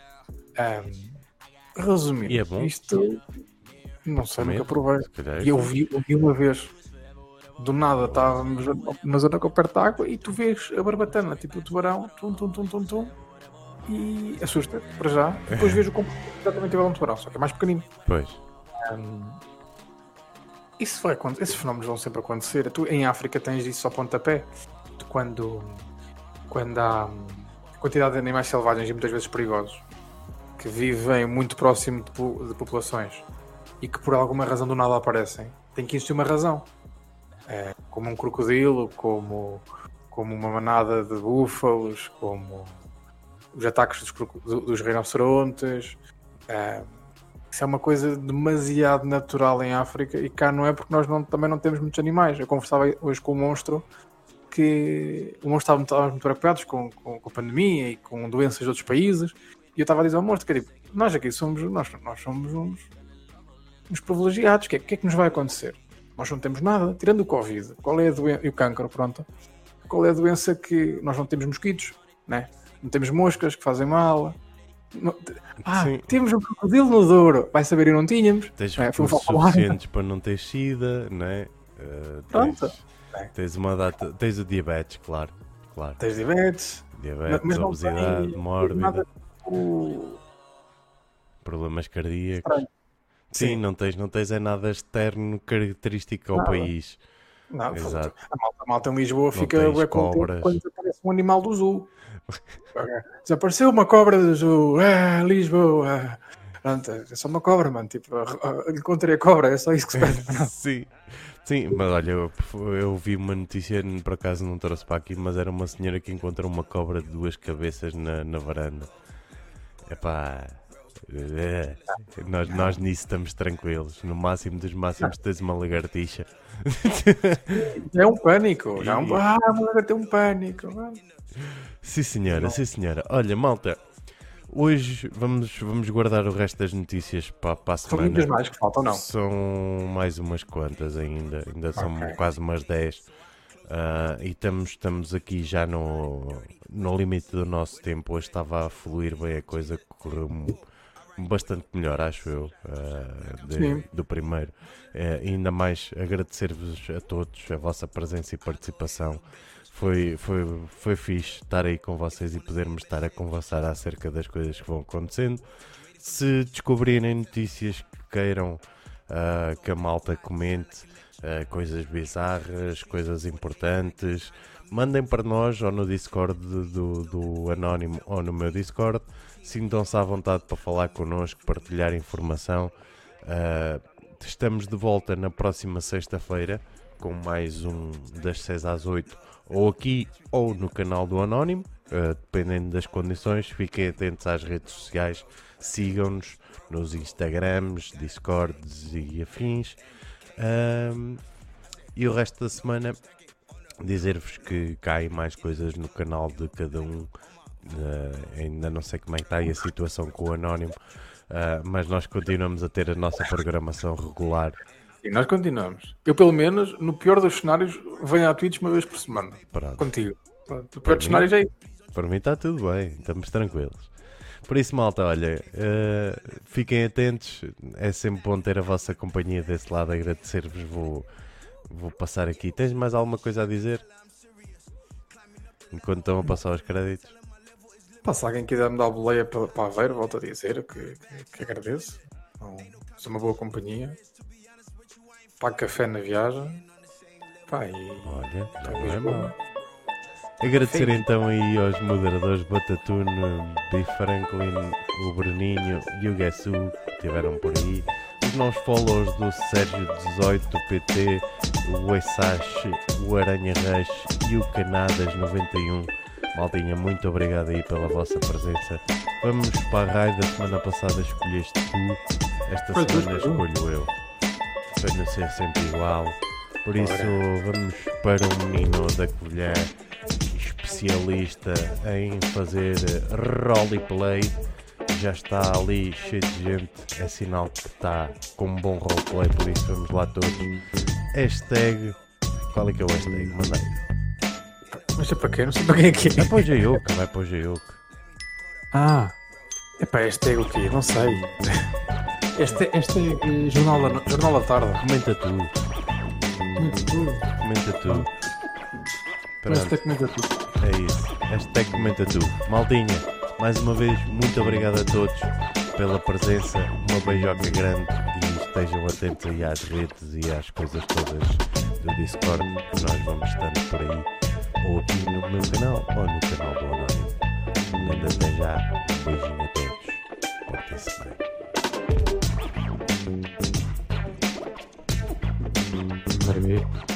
Resumindo, e é bom? Isto não sei, nunca provei. E eu vi uma vez, do nada, estávamos na zona com perto da água e tu vês a barbatana, tipo o tubarão, tum, e assusta para já. Depois vês o comportamento exatamente igual a um tubarão, só que é mais pequenino. Pois. Esses fenómenos vão sempre acontecer. Tu em África tens isso ao pontapé. Quando há quantidade de animais selvagens e muitas vezes perigosos que vivem muito próximo de populações e que por alguma razão do nada aparecem, tem que existir uma razão. Como um crocodilo, como uma manada de búfalos, como os ataques dos rinocerontes. Isso é uma coisa demasiado natural em África e cá não é, porque nós também não temos muitos animais. Eu conversava hoje com o monstro, que o monstro estava muito preocupado com a pandemia e com doenças de outros países, e eu estava a dizer ao monstro que nós aqui somos uns privilegiados. O que é que nos vai acontecer? Nós não temos nada, tirando o Covid. Qual é a doença? E o cancro, pronto. Qual é a doença que nós não temos? Mosquitos, né? Não temos moscas que fazem mal. Temos um crocodilo no Douro. Vai saber, e não tínhamos. Tens recursos suficientes para não ter sida, né? Pronto. Tens uma data. Tens o diabetes, claro. Tens diabetes, mas obesidade, mórbida, problemas cardíacos. Estranho. Sim, não tens é nada externo característico ao país. Não, exato. A malta em Lisboa não fica contente quando desaparece um animal do zoo. Desapareceu uma cobra do zoo. Lisboa. Pronto, é só uma cobra, mano. Tipo, encontrei a cobra, é só isso que se pede. Sim, mas olha, eu vi uma notícia, por acaso não trouxe para aqui, mas era uma senhora que encontrou uma cobra de 2 cabeças na varanda. Epá, nós nisso estamos tranquilos. No máximo dos máximos tens uma lagartixa. É um pânico. Tem um pânico. Sim senhora. Olha, malta, hoje vamos guardar o resto das notícias para a semana. São muitas mais que faltam, não? São mais umas quantas ainda são quase umas 10. E estamos aqui já no limite do nosso tempo. Hoje estava a fluir bem a coisa, correu bastante melhor, acho eu, do primeiro. Ainda mais agradecer-vos a todos a vossa presença e participação. Foi fixe estar aí com vocês e podermos estar a conversar acerca das coisas que vão acontecendo. Se descobrirem notícias que queiram que a malta comente, coisas bizarras, coisas importantes, mandem para nós ou no Discord do Anónimo ou no meu Discord. Sintam-se à vontade para falar connosco, partilhar informação. Estamos de volta na próxima sexta-feira com mais um das 6 às 8, ou aqui ou no canal do Anónimo, dependendo das condições. Fiquem atentos às redes sociais, sigam-nos nos Instagrams, Discords e afins. E o resto da semana Dizer-vos que caem mais coisas no canal de cada um. Ainda não sei como é que está aí a situação com o Anónimo, mas nós continuamos a ter a nossa programação regular. E nós continuamos. Eu, pelo menos, no pior dos cenários, venho à Twitch uma vez por semana. Pronto. Contigo. O pior dos cenários é isso. Para mim está tudo bem, estamos tranquilos. Por isso, malta, olha, fiquem atentos. É sempre bom ter a vossa companhia desse lado. Agradecer-vos. Vou passar aqui. Tens mais alguma coisa a dizer? Enquanto estão a passar os créditos. Se alguém quiser me dar boleia para Aveiro, volto a dizer que agradeço. Sou uma boa companhia. Pago café na viagem. Olha, não é mal. Agradecer então aí aos moderadores Batatune, B. Franklin, o Bruninho e o Guessu que estiveram por aí. Os novos followers do Sérgio 18, do PT, o Weisache, o Aranha Rush e o Canadas 91. Maltinha, muito obrigado aí pela vossa presença. Vamos para a raid. Da semana passada escolheste tu, esta semana escolho eu. Para não ser sempre igual. Por isso vamos para o menino da colher, especialista em fazer roleplay. Já está ali cheio de gente, é sinal que está com um bom roleplay, por isso vamos lá todos. Hashtag, qual é que é o hashtag? Manda aí. Mas é para quê? Não sei para quem é que é. Vai para o Jayuka, vai para o Jayuka. Hashtag o quê? Não sei. Hashtag jornal da tarde. Comenta tu. Comenta tu. Hashtag comenta tu. É isso, hashtag comenta tu. Maltinha, mais uma vez, muito obrigado a todos pela presença, uma beijoca grande e estejam atentos aí às redes e às coisas todas do Discord, que nós vamos estando por aí, ou aqui no meu canal, ou no canal do Anónimo. Ainda até já, um beijinho a todos, portem-se bem. Maravilha.